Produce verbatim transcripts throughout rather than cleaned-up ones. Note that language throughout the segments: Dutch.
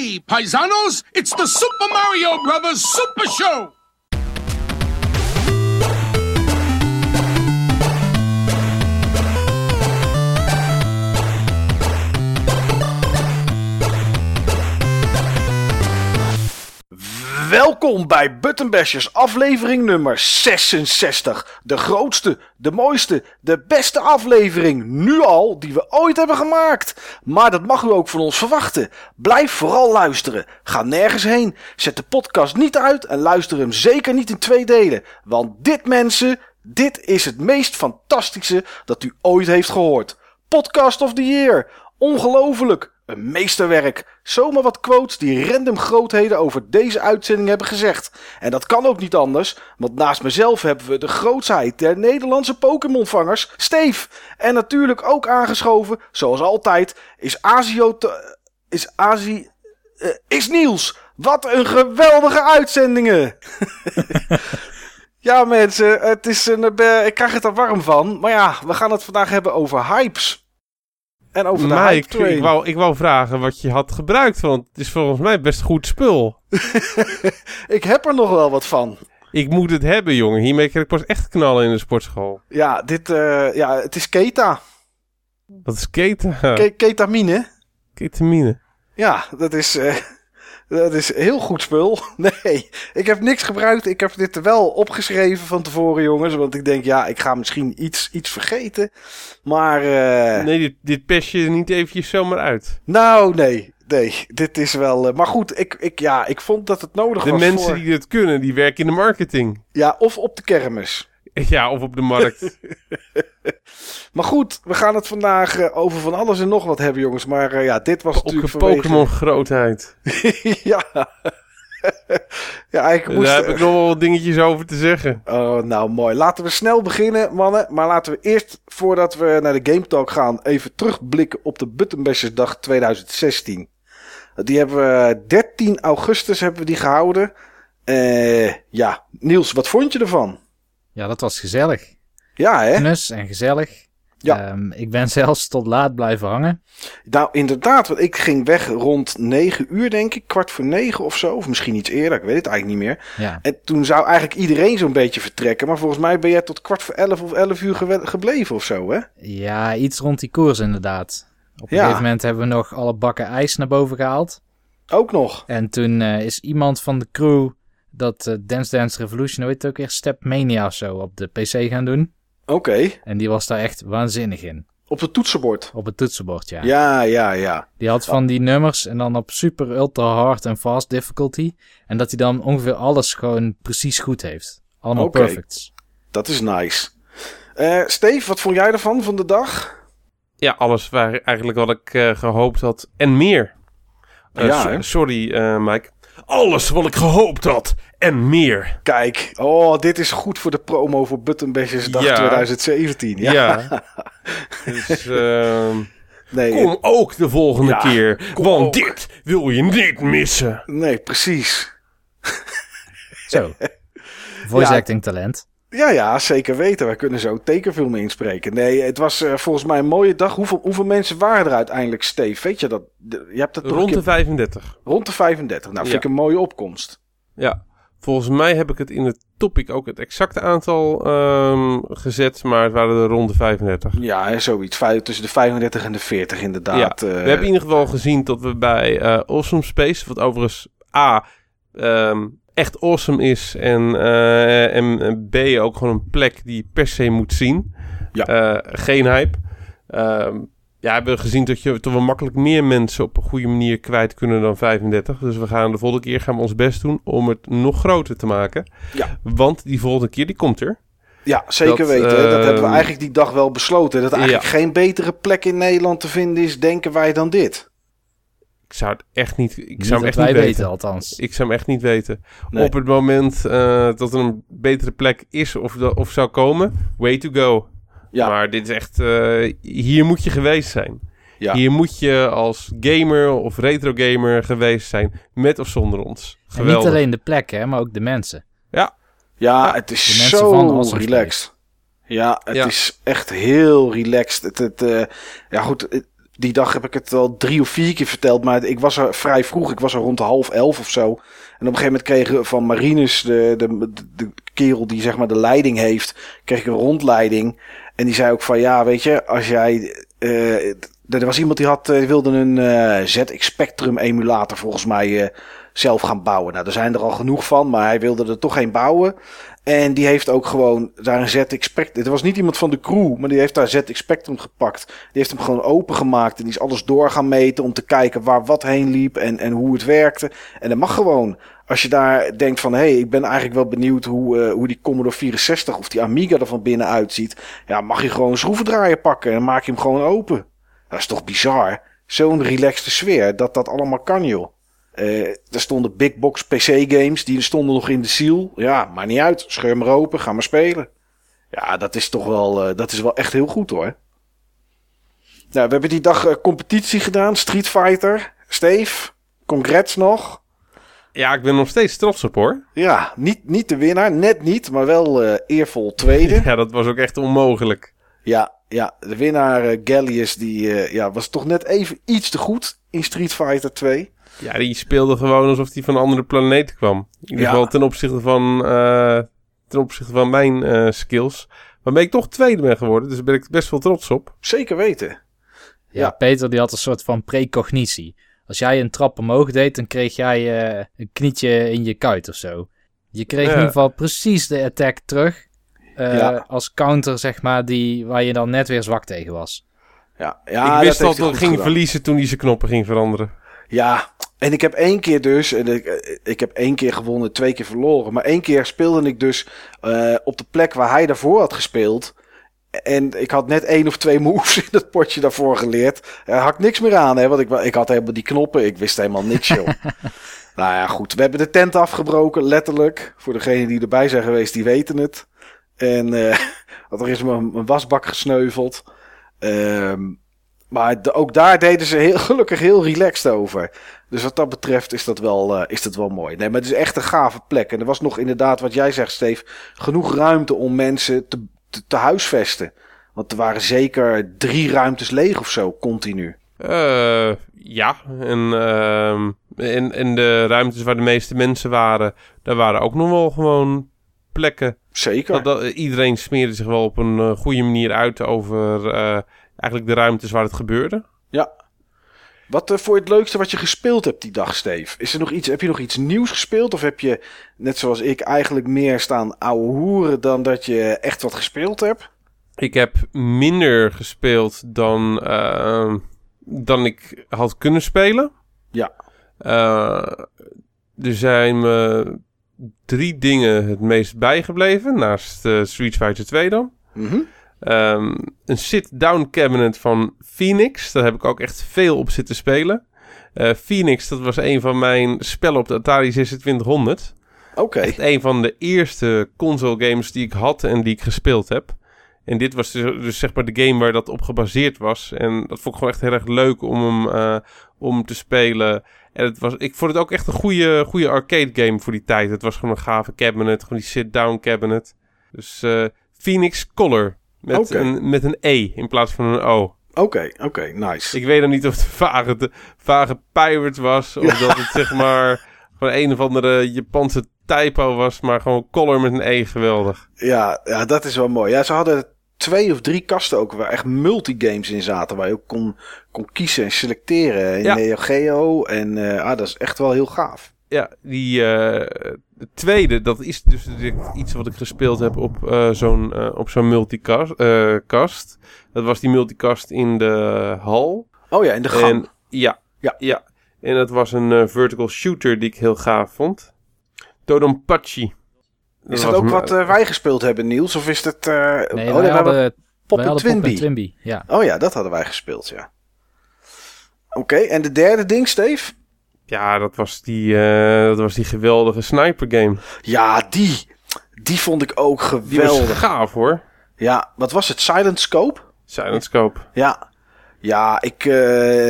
Hey, paisanos, it's the Super Mario Brothers Super Show! Welkom bij Button Bashers, aflevering nummer zesenzestig. De grootste, de mooiste, de beste aflevering nu al die we ooit hebben gemaakt. Maar dat mag u ook van ons verwachten. Blijf vooral luisteren. Ga nergens heen. Zet de podcast niet uit en luister hem zeker niet in twee delen. Want dit, mensen, dit is het meest fantastische dat u ooit heeft gehoord. Podcast of the Year. Ongelooflijk. Een meesterwerk. Zomaar wat quotes die random grootheden over deze uitzending hebben gezegd. En dat kan ook niet anders, want naast mezelf hebben we de grootsheid der Nederlandse Pokémonvangers, Steve. En natuurlijk ook aangeschoven, zoals altijd, is Azio... Te, is Azi... Uh, is Niels. Wat een geweldige uitzendingen. Ja mensen, het is een, uh, ik krijg het er warm van. Maar ja, we gaan het vandaag hebben over hypes. En over de maar hype ik, ik, wou, ik wou vragen wat je had gebruikt, want het is volgens mij best goed spul. Ik heb er nog wel wat van. Ik moet het hebben, jongen. Hiermee kan ik pas echt knallen in de sportschool. Ja, dit, uh, ja het is keta. Wat is keta? Ke- ketamine. Ketamine. Ja, dat is, uh, dat is heel goed spul. Nee, ik heb niks gebruikt. Ik heb dit wel opgeschreven van tevoren, jongens. Want ik denk, ja, ik ga misschien iets, iets vergeten. Maar... Uh... Nee, dit, dit pest je niet eventjes zomaar uit. Nou, nee. Nee, dit is wel... Uh... Maar goed, ik, ik, ja, ik vond dat het nodig de was De mensen voor... die dit kunnen, die werken in de marketing. Ja, of op de kermis. Ja, of op de markt. Maar goed, we gaan het vandaag uh, over van alles en nog wat hebben, jongens. Maar uh, ja, dit was Ook natuurlijk een vanwege... Pokémon-grootheid. Ja. Ja, ik moest... Daar heb ik nog wel wat dingetjes over te zeggen. Oh, nou mooi. Laten we snel beginnen, mannen. Maar laten we eerst, voordat we naar de Game Talk gaan, even terugblikken op de Button Bashers dag twintig zestien. Die hebben we dertien augustus hebben we die gehouden. Uh, ja, Niels, wat vond je ervan? Ja, dat was gezellig. Ja, hè? Knus en gezellig. Ja. Um, ik ben zelfs tot laat blijven hangen. Nou, inderdaad, want ik ging weg rond negen uur, denk ik. Kwart voor negen of zo. Of misschien iets eerder, ik weet het eigenlijk niet meer. Ja. En toen zou eigenlijk iedereen zo'n beetje vertrekken. Maar volgens mij ben jij tot kwart voor elf of elf uur gewe- gebleven of zo, hè? Ja, iets rond die koers inderdaad. Op een ja. gegeven moment hebben we nog alle bakken ijs naar boven gehaald. Ook nog. En toen uh, is iemand van de crew dat uh, Dance Dance Revolution, hoe heet het ook weer, Step Mania of zo, op de P C gaan doen. Oké. Okay. En die was daar echt waanzinnig in. Op het toetsenbord? Op het toetsenbord, ja. Ja, ja, ja. Die had van die nummers en dan op super ultra hard en fast difficulty. En dat hij dan ongeveer alles gewoon precies goed heeft. Allemaal okay. perfects. Dat is nice. Uh, Steve, wat vond jij ervan, van de dag? Ja, alles waar eigenlijk wat ik uh, gehoopt had en meer. Uh, ja, so- sorry, uh, Mike. Alles wat ik gehoopt had en meer. Kijk, oh, dit is goed voor de promo voor Button Bashers dag ja. twintig zeventien. Ja. ja. Dus, uh, nee, kom ook de volgende ja, keer, want ook. dit wil je niet missen. Nee, precies. Zo. Voice ja. acting talent. Ja, ja, zeker weten. Wij kunnen zo tekenfilmen inspreken. Nee, het was uh, volgens mij een mooie dag. Hoeveel, hoeveel mensen waren er uiteindelijk, Steve? Weet je dat? De, je hebt het Rond de keer... vijfendertig. Rond de vijfendertig. Nou, vind ja. ik een mooie opkomst. Ja, volgens mij heb ik het in het topic ook het exacte aantal um, gezet, maar het waren er rond de vijfendertig. Ja, hè, zoiets. Vijf, tussen de vijfendertig en de veertig inderdaad. Ja, uh, we hebben in ieder geval gezien dat we bij uh, Awesome Space, wat overigens A, um, echt awesome is en, uh, en B, ook gewoon een plek die je per se moet zien. Ja. Uh, geen hype. Um, ja, we hebben gezien dat, je, dat we makkelijk meer mensen op een goede manier kwijt kunnen dan vijfendertig. Dus we gaan de volgende keer gaan we ons best doen om het nog groter te maken. Ja. Want die volgende keer, die komt er. Ja, zeker dat, weten. Uh, dat hebben we eigenlijk die dag wel besloten. Dat er eigenlijk ja. geen betere plek in Nederland te vinden is, denken wij, dan dit. Ik zou het echt niet, ik niet zou hem echt wij niet weten, weten. althans. Ik zou hem echt niet weten. Nee. Op het moment uh, dat er een betere plek is of, de, of zou komen, way to go. Ja. Maar dit is echt, uh, hier moet je geweest zijn. Ja. Hier moet je als gamer of retro gamer geweest zijn, met of zonder ons. Geweldig. En niet alleen de plek, hè, maar ook de mensen. Ja, ja het is zo relaxed. Ja, het ja. is echt heel relaxed. Het, het, uh, ja goed, het, Die dag heb ik het al drie of vier keer verteld. Maar ik was er vrij vroeg. Ik was er rond de half elf of zo. En op een gegeven moment kreeg ik van Marinus, de, de, de, de kerel die zeg maar de leiding heeft, kreeg ik een rondleiding. En die zei ook van ja, weet je, als jij... Uh, er was iemand die had, die wilde een uh, Z X Spectrum emulator volgens mij uh, zelf gaan bouwen. Nou, er zijn er al genoeg van, maar hij wilde er toch een bouwen. En die heeft ook gewoon daar een Z X Spectrum... Het was niet iemand van de crew, maar die heeft daar Z X Spectrum gepakt. Die heeft hem gewoon opengemaakt en die is alles door gaan meten om te kijken waar wat heen liep en, en hoe het werkte. En dat mag gewoon. Als je daar denkt van, hé, hey, ik ben eigenlijk wel benieuwd hoe, uh, hoe die Commodore vierenzestig of die Amiga er van binnen uitziet. Ja, mag je gewoon een schroevendraaier pakken en dan maak je hem gewoon open. Dat is toch bizar? Zo'n relaxte sfeer, dat dat allemaal kan, joh. Uh, er stonden big box P C games, die stonden nog in de ziel. Ja, maakt niet uit. Scheur maar open, ga maar spelen. Ja, dat is toch wel, uh, dat is wel echt heel goed, hoor. Nou, we hebben die dag uh, competitie gedaan, Street Fighter. Steve, congrats nog. Ja, ik ben nog steeds trots op, hoor. Ja, niet, niet de winnaar, net niet, maar wel uh, eervol tweede. Ja, dat was ook echt onmogelijk. Ja, ja, de winnaar uh, Gallius, die uh, ja, was toch net even iets te goed in Street Fighter twee. Ja, die speelde gewoon alsof hij van een andere planeet kwam. In ieder geval ja. ten opzichte van, uh, ten opzichte van mijn uh, skills. Waarmee ik toch tweede ben geworden, dus daar ben ik best wel trots op. Zeker weten. Ja, Ja. Peter die had een soort van precognitie. Als jij een trap omhoog deed, dan kreeg jij uh, een knietje in je kuit of zo. Je kreeg Ja. in ieder geval precies de attack terug. Uh, Ja. Als counter, zeg maar, die, waar je dan net weer zwak tegen was. Ja, ja, ik wist dat al heeft dat hij ik goed ging gedaan. verliezen toen hij zijn knoppen ging veranderen. Ja, en ik heb één keer dus, en ik, ik heb één keer gewonnen, twee keer verloren. Maar één keer speelde ik dus uh, op de plek waar hij daarvoor had gespeeld. En ik had net één of twee moves in dat potje daarvoor geleerd. Er had ik niks meer aan, hè, want ik, ik had helemaal die knoppen. Ik wist helemaal niks, joh. Nou ja, goed. We hebben de tent afgebroken, letterlijk. Voor degenen die erbij zijn geweest, die weten het. En uh, er is mijn, mijn wasbak gesneuveld. Um, maar de, ook daar deden ze heel, gelukkig heel relaxed over. Dus wat dat betreft is dat, wel, uh, is dat wel mooi. Nee, maar het is echt een gave plek. En er was nog inderdaad, wat jij zegt, Steve, genoeg ruimte om mensen te, te, te huisvesten. Want er waren zeker drie ruimtes leeg of zo, continu. Uh, ja, en, uh, en, en de ruimtes waar de meeste mensen waren, daar waren ook nog wel gewoon plekken. Zeker. Dat, dat, iedereen smeerde zich wel op een uh, goede manier uit over uh, eigenlijk de ruimtes waar het gebeurde. Ja. Wat uh, voor het leukste wat je gespeeld hebt die dag, Steve? Is er nog iets, heb je nog iets nieuws gespeeld? Of heb je, net zoals ik, eigenlijk meer staan ouwe hoeren dan dat je echt wat gespeeld hebt? Ik heb minder gespeeld dan, uh, dan ik had kunnen spelen. Ja. Uh, er zijn me drie dingen het meest bijgebleven, naast uh, Street Fighter twee dan. Mm-hmm. Um, een sit-down cabinet van Phoenix. Daar heb ik ook echt veel op zitten spelen. Uh, Phoenix, dat was een van mijn spellen op de Atari zesentwintighonderd. Oké. Okay. Echt een van de eerste console games die ik had en die ik gespeeld heb. En dit was dus, dus zeg maar de game waar dat op gebaseerd was. En dat vond ik gewoon echt heel erg leuk om hem uh, om te spelen. En het was, ik vond het ook echt een goede, goede arcade game voor die tijd. Het was gewoon een gave cabinet, gewoon die sit-down cabinet. Dus uh, Phoenix Color. Met, okay. een, met een E in plaats van een O. Oké, okay, oké, okay, nice. Ik weet dan niet of het vage, de, vage pirate was. Of ja. dat het zeg maar gewoon een of andere Japanse typo was. Maar gewoon Color met een E, geweldig. Ja, ja, dat is wel mooi. Ja, ze hadden twee of drie kasten ook waar echt multigames in zaten. Waar je ook kon, kon kiezen en selecteren. In ja. Neo Geo. En uh, ah, dat is echt wel heel gaaf. Ja, die uh, tweede, dat is dus iets wat ik gespeeld heb op uh, zo'n, uh, op zo'n multicast. Uh, kast. Dat was die multicast in de hal. Oh ja, in de gang. En, ja, ja, ja. En dat was een uh, vertical shooter die ik heel gaaf vond. Dodonpachi. Dat is dat ook wat uh, wij gespeeld hebben, Niels? Of is het... Uh, nee, oh, wij hadden Pop en Twinbee. Twinbee, ja. Oh ja, dat hadden wij gespeeld, ja. Oké, okay, en de derde ding, Steve? Ja, dat was die, uh, dat was die geweldige sniper game. Ja, die. Die vond ik ook geweldig. Die was gaaf, hoor. Ja, wat was het? Silent Scope? Silent Scope. Ja. Ja, ik... Uh,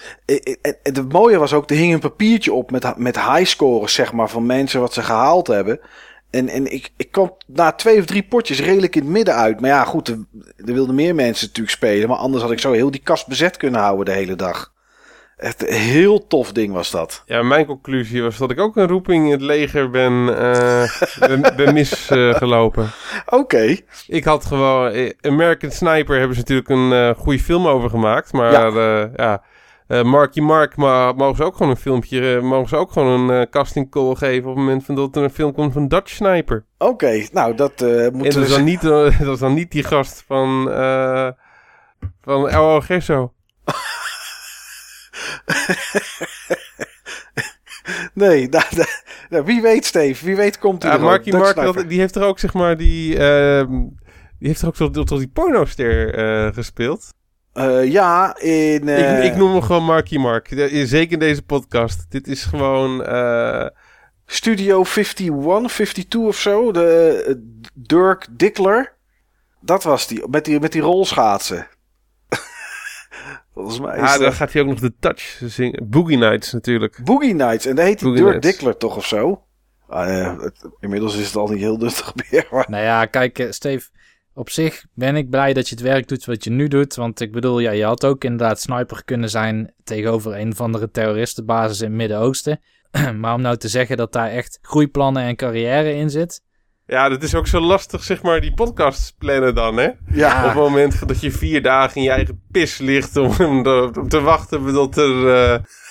het, het mooie was ook, er hing een papiertje op met, met highscores, zeg maar, van mensen wat ze gehaald hebben. En, en ik, ik kwam na twee of drie potjes redelijk in het midden uit. Maar ja, goed, er, er wilden meer mensen natuurlijk spelen. Maar anders had ik zo heel die kast bezet kunnen houden de hele dag. Echt een heel tof ding was dat. Ja, mijn conclusie was dat ik ook een roeping in het leger ben, uh, ben, ben misgelopen. Uh, Oké. Okay. Ik had gewoon... American Sniper hebben ze natuurlijk een uh, goede film over gemaakt. Maar ja... Uh, ja Uh, Marky Mark, maar mogen ze ook gewoon een filmpje, uh, mogen ze ook gewoon een uh, casting call geven op het moment van dat er een film komt van Dutch Sniper. Oké, okay, nou dat uh, moeten we... En dat is, dan niet, uh, dat is dan niet die gast van, uh, van El Algesso. Nee, nou, nou, wie weet Steve, wie weet komt hij ja, er Marky ook. Mark, dat, die heeft er ook zeg maar die, uh, die heeft er ook tot, tot die pornoster uh, gespeeld. Uh, ja, in... Uh... Ik, ik noem hem gewoon Marky Mark. Zeker in deze podcast. Dit is gewoon... Uh... Studio eenenvijftig, eenenvijftig of zo. De uh, Dirk Dickler. Dat was die. Met die, met die rolschaatsen. Volgens mij is Ja, dat... dan gaat hij ook nog de touch zingen. Boogie Nights natuurlijk. Boogie Nights. En daar heet hij Boogie Dirk Nights. Dickler toch of zo? Uh, uh, het, inmiddels is het al niet heel nuttig meer. Maar... Nou ja, kijk uh, Steve... Op zich ben ik blij dat je het werk doet wat je nu doet. Want ik bedoel, ja, je had ook inderdaad sniper kunnen zijn tegenover een of andere terroristenbasis in het Midden-Oosten. Maar om nou te zeggen dat daar echt groeiplannen en carrière in zit. Ja, dat is ook zo lastig, zeg maar, die podcast plannen dan, hè? Ja. Op het moment dat je vier dagen in je eigen pis ligt om, om te wachten tot er... Uh...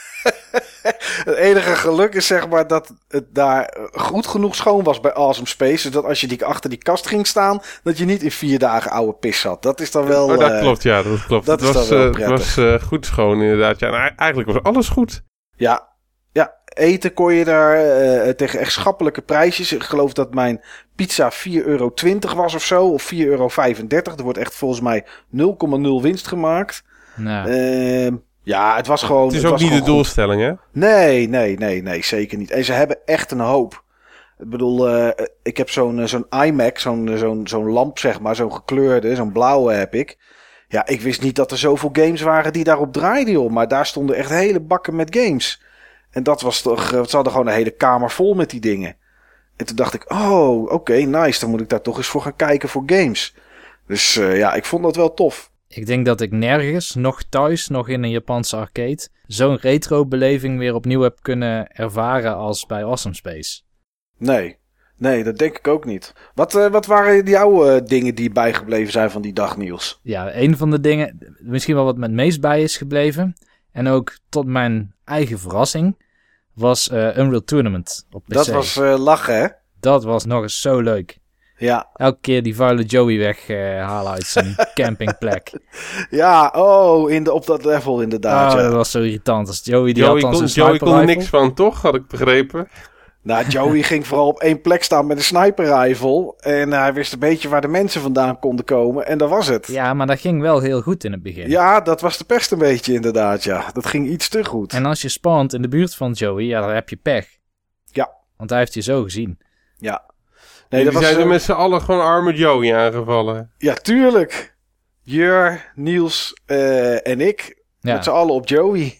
Het enige geluk is zeg maar dat het daar goed genoeg schoon was bij Awesome Space. Zodat als je die achter die kast ging staan, dat je niet in vier dagen oude pis zat. Dat is dan wel... Oh, dat uh, klopt, ja, dat klopt. Dat het is was, dan wel uh, het was uh, goed schoon inderdaad. Ja, nou, eigenlijk was alles goed. Ja, ja, eten kon je daar uh, tegen echt schappelijke prijsjes. Ik geloof dat mijn pizza vier euro twintig was of zo. Of vier euro vijfendertig. Er wordt echt volgens mij nul komma nul winst gemaakt. Nou. Uh, Ja, het was gewoon... Het is het ook was niet de doelstelling, goed. hè? Nee, nee, nee, nee, zeker niet. En ze hebben echt een hoop. Ik bedoel, uh, ik heb zo'n, zo'n iMac, zo'n, zo'n, zo'n lamp, zeg maar, zo'n gekleurde, zo'n blauwe heb ik. Ja, ik wist niet dat er zoveel games waren die daarop draaiden, joh. Maar daar stonden echt hele bakken met games. En dat was toch... Ze hadden gewoon een hele kamer vol met die dingen. En toen dacht ik, oh, oké, okay, nice. Dan moet ik daar toch eens voor gaan kijken voor games. Dus uh, ja, ik vond dat wel tof. Ik denk dat ik nergens, nog thuis, nog in een Japanse arcade, zo'n retro-beleving weer opnieuw heb kunnen ervaren als bij Awesome Space. Nee, nee, dat denk ik ook niet. Wat, uh, wat waren die oude uh, dingen die bijgebleven zijn van die dag, Niels? Ja, een van de dingen, misschien wel wat me het meest bij is gebleven, en ook tot mijn eigen verrassing, was uh, Unreal Tournament op P C. Dat was uh, lachen, hè? Dat was nog eens zo leuk. Ja. Elke keer die vuile Joey weghalen uh, uit zijn campingplek. Ja, oh, in de, op dat level inderdaad. Oh, ja. dat was zo irritant. Als Joey die Joey had dan kon, zijn Joey kon er sniper niks van, toch? Had ik begrepen. Nou, Joey ging vooral op één plek staan met een sniper rifle. En hij wist een beetje waar de mensen vandaan konden komen. En dat was het. Ja, maar dat ging wel heel goed in het begin. Ja, dat was de pest een beetje inderdaad, ja. Dat ging iets te goed. En als je spawnt in de buurt van Joey, ja, dan heb je pech. Ja. Want hij heeft je zo gezien. Ja. Nee, dat die was, zijn er uh, met z'n allen gewoon arme Joey aangevallen. Ja, tuurlijk. Jur, Niels uh, en ik. Ja. Met z'n allen op Joey.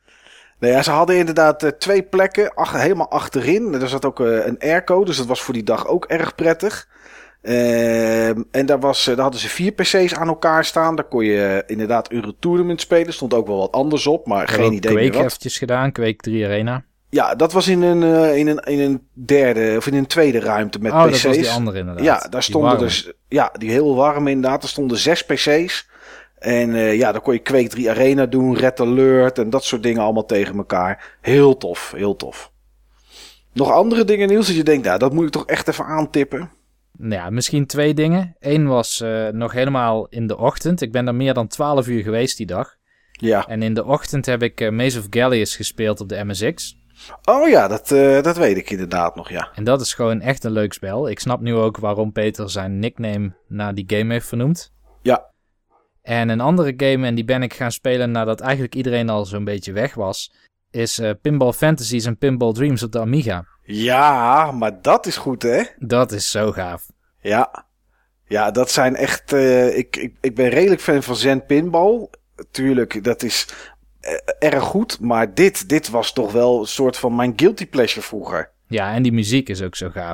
Nou ja, ze hadden inderdaad uh, twee plekken ach, helemaal achterin. Er zat ook uh, een airco, dus dat was voor die dag ook erg prettig. Uh, en daar, was, uh, daar hadden ze vier P C's aan elkaar staan. Daar kon je uh, inderdaad Euro Tournament spelen. Stond ook wel wat anders op, maar Ik geen heb idee Quake meer wat. eventjes gedaan, Quake drie Arena. Ja, dat was in een, uh, in, een, in een derde of in een tweede ruimte met oh, P C's. Dat was die andere inderdaad. Ja, daar stonden die dus, ja, die heel warm inderdaad. Er stonden zes P C's. En uh, ja, dan kon je Quake drie Arena doen, Red Alert en dat soort dingen allemaal tegen elkaar. Heel tof, heel tof. Nog andere dingen, Niels, dat je denkt, nou, dat moet ik toch echt even aantippen. Nou ja, misschien twee dingen. Eén was uh, nog helemaal in de ochtend. Ik ben er meer dan twaalf uur geweest die dag. Ja. En in de ochtend heb ik uh, Maze of Gallius gespeeld op de M S X. Oh ja, dat, uh, dat weet ik inderdaad nog, ja. En dat is gewoon echt een leuk spel. Ik snap nu ook waarom Peter zijn nickname naar die game heeft vernoemd. Ja. En een andere game, en die ben ik gaan spelen nadat eigenlijk iedereen al zo'n beetje weg was, is uh, Pinball Fantasies en Pinball Dreams op de Amiga. Ja, maar dat is goed, hè? Dat is zo gaaf. Ja. Ja, dat zijn echt... Uh, ik, ik, ik ben redelijk fan van Zen Pinball. Tuurlijk, dat is uh, erg goed. Maar dit, dit was toch wel een soort van mijn guilty pleasure vroeger. Ja, en die muziek is ook zo gaaf.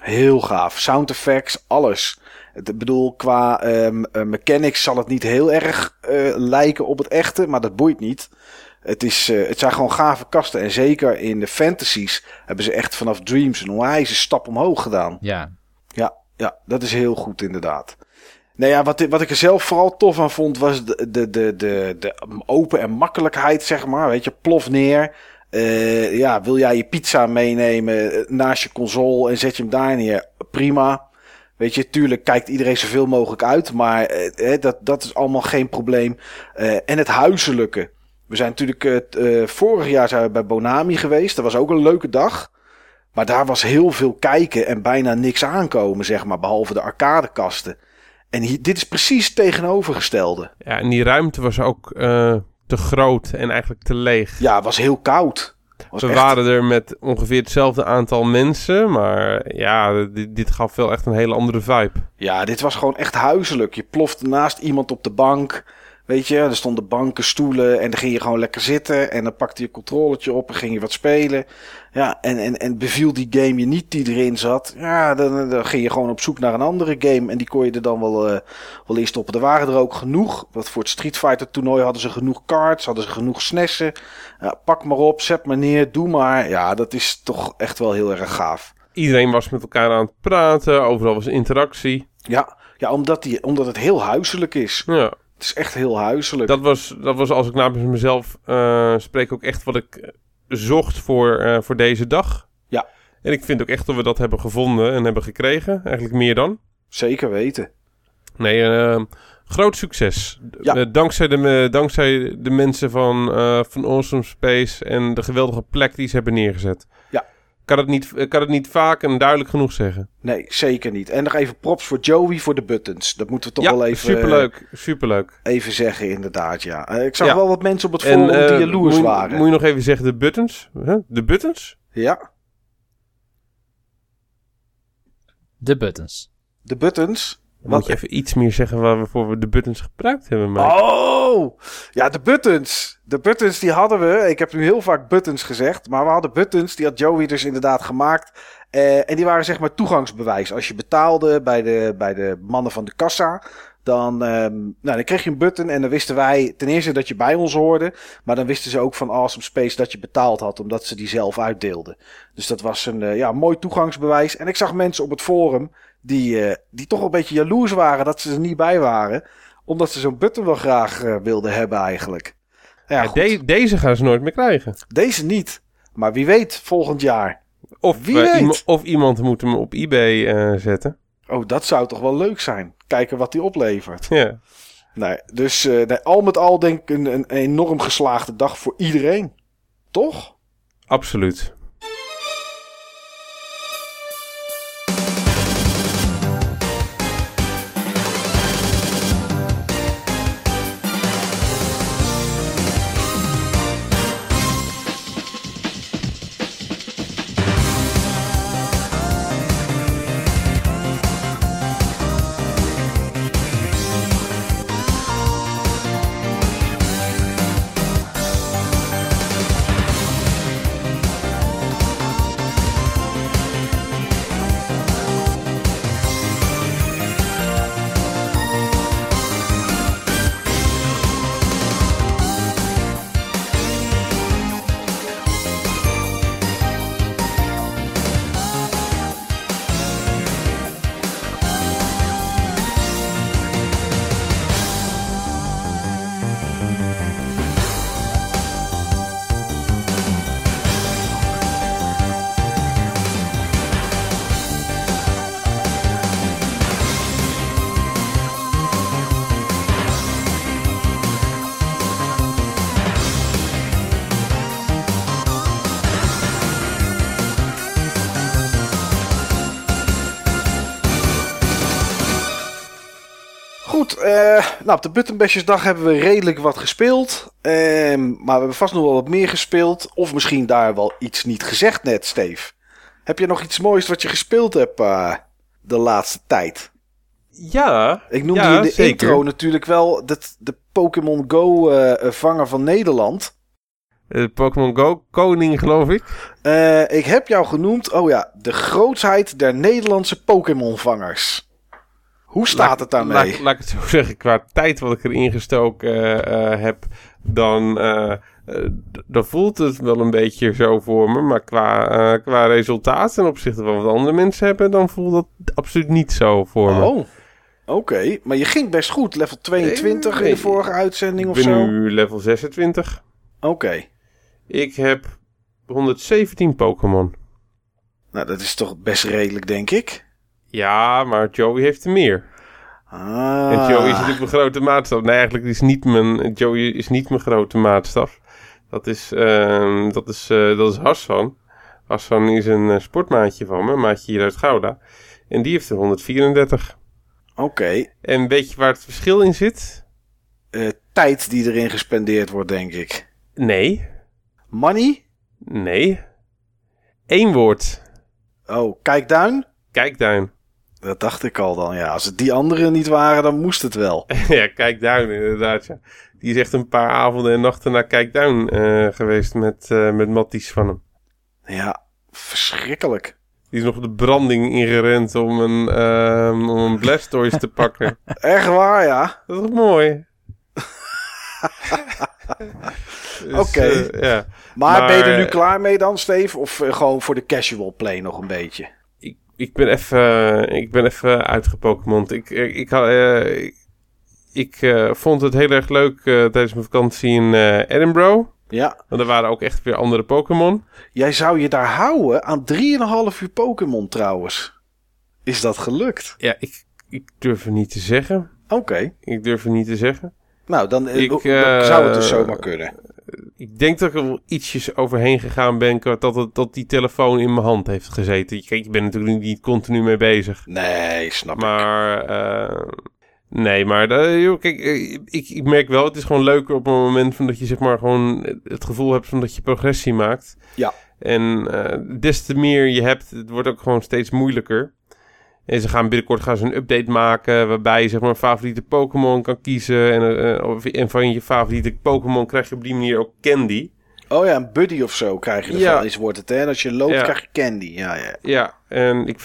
Heel gaaf. Sound effects, alles. Ik bedoel, qua um, uh, mechanics zal het niet heel erg uh, lijken op het echte, maar dat boeit niet. Het, is, uh, het zijn gewoon gave kasten. En zeker in de fantasies hebben ze echt vanaf Dreams een onwijze stap omhoog gedaan. Ja. Ja, ja, dat is heel goed inderdaad. Nou ja, wat, wat ik er zelf vooral tof aan vond was de, de, de, de, de open en makkelijkheid, zeg maar. Weet je, plof neer. Uh, ja, wil jij je pizza meenemen naast je console en zet je hem daar neer? Prima. Weet je, tuurlijk kijkt iedereen zoveel mogelijk uit, maar uh, dat, dat is allemaal geen probleem. Uh, en het huiselijke. We zijn natuurlijk, uh, vorig jaar zijn we bij Bonami geweest. Dat was ook een leuke dag. Maar daar was heel veel kijken en bijna niks aankomen, zeg maar, behalve de arcadekasten. En hier, dit is precies het tegenovergestelde. Ja, en die ruimte was ook uh, te groot en eigenlijk te leeg. Ja, het was heel koud. Was We echt... waren er met ongeveer hetzelfde aantal mensen, maar ja, dit, dit gaf wel echt een hele andere vibe. Ja, dit was gewoon echt huiselijk. Je plofte naast iemand op de bank. Weet je, er stonden banken, stoelen en dan ging je gewoon lekker zitten. En dan pakte je een controllertje op en ging je wat spelen. Ja, en, en, en beviel die game je niet die erin zat. Ja, dan, dan ging je gewoon op zoek naar een andere game. En die kon je er dan wel, uh, wel in stoppen. Er waren er ook genoeg. Want voor het Street Fighter toernooi hadden ze genoeg cards. Hadden ze genoeg snessen. Ja, pak maar op, zet maar neer, doe maar. Ja, dat is toch echt wel heel erg gaaf. Iedereen was met elkaar aan het praten. Overal was interactie. Ja, ja omdat, die, omdat het heel huiselijk is. Ja. Het is echt heel huiselijk. Dat was, dat was als ik namens mezelf uh, spreek ook echt wat ik zocht voor, uh, voor deze dag. Ja. En ik vind ook echt dat we dat hebben gevonden en hebben gekregen. Eigenlijk meer dan. Zeker weten. Nee, uh, groot succes. Ja. Uh, dankzij, de, uh, dankzij de mensen van, uh, van Awesome Space en de geweldige plek die ze hebben neergezet. Ja. Kan het niet, kan het niet vaak en duidelijk genoeg zeggen. Nee, zeker niet. En nog even props voor Joey voor de buttons. Dat moeten we toch ja, wel even... superleuk, superleuk. Even zeggen, inderdaad, ja. Uh, ik zag ja. wel wat mensen op het forum en, uh, die jaloers moet, waren. Moet je nog even zeggen de buttons? Huh? De buttons? Ja. De buttons. De buttons? Moet wat? Je even iets meer zeggen waarvoor we de buttons gebruikt hebben. Maar... Oh! Ja, de buttons. De buttons die hadden we. Ik heb nu heel vaak buttons gezegd. Maar we hadden buttons. Die had Joey dus inderdaad gemaakt. Uh, en die waren zeg maar toegangsbewijs. Als je betaalde bij de, bij de mannen van de kassa. Dan, um, nou, dan kreeg je een button. En dan wisten wij ten eerste dat je bij ons hoorde. Maar dan wisten ze ook van Awesome Space dat je betaald had. Omdat ze die zelf uitdeelden. Dus dat was een uh, ja, mooi toegangsbewijs. En ik zag mensen op het forum. Die, uh, die toch wel een beetje jaloers waren dat ze er niet bij waren. Omdat ze zo'n button wel graag uh, wilden hebben eigenlijk. Ja, ja, de, deze gaan ze nooit meer krijgen. Deze niet. Maar wie weet volgend jaar. Of, wie uh, weet. Iem- of iemand moet hem op eBay uh, zetten. Oh, dat zou toch wel leuk zijn. Kijken wat die oplevert. Ja. Nee, dus uh, nee, al met al denk ik een, een enorm geslaagde dag voor iedereen. Toch? Absoluut. Goed, uh, nou op de Buttonbashers-dag hebben we redelijk wat gespeeld. Uh, maar we hebben vast nog wel wat meer gespeeld. Of misschien daar wel iets niet gezegd net, Steve. Heb je nog iets moois wat je gespeeld hebt uh, de laatste tijd? Ja, Ik noemde ja, in de zeker. intro natuurlijk wel dat de Pokémon Go uh, vanger van Nederland. Uh, Pokémon Go koning, geloof ik. Uh, ik heb jou genoemd, oh ja, de grootsheid der Nederlandse Pokémon-vangers. Hoe staat laat, het daarmee? Laat, laat ik het zo zeggen, qua tijd wat ik erin gestoken uh, uh, heb, dan, uh, uh, dan voelt het wel een beetje zo voor me. Maar qua, uh, qua resultaat ten opzichte van wat andere mensen hebben, dan voelt dat absoluut niet zo voor me. Oh, oké. Okay. Maar je ging best goed. Level tweeëntwintig nee, in de vorige uitzending of zo? Ik ben nu level zesentwintig. Oké. Okay. Ik heb honderdzeventien Pokémon. Nou, dat is toch best redelijk, denk ik? Ja, maar Joey heeft er meer. Ah. En Joey is natuurlijk mijn grote maatstaf. Nee, eigenlijk is niet mijn... Joey is niet mijn grote maatstaf. Dat is, uh, dat is, uh, dat is Hassan. Hassan is een uh, sportmaatje van me. Een maatje hier uit Gouda. En die heeft er honderdvierendertig. Oké. Okay. En weet je waar het verschil in zit? Uh, tijd die erin gespendeerd wordt, denk ik. Nee. Money? Nee. Eén woord. Oh, kijkduin? Kijkduin. Dat dacht ik al dan, ja. Als het die anderen niet waren, dan moest het wel. Ja, Kijkduin inderdaad, ja. Die is echt een paar avonden en nachten naar Kijkduin uh, geweest met, uh, met matties van hem. Ja, verschrikkelijk. Die is nog de branding ingerend om een, uh, om een Blastoise te pakken. Echt waar, ja. Dat is toch mooi? Dus, Oké. Okay. Uh, ja. maar, maar ben je er nu klaar mee dan, Steve? Of uh, gewoon voor de casual play nog een beetje? Ik, ik ben even ik ben even uitgepokemond. Ik, ik, ik, uh, ik, ik uh, vond het heel erg leuk uh, tijdens mijn vakantie in uh, Edinburgh. Ja. Want er waren ook echt weer andere Pokémon. Jij zou je daar houden aan drieënhalf uur Pokémon trouwens. Is dat gelukt? Ja, ik, ik durf het niet te zeggen. Oké. Okay. Ik durf het niet te zeggen. Nou, dan, ik, uh, dan zou het dus zomaar kunnen. Ik denk dat ik er wel ietsjes overheen gegaan ben, dat, het, dat die telefoon in mijn hand heeft gezeten. Kijk, je bent natuurlijk niet continu mee bezig. Nee, snap maar, ik. Uh, nee, maar uh, joh, kijk, uh, ik, ik merk wel, het is gewoon leuker op een moment van dat je zeg maar gewoon het gevoel hebt van dat je progressie maakt. Ja. En uh, des te meer je hebt, het wordt ook gewoon steeds moeilijker. En ze gaan binnenkort gaan ze een update maken waarbij je zeg maar een favoriete Pokémon kan kiezen. En, uh, en van je favoriete Pokémon krijg je op die manier ook candy. Oh ja, een buddy of zo krijg je ervan. Ja. Eens wordt het, hè? En als je loopt, ja. krijg je candy. Ja, ja. Ja, en ik,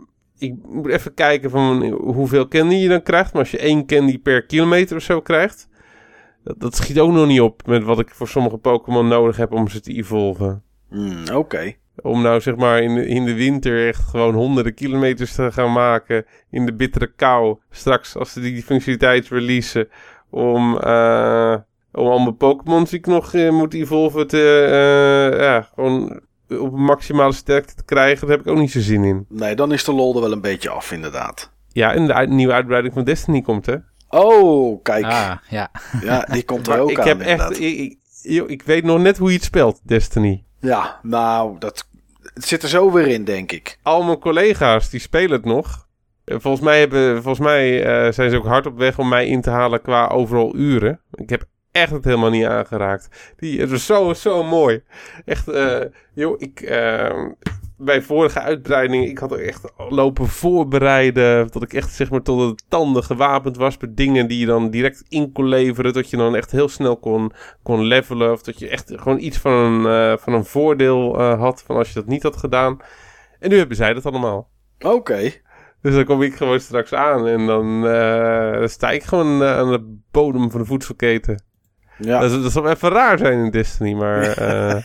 ik moet even kijken van hoeveel candy je dan krijgt. Maar als je één candy per kilometer of zo krijgt, dat, dat schiet ook nog niet op met wat ik voor sommige Pokémon nodig heb om ze te evolven. Mm, Oké. Okay. Om nou zeg maar in de, in de winter echt gewoon honderden kilometers te gaan maken. In de bittere kou. Straks als ze die functionaliteit releasen. Om, uh, om allemaal Pokémon die ik nog uh, moet evolven te, uh, ja, gewoon op maximale sterkte te krijgen. Daar heb ik ook niet zo zin in. Nee, dan is de lol er wel een beetje af inderdaad. Ja, en de uit, nieuwe uitbreiding van Destiny komt, hè? Oh, kijk. Ah, ja. Ja, die komt er ook ik aan heb echt, ik, ik, joh, ik weet nog net hoe je het speelt, Destiny. Ja, nou, dat het zit er zo weer in, denk ik. Al mijn collega's, die spelen het nog. Volgens mij, hebben, volgens mij uh, zijn ze ook hard op weg om mij in te halen qua overal uren. Ik heb echt het helemaal niet aangeraakt. Die, het was zo, zo mooi. Echt, uh, joh, ik... Uh, bij vorige uitbreiding, ik had er echt lopen voorbereiden. Dat ik echt zeg maar tot de tanden gewapend was met dingen die je dan direct in kon leveren. Dat je dan echt heel snel kon, kon levelen. Of dat je echt gewoon iets van een, uh, van een voordeel uh, had van als je dat niet had gedaan. En nu hebben zij dat allemaal. Oké. Okay. Dus dan kom ik gewoon straks aan en dan uh, sta ik gewoon uh, aan de bodem van de voedselketen. Ja. Dat, dat zal even raar zijn in Destiny, maar... Uh,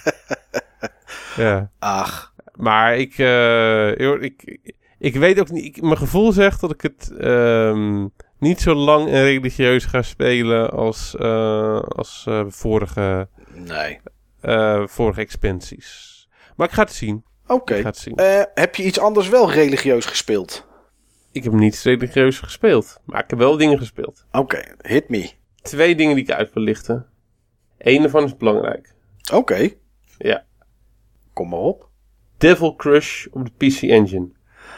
ja. Ach. Maar ik, uh, ik, ik weet ook niet... Ik, mijn gevoel zegt dat ik het um, niet zo lang en religieus ga spelen als, uh, als uh, vorige, nee. uh, vorige expansies. Maar ik ga het zien. Oké. Okay. Uh, heb je iets anders wel religieus gespeeld? Ik heb niets religieus gespeeld. Maar ik heb wel dingen gespeeld. Oké, okay. Hit me. Twee dingen die ik uit wil lichten. Eén ervan is belangrijk. Oké. Okay. Ja. Kom maar op. Devil Crush op de P C Engine.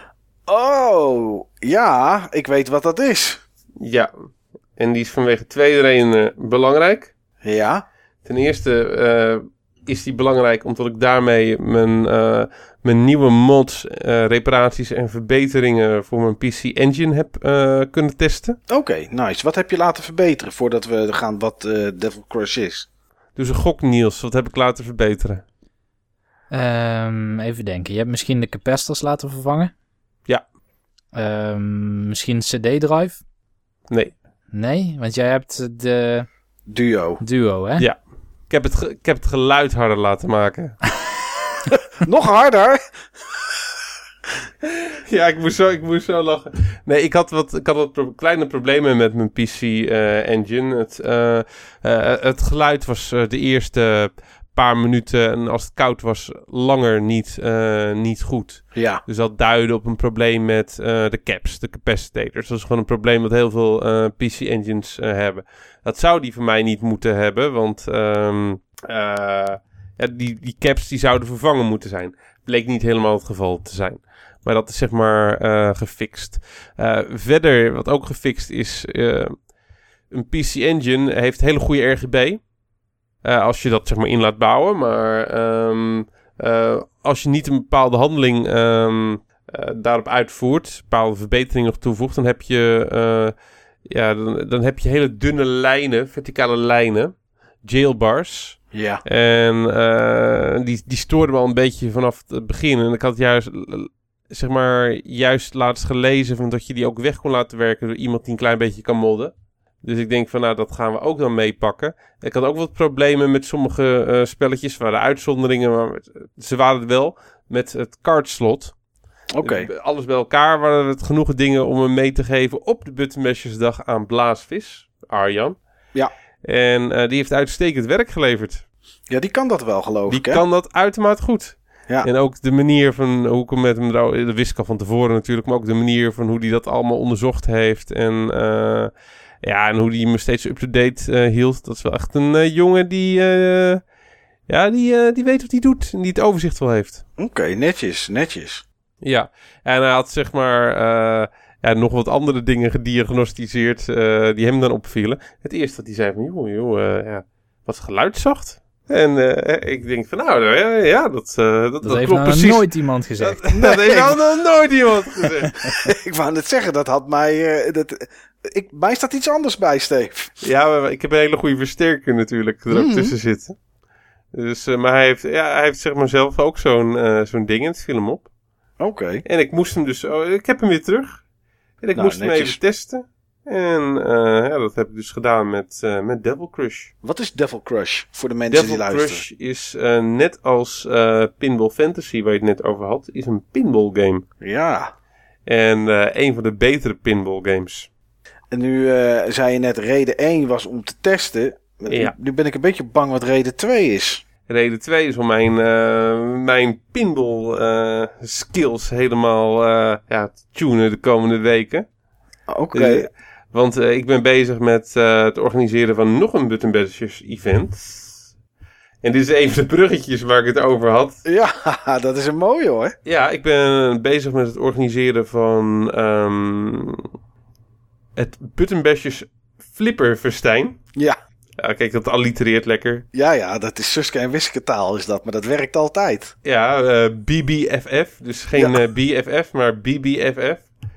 Oh, ja, ik weet wat dat is. Ja, en die is vanwege twee redenen belangrijk. Ja. Ten eerste uh, is die belangrijk omdat ik daarmee mijn, uh, mijn nieuwe mods, uh, reparaties en verbeteringen voor mijn P C Engine heb uh, kunnen testen. Oké, okay, nice. Wat heb je laten verbeteren voordat we gaan wat uh, Devil Crush is? Dus een gok, Niels. Wat heb ik laten verbeteren? Um, even denken. Je hebt misschien de capacitors laten vervangen? Ja. Um, misschien een C D-drive? Nee. Nee? Want jij hebt de... Duo. Duo, hè? Ja. Ik heb het, ge- ik heb het geluid harder laten maken. Nog harder? Ja, ik moest, zo, ik moest zo lachen. Nee, ik had wat, ik had wat pro- kleine problemen met mijn P C-engine. Uh, het, uh, uh, het geluid was uh, de eerste paar minuten... en als het koud was, langer niet, uh, niet goed. Ja. Dus dat duidde op een probleem met uh, de caps, de capacitators. Dat is gewoon een probleem wat heel veel uh, P C-engines uh, hebben. Dat zou die van mij niet moeten hebben, want... Um, uh, ja, die, die caps die zouden vervangen moeten zijn. Bleek niet helemaal het geval te zijn. Maar dat is zeg maar uh, gefixt. Uh, verder, wat ook gefixt is... Uh, een P C-engine heeft hele goede R G B. Uh, als je dat zeg maar in laat bouwen. Maar um, uh, als je niet een bepaalde handeling um, uh, daarop uitvoert... bepaalde verbeteringen nog toevoegt... dan heb je, uh, ja, dan, dan heb je hele dunne lijnen, verticale lijnen. Jailbars... Ja. En uh, die, die stoorde me al een beetje vanaf het begin. En ik had juist, zeg maar, juist laatst gelezen van dat je die ook weg kon laten werken door iemand die een klein beetje kan modden. Dus ik denk van, nou, dat gaan we ook dan meepakken. Ik had ook wat problemen met sommige uh, spelletjes, waren uitzonderingen, maar met, ze waren er wel met het cardslot. Oké. Okay. Dus alles bij elkaar waren het genoeg dingen om hem mee te geven op de Buttonbashers-dag aan Blaasvis, Arjan. Ja. En uh, die heeft uitstekend werk geleverd. Ja, die kan dat wel, geloof die ik, hè? Die kan dat uitermate goed. Ja. En ook de manier van hoe ik hem met hem... Dat wist ik al van tevoren natuurlijk. Maar ook de manier van hoe hij dat allemaal onderzocht heeft. En, uh, ja, en hoe hij me steeds up-to-date uh, hield. Dat is wel echt een uh, jongen die... Uh, ja, die, uh, die weet wat hij doet. En die het overzicht wel heeft. Oké, okay, netjes, netjes. Ja, en hij had zeg maar... Uh, Ja, nog wat andere dingen gediagnosticeerd uh, die hem dan opvielen. Het eerste dat hij zei van, joh, joh, uh, ja, wat geluidszacht. En uh, ik denk van, nou, ja, ja dat, uh, dat, dat, dat heeft klopt nou precies. nooit iemand gezegd. Dat, dat heeft nou nog nooit iemand gezegd. Ik wou net zeggen, dat had mij... Uh, dat, ik, mij staat iets anders bij, Steve. Ja, maar ik heb een hele goede versterker natuurlijk er ook mm. tussen zitten. Dus, uh, maar hij heeft, ja, hij heeft zeg maar zelf ook zo'n, uh, zo'n ding en het viel hem op. Oké. Okay. En ik moest hem dus, oh, ik heb hem weer terug. En ik nou, moest netjes. hem even testen. En uh, ja, dat heb ik dus gedaan met, uh, met Devil Crush. Wat is Devil Crush voor de mensen Devil die luisteren? Devil Crush is uh, net als uh, Pinball Fantasy, waar je het net over had, is een pinball game. Ja. En uh, een van de betere pinball games. En nu uh, zei je net reden één was om te testen. Ja. Nu ben ik een beetje bang wat reden twee is. Reden twee is om mijn, uh, mijn pinball uh, skills helemaal uh, ja, te tunen de komende weken. Oké. Okay. Uh, want uh, ik ben bezig met uh, het organiseren van nog een Buttonbashers event. En dit is een van de bruggetjes waar ik het over had. Ja, dat is een mooie hoor. Ja, ik ben bezig met het organiseren van um, het Buttonbashers flipperfestijn. Ja. Ja, kijk, dat allitereert lekker. Ja, ja, dat is Suske en Wiske taal is dat, maar dat werkt altijd. Ja, uh, B B F F. Dus geen ja. uh, B F F, maar B B F F.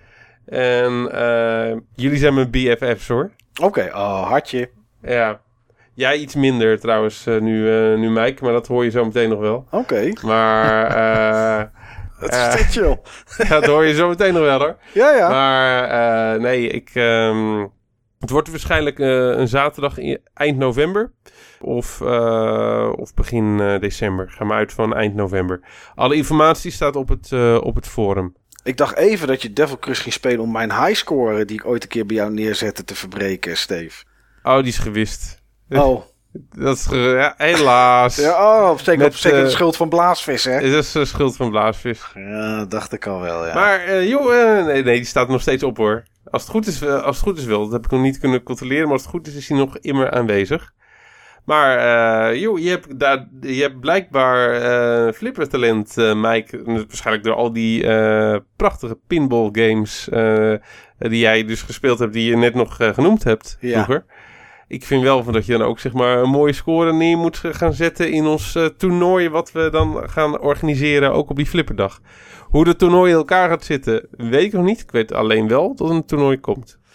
En uh, jullie zijn mijn B F F's hoor. Oké, okay. Oh, hartje. Ja. Jij iets minder trouwens uh, nu, uh, nu Mike, maar dat hoor je zo meteen nog wel. Oké. Okay. Maar... Uh, dat is uh, chill. Ja, dat hoor je zo meteen nog wel hoor. Ja, ja. Maar uh, nee, ik... Um, het wordt waarschijnlijk uh, een zaterdag in, eind november. Of, uh, of begin uh, december. Ga maar uit van eind november. Alle informatie staat op het, uh, op het forum. Ik dacht even dat je Devil Crush ging spelen om mijn highscore die ik ooit een keer bij jou neerzette te verbreken, Steve. Oh, die is gewist. Oh. Dat is ge- ja, helaas. Ja, oh, zeker, Met, zeker uh, de schuld van Blaasvis, hè? Dat is de schuld van Blaasvis. Ja, dat dacht ik al wel, ja. Maar, uh, joh, uh, nee, nee, die staat nog steeds op, hoor. Als het goed is, uh, als het goed is wel. Dat heb ik nog niet kunnen controleren, maar als het goed is, is hij nog immer aanwezig. Maar, uh, joh, je hebt, daar, je hebt blijkbaar uh, flippertalent, uh, Mike. Waarschijnlijk door al die uh, prachtige pinball games uh, die jij dus gespeeld hebt, die je net nog uh, genoemd hebt vroeger. Ja. Ik vind wel van dat je dan ook zeg maar een mooie score neer moet gaan zetten in ons uh, toernooi wat we dan gaan organiseren, ook op die flipperdag. Hoe het toernooi in elkaar gaat zitten, weet ik nog niet. Ik weet alleen wel dat een toernooi komt.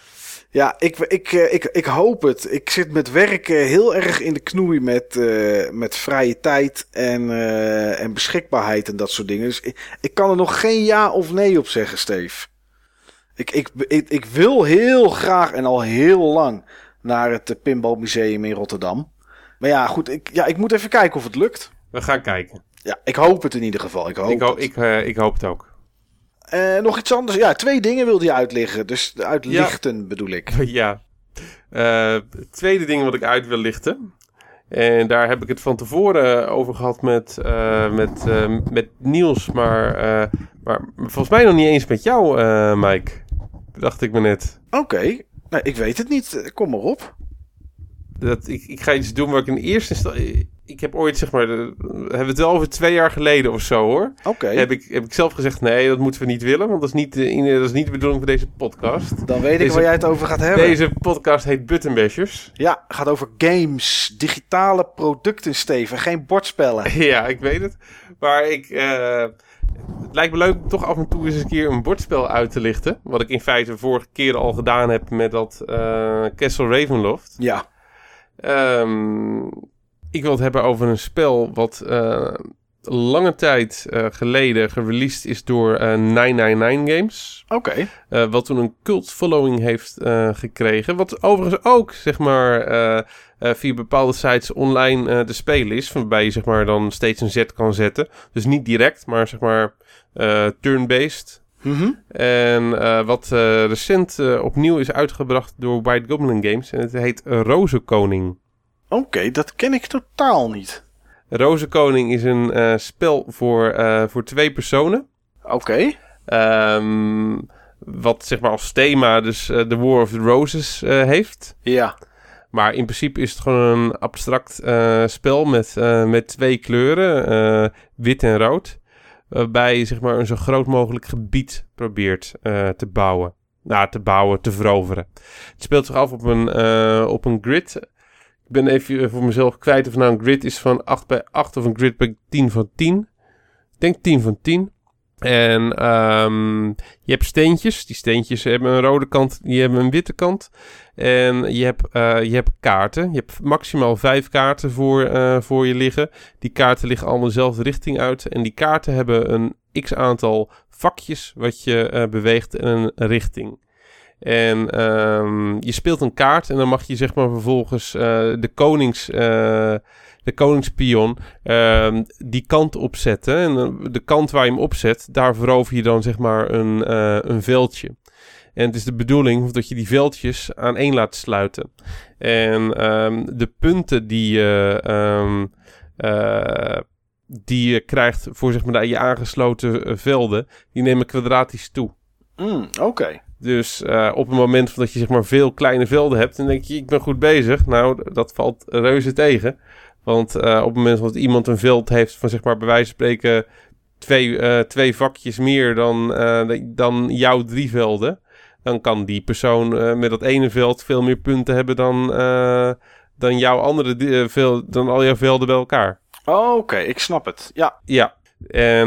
Ja, ik, ik, ik, ik hoop het. Ik zit met werk heel erg in de knoei met, uh, met vrije tijd en, uh, en beschikbaarheid en dat soort dingen. Dus ik, ik kan er nog geen ja of nee op zeggen, Steve. Ik, ik, ik, ik wil heel graag en al heel lang naar het Pinball Museum in Rotterdam. Maar ja, goed, ik, ja, ik moet even kijken of het lukt. We gaan kijken. Ja, ik hoop het in ieder geval. Ik hoop, ik, ho- het. Ik, uh, ik hoop het ook. Uh, nog iets anders. Ja, twee dingen wilde je uitleggen. Dus uitlichten ja. bedoel ik. Ja. Uh, het tweede ding wat ik uit wil lichten. En daar heb ik het van tevoren over gehad met, uh, met, uh, met Niels. Maar, uh, maar volgens mij nog niet eens met jou, uh, Mike. Dacht ik me net. Oké. Okay. Nee, ik weet het niet. Kom maar op. Dat, ik, ik ga iets doen waar ik in eerste instantie... Ik heb ooit, zeg maar... De, hebben we het wel over twee jaar geleden of zo, hoor. Oké. Okay. Heb ik, heb ik zelf gezegd, nee, dat moeten we niet willen. Want dat is niet de, dat is niet de bedoeling van deze podcast. Dan weet deze, ik waar jij het over gaat hebben. Deze podcast heet Button Bashers. Ja, gaat over games. Digitale producten, Steven. Geen bordspellen. Ja, ik weet het. Maar ik... Uh, het lijkt me leuk om toch af en toe eens een keer een bordspel uit te lichten. Wat ik in feite vorige keer al gedaan heb met dat uh, Castle Ravenloft. Ja. Um, ik wil het hebben over een spel wat uh, lange tijd uh, geleden gereleased is door uh, nine nine nine Games. Oké. Okay. Uh, wat toen een cult following heeft uh, gekregen. Wat overigens ook, zeg maar, uh, uh, via bepaalde sites online uh, te spelen is. Waarbij je, zeg maar, dan steeds een zet kan zetten. Dus niet direct, maar, zeg maar, uh, turn-based. Mm-hmm. En uh, wat uh, recent uh, opnieuw is uitgebracht door White Goblin Games. En het heet uh, Rozenkoning. Oké, okay, dat ken ik totaal niet. Rozenkoning is een uh, spel voor, uh, voor twee personen. Oké. Okay. Um, wat zeg maar als thema dus uh, The War of the Roses uh, heeft. Ja. Maar in principe is het gewoon een abstract uh, spel met, uh, met twee kleuren. Uh, wit en rood. Waarbij je zeg maar een zo groot mogelijk gebied probeert uh, te bouwen. Nou, te bouwen, te veroveren. Het speelt zich af op een, uh, op een grid. Ik ben even voor mezelf kwijt of nou een grid is van acht bij acht of een grid bij tien van tien. Ik denk tien van tien. En um, je hebt steentjes. Die steentjes hebben een rode kant, die hebben een witte kant. En je hebt, uh, je hebt kaarten. Je hebt maximaal vijf kaarten voor, uh, voor je liggen. Die kaarten liggen allemaal dezelfde richting uit. En die kaarten hebben een x-aantal vakjes wat je uh, beweegt in een richting. En um, je speelt een kaart en dan mag je zeg maar vervolgens uh, de konings... Uh, de koningspion, uh, die kant opzetten. En de kant waar je hem opzet, daar verover je dan zeg maar een, uh, een veldje. En het is de bedoeling dat je die veldjes aan één laat sluiten. En um, de punten die je, um, uh, die je krijgt voor zeg maar je aangesloten velden, die nemen kwadratisch toe. Mm, Oké. Okay. Dus uh, op het moment dat je zeg maar veel kleine velden hebt, dan denk je, ik ben goed bezig. Nou, dat valt reuze tegen. Want uh, op het moment dat iemand een veld heeft van zeg maar bij wijze van spreken twee, uh, twee vakjes meer dan, uh, dan jouw drie velden, dan kan die persoon uh, met dat ene veld veel meer punten hebben dan, uh, dan jouw andere uh, vel, dan al jouw velden bij elkaar. Oh, oké, okay, ik snap het. Ja. Ja. En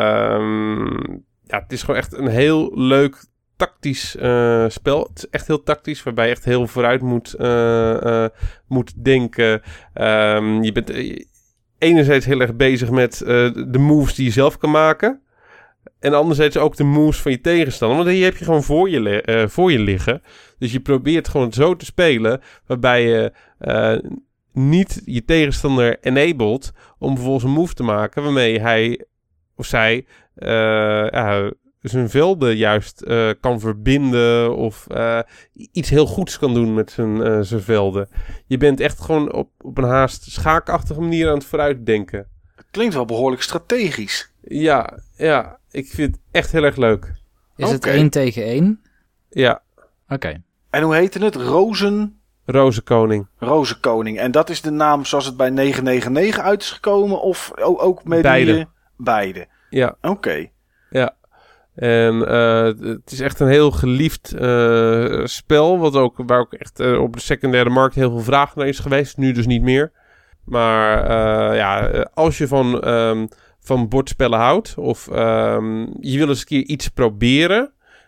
um, ja, het is gewoon echt een heel leuk tactisch uh, spel. Het is echt heel tactisch, waarbij je echt heel vooruit moet, uh, uh, moet denken. Um, je bent uh, enerzijds heel erg bezig met uh, de moves die je zelf kan maken. En anderzijds ook de moves van je tegenstander. Want die heb je gewoon voor je, li- uh, voor je liggen. Dus je probeert gewoon zo te spelen, waarbij je uh, niet je tegenstander enabled om vervolgens een move te maken waarmee hij of zij uh, ja, zijn velden juist uh, kan verbinden of uh, iets heel goeds kan doen met zijn, uh, zijn velden. Je bent echt gewoon op, op een haast schaakachtige manier aan het vooruitdenken. Het klinkt wel behoorlijk strategisch. Ja, ja, ik vind het echt heel erg leuk. Is okay. het één tegen één? Ja. Oké. Okay. En hoe heette het? Rozen... Rozenkoning. Rozenkoning. En dat is de naam zoals het bij negen negen negen uit is gekomen? Of ook met Beide. Die, uh, beide? Ja. Oké. Okay. Ja. En uh, het is echt een heel geliefd uh, spel. Wat ook, waar ook echt uh, op de secundaire markt heel veel vraag naar is geweest. Nu dus niet meer. Maar uh, ja, als je van, um, van bordspellen houdt. Of um, je wil eens een keer iets proberen.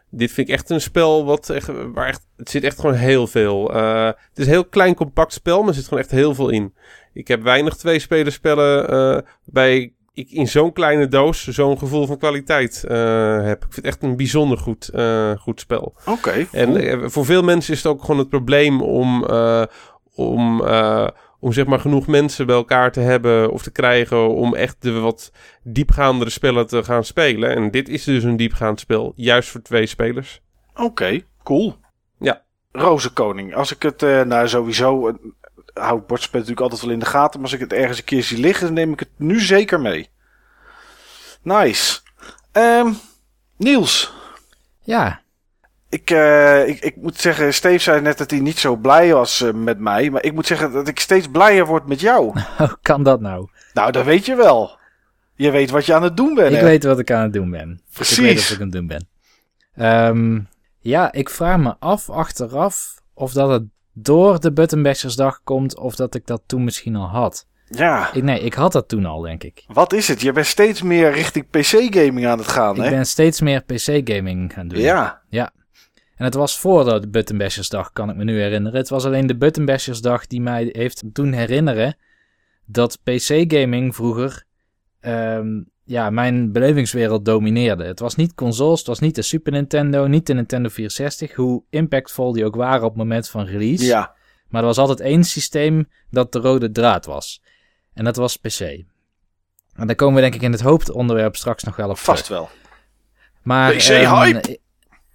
dit vind ik echt een spel wat echt, waar echt, het zit echt gewoon heel veel. Uh, het is een heel klein, compact spel, maar er zit gewoon echt heel veel in. Ik heb weinig twee-spelerspellen uh, bij ik in zo'n kleine doos zo'n gevoel van kwaliteit uh, heb. Ik vind het echt een bijzonder goed, uh, goed spel. Oké. Okay, en uh, voor veel mensen is het ook gewoon het probleem om, uh, om, uh, om zeg maar genoeg mensen bij elkaar te hebben of te krijgen om echt de wat diepgaandere spellen te gaan spelen. En dit is dus een diepgaand spel, juist voor twee spelers. Oké, okay, cool. Ja. Rozenkoning, als ik het, uh, nou sowieso, uh, hou ik bordspel natuurlijk altijd wel in de gaten, maar als ik het ergens een keer zie liggen, dan neem ik het nu zeker mee. Nice. Um, Niels. Ja. Ik, uh, ik, ik moet zeggen, Steve zei net dat hij niet zo blij was uh, met mij, maar ik moet zeggen dat ik steeds blijer word met jou. Hoe kan dat nou? Nou, dat weet je wel. Je weet wat je aan het doen bent. Ik hè? weet wat ik aan het doen ben. Precies. Ik weet wat ik aan het doen ben. Um, ja, ik vraag me af achteraf of dat het door de Buttonbashersdag komt of dat ik dat toen misschien al had. Ja. Ik, nee, ik had dat toen al, denk ik. Wat is het? Je bent steeds meer richting P C-gaming aan het gaan, ik hè? Ik ben steeds meer P C-gaming gaan doen. Ja. Ja. En het was voor de Buttonbashersdag, kan ik me nu herinneren. Het was alleen de Buttonbashersdag die mij heeft doen herinneren dat P C-gaming vroeger um, ja, mijn belevingswereld domineerde. Het was niet consoles, het was niet de Super Nintendo, niet de Nintendo vierenzestig, hoe impactvol die ook waren op het moment van release. Ja. Maar er was altijd één systeem dat de rode draad was. En dat was P C. En daar komen we denk ik in het hoofdonderwerp straks nog wel op Vast terug. wel. Maar, P C-hype! Um,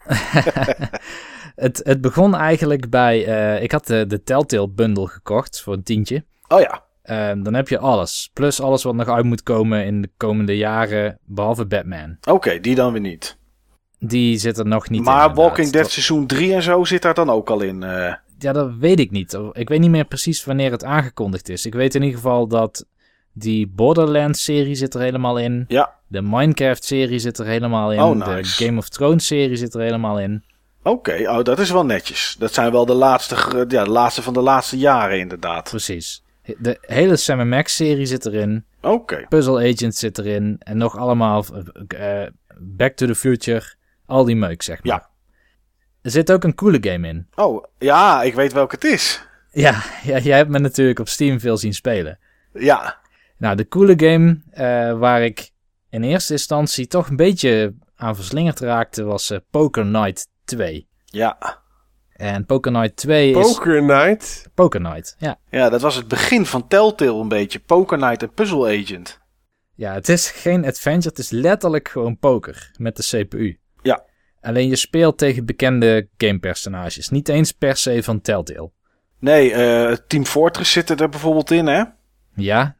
het, het begon eigenlijk bij... Uh, ik had de, de Telltale bundle gekocht voor een tientje. Oh ja. Uh, dan heb je alles. Plus alles wat nog uit moet komen in de komende jaren, behalve Batman. Oké, okay, die dan weer niet. Die zit er nog niet maar in. Maar Walking Dead seizoen drie en zo zit daar dan ook al in. Uh... Ja, dat weet ik niet. Ik weet niet meer precies wanneer het aangekondigd is. Ik weet in ieder geval dat die Borderlands-serie zit er helemaal in. Ja. De Minecraft-serie zit er helemaal in. Oh, nice. De Game of Thrones-serie zit er helemaal in. Oké, okay, oh, dat is wel netjes. Dat zijn wel de laatste, ja, de laatste van de laatste jaren inderdaad. Precies. De hele Sam en Max-serie zit erin. Oké. Okay. Puzzle Agent zit erin. En nog allemaal uh, Back to the Future. Al die meuk, zeg maar. Ja. Er zit ook een coole game in. Oh, ja, ik weet welke het is. Ja, ja, jij hebt me natuurlijk op Steam veel zien spelen. Ja. Nou, de coole game uh, waar ik in eerste instantie toch een beetje aan verslingerd raakte was uh, Poker Night twee. Ja. En Poker Night twee Poker is... Poker Night? Poker Night, ja. Ja, dat was het begin van Telltale een beetje. Poker Night en Puzzle Agent. Ja, het is geen adventure, het is letterlijk gewoon poker met de C P U. Ja. Alleen je speelt tegen bekende gamepersonages. Niet eens per se van Telltale. Nee, uh, Team Fortress zit er bijvoorbeeld in, hè? Ja.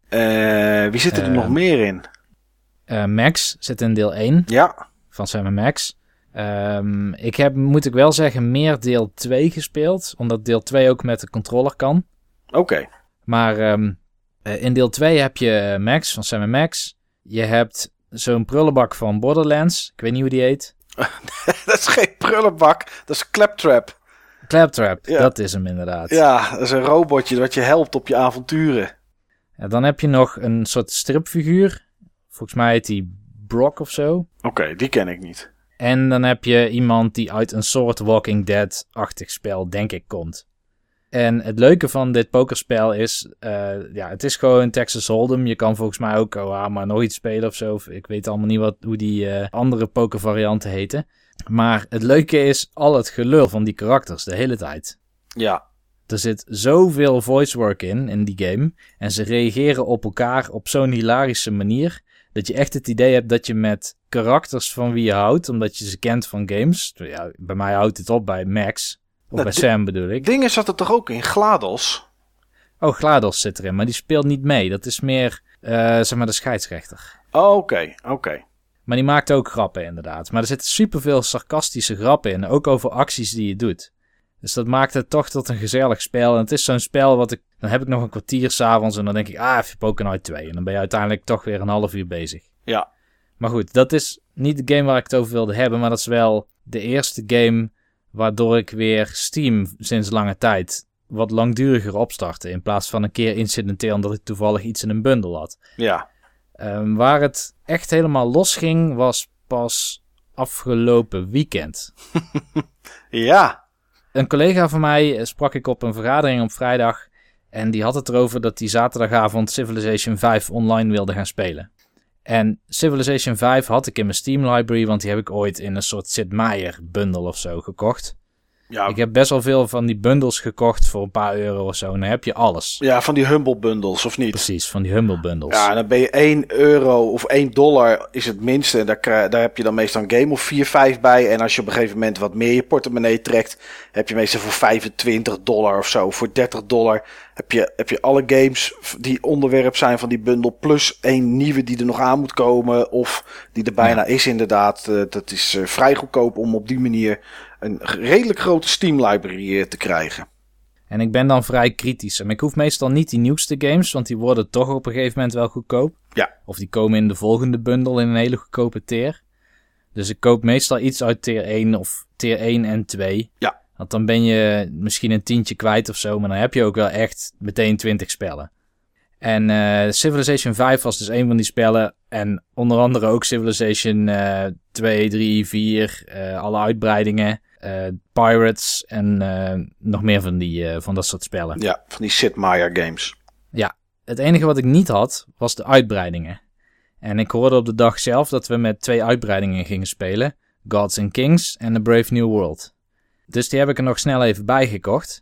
Uh, wie zit er, uh, er nog meer in? Uh, Max zit in deel één. Ja. Van Sam en Max. Um, ik heb, moet ik wel zeggen, meer deel twee gespeeld. Omdat deel twee ook met de controller kan. Oké. Okay. Maar um, uh, in deel twee heb je Max van Sam en Max. Je hebt zo'n prullenbak van Borderlands. Ik weet niet hoe die heet. Dat is geen prullenbak. Dat is Claptrap. Claptrap, ja. Dat is hem inderdaad. Ja, dat is een robotje wat je helpt op je avonturen. Ja, dan heb je nog een soort stripfiguur. Volgens mij heet die Brock of zo. Oké, okay, die ken ik niet. En dan heb je iemand die uit een soort Walking Dead-achtig spel, denk ik, komt. En het leuke van dit pokerspel is, uh, ja, het is gewoon Texas Hold'em. Je kan volgens mij ook oh, maar nog iets spelen of zo. Ik weet allemaal niet wat, hoe die uh, andere pokervarianten heten. Maar het leuke is al het gelul van die karakters de hele tijd. Ja. Er zit zoveel voice work in, in die game. En ze reageren op elkaar op zo'n hilarische manier. Dat je echt het idee hebt dat je met karakters van wie je houdt, omdat je ze kent van games. Ja, bij mij houdt het op bij Max. Of nou, bij Sam bedoel ik. Dingen zat er toch ook in? GLaDOS? Oh, GLaDOS zit erin, maar die speelt niet mee. Dat is meer, uh, zeg maar, de scheidsrechter. Oh, oké, okay, oké. Okay. Maar die maakt ook grappen inderdaad. Maar er zitten superveel sarcastische grappen in. Ook over acties die je doet. Dus dat maakt het toch tot een gezellig spel. En het is zo'n spel wat ik... Dan heb ik nog een kwartier 's avonds en dan denk ik... Ah, even Poker Night twee. En dan ben je uiteindelijk toch weer een half uur bezig. Ja. Maar goed, dat is niet de game waar ik het over wilde hebben. Maar dat is wel de eerste game waardoor ik weer Steam sinds lange tijd wat langduriger opstartte. In plaats van een keer incidenteel omdat ik toevallig iets in een bundel had. Ja. Um, waar het echt helemaal los ging was pas afgelopen weekend. Ja. Een collega van mij sprak ik op een vergadering op vrijdag. En die had het erover dat hij zaterdagavond Civilization vijf online wilde gaan spelen. En Civilization vijf had ik in mijn Steam library, want die heb ik ooit in een soort Sid Meier bundle of zo gekocht. Ja. Ik heb best wel veel van die bundles gekocht voor een paar euro of zo. En dan heb je alles. Ja, van die Humble bundles, of niet? Precies, van die Humble bundles. Ja, dan ben je één euro of één dollar is het minste. En daar, daar heb je dan meestal een game of vier, vijf bij. En als je op een gegeven moment wat meer je portemonnee trekt, heb je meestal voor vijfentwintig dollar of zo. Voor dertig dollar heb je, heb je alle games die onderwerp zijn van die bundel. Plus één nieuwe die er nog aan moet komen. Of die er bijna ja. is inderdaad. Uh, dat is uh, vrij goedkoop om op die manier een redelijk grote Steam library te krijgen. En ik ben dan vrij kritisch. Maar ik hoef meestal niet die nieuwste games, want die worden toch op een gegeven moment wel goedkoop. Ja. Of die komen in de volgende bundel in een hele goedkope tier. Dus ik koop meestal iets uit tier één of tier één en twee. Ja. Want dan ben je misschien een tientje kwijt of zo, maar dan heb je ook wel echt meteen twintig spellen. En uh, Civilization vijf was dus een van die spellen. En onder andere ook Civilization uh, twee, drie, vier, uh, alle uitbreidingen. Uh, Pirates en uh, nog meer van, die, uh, van dat soort spellen. Ja, van die Sid Meier games. Ja, het enige wat ik niet had, was de uitbreidingen. En ik hoorde op de dag zelf dat we met twee uitbreidingen gingen spelen. Gods and Kings en The Brave New World. Dus die heb ik er nog snel even bij gekocht.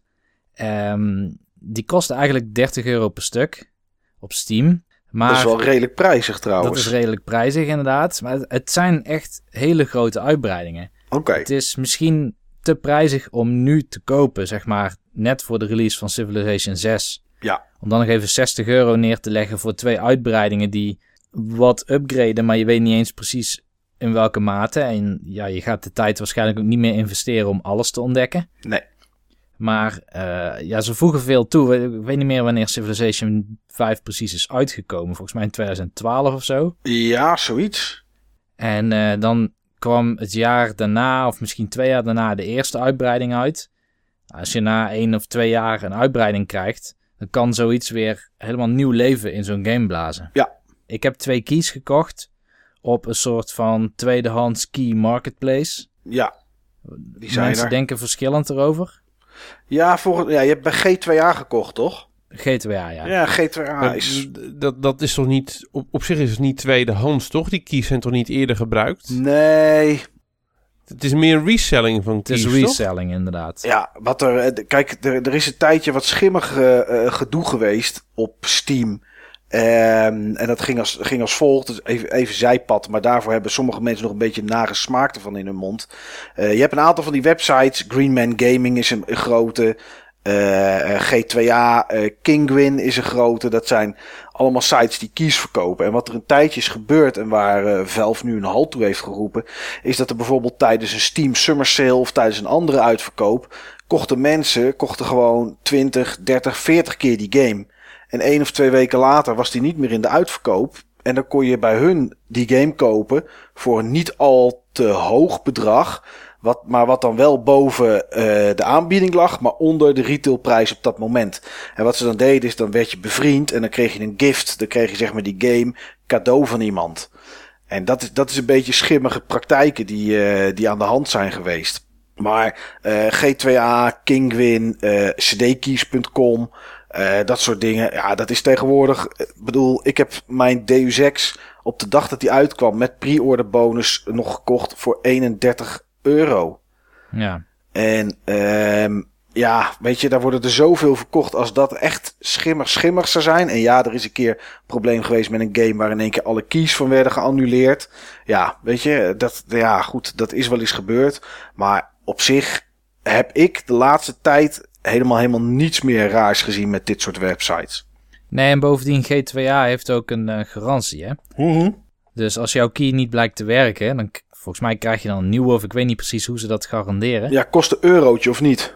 Um, die kosten eigenlijk dertig euro per stuk op Steam. Maar dat is wel redelijk prijzig trouwens. Dat is redelijk prijzig inderdaad. Maar het zijn echt hele grote uitbreidingen. Oké. Okay. Het is misschien te prijzig om nu te kopen, zeg maar, net voor de release van Civilization zes. Ja. Om dan nog even zestig euro neer te leggen voor twee uitbreidingen die wat upgraden, maar je weet niet eens precies in welke mate. En ja, je gaat de tijd waarschijnlijk ook niet meer investeren om alles te ontdekken. Nee. Maar uh, ja, ze voegen veel toe. Ik weet niet meer wanneer Civilization vijf precies is uitgekomen. Volgens mij in twintig twaalf of zo. Ja, zoiets. En uh, dan kwam het jaar daarna, of misschien twee jaar daarna, de eerste uitbreiding uit. Als je na één of twee jaar een uitbreiding krijgt, dan kan zoiets weer helemaal nieuw leven in zo'n game blazen. Ja. Ik heb twee keys gekocht op een soort van tweedehands key marketplace. Ja, die zijn Mensen er. denken verschillend erover. Ja, voor, ja, je hebt bij G twee A gekocht, toch? G twee A, ja. Ja, G twee A is... Dat, dat is toch niet... Op, op zich is het niet tweedehands, toch? Die keys zijn toch niet eerder gebruikt? Nee. Het is meer reselling van keys, Het is reselling, toch? Inderdaad. Ja, wat er... Kijk, er, er is een tijdje wat schimmig uh, gedoe geweest op Steam. Um, en dat ging als, ging als volgt. Dus even, even zijpad. Maar daarvoor hebben sommige mensen nog een beetje nare smaak ervan in hun mond. Uh, je hebt een aantal van die websites. Greenman Gaming is een, een grote. Uh, G twee A, uh, Kinguin is een grote. Dat zijn allemaal sites die keys verkopen. En wat er een tijdje is gebeurd en waar uh, Valve nu een halt toe heeft geroepen, is dat er bijvoorbeeld tijdens een Steam Summer Sale of tijdens een andere uitverkoop kochten mensen kochten gewoon twintig, dertig, veertig keer die game. En één of twee weken later was die niet meer in de uitverkoop. En dan kon je bij hun die game kopen voor een niet al te hoog bedrag. Wat, maar wat dan wel boven uh, de aanbieding lag, maar onder de retailprijs op dat moment. En wat ze dan deden is, dan werd je bevriend en dan kreeg je een gift. Dan kreeg je zeg maar die game cadeau van iemand. En dat is, dat is een beetje schimmige praktijken die, uh, die aan de hand zijn geweest. Maar uh, G twee A, Kinguin, uh, C D keys punt com... Uh, dat soort dingen. Ja, dat is tegenwoordig... Ik bedoel, ik heb mijn Deus Ex op de dag dat die uitkwam met pre-order bonus nog gekocht voor eenendertig euro. Ja. En um, ja, weet je, daar worden er zoveel verkocht als dat echt schimmig schimmig zou zijn. En ja, er is een keer een probleem geweest met een game waar in één keer alle keys van werden geannuleerd. Ja, weet je, dat, ja goed, dat is wel eens gebeurd. Maar op zich heb ik de laatste tijd helemaal helemaal niets meer raars gezien met dit soort websites. Nee, en bovendien G twee A heeft ook een uh, garantie, hè? Mm-hmm. Dus als jouw key niet blijkt te werken, dan volgens mij krijg je dan een nieuwe, of ik weet niet precies hoe ze dat garanderen. Ja, kost een eurotje of niet?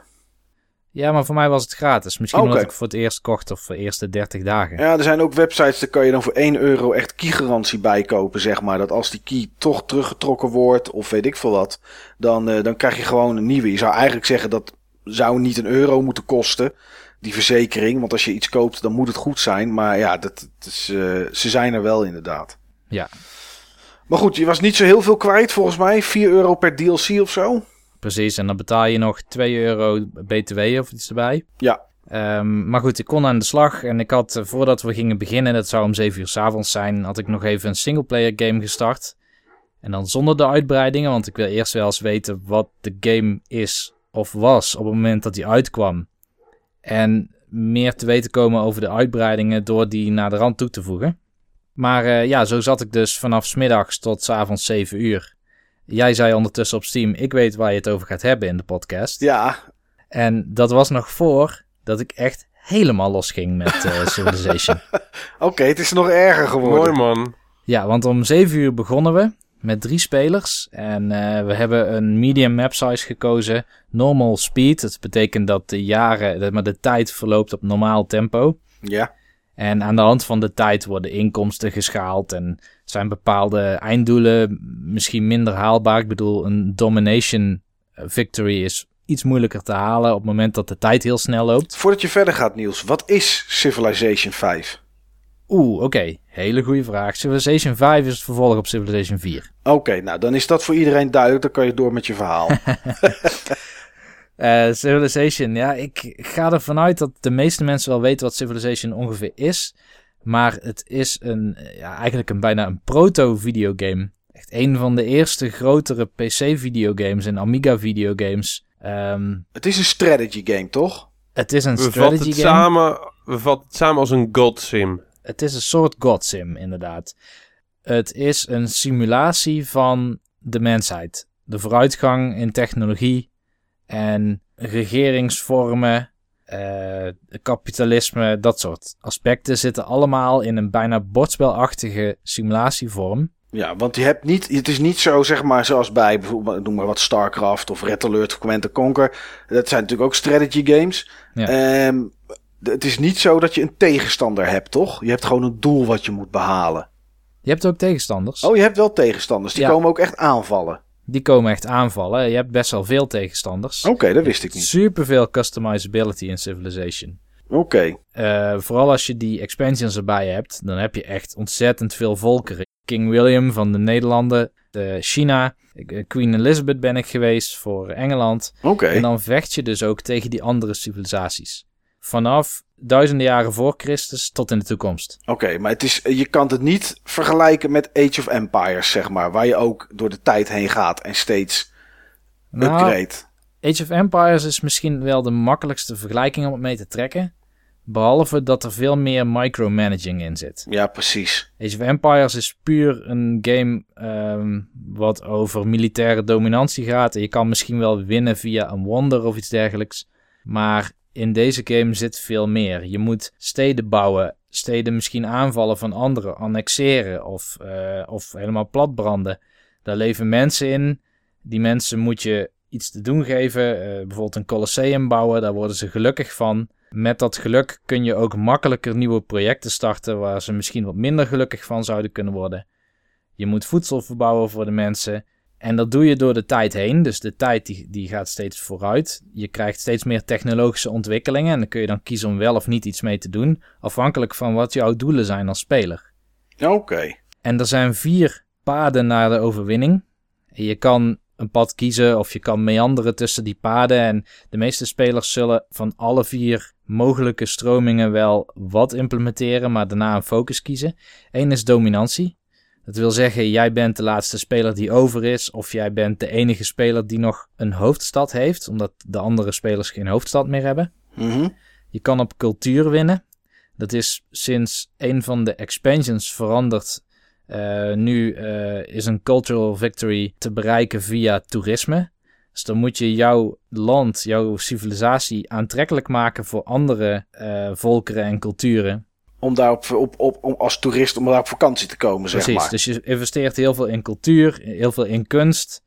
Ja, maar voor mij was het gratis. Misschien okay. omdat ik voor het eerst kocht of voor de eerste dertig dagen. Ja, er zijn ook websites, daar kan je dan voor één euro echt keygarantie bij kopen, zeg maar. Dat als die key toch teruggetrokken wordt, of weet ik veel wat, dan, uh, dan krijg je gewoon een nieuwe. Je zou eigenlijk zeggen dat zou niet een euro moeten kosten, die verzekering. Want als je iets koopt, dan moet het goed zijn. Maar ja, dat, dat is, uh, ze zijn er wel inderdaad. Ja. Maar goed, je was niet zo heel veel kwijt volgens mij. vier euro per D L C of zo. Precies, en dan betaal je nog twee euro B T W of iets erbij. Ja. Um, maar goed, ik kon aan de slag en ik had, uh, voordat we gingen beginnen, dat zou om zeven uur 's avonds zijn, had ik nog even een singleplayer game gestart. En dan zonder de uitbreidingen, want ik wil eerst wel eens weten wat de game is of was op het moment dat die uitkwam. En meer te weten komen over de uitbreidingen door die naar de rand toe te voegen. Maar uh, ja, zo zat ik dus vanaf 's middags tot 's avonds zeven uur. Jij zei ondertussen op Steam, ik weet waar je het over gaat hebben in de podcast. Ja. En dat was nog voor dat ik echt helemaal losging met uh, Civilization. Oké, okay, het is nog erger geworden. Mooi man. Ja, want om zeven uur begonnen we met drie spelers. En uh, we hebben een medium map size gekozen. Normal speed, dat betekent dat de jaren, dat maar de tijd verloopt op normaal tempo. Ja. En aan de hand van de tijd worden inkomsten geschaald en zijn bepaalde einddoelen misschien minder haalbaar. Ik bedoel, een domination victory is iets moeilijker te halen op het moment dat de tijd heel snel loopt. Voordat je verder gaat, Niels, wat is Civilization vijf? Oeh, oké. Okay. Hele goede vraag. Civilization vijf is het vervolg op Civilization vier. Oké, okay, nou dan is dat voor iedereen duidelijk. Dan kan je door met je verhaal. uh, Civilization, ja, ik ga ervan uit dat de meeste mensen wel weten wat Civilization ongeveer is. Maar het is een, ja, eigenlijk een bijna een proto-videogame. Echt een van de eerste grotere P C-videogames en Amiga-videogames. Um, het is een strategy game, toch? Het is een we strategy het game. Samen, we vatten het samen als een God sim. Het is een soort God sim, inderdaad. Het is een simulatie van de mensheid. De vooruitgang in technologie en regeringsvormen, uh, kapitalisme, dat soort aspecten zitten allemaal in een bijna bordspelachtige simulatievorm. Ja, want je hebt niet, het is niet zo, zeg maar, zoals bij bijvoorbeeld, noem maar wat, StarCraft of Red Alert of Command and Conquer. Dat zijn natuurlijk ook strategy games. Ja. Um, het is niet zo dat je een tegenstander hebt, toch? Je hebt gewoon een doel wat je moet behalen. Je hebt ook tegenstanders. Oh, je hebt wel tegenstanders. Die ja. komen ook echt aanvallen. Die komen echt aanvallen. Je hebt best wel veel tegenstanders. Oké, okay, dat wist ik niet. Superveel customizability in Civilization. Oké. Okay. Uh, vooral als je die expansions erbij hebt, dan heb je echt ontzettend veel volkeren. King William van de Nederlanden, de China, Queen Elizabeth ben ik geweest voor Engeland. Oké. Okay. En dan vecht je dus ook tegen die andere civilisaties. Vanaf duizenden jaren voor Christus tot in de toekomst. Oké, okay, maar het is, je kan het niet vergelijken met Age of Empires, zeg maar. Waar je ook door de tijd heen gaat en steeds nou, upgrade. Age of Empires is misschien wel de makkelijkste vergelijking om het mee te trekken. Behalve dat er veel meer micromanaging in zit. Ja, precies. Age of Empires is puur een game um, wat over militaire dominantie gaat. En je kan misschien wel winnen via een wonder of iets dergelijks. Maar in deze game zit veel meer. Je moet steden bouwen, steden misschien aanvallen van anderen, annexeren of, uh, of helemaal platbranden. Daar leven mensen in. Die mensen moet je iets te doen geven. Uh, bijvoorbeeld een Colosseum bouwen, daar worden ze gelukkig van. Met dat geluk kun je ook makkelijker nieuwe projecten starten waar ze misschien wat minder gelukkig van zouden kunnen worden. Je moet voedsel verbouwen voor de mensen. En dat doe je door de tijd heen. Dus de tijd die, die gaat steeds vooruit. Je krijgt steeds meer technologische ontwikkelingen. En dan kun je dan kiezen om wel of niet iets mee te doen. Afhankelijk van wat jouw doelen zijn als speler. Oké. Okay. En er zijn vier paden naar de overwinning. En je kan een pad kiezen of je kan meanderen tussen die paden. En de meeste spelers zullen van alle vier mogelijke stromingen wel wat implementeren, maar daarna een focus kiezen. Eén is dominantie. Dat wil zeggen, jij bent de laatste speler die over is, of jij bent de enige speler die nog een hoofdstad heeft, omdat de andere spelers geen hoofdstad meer hebben. Mm-hmm. Je kan op cultuur winnen. Dat is sinds een van de expansions veranderd. Uh, nu uh, is een cultural victory te bereiken via toerisme. Dus dan moet je jouw land, jouw civilisatie aantrekkelijk maken voor andere uh, volkeren en culturen. Om daar op, op, op, om als toerist om daar op vakantie te komen, zeg Precies, maar. Dus je investeert heel veel in cultuur, heel veel in kunst.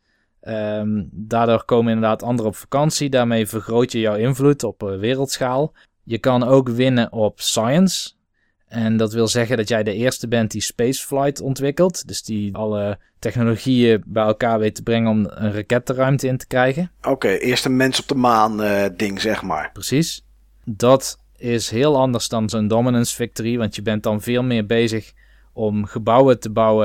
Um, daardoor komen inderdaad anderen op vakantie. Daarmee vergroot je jouw invloed op uh, wereldschaal. Je kan ook winnen op science. En dat wil zeggen dat jij de eerste bent die spaceflight ontwikkelt. Dus die alle technologieën bij elkaar weet te brengen om een raket de ruimte in te krijgen. Oké, okay, eerst een mens op de maan uh, ding, zeg maar. Precies. Dat is heel anders dan zo'n dominance victory. Want je bent dan veel meer bezig om gebouwen te bouwen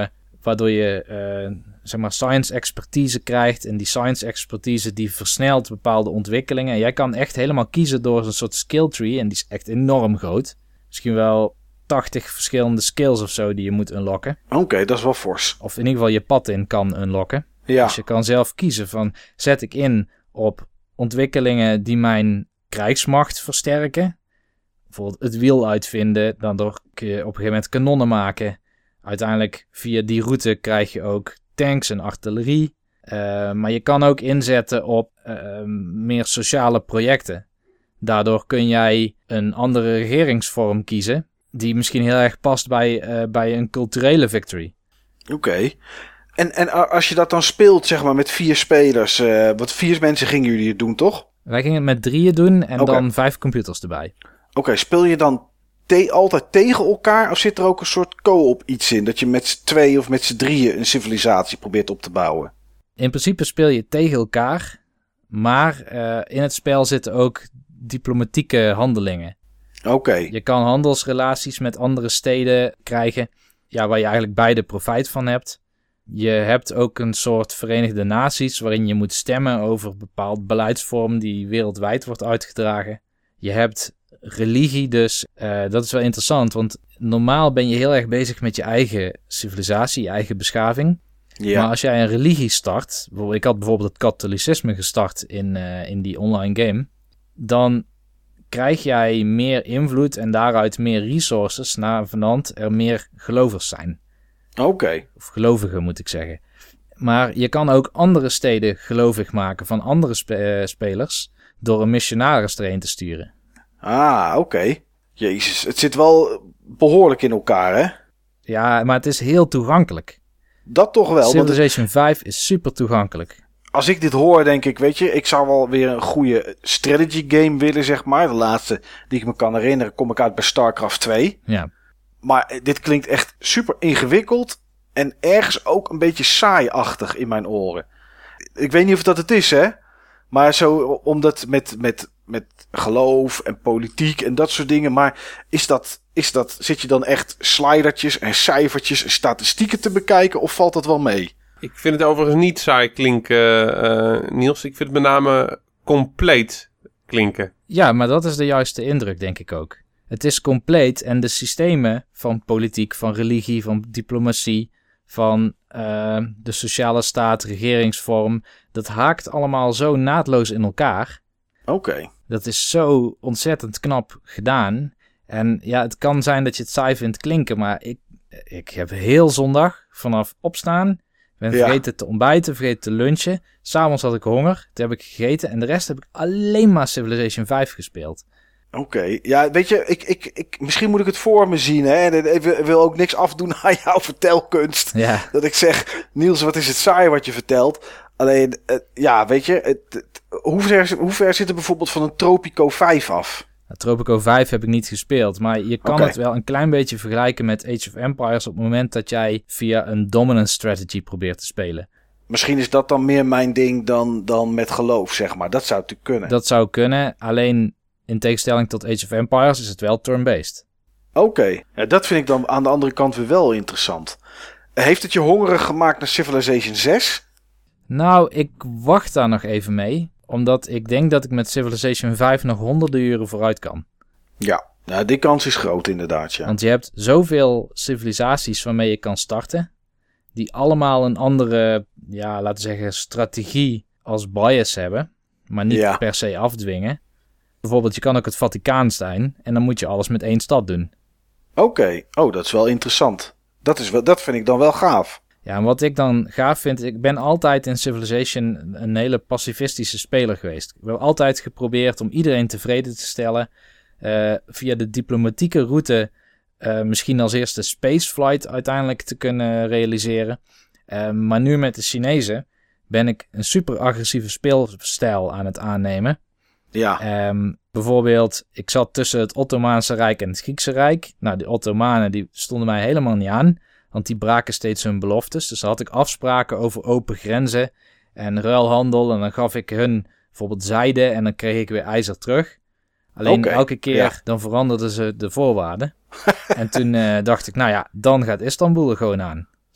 waardoor je uh, zeg maar science expertise krijgt. En die science expertise die versnelt bepaalde ontwikkelingen. En jij kan echt helemaal kiezen door een soort skill tree. En die is echt enorm groot. Misschien wel tachtig verschillende skills of zo die je moet unlocken. Oké, okay, dat is wel fors. Of in ieder geval je pad in kan unlocken. Ja. Dus je kan zelf kiezen van, zet ik in op ontwikkelingen die mijn krijgsmacht versterken. Bijvoorbeeld het wiel uitvinden. Dan door kun je op een gegeven moment kanonnen maken. Uiteindelijk via die route krijg je ook tanks en artillerie. Uh, maar je kan ook inzetten op uh, meer sociale projecten. Daardoor kun jij een andere regeringsvorm kiezen. Die misschien heel erg past bij, uh, bij een culturele victory. Oké. Okay. En, en als je dat dan speelt, zeg maar, met vier spelers. Uh, wat vier mensen gingen jullie het doen, toch? Wij gingen het met drieën doen en okay. dan vijf computers erbij. Oké, okay, speel je dan te- altijd tegen elkaar? Of zit er ook een soort co-op iets in? Dat je met z'n tweeën of met z'n drieën een civilisatie probeert op te bouwen? In principe speel je tegen elkaar. Maar uh, in het spel zitten ook diplomatieke handelingen. Oké. Okay. Je kan handelsrelaties met andere steden krijgen. Ja, waar je eigenlijk beide profijt van hebt. Je hebt ook een soort Verenigde Naties waarin je moet stemmen over bepaald beleidsvorm die wereldwijd wordt uitgedragen. Je hebt religie dus. Uh, dat is wel interessant, want normaal ben je heel erg bezig met je eigen civilisatie, je eigen beschaving. Ja. Maar als jij een religie start, ik had bijvoorbeeld het katholicisme gestart in, uh, in die online game, dan krijg jij meer invloed en daaruit meer resources navenant er meer gelovers zijn. Oké. Okay. Of gelovigen moet ik zeggen. Maar je kan ook andere steden gelovig maken van andere spe- uh, spelers door een missionaris erheen te sturen. Ah, oké. Okay. Jezus, het zit wel behoorlijk in elkaar, hè? Ja, maar het is heel toegankelijk. Dat toch wel. Civilization het... vijf is super toegankelijk. Als ik dit hoor, denk ik, weet je, ik zou wel weer een goede strategy game willen, zeg maar. De laatste die ik me kan herinneren, kom ik uit bij StarCraft twee. Ja. Maar dit klinkt echt super ingewikkeld en ergens ook een beetje saaiachtig in mijn oren. Ik weet niet of dat het is, hè? Maar zo, omdat met, met, met geloof en politiek en dat soort dingen. Maar is dat, is dat, zit je dan echt slidertjes en cijfertjes en statistieken te bekijken of valt dat wel mee? Ik vind het overigens niet saai klinken, uh, Niels. Ik vind het met name compleet klinken. Ja, maar dat is de juiste indruk, denk ik ook. Het is compleet en de systemen van politiek, van religie, van diplomatie, van uh, de sociale staat, regeringsvorm, dat haakt allemaal zo naadloos in elkaar. Oké. Okay. Dat is zo ontzettend knap gedaan. En ja, het kan zijn dat je het saai vindt klinken, maar ik, ik heb heel zondag vanaf opstaan, ben vergeten ja. te ontbijten, vergeten te lunchen. 'S'avonds had ik honger, toen heb ik gegeten en de rest heb ik alleen maar Civilization vijf gespeeld. Oké, okay. Ja, weet je, ik, ik, ik, misschien moet ik het voor me zien, hè. Ik wil ook niks afdoen aan jouw vertelkunst. Ja. Dat ik zeg, Niels, wat is het saai wat je vertelt. Alleen, uh, ja, weet je, het, het, hoe, ver, hoe ver zit er bijvoorbeeld van een Tropico vijf af? Tropico vijf heb ik niet gespeeld, maar je kan okay. het wel een klein beetje vergelijken met Age of Empires op het moment dat jij via een dominant strategy probeert te spelen. Misschien is dat dan meer mijn ding dan, dan met geloof, zeg maar. Dat zou natuurlijk kunnen. Dat zou kunnen, alleen in tegenstelling tot Age of Empires is het wel turn-based. Oké, okay. Ja, dat vind ik dan aan de andere kant weer wel interessant. Heeft het je hongerig gemaakt naar Civilization zes? Nou, ik wacht daar nog even mee. Omdat ik denk dat ik met Civilization vijf nog honderden uren vooruit kan. Ja, nou, die kans is groot inderdaad, ja. Want je hebt zoveel civilisaties waarmee je kan starten. Die allemaal een andere, ja, laten we zeggen, strategie als bias hebben. Maar niet ja. per se afdwingen. Bijvoorbeeld, je kan ook het Vaticaan zijn. En dan moet je alles met één stad doen. Oké, okay. Oh, dat is wel interessant. Dat, is wel, dat vind ik dan wel gaaf. Ja, en wat ik dan gaaf vind, ik ben altijd in Civilization een hele pacifistische speler geweest. Ik heb altijd geprobeerd om iedereen tevreden te stellen. Uh, via de diplomatieke route uh, misschien als eerste spaceflight uiteindelijk te kunnen realiseren. Uh, maar nu met de Chinezen ben ik een super agressieve speelstijl aan het aannemen. Ja. Um, bijvoorbeeld, ik zat tussen het Ottomaanse Rijk en het Griekse Rijk. Nou, de Ottomanen die stonden mij helemaal niet aan. Want die braken steeds hun beloftes. Dus dan had ik afspraken over open grenzen en ruilhandel. En dan gaf ik hun bijvoorbeeld zijde en dan kreeg ik weer ijzer terug. Alleen okay, elke keer ja. dan veranderden ze de voorwaarden. En toen uh, dacht ik, nou ja, dan gaat Istanbul er gewoon aan.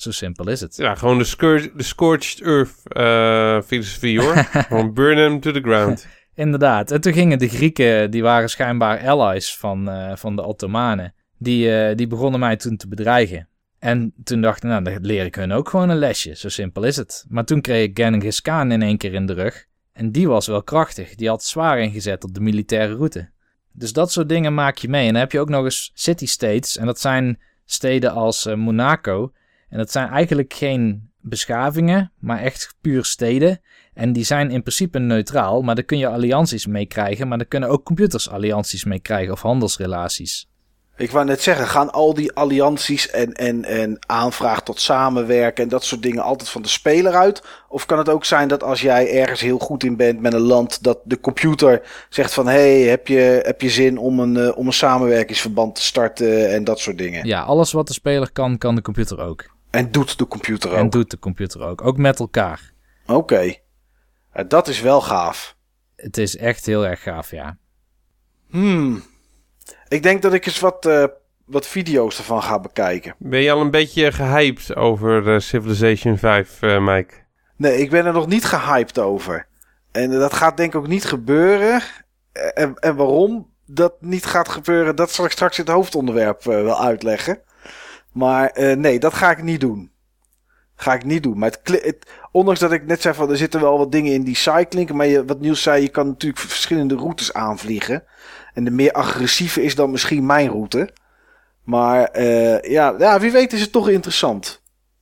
Zo simpel is het. Ja, gewoon de, scur- de Scorched Earth uh, filosofie hoor. Gewoon burn them to the ground. Inderdaad. En toen gingen de Grieken, die waren schijnbaar allies van, uh, van de Ottomanen. Die, uh, die begonnen mij toen te bedreigen. En toen dacht ik, nou, dan leer ik hun ook gewoon een lesje. Zo simpel is het. Maar toen kreeg ik Genghis Khan in één keer in de rug. En die was wel krachtig. Die had zwaar ingezet op de militaire route. Dus dat soort dingen maak je mee. En dan heb je ook nog eens city-states. En dat zijn steden als uh, Monaco. En dat zijn eigenlijk geen beschavingen, maar echt puur steden. En die zijn in principe neutraal, maar daar kun je allianties mee krijgen. Maar daar kunnen ook computers allianties mee krijgen of handelsrelaties. Ik wou net zeggen, gaan al die allianties en, en, en aanvraag tot samenwerken en dat soort dingen altijd van de speler uit? Of kan het ook zijn dat als jij ergens heel goed in bent met een land, dat de computer zegt van, hé, hey, heb je, heb je zin om een, uh, om een samenwerkingsverband te starten en dat soort dingen? Ja, alles wat de speler kan, kan de computer ook. En doet de computer ook? En doet de computer ook, ook met elkaar. Oké, okay. uh, dat is wel gaaf. Het is echt heel erg gaaf, ja. Hmm... Ik denk dat ik eens wat, uh, wat video's ervan ga bekijken. Ben je al een beetje gehyped over uh, Civilization vijf, uh, Mike? Nee, ik ben er nog niet gehyped over. En uh, dat gaat denk ik ook niet gebeuren. Uh, en, en waarom dat niet gaat gebeuren, dat zal ik straks in het hoofdonderwerp uh, wel uitleggen. Maar uh, nee, dat ga ik niet doen. Ga ik niet doen. Maar het, het, ondanks dat ik net zei van er zitten wel wat dingen in die saai klinken. Maar je, wat Niels zei, je kan natuurlijk verschillende routes aanvliegen. En de meer agressieve is dan misschien mijn route. Maar uh, ja, ja, wie weet is het toch interessant.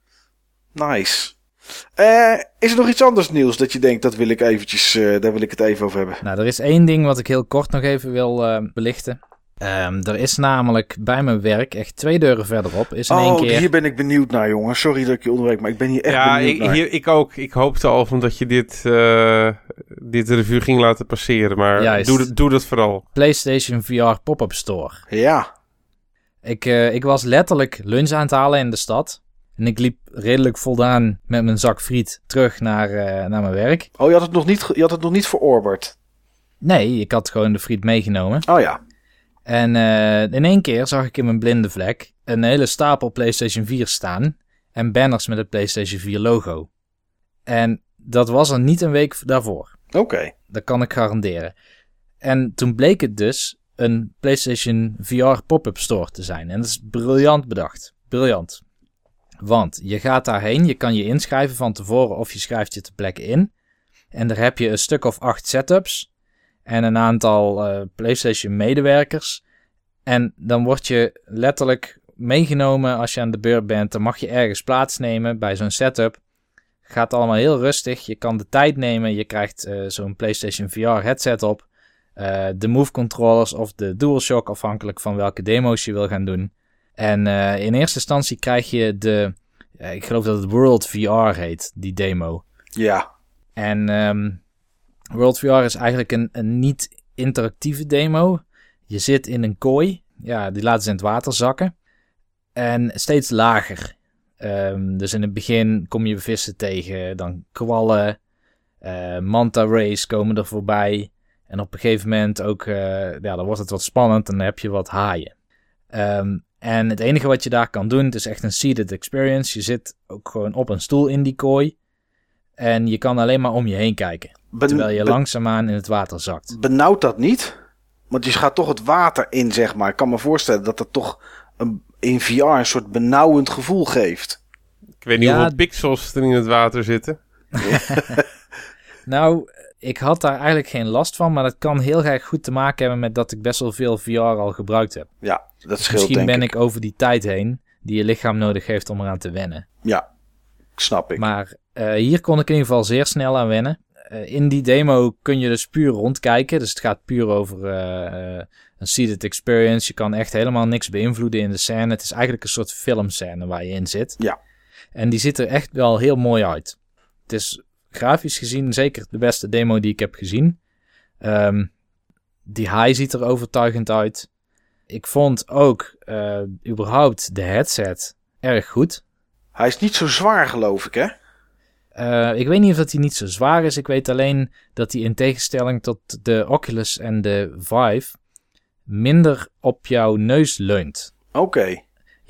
Nice. Uh, is er nog iets anders, Niels, dat je denkt, dat wil ik eventjes, uh, daar wil ik het even over hebben? Nou, er is één ding wat ik heel kort nog even wil uh, belichten. Um, er is namelijk bij mijn werk, echt twee deuren verderop, is in oh, één keer... hier ben ik benieuwd naar, jongen. Sorry dat ik je onderbreek, maar ik ben hier echt ja, benieuwd ik, naar. Hier, ik ook. Ik hoopte al omdat je dit, uh, dit review ging laten passeren, maar doe, doe dat vooral. PlayStation V R Pop-Up Store. Ja. Ik, uh, ik was letterlijk lunch aan het halen in de stad. En ik liep redelijk voldaan met mijn zak friet terug naar, uh, naar mijn werk. Oh, je had het nog niet, je had het nog niet verorberd? Nee, ik had gewoon de friet meegenomen. Oh ja. En uh, in één keer zag ik in mijn blinde vlek een hele stapel PlayStation vier staan. En banners met het PlayStation vier logo. En dat was er niet een week daarvoor. Oké. Okay. Dat kan ik garanderen. En toen bleek het dus een PlayStation V R pop-up store te zijn. En dat is briljant bedacht. Briljant. Want je gaat daarheen, je kan je inschrijven van tevoren of je schrijft je ter plekke in. En daar heb je een stuk of acht setups. En een aantal uh, PlayStation medewerkers. En dan word je letterlijk meegenomen als je aan de beurt bent. Dan mag je ergens plaatsnemen bij zo'n setup. Gaat allemaal heel rustig. Je kan de tijd nemen. Je krijgt uh, zo'n PlayStation V R headset op. Uh, de Move controllers of de DualShock, afhankelijk van welke demo's je wil gaan doen. En uh, in eerste instantie krijg je de, uh, ik geloof dat het World V R heet, die demo. Ja. En um, World V R is eigenlijk een, een niet-interactieve demo. Je zit in een kooi. Ja, die laten ze in het water zakken. En steeds lager. Um, dus in het begin kom je vissen tegen. Dan kwallen. Uh, manta rays komen er voorbij. En op een gegeven moment ook... Uh, ja, dan wordt het wat spannend. En dan heb je wat haaien. Um, en het enige wat je daar kan doen... Het is echt een seated experience. Je zit ook gewoon op een stoel in die kooi. En je kan alleen maar om je heen kijken. Ben, terwijl je ben, langzaamaan in het water zakt. Benauwt dat niet? Want je gaat toch het water in, zeg maar. Ik kan me voorstellen dat dat toch een, in V R een soort benauwend gevoel geeft. Ik weet niet ja, hoeveel pixels er in het water zitten. Nou, ik had daar eigenlijk geen last van. Maar dat kan heel erg goed te maken hebben met dat ik best wel veel V R al gebruikt heb. Ja, dat scheelt, Misschien denk ben ik. ik over die tijd heen die je lichaam nodig heeft om eraan te wennen. Ja, snap ik. Maar uh, hier kon ik in ieder geval zeer snel aan wennen. Uh, in die demo kun je dus puur rondkijken. Dus het gaat puur over uh, uh, een seated experience. Je kan echt helemaal niks beïnvloeden in de scène. Het is eigenlijk een soort filmscène waar je in zit. Ja. En die ziet er echt wel heel mooi uit. Het is grafisch gezien zeker de beste demo die ik heb gezien. Um, die high ziet er overtuigend uit. Ik vond ook uh, überhaupt de headset erg goed. Hij is niet zo zwaar, geloof ik, hè? Uh, ik weet niet of dat hij niet zo zwaar is. Ik weet alleen dat hij in tegenstelling tot de Oculus en de Vive minder op jouw neus leunt. Oké. Okay. Je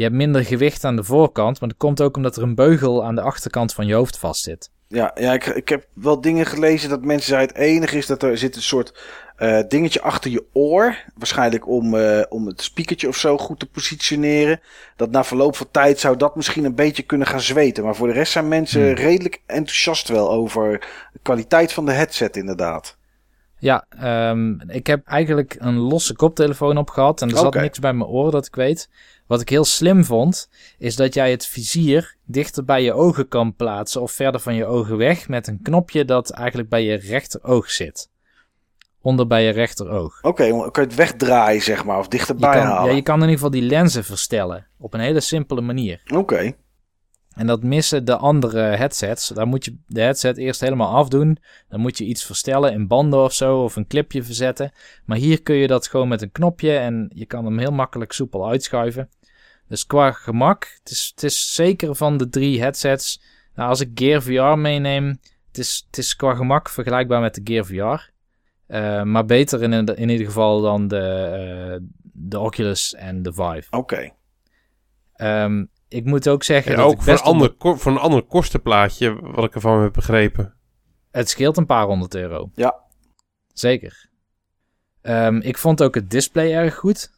Je hebt minder gewicht aan de voorkant, maar dat komt ook omdat er een beugel aan de achterkant van je hoofd vast zit. Ja, ja ik, ik heb wel dingen gelezen dat mensen zeiden het enige is dat er zit een soort uh, dingetje achter je oor. Waarschijnlijk om, uh, om het speakertje of zo goed te positioneren. Dat na verloop van tijd zou dat misschien een beetje kunnen gaan zweten. Maar voor de rest zijn mensen hmm. redelijk enthousiast wel over de kwaliteit van de headset inderdaad. Ja, um, ik heb eigenlijk een losse koptelefoon op gehad en er zat okay. niks bij mijn oren dat ik weet. Wat ik heel slim vond, is dat jij het vizier dichter bij je ogen kan plaatsen of verder van je ogen weg met een knopje dat eigenlijk bij je rechteroog zit. Onder bij je rechteroog. Oké, okay, dan kan je het wegdraaien zeg maar of dichterbij je kan, halen. Ja, je kan in ieder geval die lenzen verstellen op een hele simpele manier. Oké. Okay. En dat missen de andere headsets. Daar moet je de headset eerst helemaal afdoen. Dan moet je iets verstellen in banden of zo. Of een clipje verzetten. Maar hier kun je dat gewoon met een knopje. En je kan hem heel makkelijk soepel uitschuiven. Dus qua gemak. Het is, het is zeker van de drie headsets. Nou, als ik Gear V R meeneem. Het is, het is qua gemak vergelijkbaar met de Gear V R. Uh, maar beter in, in ieder geval dan de, uh, de Oculus en de Vive. Oké. Okay. Um, Ik moet ook zeggen... En dat ook ik voor, best een ander, onder... voor een ander kostenplaatje, wat ik ervan heb begrepen. Het scheelt een paar honderd euro. Ja. Zeker. Um, ik vond ook het display erg goed.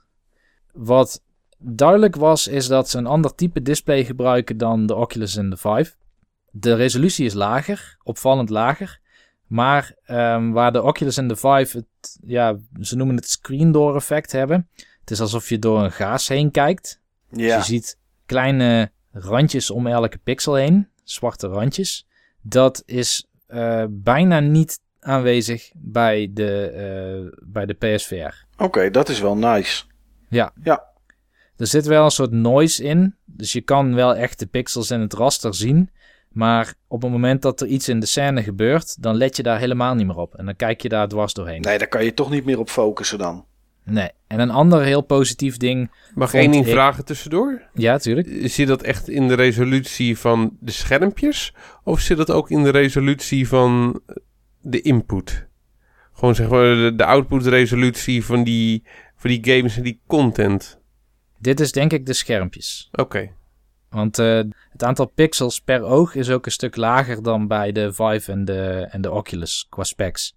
Wat duidelijk was, is dat ze een ander type display gebruiken dan de Oculus en de Vive. De resolutie is lager, opvallend lager. Maar um, waar de Oculus en de Vive, het, ja, ze noemen het screen door effect hebben. Het is alsof je door een gaas heen kijkt. Ja. Dus je ziet kleine randjes om elke pixel heen. Zwarte randjes. Dat is uh, bijna niet aanwezig bij de, uh, bij de P S V R. Oké, okay, dat is wel nice. Ja. Ja. Er zit wel een soort noise in. Dus je kan wel echt de pixels in het raster zien. Maar op het moment dat er iets in de scène gebeurt, dan let je daar helemaal niet meer op. En dan kijk je daar dwars doorheen. Nee, daar kan je toch niet meer op focussen dan. Nee. En een ander heel positief ding... Mag ik één ding ik... vragen tussendoor? Ja, tuurlijk. Zit dat echt in de resolutie van de schermpjes? Of zit dat ook in de resolutie van de input? Gewoon zeg maar de, de output resolutie van die, van die games en die content? Dit is denk ik de schermpjes. Oké. Okay. Want uh, het aantal pixels per oog is ook een stuk lager dan bij de Vive en de, en de Oculus qua specs.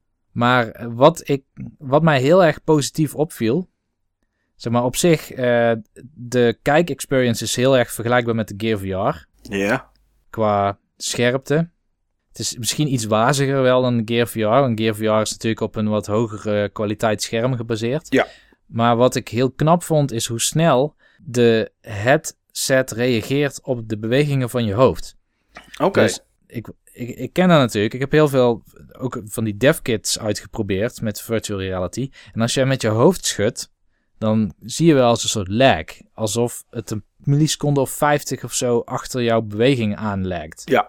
Maar wat, ik, wat mij heel erg positief opviel, zeg maar op zich, uh, de kijk-experience is heel erg vergelijkbaar met de Gear V R. Ja. Yeah. Qua scherpte. Het is misschien iets waziger wel dan de Gear V R. Want Gear V R is natuurlijk op een wat hogere kwaliteit scherm gebaseerd. Ja. Maar wat ik heel knap vond, is hoe snel de headset reageert op de bewegingen van je hoofd. Oké. Okay. Dus ik... Ik, ik ken dat natuurlijk. Ik heb heel veel ook van die devkits uitgeprobeerd met virtual reality. En als jij met je hoofd schudt, dan zie je wel als een soort lag. Alsof het een milliseconde of vijftig of zo achter jouw beweging aanlagt. Ja.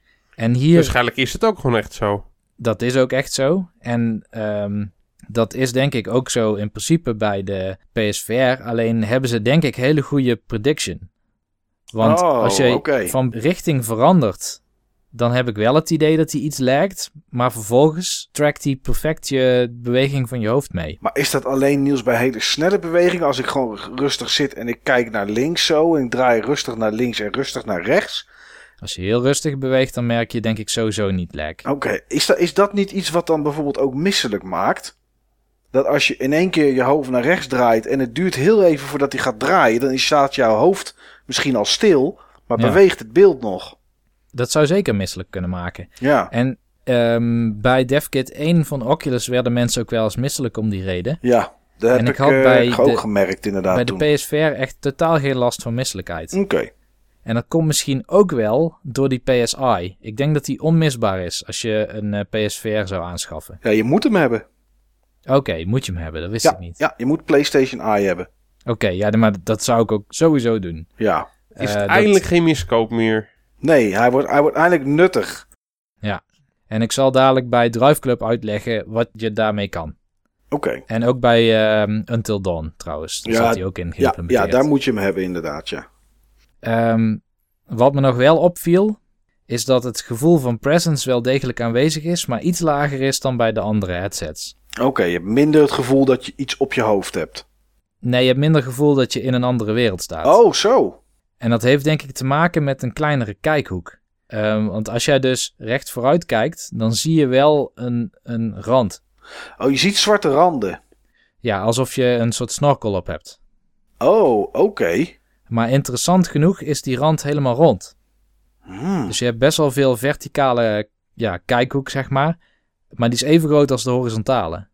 En hier... Waarschijnlijk is het ook gewoon echt zo. Dat is ook echt zo. En um, dat is denk ik ook zo in principe bij de P S V R. Alleen hebben ze denk ik hele goede prediction. Want oh, als je okay. van richting verandert, dan heb ik wel het idee dat hij iets lagt. Maar vervolgens trackt hij perfect je beweging van je hoofd mee. Maar is dat alleen, Niels, bij hele snelle bewegingen? Als ik gewoon rustig zit en ik kijk naar links zo en ik draai rustig naar links en rustig naar rechts? Als je heel rustig beweegt, dan merk je denk ik sowieso niet lag. Oké, okay. is, dat, is dat niet iets wat dan bijvoorbeeld ook misselijk maakt? Dat als je in één keer je hoofd naar rechts draait en het duurt heel even voordat hij gaat draaien, dan staat jouw hoofd misschien al stil, maar ja. beweegt het beeld nog. Dat zou zeker misselijk kunnen maken. Ja. En um, bij DevKit één van Oculus werden mensen ook wel eens misselijk om die reden. Ja, dat heb en ik, ik had uh, bij ook de, gemerkt inderdaad bij toen. de P S V R echt totaal geen last van misselijkheid. Oké. Okay. En dat komt misschien ook wel door die P S I. Ik denk dat die onmisbaar is als je een uh, P S V R zou aanschaffen. Ja, je moet hem hebben. Oké, okay, moet je hem hebben, dat wist ja, ik niet. Ja, je moet PlayStation Eye hebben. Oké, okay, ja, maar dat zou ik ook sowieso doen. Ja. Is het uh, eindelijk dat... geen miskoop meer? Nee, hij wordt, hij wordt eindelijk nuttig. Ja, en ik zal dadelijk bij Drive Club uitleggen wat je daarmee kan. Oké. Okay. En ook bij um, Until Dawn trouwens, daar ja, zat hij ook in geïmplementeerd. Ja, ja, daar moet je hem hebben inderdaad, ja. Um, wat me nog wel opviel, is dat het gevoel van presence wel degelijk aanwezig is, maar iets lager is dan bij de andere headsets. Oké, okay, je hebt minder het gevoel dat je iets op je hoofd hebt. Nee, je hebt minder gevoel dat je in een andere wereld staat. Oh, zo. En dat heeft denk ik te maken met een kleinere kijkhoek. Um, want als jij dus recht vooruit kijkt, dan zie je wel een, een rand. Oh, je ziet zwarte randen. Ja, alsof je een soort snorkel op hebt. Oh, oké. Okay. Maar interessant genoeg is die rand helemaal rond. Hmm. Dus je hebt best wel veel verticale ja, kijkhoek, zeg maar. Maar die is even groot als de horizontale.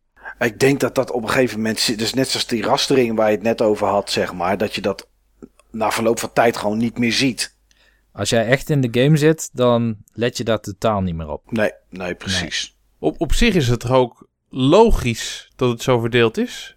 Ik denk dat dat op een gegeven moment zit. Dus net zoals die rastering waar je het net over had, zeg maar. Dat je dat na verloop van tijd gewoon niet meer ziet. Als jij echt in de game zit, dan let je daar totaal niet meer op. Nee, nee, precies. Nee. Op, op zich is het toch ook logisch dat het zo verdeeld is?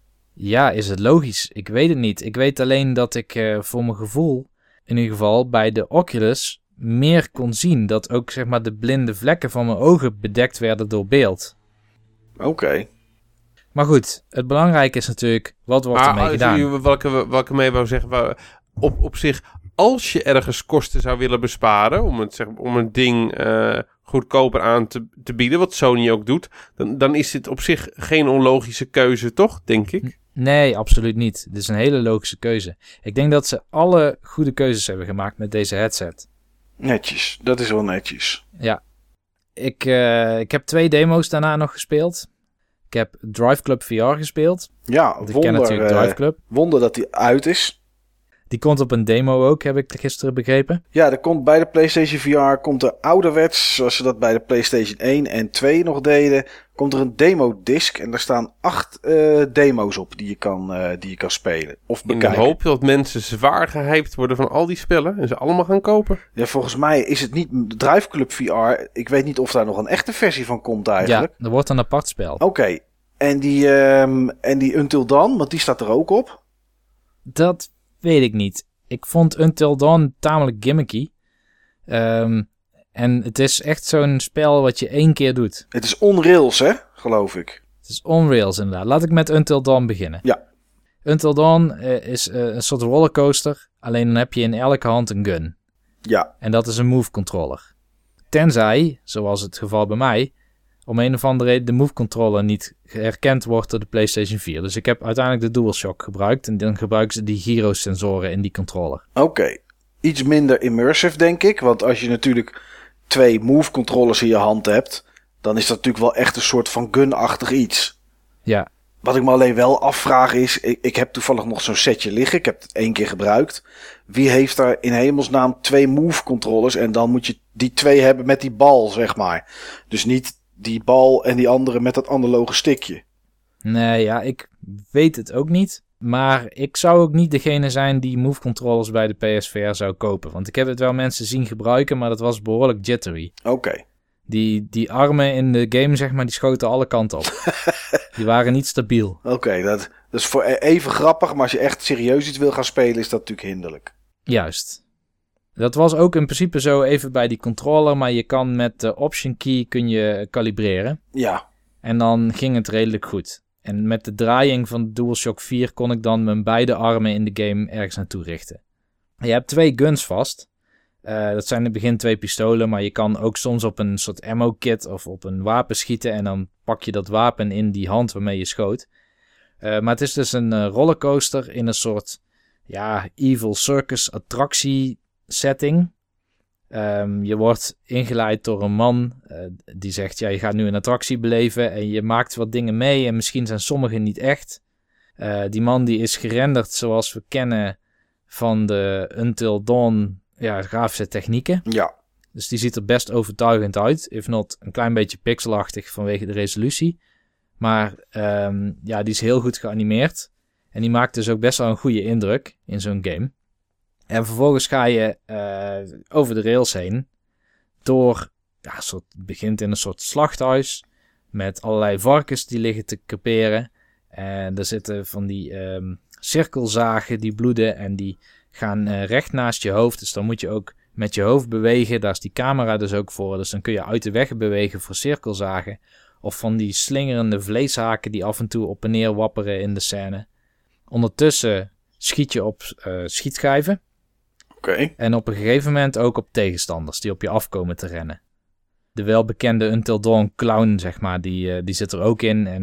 Ja, is het logisch? Ik weet het niet. Ik weet alleen dat ik uh, voor mijn gevoel, in ieder geval bij de Oculus, meer kon zien. Dat ook zeg maar de blinde vlekken van mijn ogen bedekt werden door beeld. Oké. Okay. Maar goed, het belangrijke is natuurlijk, wat wordt ermee gedaan? Welke, welke mee wou zeggen, op, op zich, als je ergens kosten zou willen besparen, om, het, zeg, om een ding uh, goedkoper aan te, te bieden, wat Sony ook doet, dan, dan is dit op zich geen onlogische keuze, toch, denk ik? Nee, absoluut niet. Dit is een hele logische keuze. Ik denk dat ze alle goede keuzes hebben gemaakt met deze headset. Netjes, dat is wel netjes. Ja. Ik, uh, ik heb twee demo's daarna nog gespeeld. Ik heb Drive Club V R gespeeld. Ja, Want wonder, ik ken natuurlijk Drive Club. Uh, wonder dat die uit is. Die komt op een demo ook, heb ik gisteren begrepen. Ja, er komt bij de PlayStation V R, komt er ouderwets, zoals ze dat bij de PlayStation één en twee nog deden, komt er een demo-disc en daar staan acht uh, demo's op die je kan, uh, die je kan spelen of bekijken. In de hoop dat mensen zwaar gehyped worden van al die spellen en ze allemaal gaan kopen. Ja, volgens mij is het niet Drive Club V R. Ik weet niet of daar nog een echte versie van komt eigenlijk. Ja, er wordt een apart spel. Oké, okay. en, die, um, en die Until Dawn, want die staat er ook op? Dat weet ik niet. Ik vond Until Dawn tamelijk gimmicky. Um, en het is echt zo'n spel wat je één keer doet. Het is on-rails, hè? Geloof ik. Het is on-rails, inderdaad. Laat ik met Until Dawn beginnen. Ja. Until Dawn uh, is uh, een soort rollercoaster. Alleen dan heb je in elke hand een gun. Ja. En dat is een move controller. Tenzij, zoals het geval bij mij, om een of andere reden de move controller niet herkend wordt door de PlayStation vier. Dus ik heb uiteindelijk de DualShock gebruikt. En dan gebruiken ze die gyrosensoren in die controller. Oké. Okay. Iets minder immersive, denk ik. Want als je natuurlijk twee move controllers in je hand hebt, dan is dat natuurlijk wel echt een soort van gun-achtig iets. Ja. Wat ik me alleen wel afvraag is, ik, ik heb toevallig nog zo'n setje liggen. Ik heb het één keer gebruikt. Wie heeft daar in hemelsnaam twee move controllers en dan moet je die twee hebben met die bal, zeg maar. Dus niet die bal en die andere met dat analoge stickje. Nee, ja, ik weet het ook niet. Maar ik zou ook niet degene zijn die move controllers bij de P S V R zou kopen. Want ik heb het wel mensen zien gebruiken, maar dat was behoorlijk jittery. Oké. Okay. Die, die armen in de game, zeg maar, die schoten alle kanten op. Die waren niet stabiel. Oké, okay, dat, dat is voor even grappig, maar als je echt serieus iets wil gaan spelen, is dat natuurlijk hinderlijk. Juist. Dat was ook in principe zo even bij die controller, maar je kan met de option key kun je kalibreren. Ja. En dan ging het redelijk goed. En met de draaiing van de DualShock vier kon ik dan mijn beide armen in de game ergens naartoe richten. Je hebt twee guns vast. Uh, dat zijn in het begin twee pistolen, maar je kan ook soms op een soort ammo kit of op een wapen schieten en dan pak je dat wapen in die hand waarmee je schoot. Uh, maar het is dus een uh, rollercoaster in een soort ja, evil circus attractie setting. Um, je wordt ingeleid door een man uh, die zegt, ja, je gaat nu een attractie beleven en je maakt wat dingen mee en misschien zijn sommige niet echt. Uh, die man die is gerenderd zoals we kennen van de Until Dawn ja, grafische technieken. Ja. Dus die ziet er best overtuigend uit, if not een klein beetje pixelachtig vanwege de resolutie. Maar um, ja, die is heel goed geanimeerd en die maakt dus ook best wel een goede indruk in zo'n game. En vervolgens ga je uh, over de rails heen door, ja, soort, het begint in een soort slachthuis met allerlei varkens die liggen te creperen. En er zitten van die um, cirkelzagen die bloeden en die gaan uh, recht naast je hoofd. Dus dan moet je ook met je hoofd bewegen. Daar is die camera dus ook voor. Dus dan kun je uit de weg bewegen voor cirkelzagen. Of van die slingerende vleeshaken die af en toe op en neer wapperen in de scène. Ondertussen schiet je op uh, schietschijven. Okay. En op een gegeven moment ook op tegenstanders die op je afkomen te rennen. De welbekende Until Dawn clown, zeg maar, die, uh, die zit er ook in. En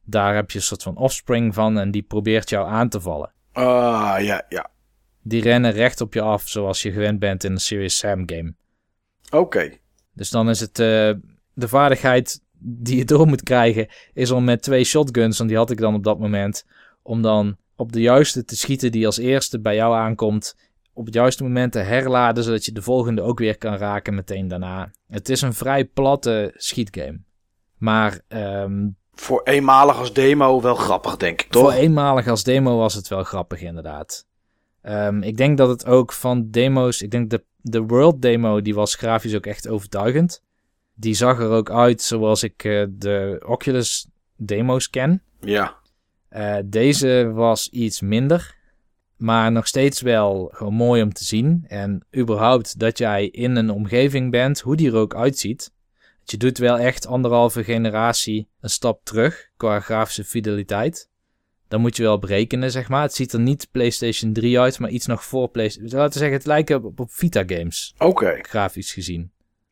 Daar heb je een soort van offspring van en die probeert jou aan te vallen. Ah, uh, ja, ja. Die rennen recht op je af, zoals je gewend bent in een Serious Sam game. Oké. Okay. Dus dan is het... Uh, de vaardigheid die je door moet krijgen... is om met twee shotguns, want die had ik dan op dat moment... om dan op de juiste te schieten die als eerste bij jou aankomt... op het juiste moment te herladen... zodat je de volgende ook weer kan raken meteen daarna. Het is een vrij platte schietgame. Maar... Um, voor eenmalig als demo wel grappig, denk ik, toch? Voor eenmalig als demo was het wel grappig, inderdaad. Um, ik denk dat het ook van demo's... Ik denk de, de World demo, die was grafisch ook echt overtuigend. Die zag er ook uit zoals ik uh, de Oculus demo's ken. Ja. Uh, deze was iets minder. Maar nog steeds wel gewoon mooi om te zien. En überhaupt dat jij in een omgeving bent, hoe die er ook uitziet. Je doet wel echt anderhalve generatie een stap terug qua grafische fideliteit. Dan moet je wel berekenen, zeg maar. Het ziet er niet PlayStation drie uit, maar iets nog voor PlayStation. Laten we zeggen, het lijkt op, op Vita games. Oké. Okay. Grafisch gezien.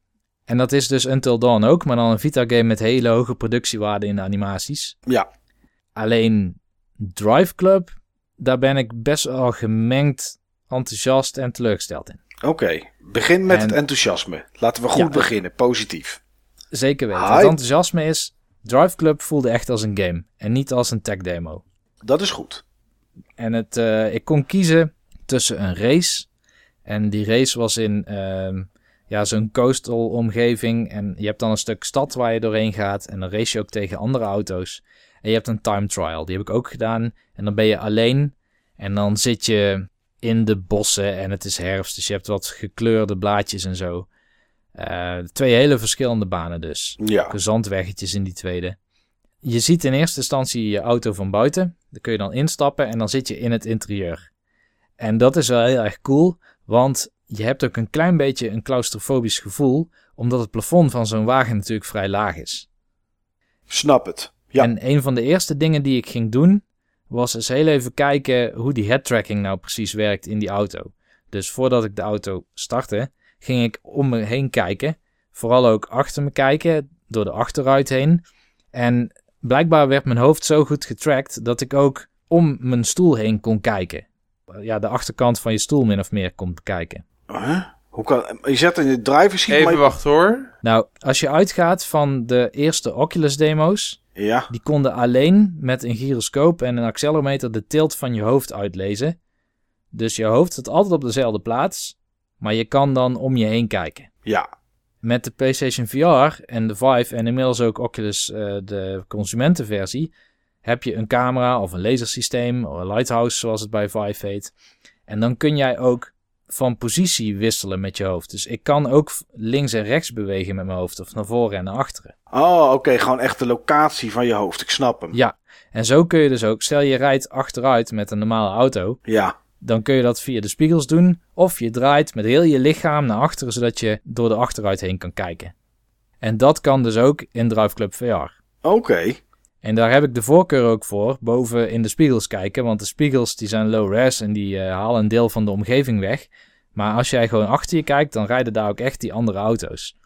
En dat is dus Until Dawn ook, maar dan een Vita game met hele hoge productiewaarde in de animaties. Ja. Alleen Drive Club, daar ben ik best wel gemengd enthousiast en teleurgesteld in. Oké, okay. Begin met en, het enthousiasme. Laten we goed ja, beginnen, positief. Zeker weten. Hi. Het enthousiasme is, Drive Club voelde echt als een game en niet als een tech demo. Dat is goed. En het, uh, ik kon kiezen tussen een race. En die race was in uh, ja, zo'n coastal omgeving. En je hebt dan een stuk stad waar je doorheen gaat. En dan race je ook tegen andere auto's. En je hebt een time trial. Die heb ik ook gedaan. En dan ben je alleen. En dan zit je in de bossen en het is herfst. Dus je hebt wat gekleurde blaadjes en zo. Uh, twee hele verschillende banen dus. Ja. Zandweggetjes in die tweede. Je ziet in eerste instantie je auto van buiten. Daar kun je dan instappen en dan zit je in het interieur. En dat is wel heel erg cool, want je hebt ook een klein beetje een claustrofobisch gevoel, omdat het plafond van zo'n wagen natuurlijk vrij laag is. Snap het. Ja. En een van de eerste dingen die ik ging doen, was eens heel even kijken hoe die headtracking nou precies werkt in die auto. Dus voordat ik de auto startte, ging ik om me heen kijken. Vooral ook achter me kijken, door de achteruit heen. En blijkbaar werd mijn hoofd zo goed getracked dat ik ook om mijn stoel heen kon kijken. Ja, de achterkant van je stoel min of meer kon bekijken. Huh? Hoe kan... Je zet in de driver sheet... Even maar... wachten hoor. Nou, als je uitgaat van de eerste Oculus demo's... Ja. Die konden alleen met een gyroscoop en een accelerometer de tilt van je hoofd uitlezen. Dus je hoofd zit altijd op dezelfde plaats, maar je kan dan om je heen kijken. Ja. Met de PlayStation V R en de Vive en inmiddels ook Oculus, uh, de consumentenversie, heb je een camera of een lasersysteem, of een lighthouse zoals het bij Vive heet. En dan kun jij ook van positie wisselen met je hoofd. Dus ik kan ook links en rechts bewegen met mijn hoofd, of naar voren en naar achteren. Oh, oké, okay. Gewoon echt de locatie van je hoofd, ik snap hem. Ja, en zo kun je dus ook, stel je rijdt achteruit met een normale auto. Ja. Dan kun je dat via de spiegels doen. Of je draait met heel je lichaam naar achteren, zodat je door de achteruit heen kan kijken. En dat kan dus ook in Drive Club V R. Oké. Okay. En daar heb ik de voorkeur ook voor, boven in de spiegels kijken. Want de spiegels die zijn low res en die uh, halen een deel van de omgeving weg. Maar als jij gewoon achter je kijkt, dan rijden daar ook echt die andere auto's.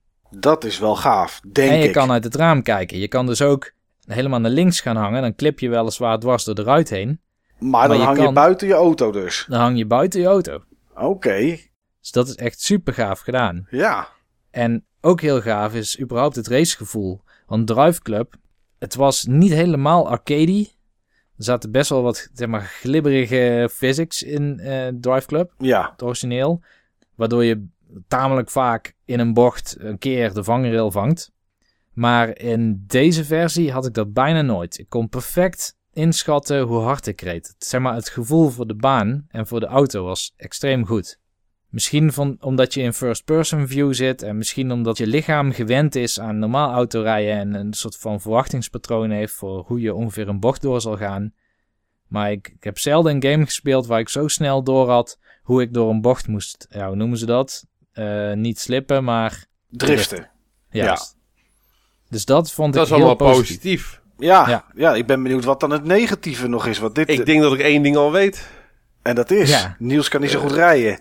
Dat is wel gaaf, denk ik. En je ik. kan uit het raam kijken. Je kan dus ook helemaal naar links gaan hangen. Dan klip je weliswaar dwars door de ruit heen. Maar dan maar je hang kan, je buiten je auto dus. Dan hang je buiten je auto. Oké. Okay. Dus dat is echt super gaaf gedaan. Ja. En ook heel gaaf is überhaupt het racegevoel. Want Drive Club, het was niet helemaal arcadey. Er zaten best wel wat zeg maar, glibberige physics in uh, Drive Club. Ja. Het origineel. Waardoor je tamelijk vaak in een bocht een keer de vangrail vangt. Maar in deze versie had ik dat bijna nooit. Ik kon perfect inschatten hoe hard ik reed. Zeg maar, het gevoel voor de baan en voor de auto was extreem goed. Misschien van, omdat je in first-person view zit en misschien omdat je lichaam gewend is aan normaal autorijden en een soort van verwachtingspatroon heeft voor hoe je ongeveer een bocht door zal gaan. Maar ik, ik heb zelden een game gespeeld waar ik zo snel door had hoe ik door een bocht moest, ja, hoe noemen ze dat? Uh, niet slippen, maar driften. Juist. Ja. Dus dat vond dat ik heel positief. Dat is allemaal positief. Ja, ja. ja, ik ben benieuwd wat dan het negatieve nog is. Wat dit, ik denk dat ik één ding al weet. En dat is, ja. Niels kan niet zo goed rijden.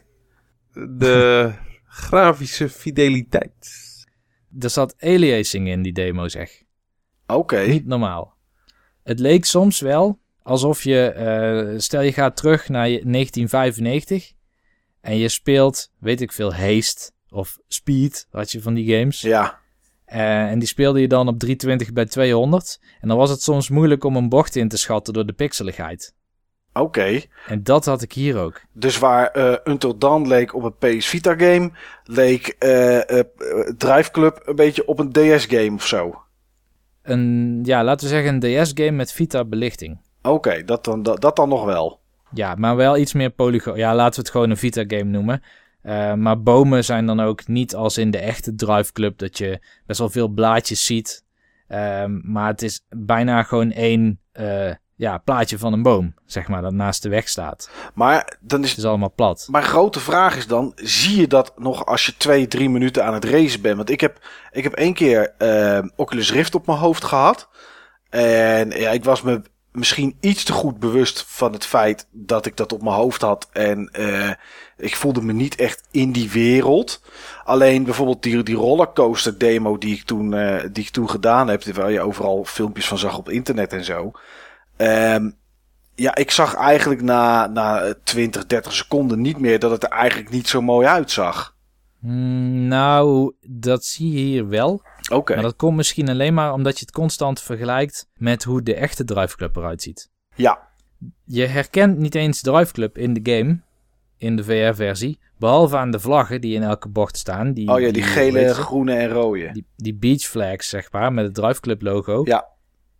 De grafische fideliteit. Er zat aliasing in die demo, zeg. Oké. Okay. Niet normaal. Het leek soms wel alsof je, uh, stel je gaat terug naar negentien vijfennegentig en je speelt, weet ik veel, Haste of Speed, had je van die games. Ja. Uh, en die speelde je dan op driehonderdtwintig bij tweehonderd. En dan was het soms moeilijk om een bocht in te schatten door de pixeligheid. Oké. Okay. En dat had ik hier ook. Dus waar uh, Until Dawn leek op een P S Vita game, leek uh, uh, Drive Club een beetje op een D S game of zo? Een, ja, laten we zeggen een D S game met Vita belichting. Oké, okay, dat, dan, dat, dat dan nog wel. Ja, maar wel iets meer polygoon. Ja, laten we het gewoon een Vita game noemen. Uh, maar bomen zijn dan ook niet als in de echte Drive Club dat je best wel veel blaadjes ziet. Uh, maar het is bijna gewoon één uh, ja, plaatje van een boom, zeg maar, dat naast de weg staat. Maar dan is het is allemaal plat. Mijn grote vraag is dan, zie je dat nog als je twee, drie minuten aan het racen bent? Want ik heb, ik heb één keer uh, Oculus Rift op mijn hoofd gehad. En ja, ik was me misschien iets te goed bewust van het feit dat ik dat op mijn hoofd had. En uh, ik voelde me niet echt in die wereld. Alleen bijvoorbeeld die, die rollercoaster demo die ik toen, uh, die ik toen gedaan heb. Waar je overal filmpjes van zag op internet en zo. Um, ja, ik zag eigenlijk na, na twintig, dertig seconden niet meer dat het er eigenlijk niet zo mooi uitzag. Mm, nou, dat zie je hier wel. Oké. Okay. Maar dat komt misschien alleen maar omdat je het constant vergelijkt met hoe de echte Drive Club eruit ziet. Ja. Je herkent niet eens Drive Club in de game, in de V R-versie. Behalve aan de vlaggen die in elke bocht staan. Die, oh ja, die, die gele, die, groene en rode. Die, die beach flags, zeg maar, met het Drive Club logo. Ja.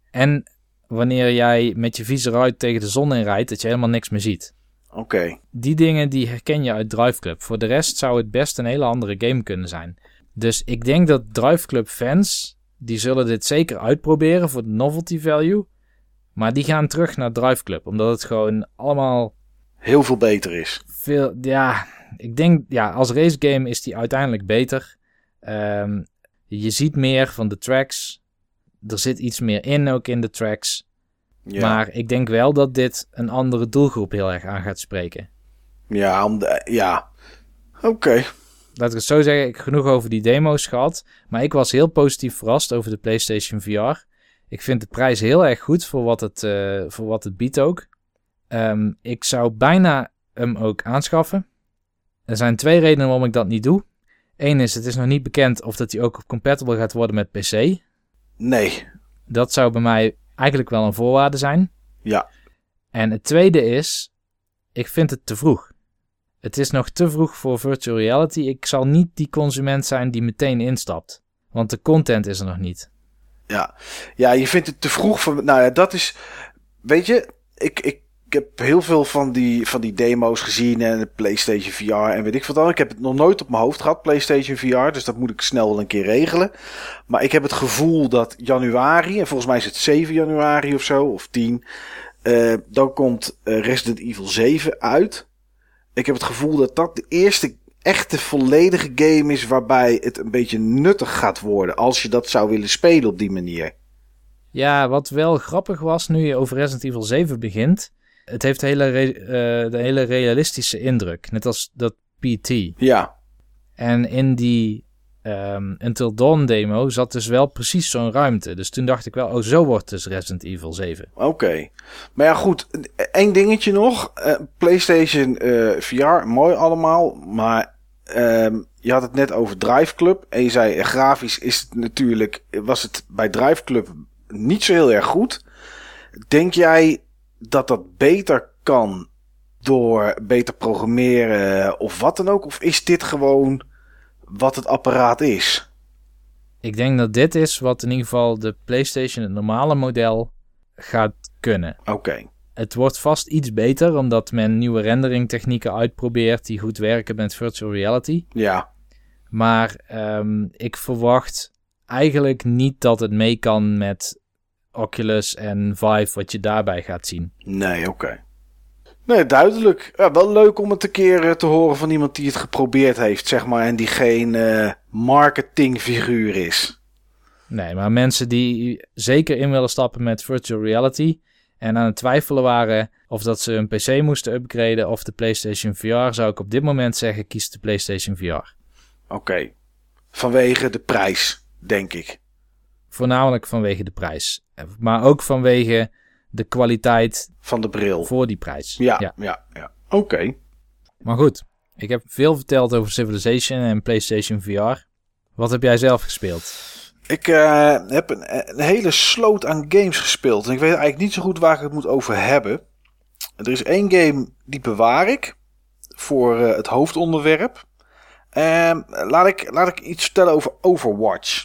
En wanneer jij met je visor uit tegen de zon in rijdt, dat je helemaal niks meer ziet. Oké. Okay. Die dingen die herken je uit Drive Club. Voor de rest zou het best een hele andere game kunnen zijn. Dus ik denk dat Drive Club fans, die zullen dit zeker uitproberen voor de novelty value. Maar die gaan terug naar Drive Club, omdat het gewoon allemaal heel veel beter is. Veel, ja, ik denk, ja, als race game is die uiteindelijk beter. Um, je ziet meer van de tracks. Er zit iets meer in ook in de tracks. Ja. Maar ik denk wel dat dit een andere doelgroep heel erg aan gaat spreken. Ja, om de, ja. Oké. Okay. Laat ik het zo zeggen, ik heb genoeg over die demo's gehad. Maar ik was heel positief verrast over de PlayStation V R. Ik vind de prijs heel erg goed voor wat het, uh, voor wat het biedt ook. Um, ik zou bijna hem ook aanschaffen. Er zijn twee redenen waarom ik dat niet doe. Eén is, het is nog niet bekend of dat hij ook compatible gaat worden met P C. Nee. Dat zou bij mij eigenlijk wel een voorwaarde zijn. Ja. En het tweede is, ik vind het te vroeg. Het is nog te vroeg voor virtual reality. Ik zal niet die consument zijn die meteen instapt. Want de content is er nog niet. Ja, ja, je vindt het te vroeg. Voor, nou ja, dat is... Weet je, ik, ik, ik heb heel veel van die, van die demo's gezien en de PlayStation V R en weet ik wat dan. Ik heb het nog nooit op mijn hoofd gehad, PlayStation V R. Dus dat moet ik snel wel een keer regelen. Maar ik heb het gevoel dat januari, en volgens mij is het zeven januari of zo, of tien. Uh, dan komt uh, Resident Evil zeven uit. Ik heb het gevoel dat dat de eerste echte volledige game is waarbij het een beetje nuttig gaat worden. Als je dat zou willen spelen op die manier. Ja, wat wel grappig was nu je over Resident Evil zeven begint. Het heeft de hele, re- uh, de hele realistische indruk. Net als dat P T. Ja. En in die um, Until Dawn demo zat dus wel precies zo'n ruimte. Dus toen dacht ik wel, oh, zo wordt dus Resident Evil zeven. Oké. Okay. Maar ja, goed. Eén dingetje nog. Uh, PlayStation uh, V R, mooi allemaal. Maar um, je had het net over Drive Club. En je zei, uh, grafisch is het natuurlijk, was het bij Drive Club niet zo heel erg goed. Denk jij dat dat beter kan door beter programmeren of wat dan ook? Of is dit gewoon wat het apparaat is? Ik denk dat dit is wat in ieder geval de PlayStation, het normale model, gaat kunnen. Oké. Okay. Het wordt vast iets beter, omdat men nieuwe rendering technieken uitprobeert die goed werken met virtual reality. Ja. Maar um, ik verwacht eigenlijk niet dat het mee kan met Oculus en Vive, wat je daarbij gaat zien. Nee, oké. Okay. Nee, duidelijk. Ja, wel leuk om het een keer uh, te horen van iemand die het geprobeerd heeft, zeg maar, en die geen uh, marketingfiguur is. Nee, maar mensen die zeker in willen stappen met virtual reality en aan het twijfelen waren of dat ze een P C moesten upgraden of de PlayStation V R, zou ik op dit moment zeggen, kies de PlayStation V R. Oké. Okay. Vanwege de prijs, denk ik. Voornamelijk vanwege de prijs. Maar ook vanwege de kwaliteit van de bril voor die prijs. Ja, ja, ja. ja. Oké. Okay. Maar goed, ik heb veel verteld over Civilization en PlayStation V R. Wat heb jij zelf gespeeld? Ik uh, heb een, een hele sloot aan games gespeeld. En ik weet eigenlijk niet zo goed waar ik het moet over hebben. Er is één game die bewaar ik voor uh, het hoofdonderwerp. Um, laat, ik, laat ik iets vertellen over Overwatch.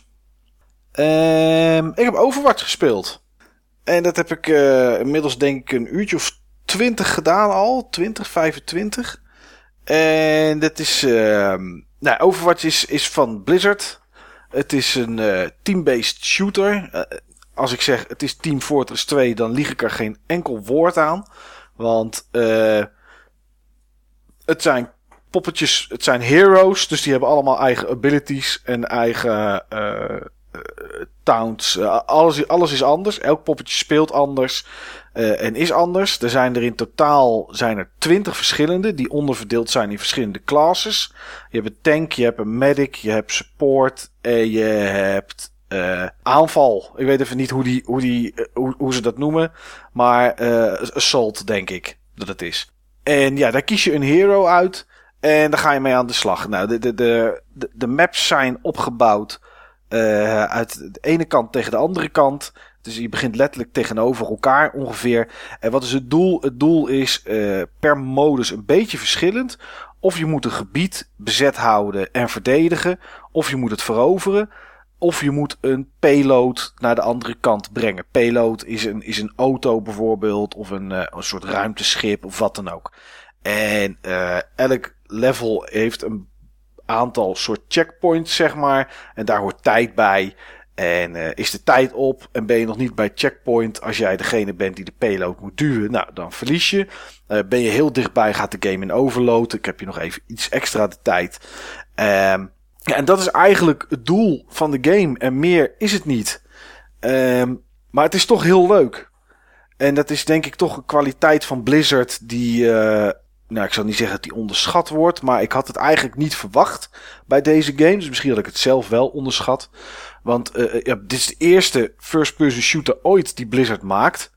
Um, ik heb Overwatch gespeeld. En dat heb ik uh, inmiddels denk ik een uurtje of twintig gedaan al. twintig, vijfentwintig. En dat is... Uh, nou, Overwatch is, is van Blizzard. Het is een uh, team-based shooter. Uh, als ik zeg het is Team Fortress twee, dan lieg ik er geen enkel woord aan. Want uh, het zijn poppetjes, het zijn heroes. Dus die hebben allemaal eigen abilities en eigen uh, uh, taunts. Uh, alles, alles is anders. Elk poppetje speelt anders uh, en is anders. Er zijn er in totaal zijn er twintig verschillende die onderverdeeld zijn in verschillende classes. Je hebt een tank, je hebt een medic, je hebt support en je hebt uh, aanval. Ik weet even niet hoe, die, hoe, die, uh, hoe, hoe ze dat noemen. Maar uh, assault denk ik dat het is. En ja, daar kies je een hero uit. En daar ga je mee aan de slag. Nou, de, de, de, de, de maps zijn opgebouwd uh, uit de ene kant tegen de andere kant. Dus je begint letterlijk tegenover elkaar ongeveer. En wat is het doel? Het doel is uh, per modus een beetje verschillend. Of je moet een gebied bezet houden en verdedigen. Of je moet het veroveren. Of je moet een payload naar de andere kant brengen. Payload is een, is een auto bijvoorbeeld. Of een, uh, een soort ruimteschip of wat dan ook. En uh, elk level heeft een aantal soort checkpoints, zeg maar. En daar hoort tijd bij. En uh, is de tijd op en ben je nog niet bij checkpoint als jij degene bent die de payload moet duwen, nou, dan verlies je. Uh, ben je heel dichtbij, gaat de game in overload. Ik heb je nog even iets extra de tijd. Um, ja, en dat is eigenlijk het doel van de game. En meer is het niet. Um, maar het is toch heel leuk. En dat is denk ik toch een kwaliteit van Blizzard die... Uh, Nou, ik zal niet zeggen dat die onderschat wordt, maar ik had het eigenlijk niet verwacht bij deze game. Dus misschien had ik het zelf wel onderschat. Want uh, ja, dit is de eerste first-person shooter ooit die Blizzard maakt.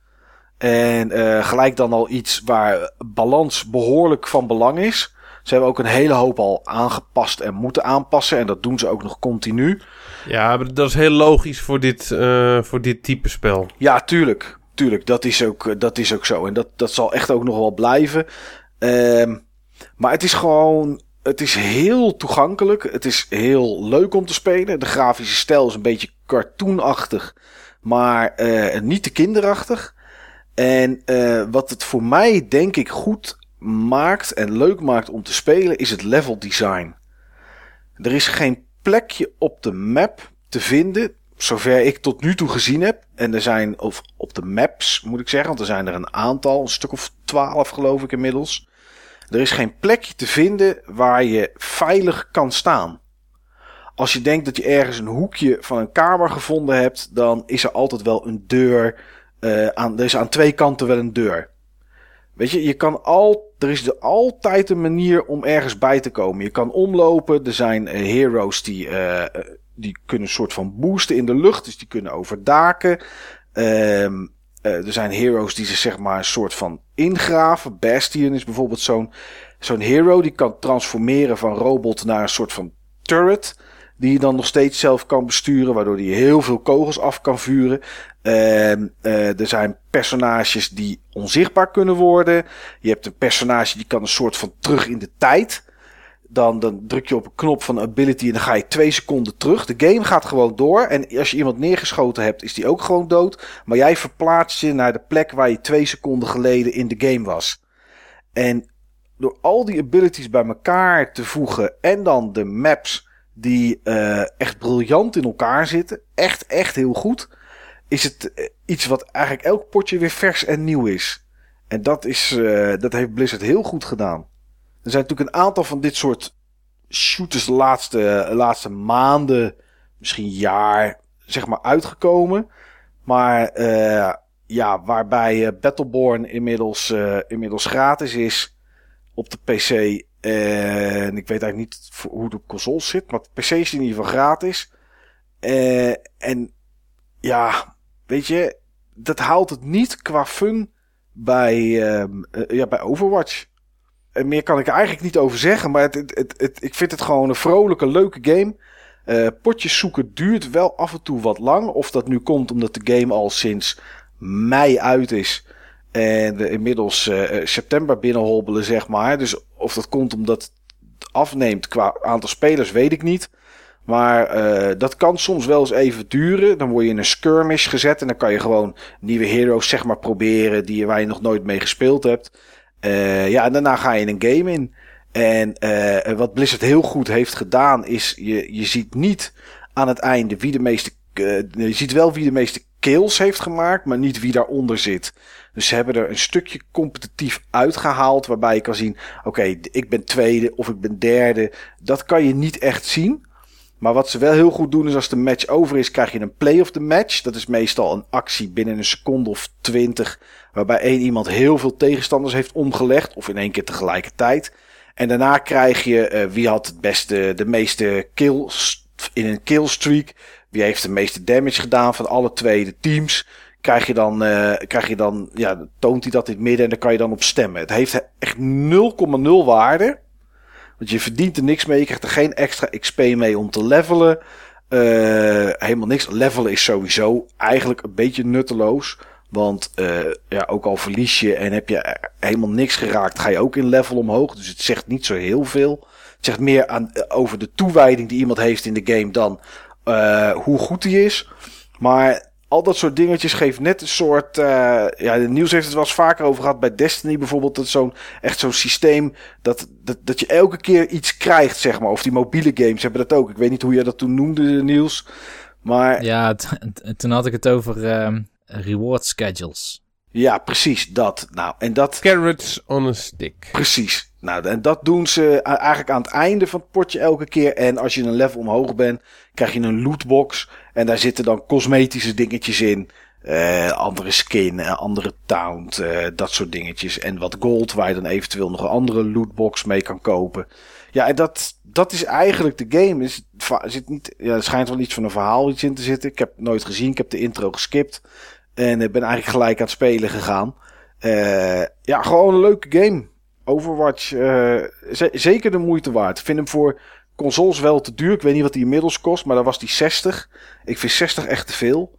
En uh, gelijk dan al iets waar balans behoorlijk van belang is. Ze hebben ook een hele hoop al aangepast en moeten aanpassen. En dat doen ze ook nog continu. Ja, maar dat is heel logisch voor dit, uh, voor dit type spel. Ja, tuurlijk. Tuurlijk, dat is ook, dat is ook zo. En dat, dat zal echt ook nog wel blijven. Um, maar het is gewoon, het is heel toegankelijk. Het is heel leuk om te spelen. De grafische stijl is een beetje cartoonachtig, maar uh, niet te kinderachtig. En uh, wat het voor mij denk ik goed maakt en leuk maakt om te spelen is het level design. Er is geen plekje op de map te vinden, zover ik tot nu toe gezien heb. En er zijn, of op de maps moet ik zeggen, want er zijn er een aantal, een stuk of twaalf geloof ik inmiddels. Er is geen plekje te vinden waar je veilig kan staan. Als je denkt dat je ergens een hoekje van een kamer gevonden hebt, dan is er altijd wel een deur. Uh, aan, er is aan twee kanten wel een deur. Weet je, je kan al, er is er altijd een manier om ergens bij te komen. Je kan omlopen, er zijn uh, heroes die, uh, die kunnen een soort van boosten in de lucht, dus die kunnen overdaken. Um, Uh, er zijn heroes die ze zeg maar een soort van ingraven. Bastion is bijvoorbeeld zo'n, zo'n hero die kan transformeren van robot naar een soort van turret. Die je dan nog steeds zelf kan besturen, waardoor die heel veel kogels af kan vuren. Uh, uh, er zijn personages die onzichtbaar kunnen worden. Je hebt een personage die kan een soort van terug in de tijd. Dan, dan druk je op een knop van ability en dan ga je twee seconden terug. De game gaat gewoon door. En als je iemand neergeschoten hebt, is die ook gewoon dood. Maar jij verplaatst je naar de plek waar je twee seconden geleden in de game was. En door al die abilities bij elkaar te voegen en dan de maps die uh, echt briljant in elkaar zitten. Echt, echt heel goed. Is het iets wat eigenlijk elk potje weer vers en nieuw is. En dat, is, uh, dat heeft Blizzard heel goed gedaan. Er zijn natuurlijk een aantal van dit soort shooters de laatste, laatste maanden, misschien jaar, zeg maar uitgekomen. Maar uh, ja, waarbij uh, Battleborn inmiddels, uh, inmiddels gratis is op de P C. Uh, en ik weet eigenlijk niet hoe het op consoles zit, maar de P C is in ieder geval gratis. Uh, en ja, weet je, dat haalt het niet qua fun bij, uh, uh, ja, bij Overwatch. En meer kan ik er eigenlijk niet over zeggen. Maar het, het, het, het, ik vind het gewoon een vrolijke, leuke game. Uh, potjes zoeken duurt wel af en toe wat lang. Of dat nu komt omdat de game al sinds mei uit is. En we inmiddels uh, september binnenhobbelen, zeg maar. Dus of dat komt omdat het afneemt qua aantal spelers, weet ik niet. Maar uh, dat kan soms wel eens even duren. Dan word je in een skirmish gezet. En dan kan je gewoon nieuwe heroes, zeg maar, proberen. Die, waar je nog nooit mee gespeeld hebt. Uh, ja, en daarna ga je een game in. En uh, wat Blizzard heel goed heeft gedaan is, je, je ziet niet aan het einde wie de meeste, uh, je ziet wel wie de meeste kills heeft gemaakt, maar niet wie daaronder zit. Dus ze hebben er een stukje competitief uitgehaald, waarbij je kan zien, oké, okay, ik ben tweede of ik ben derde. Dat kan je niet echt zien. Maar wat ze wel heel goed doen is als de match over is, krijg je een play of the match. Dat is meestal een actie binnen een seconde of twintig, waarbij één iemand heel veel tegenstanders heeft omgelegd, of in één keer tegelijkertijd. En daarna krijg je uh, wie had het beste, de meeste kills in een killstreak. Wie heeft de meeste damage gedaan van alle twee de teams. Krijg je dan, uh, krijg je dan, ja, toont hij dat in het midden en daar kan je dan op stemmen. Het heeft echt nul komma nul waarde. Want je verdient er niks mee. Je krijgt er geen extra X P mee om te levelen. Uh, helemaal niks. Levelen is sowieso eigenlijk een beetje nutteloos. Want uh, ja, ook al verlies je en heb je helemaal niks geraakt, ga je ook in level omhoog. Dus het zegt niet zo heel veel. Het zegt meer aan, uh, over de toewijding die iemand heeft in de game dan uh, hoe goed hij is. Maar al dat soort dingetjes geeft net een soort... Uh, ja, de nieuws heeft het wel eens vaker over gehad bij Destiny bijvoorbeeld. Dat zo'n, echt zo'n systeem dat, dat, dat je elke keer iets krijgt, zeg maar. Of die mobiele games hebben dat ook. Ik weet niet hoe jij dat toen noemde, Niels. Maar... Ja, t- t- toen had ik het over... Uh... reward schedules. Ja, precies, dat. Nou, en dat... Carrots on a stick. Precies. Nou, en dat doen ze eigenlijk aan het einde van het potje elke keer. En als je een level omhoog bent, krijg je een lootbox. En daar zitten dan cosmetische dingetjes in. Uh, andere skin, uh, andere taunt, uh, dat soort dingetjes. En wat gold, waar je dan eventueel nog een andere lootbox mee kan kopen. Ja, en dat, dat is eigenlijk de game. Is, er, zit niet, ja, er schijnt wel iets van een verhaal iets in te zitten. Ik heb het nooit gezien. Ik heb de intro geskipt. En ik ben eigenlijk gelijk aan het spelen gegaan. Uh, ja, gewoon een leuke game. Overwatch, uh, z- zeker de moeite waard. Ik vind hem voor consoles wel te duur. Ik weet niet wat die inmiddels kost, maar daar was die zestig. Ik vind zestig echt te veel.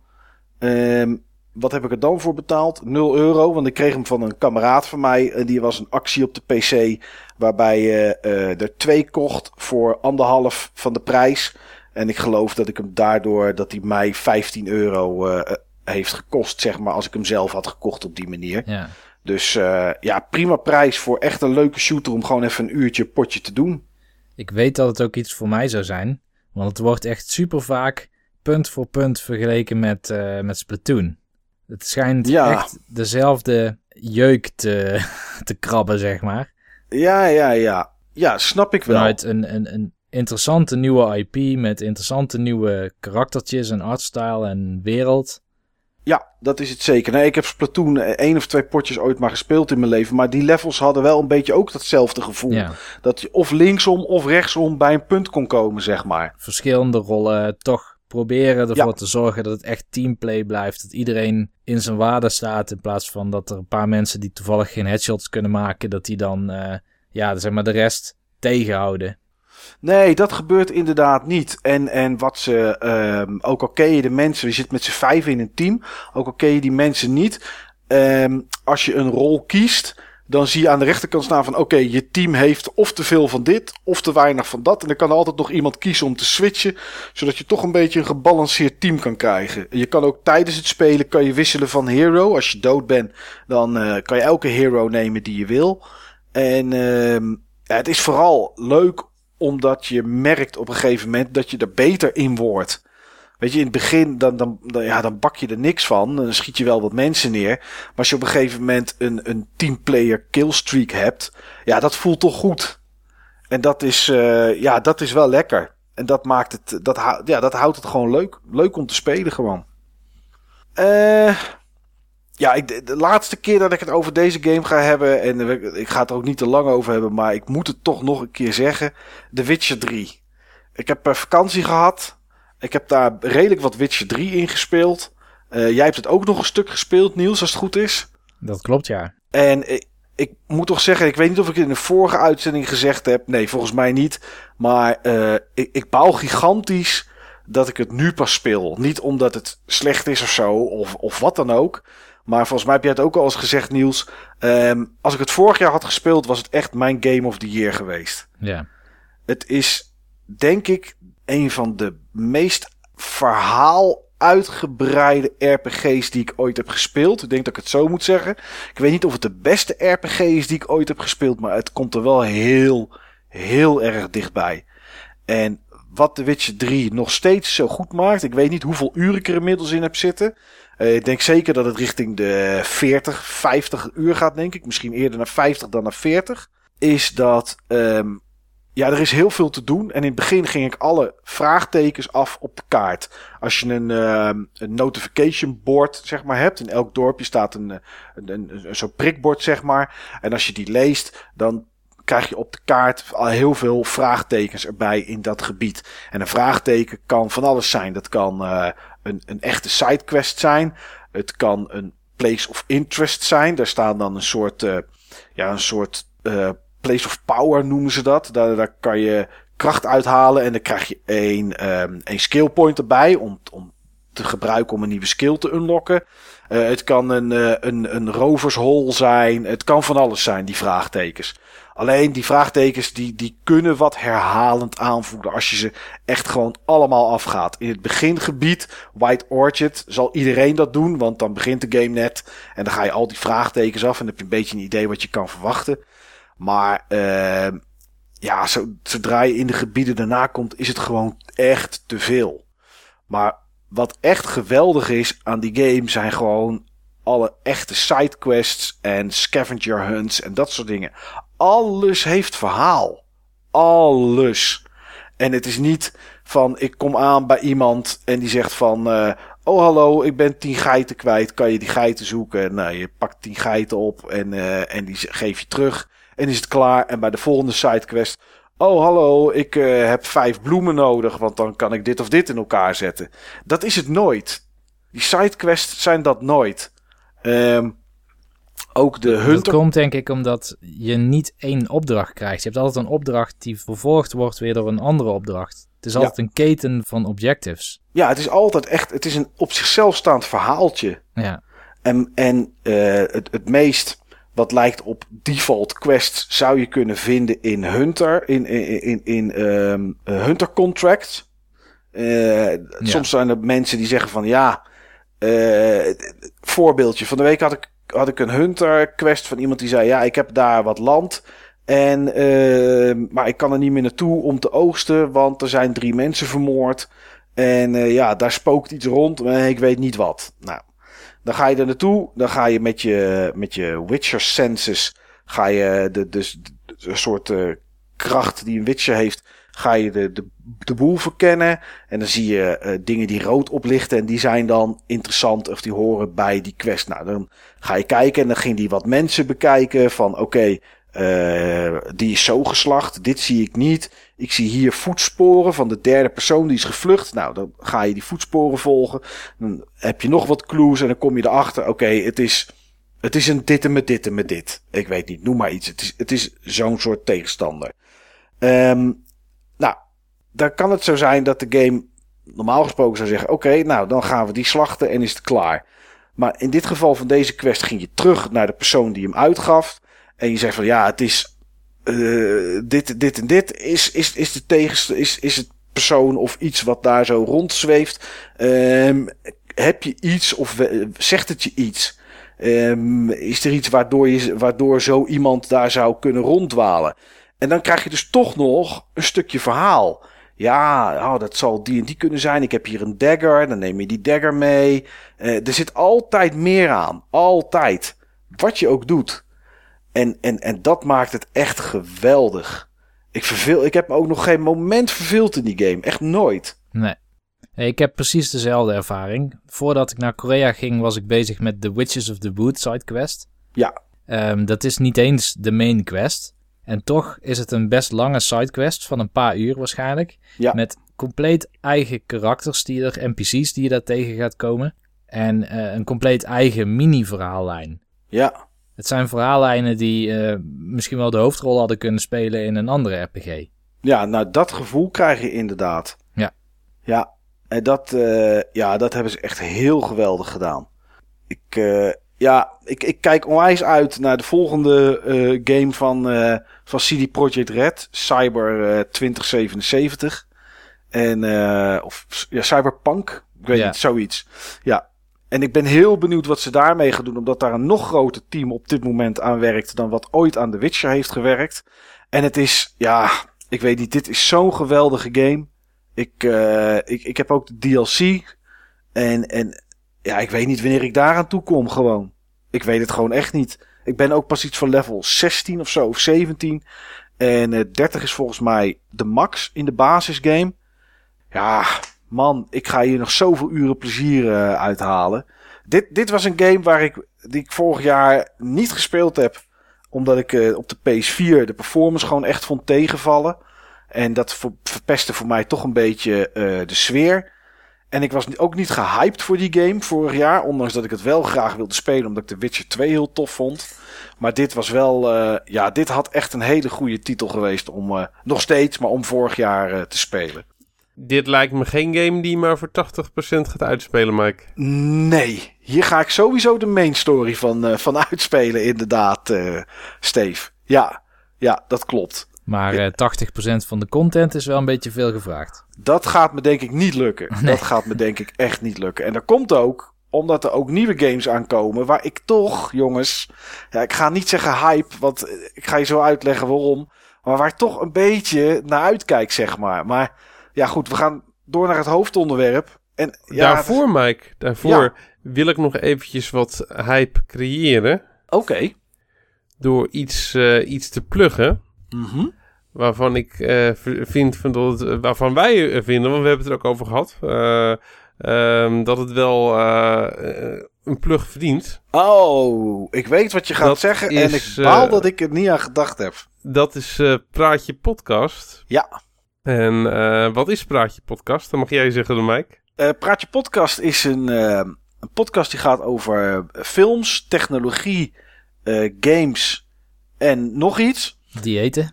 Um, wat heb ik er dan voor betaald? nul euro, want ik kreeg hem van een kameraad van mij. En die was een actie op de P C, waarbij je uh, er twee kocht voor anderhalf van de prijs. En ik geloof dat ik hem daardoor, dat hij mij vijftien euro uh, heeft gekost, zeg maar, als ik hem zelf had gekocht op die manier. Ja. Dus uh, ja, prima prijs voor echt een leuke shooter om gewoon even een uurtje potje te doen. Ik weet dat het ook iets voor mij zou zijn, want het wordt echt super vaak punt voor punt vergeleken met, uh, met Splatoon. Het schijnt ja. echt dezelfde jeuk te, te krabben, zeg maar. Ja, ja, ja. Ja, snap ik wel. Vanuit een, een, een interessante nieuwe I P met interessante nieuwe karaktertjes en artstyle en wereld. Ja, dat is het zeker. Nee, ik heb Splatoon één of twee potjes ooit maar gespeeld in mijn leven. Maar die levels hadden wel een beetje ook datzelfde gevoel. Ja. Dat je of linksom of rechtsom bij een punt kon komen, zeg maar. Verschillende rollen, toch proberen ervoor ja. te zorgen dat het echt teamplay blijft. Dat iedereen in zijn waarde staat. In plaats van dat er een paar mensen die toevallig geen headshots kunnen maken, dat die dan uh, ja, zeg maar de rest tegenhouden. Nee, dat gebeurt inderdaad niet. En, en wat ze, um, ook al ken je de mensen, je zit met z'n vijf in een team, ook al ken je die mensen niet, um, als je een rol kiest, dan zie je aan de rechterkant staan van, oké, okay, je team heeft of te veel van dit, of te weinig van dat. En dan kan er altijd nog iemand kiezen om te switchen, zodat je toch een beetje een gebalanceerd team kan krijgen. Je kan ook tijdens het spelen, kan je wisselen van hero. Als je dood bent, dan uh, kan je elke hero nemen die je wil. En um, ja, het is vooral leuk omdat je merkt op een gegeven moment dat je er beter in wordt. Weet je, in het begin dan, dan, dan, ja, dan bak je er niks van. Dan schiet je wel wat mensen neer. Maar als je op een gegeven moment een, een teamplayer killstreak hebt, ja, dat voelt toch goed. En dat is, uh, ja, dat is wel lekker. En dat maakt het, dat, ja, dat houdt het gewoon leuk. Leuk om te spelen gewoon. Eh... Uh, Ja, ik, de laatste keer dat ik het over deze game ga hebben, en ik ga het er ook niet te lang over hebben, maar ik moet het toch nog een keer zeggen. The Witcher drie. Ik heb vakantie gehad. Ik heb daar redelijk wat Witcher drie in gespeeld. Uh, jij hebt het ook nog een stuk gespeeld, Niels, als het goed is. Dat klopt, ja. En ik, ik moet toch zeggen, ik weet niet of ik het in de vorige uitzending gezegd heb. Nee, volgens mij niet. Maar uh, ik, ik baal gigantisch dat ik het nu pas speel. Niet omdat het slecht is of zo, of, of wat dan ook. Maar volgens mij heb jij het ook al eens gezegd, Niels. Um, als ik het vorig jaar had gespeeld, was het echt mijn Game of the Year geweest. Ja. Het is, denk ik, een van de meest verhaal uitgebreide R P G's die ik ooit heb gespeeld. Ik denk dat ik het zo moet zeggen. Ik weet niet of het de beste R P G is die ik ooit heb gespeeld, maar het komt er wel heel, heel erg dichtbij. En wat The Witcher drie nog steeds zo goed maakt, ik weet niet hoeveel uur ik er inmiddels in heb zitten. Uh, ik denk zeker dat het richting de veertig, vijftig uur gaat, denk ik. Misschien eerder naar vijftig dan naar veertig. Is dat, um, ja, er is heel veel te doen. En in het begin ging ik alle vraagtekens af op de kaart. Als je een, uh, een notification board, zeg maar, hebt. In elk dorpje staat een, een, een, een zo'n prikbord, zeg maar. En als je die leest, dan krijg je op de kaart al heel veel vraagtekens erbij in dat gebied. En een vraagteken kan van alles zijn. Dat kan uh, een, een echte sidequest zijn. Het kan een place of interest zijn. Daar staan dan een soort, uh, ja, een soort uh, place of power noemen ze dat. Daar, daar kan je kracht uithalen en dan krijg je een, um, een skill point erbij om, om te gebruiken om een nieuwe skill te unlocken. Uh, het kan een, uh, een, een rovershol zijn. Het kan van alles zijn, die vraagtekens. Alleen die vraagtekens die, die kunnen wat herhalend aanvoelen als je ze echt gewoon allemaal afgaat. In het begingebied, White Orchard, zal iedereen dat doen, want dan begint de game net. En dan ga je al die vraagtekens af en dan heb je een beetje een idee wat je kan verwachten. Maar uh, ja, zo, zodra je in de gebieden daarna komt, is het gewoon echt te veel. Maar wat echt geweldig is aan die game zijn gewoon alle echte sidequests en scavenger hunts en dat soort dingen. Alles heeft verhaal. Alles. En het is niet van, ik kom aan bij iemand en die zegt van, uh, oh hallo, ik ben tien geiten kwijt. Kan je die geiten zoeken? Nou, je pakt tien geiten op en, uh, en die geef je terug. En is het klaar. En bij de volgende sidequest, oh hallo, ik uh, heb vijf bloemen nodig, want dan kan ik dit of dit in elkaar zetten. Dat is het nooit. Die sidequests zijn dat nooit. Um, Ook de hunter... Dat komt denk ik omdat je niet één opdracht krijgt. Je hebt altijd een opdracht die vervolgd wordt weer door een andere opdracht. Het is altijd ja. een keten van objectives. Ja, het is altijd echt... Het is een op zichzelf staand verhaaltje. Ja. En, en uh, het, het meest wat lijkt op default quests zou je kunnen vinden in Hunter. In, in, in, in um, Hunter Contracts. Uh, ja. Soms zijn er mensen die zeggen van ja... Uh, voorbeeldje. Van de week had ik had ik een hunter quest van iemand die zei, ja, ik heb daar wat land en uh, maar ik kan er niet meer naartoe om te oogsten, want er zijn drie mensen vermoord en uh, ja, daar spookt iets rond, maar ik weet niet wat. Nou, dan ga je er naartoe, dan ga je met je met je Witcher senses ga je de dus de, de, de soort uh, kracht die een Witcher heeft, ga je de, de, de boel verkennen. En dan zie je uh, dingen die rood oplichten. En die zijn dan interessant of die horen bij die quest. Nou, dan ga je kijken en dan ging die wat mensen bekijken. Van oké, okay, uh, die is zo geslacht. Dit zie ik niet. Ik zie hier voetsporen van de derde persoon die is gevlucht. Nou, dan ga je die voetsporen volgen. Dan heb je nog wat clues en dan kom je erachter. Oké, okay, het is... Het is een dit en met dit en met dit. Ik weet niet, noem maar iets. Het is, het is zo'n soort tegenstander. Um, nou, dan kan het zo zijn dat de game normaal gesproken zou zeggen... Oké, okay, nou, dan gaan we die slachten en is het klaar. Maar in dit geval van deze quest ging je terug naar de persoon die hem uitgaf. En je zegt van ja, het is uh, dit, dit en dit. Is, is, is de tegenst- is, is het persoon of iets wat daar zo rondzweeft? Um, heb je iets of uh, zegt het je iets? Um, is er iets waardoor, je, waardoor zo iemand daar zou kunnen ronddwalen? En dan krijg je dus toch nog een stukje verhaal. Ja, oh, dat zal die en die kunnen zijn. Ik heb hier een dagger, dan neem je die dagger mee. Uh, er zit altijd meer aan. Altijd. Wat je ook doet. En, en, en dat maakt het echt geweldig. Ik, verveel, ik heb me ook nog geen moment verveeld in die game. Echt nooit. Nee. Ik heb precies dezelfde ervaring. Voordat ik naar Korea ging, was ik bezig met The Witches of the Wood sidequest. Ja. Um, dat is niet eens de main quest. En toch is het een best lange sidequest van een paar uur waarschijnlijk. Ja. Met compleet eigen karakters, die er, N P C's die je daar tegen gaat komen. En uh, een compleet eigen mini-verhaallijn. Ja. Het zijn verhaallijnen die uh, misschien wel de hoofdrol hadden kunnen spelen in een andere R P G. Ja, nou dat gevoel krijg je inderdaad. Ja. Ja, en dat, uh, ja, dat hebben ze echt heel geweldig gedaan. Ik, uh, ja, ik, ik kijk onwijs uit naar de volgende uh, game van, uh, van C D Projekt Red. Cyber uh, twintig zevenenzeventig. En, uh, of ja, Cyberpunk. Ik weet ja. niet, zoiets. Ja. En ik ben heel benieuwd wat ze daarmee gaan doen. Omdat daar een nog groter team op dit moment aan werkt dan wat ooit aan The Witcher heeft gewerkt. En het is, ja, ik weet niet, dit is zo'n geweldige game. Ik, uh, ik, ik heb ook de D L C. En, en ja, ik weet niet wanneer ik daaraan toe kom gewoon. Ik weet het gewoon echt niet. Ik ben ook pas iets van level zestien of zo, of zeventien. En uh, dertig is volgens mij de max in de basisgame. Ja, man, ik ga hier nog zoveel uren plezier uh, uithalen. Dit, dit was een game waar ik, die ik vorig jaar niet gespeeld heb. Omdat ik uh, op de P S vier de performance gewoon echt vond tegenvallen. En dat ver, verpestte voor mij toch een beetje uh, de sfeer. En ik was ook niet gehyped voor die game vorig jaar. Ondanks dat ik het wel graag wilde spelen. Omdat ik The Witcher twee heel tof vond. Maar dit was wel, uh, ja, dit had echt een hele goede titel geweest om, uh, nog steeds, maar om vorig jaar uh, te spelen. Dit lijkt me geen game die maar voor tachtig procent gaat uitspelen, Mike. Nee, hier ga ik sowieso de main story van, uh, van uitspelen, inderdaad, uh, Steve. Ja, ja, dat klopt. Maar uh, tachtig procent van de content is wel een beetje veel gevraagd. Dat gaat me denk ik niet lukken. Nee. Dat gaat me denk ik echt niet lukken. En dat komt ook omdat er ook nieuwe games aankomen waar ik toch, jongens, ja, ik ga niet zeggen hype, want ik ga je zo uitleggen waarom. Maar waar ik toch een beetje naar uitkijk, zeg maar. Maar ja, goed, we gaan door naar het hoofdonderwerp. En, ja, daarvoor, Mike, daarvoor ja. wil ik nog eventjes wat hype creëren. Oké. Okay. Door iets, uh, iets te pluggen. Mm-hmm. Waarvan ik uh, vind, vind dat het, waarvan wij vinden, want we hebben het er ook over gehad, uh, um, dat het wel uh, een plug verdient. Oh, ik weet wat je gaat dat zeggen is, en ik baal uh, dat ik er niet aan gedacht heb. Dat is uh, Praatje Podcast. Ja. En uh, wat is Praatje Podcast? Dan mag jij zeggen, Mike. Uh, Praatje Podcast is een, uh, een podcast die gaat over films, technologie, uh, games en nog iets. Diëten?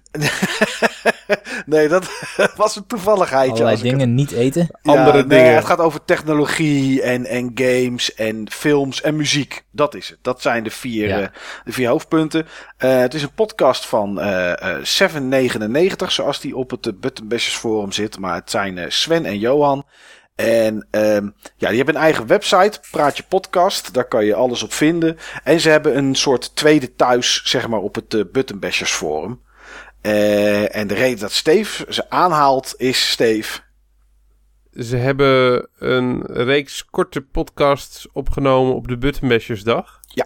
Nee, dat was een toevalligheidje. Allerlei dingen het... niet eten? Ja, andere nee, dingen. Het gaat over technologie en, en games en films en muziek. Dat is het. Dat zijn de vier, ja. uh, de vier hoofdpunten. Uh, het is een podcast van uh, uh, zeven negenennegentig, zoals die op het uh, Buttonbashers forum zit. Maar het zijn uh, Sven en Johan. En um, ja, die hebben een eigen website, Praatje Podcast. Daar kan je alles op vinden. En ze hebben een soort tweede thuis, zeg maar, op het uh, Buttonbashers forum. Uh, en de reden dat Steve ze aanhaalt is, Steve... Ze hebben een reeks korte podcasts opgenomen op de Buttonbashers dag. Ja.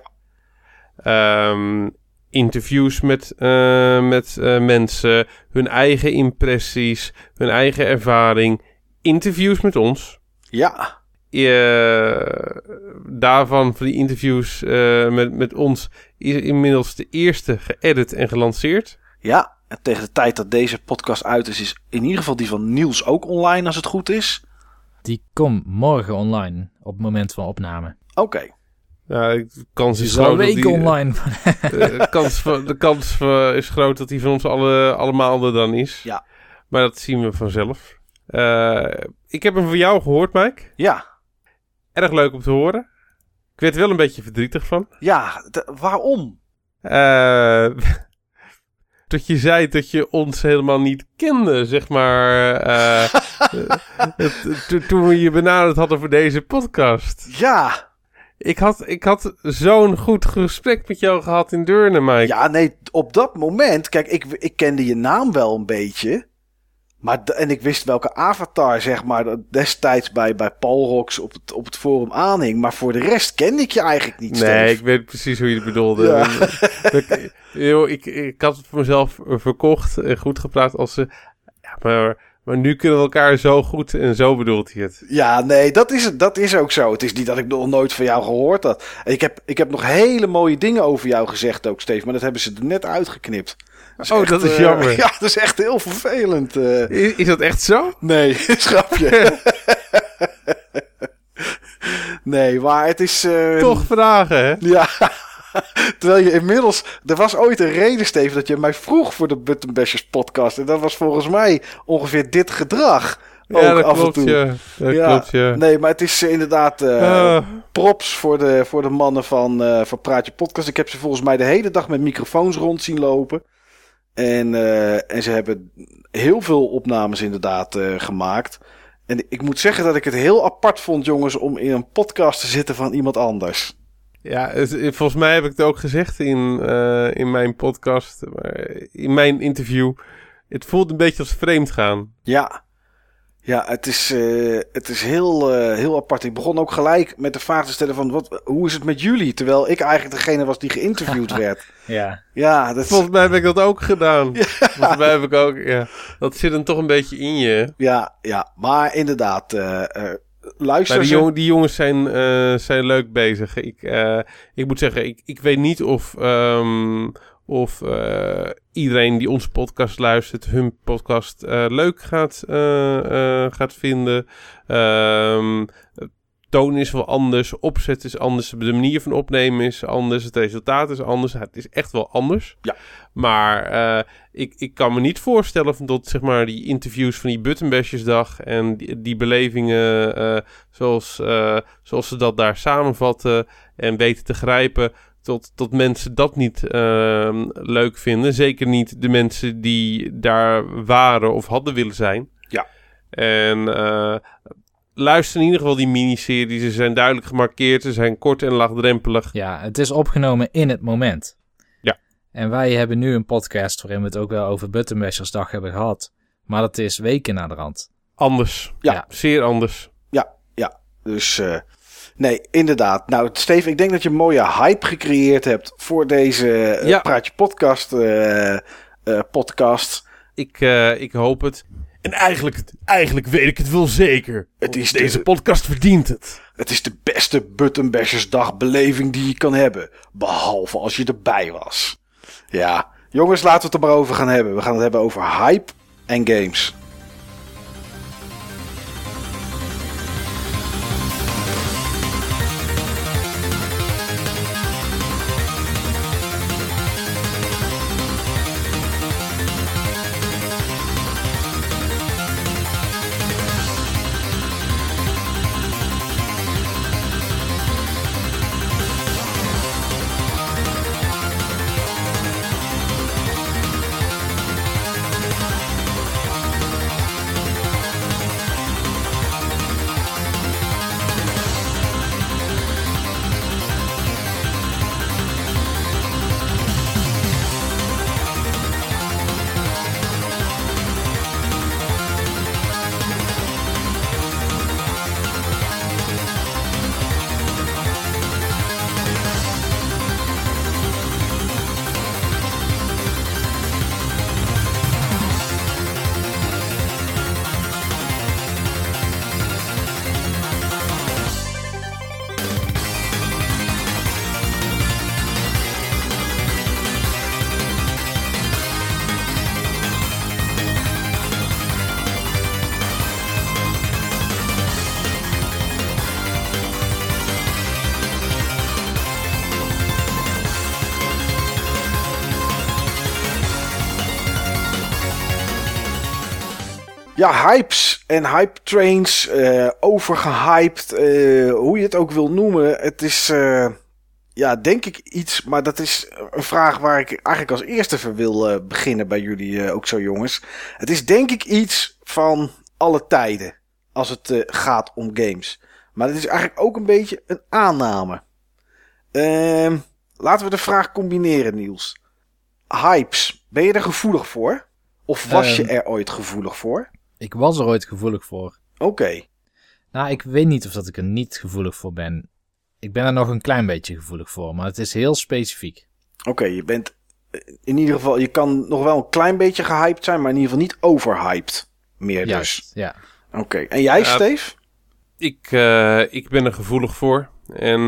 Um, interviews met, uh, met uh, mensen, hun eigen impressies, hun eigen ervaring... Interviews met ons. Ja. Uh, daarvan, van die interviews uh, met, met ons, is inmiddels de eerste geëdit en gelanceerd. Ja, en tegen de tijd dat deze podcast uit is, is in ieder geval die van Niels ook online als het goed is. Die komt morgen online op het moment van opname. Oké. Okay. Ja, de kans is, is groot al dat die, online. de kans, de kans is groot dat die van ons alle, allemaal er dan is. Ja. Maar dat zien we vanzelf. Uh, ik heb hem van jou gehoord, Mike. Ja. Erg leuk om te horen. Ik werd er wel een beetje verdrietig van. Ja, d- waarom? Uh, dat je zei dat je ons helemaal niet kende, zeg maar. Uh, t- t- toen we je benaderd hadden voor deze podcast. Ja. Ik had, ik had zo'n goed gesprek met jou gehad in Deurne, Mike. Ja, nee, op dat moment... Kijk, ik, ik kende je naam wel een beetje... Maar d- en ik wist welke avatar, zeg maar, destijds bij, bij Palrox op het, op het forum aanhing. Maar voor de rest kende ik je eigenlijk niet, Steve. Nee, ik weet precies hoe je het bedoelde. Ja. ik, joh, ik, ik had het voor mezelf verkocht en goed gepraat als ze... Ja, maar, maar nu kunnen we elkaar zo goed en zo bedoelt hij het. Ja, nee, dat is, dat is ook zo. Het is niet dat ik nog nooit van jou gehoord had. Ik heb, ik heb nog hele mooie dingen over jou gezegd ook, Steve. Maar dat hebben ze er net uitgeknipt. Dat oh, echt, dat is uh, jammer. Ja, dat is echt heel vervelend. Uh. Is, is dat echt zo? Nee, schrapje. Nee, maar het is... Uh, Toch vragen, hè? Ja. Terwijl je inmiddels... Er was ooit een reden, Steven, dat je mij vroeg voor de Button Bashers podcast. En dat was volgens mij ongeveer dit gedrag. Ja, ook dat af klopt, en toe. ja. Dat ja. klopt, ja. Nee, maar het is uh, inderdaad uh, uh. props voor de, voor de mannen van, uh, van Praatje Podcast. Ik heb ze volgens mij de hele dag met microfoons rond zien lopen. En, uh, en ze hebben heel veel opnames inderdaad uh, gemaakt. En ik moet zeggen dat ik het heel apart vond, jongens, om in een podcast te zitten van iemand anders. Ja, het, volgens mij heb ik het ook gezegd in, uh, in mijn podcast, in mijn interview. Het voelt een beetje als vreemd gaan. Ja, ja het, is, uh, het is heel, uh, heel apart. Ik begon ook gelijk met de vraag te stellen van, wat, hoe is het met jullie? Terwijl ik eigenlijk degene was die geïnterviewd werd. Ja, ja dat... Volgens mij heb ik dat ook gedaan. Ja. Volgens mij heb ik ook, ja. Dat zit dan toch een beetje in je. Ja, ja, maar inderdaad... Uh, uh, Luister, maar die, jong, die jongens zijn, uh, zijn leuk bezig. Ik, uh, ik moet zeggen, ik, ik weet niet of, um, of uh, iedereen die onze podcast luistert, hun podcast uh, leuk gaat, uh, uh, gaat vinden. Um, toon is wel anders, opzet is anders, de manier van opnemen is anders, het resultaat is anders. Het is echt wel anders. Ja. Maar uh, ik, ik kan me niet voorstellen van dat, zeg maar, die interviews van die Button Bashersdag en die, die belevingen uh, zoals, uh, zoals ze dat daar samenvatten en weten te grijpen, tot, tot mensen dat niet uh, leuk vinden. Zeker niet de mensen die daar waren of hadden willen zijn. Ja. En uh, luister in ieder geval die miniseries. Ze zijn duidelijk gemarkeerd. Ze zijn kort en laagdrempelig. Ja, het is opgenomen in het moment. Ja. En wij hebben nu een podcast waarin we het ook wel over Button Bashersdag hebben gehad. Maar dat is weken na de rand. Anders. Ja. ja. Zeer anders. Ja, ja. Dus uh, nee, inderdaad. Nou, Steven, ik denk dat je een mooie hype gecreëerd hebt voor deze uh, ja. Praatje Podcast uh, uh, podcast. Ik, uh, ik hoop het. En eigenlijk, eigenlijk weet ik het wel zeker. Het is deze de, podcast verdient het. Het is de beste Button Bashersdag beleving die je kan hebben. Behalve als je erbij was. Ja, jongens, laten we het er maar over gaan hebben. We gaan het hebben over hype en games. Ja, hypes en hype trains, uh, overgehyped, uh, hoe je het ook wil noemen. Het is, uh, ja, denk ik iets, maar dat is een vraag waar ik eigenlijk als eerste voor wil uh, beginnen bij jullie uh, ook zo, jongens. Het is denk ik iets van alle tijden als het uh, gaat om games. Maar het is eigenlijk ook een beetje een aanname. Uh, laten we de vraag combineren, Niels. Hypes, ben je er gevoelig voor? Of was um... je er ooit gevoelig voor? Ik was er ooit gevoelig voor. Oké. Okay. Nou, ik weet niet of dat ik er niet gevoelig voor ben. Ik ben er nog een klein beetje gevoelig voor, maar het is heel specifiek. Oké, okay, je bent in ieder geval... Je kan nog wel een klein beetje gehyped zijn, maar in ieder geval niet overhyped meer dus. Juist, ja. Oké, okay. En jij, uh, Steve? Ik, uh, ik ben er gevoelig voor. En,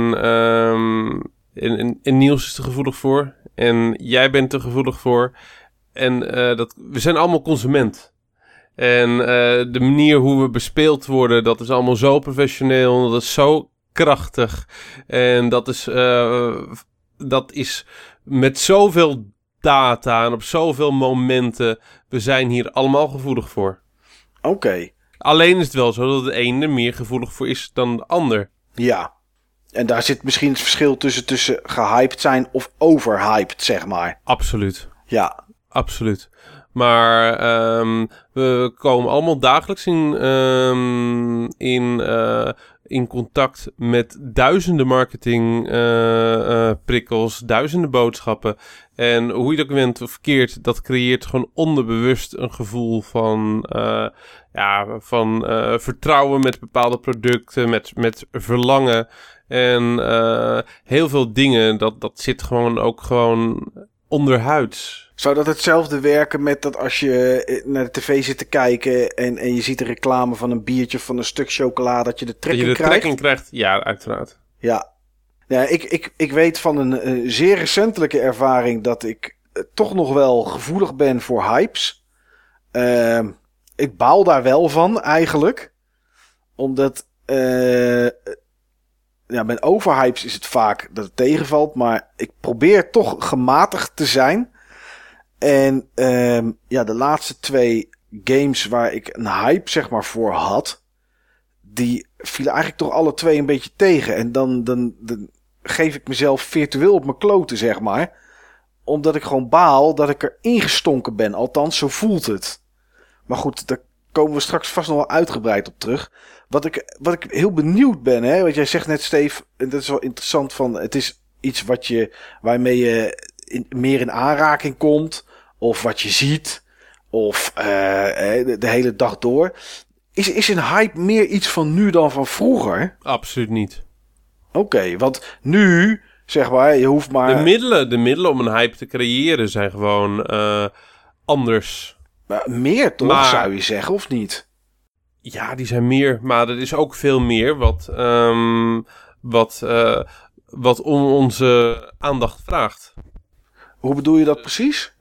um, en, en, en Niels is er gevoelig voor. En jij bent er gevoelig voor. En uh, dat, we zijn allemaal consument. En uh, de manier hoe we bespeeld worden, dat is allemaal zo professioneel. Dat is zo krachtig. En dat is, uh, dat is met zoveel data en op zoveel momenten. We zijn hier allemaal gevoelig voor. Oké. Okay. Alleen is het wel zo dat de ene er meer gevoelig voor is dan de ander. Ja. En daar zit misschien het verschil tussen, tussen gehyped zijn of overhyped, zeg maar. Absoluut. Ja. Absoluut. Maar um, we komen allemaal dagelijks in, um, in, uh, in contact met duizenden marketing uh, uh, prikkels, duizenden boodschappen. En hoe je het ook bent of verkeerd, dat creëert gewoon onderbewust een gevoel van, uh, ja, van uh, vertrouwen met bepaalde producten, met, met verlangen. En uh, heel veel dingen, dat, dat zit gewoon ook gewoon onderhuids. Zou dat hetzelfde werken met dat als je naar de tv zit te kijken en, en je ziet de reclame van een biertje of van een stuk chocola, dat je de trekking krijgt? Dat je de trekking krijgt, ja, uiteraard. Ja, ja ik, ik, ik weet van een, een zeer recentelijke ervaring dat ik uh, toch nog wel gevoelig ben voor hypes. Uh, ik baal daar wel van eigenlijk. Omdat uh, ja, met overhypes is het vaak dat het tegenvalt, maar ik probeer toch gematigd te zijn. En um, ja, de laatste twee games waar ik een hype zeg maar voor had, die vielen eigenlijk toch alle twee een beetje tegen. En dan, dan, dan geef ik mezelf virtueel op mijn kloten, zeg maar. Omdat ik gewoon baal dat ik er ingestonken ben. Althans, zo voelt het. Maar goed, daar komen we straks vast nog wel uitgebreid op terug. Wat ik, wat ik heel benieuwd ben, hè, want jij zegt net, Steve, en dat is wel interessant, van het is iets wat je, waarmee je in, meer in aanraking komt. Of wat je ziet. Of uh, de, de hele dag door. Is, is een hype meer iets van nu dan van vroeger? Absoluut niet. Oké, okay, want nu, zeg maar, je hoeft maar... De middelen, de middelen om een hype te creëren zijn gewoon uh, anders. Maar meer toch, maar, zou je zeggen, of niet? Ja, die zijn meer. Maar er is ook veel meer wat, um, wat, uh, wat om onze aandacht vraagt. Hoe bedoel je dat precies?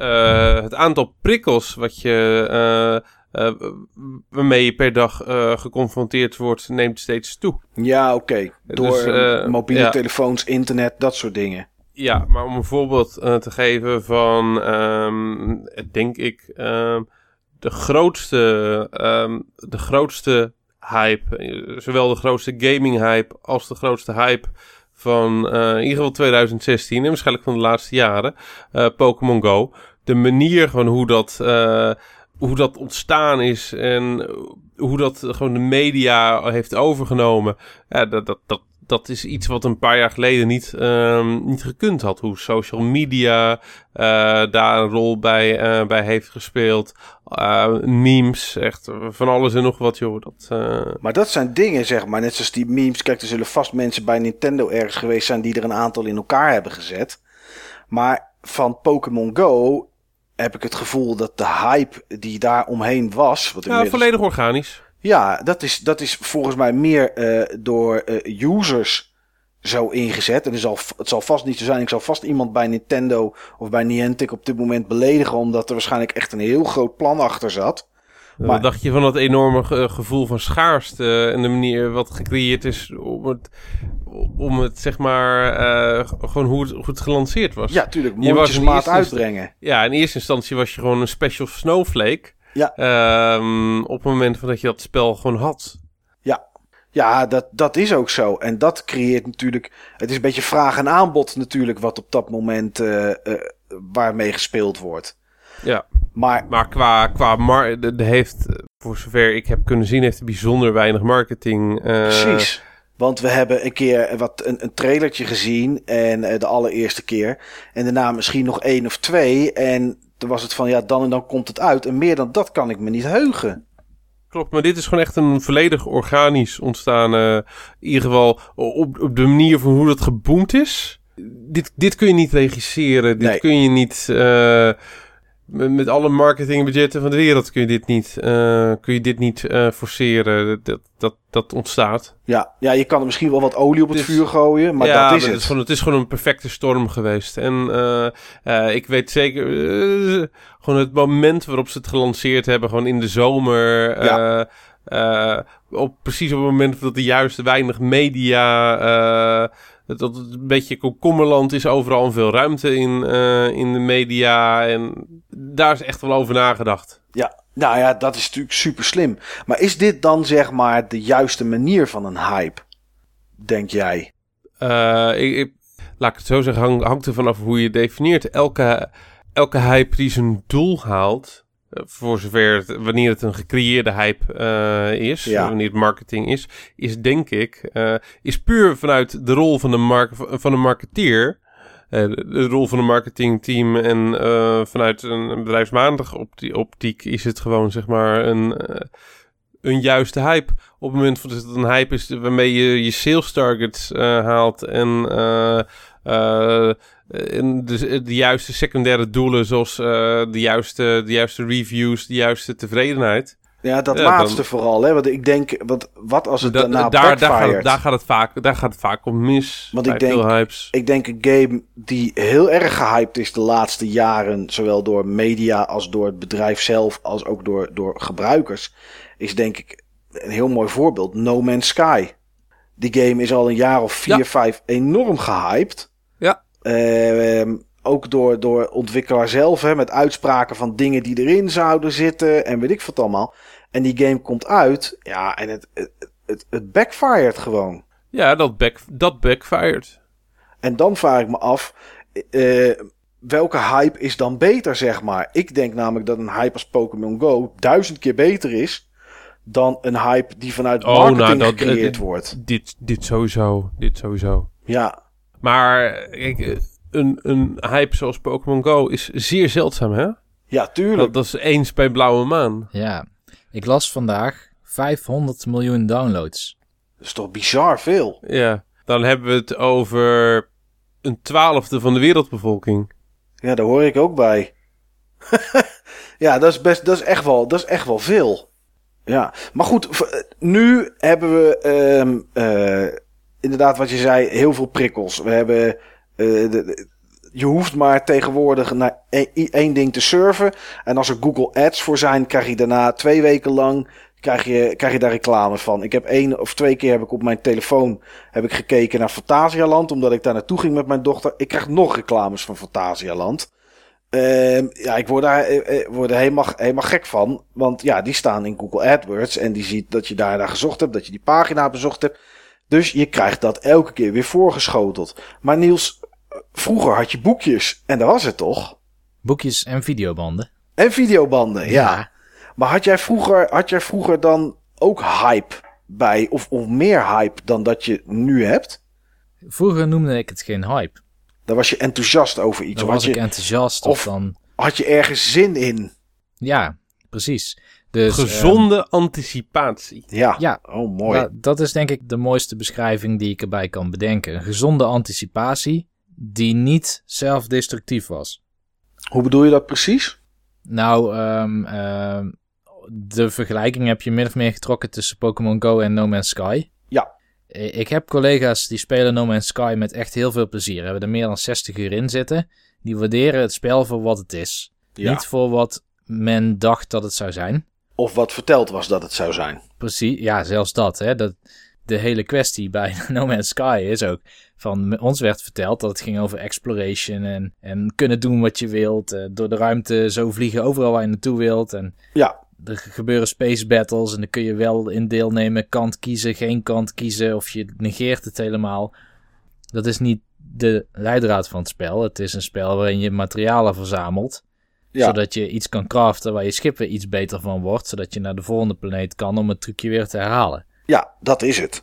Uh, het aantal prikkels wat je, uh, uh, waarmee je per dag uh, geconfronteerd wordt, neemt steeds toe. Ja, oké. Okay. Door dus, uh, mobiele ja. telefoons, internet, dat soort dingen. Ja, maar om een voorbeeld uh, te geven van, um, denk ik, um, de grootste, um, de grootste hype, zowel de grootste gaming hype als de grootste hype van uh, in ieder geval twintig zestien en waarschijnlijk van de laatste jaren, uh, Pokémon Go. De manier gewoon hoe dat, uh, hoe dat ontstaan is en hoe dat gewoon de media heeft overgenomen. Ja, dat, dat, dat, dat is iets wat een paar jaar geleden niet, um, niet gekund had. Hoe social media uh, daar een rol bij, uh, bij heeft gespeeld. Uh, memes, echt van alles en nog wat, joh. Dat, uh... Maar dat zijn dingen, zeg maar, net zoals die memes. Kijk, er zullen vast mensen bij Nintendo ergens geweest zijn die er een aantal in elkaar hebben gezet. Maar van Pokémon Go heb ik het gevoel dat de hype die daar omheen was... Wat ja, inmiddels... volledig organisch. Ja, dat is, dat is volgens mij meer uh, door uh, users zo ingezet. En het zal, het zal vast niet zo zijn. Ik zal vast iemand bij Nintendo of bij Niantic op dit moment beledigen, omdat er waarschijnlijk echt een heel groot plan achter zat. Maar... Wat dacht je van dat enorme ge- gevoel van schaarste en de manier wat gecreëerd is om het, om het zeg maar, uh, gewoon hoe het, hoe het gelanceerd was? Ja, tuurlijk. Mondjesmaat uitbrengen. Ja, in eerste instantie was je gewoon een special snowflake. Ja. Um, op het moment dat je dat spel gewoon had. Ja, ja dat, dat is ook zo. En dat creëert natuurlijk... Het is een beetje vraag en aanbod natuurlijk wat op dat moment uh, uh, waarmee gespeeld wordt. Ja, maar, maar qua... qua mar- de, de heeft, voor zover ik heb kunnen zien, heeft bijzonder weinig marketing. Uh... Precies. Want we hebben een keer wat een, een trailertje gezien. En uh, de allereerste keer. En daarna misschien nog één of twee. En toen was het van, ja, dan en dan komt het uit. En meer dan dat kan ik me niet heugen. Klopt, maar dit is gewoon echt een volledig organisch ontstaan. Uh, in ieder geval op, op de manier van hoe dat geboomd is. Dit, dit kun je niet regisseren. Dit nee. kun je niet... Uh, met, met alle marketingbudgetten van de wereld kun je dit niet, uh, kun je dit niet uh, forceren. Dat, dat, dat ontstaat. Ja, ja, je kan er misschien wel wat olie op het, het is, vuur gooien, maar ja, dat is maar het. Het is, gewoon, het is gewoon een perfecte storm geweest. En uh, uh, ik weet zeker... Uh, gewoon het moment waarop ze het gelanceerd hebben, gewoon in de zomer. Ja. Uh, uh, op, precies op het moment dat er juist weinig media... Uh, dat het een beetje komkommerland is, overal en veel ruimte in, uh, in de media. En daar is echt wel over nagedacht. Ja, nou ja, dat is natuurlijk super slim. Maar is dit dan zeg maar de juiste manier van een hype? Denk jij? Uh, ik, ik, laat ik het zo zeggen, hang, hangt er vanaf hoe je het definieert. Elke, elke hype die zijn doel haalt, uh, voor zover het, wanneer het een gecreëerde hype uh, is, ja. wanneer het marketing is, is denk ik, uh, is puur vanuit de rol van de, mar- van een marketeer, uh, de, de rol van een marketingteam en uh, vanuit een, een bedrijfsmatig optie- optiek is het gewoon zeg maar een... Uh, een juiste hype. Op het moment dat het een hype is waarmee je je sales targets uh, haalt en, uh, uh, en de, de juiste secundaire doelen zoals uh, de, juiste, de juiste reviews, de juiste tevredenheid. Ja, dat ja, laatste dan, vooral. Hè? Want ik denk, wat, wat als het da, daarna daar, backfired? Daar gaat het, daar, gaat het vaak, daar gaat het vaak om mis. Want bij ik denk, veel hypes. ik denk een game die heel erg gehyped is de laatste jaren, zowel door media als door het bedrijf zelf, als ook door, door gebruikers, is denk ik een heel mooi voorbeeld. No Man's Sky. Die game is al een jaar of vier, ja. vijf enorm gehyped. Ja. Uh, ook door, door ontwikkelaar zelf, hè, met uitspraken van dingen die erin zouden zitten en weet ik wat allemaal. En die game komt uit, ja, en het, het, het, het backfired gewoon. Ja, dat, back, dat backfired. En dan vraag ik me af, uh, welke hype is dan beter, zeg maar? Ik denk namelijk dat een hype als Pokémon Go duizend keer beter is dan een hype die vanuit marketing oh, nou, dat, gecreëerd uh, dit, wordt. Dit, dit sowieso, dit sowieso. Ja. Maar kijk, een, een hype zoals Pokémon Go is zeer zeldzaam, hè? Ja, tuurlijk. Dat, dat is eens bij blauwe maan. Ja, ik las vandaag vijfhonderd miljoen downloads. Dat is toch bizar veel? Ja, dan hebben we het over een twaalfde van de wereldbevolking. Ja, daar hoor ik ook bij. Ja, dat is best, dat is echt wel, dat is echt wel veel. Ja, maar goed, nu hebben we um, uh, inderdaad wat je zei, heel veel prikkels. We hebben, uh, de, de, je hoeft maar tegenwoordig naar één ding te surfen. En als er Google Ads voor zijn, krijg je daarna twee weken lang, krijg je, krijg je daar reclame van. Ik heb één of twee keer heb ik op mijn telefoon heb ik gekeken naar Fantasialand, omdat ik daar naartoe ging met mijn dochter. Ik krijg nog reclames van Fantasialand. Uh, ja, ik word daar uh, word er helemaal, helemaal gek van. Want ja, die staan in Google AdWords. En die ziet dat je daar naar gezocht hebt. Dat je die pagina bezocht hebt. Dus je krijgt dat elke keer weer voorgeschoteld. Maar Niels, vroeger had je boekjes. En dat was het toch? Boekjes en videobanden. En videobanden, ja. ja. Maar had jij vroeger, had jij vroeger dan ook hype bij? Of, of meer hype dan dat je nu hebt? Vroeger noemde ik het geen hype. Dan was je enthousiast over iets. Dan was je, ik enthousiast. Of, of dan... had je ergens zin in? Ja, precies. Dus, gezonde um, anticipatie. Ja, ja oh mooi. Da- dat is denk ik de mooiste beschrijving die ik erbij kan bedenken. Een gezonde anticipatie die niet zelfdestructief was. Hoe bedoel je dat precies? Nou, um, um, de vergelijking heb je min of meer getrokken tussen Pokémon Go en No Man's Sky. Ja. Ik heb collega's die spelen No Man's Sky met echt heel veel plezier. Hebben er meer dan zestig uur in zitten. Die waarderen het spel voor wat het is. Ja. Niet voor wat men dacht dat het zou zijn. Of wat verteld was dat het zou zijn. Precies, ja, zelfs dat. Hè. dat de hele kwestie bij No Man's Sky is ook... Van ons werd verteld dat het ging over exploration en, en kunnen doen wat je wilt. Uh, door de ruimte zo vliegen overal waar je naartoe wilt. En ja. Er gebeuren space battles en dan kun je wel in deelnemen. Kant kiezen, geen kant kiezen of je negeert het helemaal. Dat is niet de leidraad van het spel. Het is een spel waarin je materialen verzamelt. Ja. Zodat je iets kan craften waar je schip weer iets beter van wordt. Zodat je naar de volgende planeet kan om het trucje weer te herhalen. Ja, dat is het.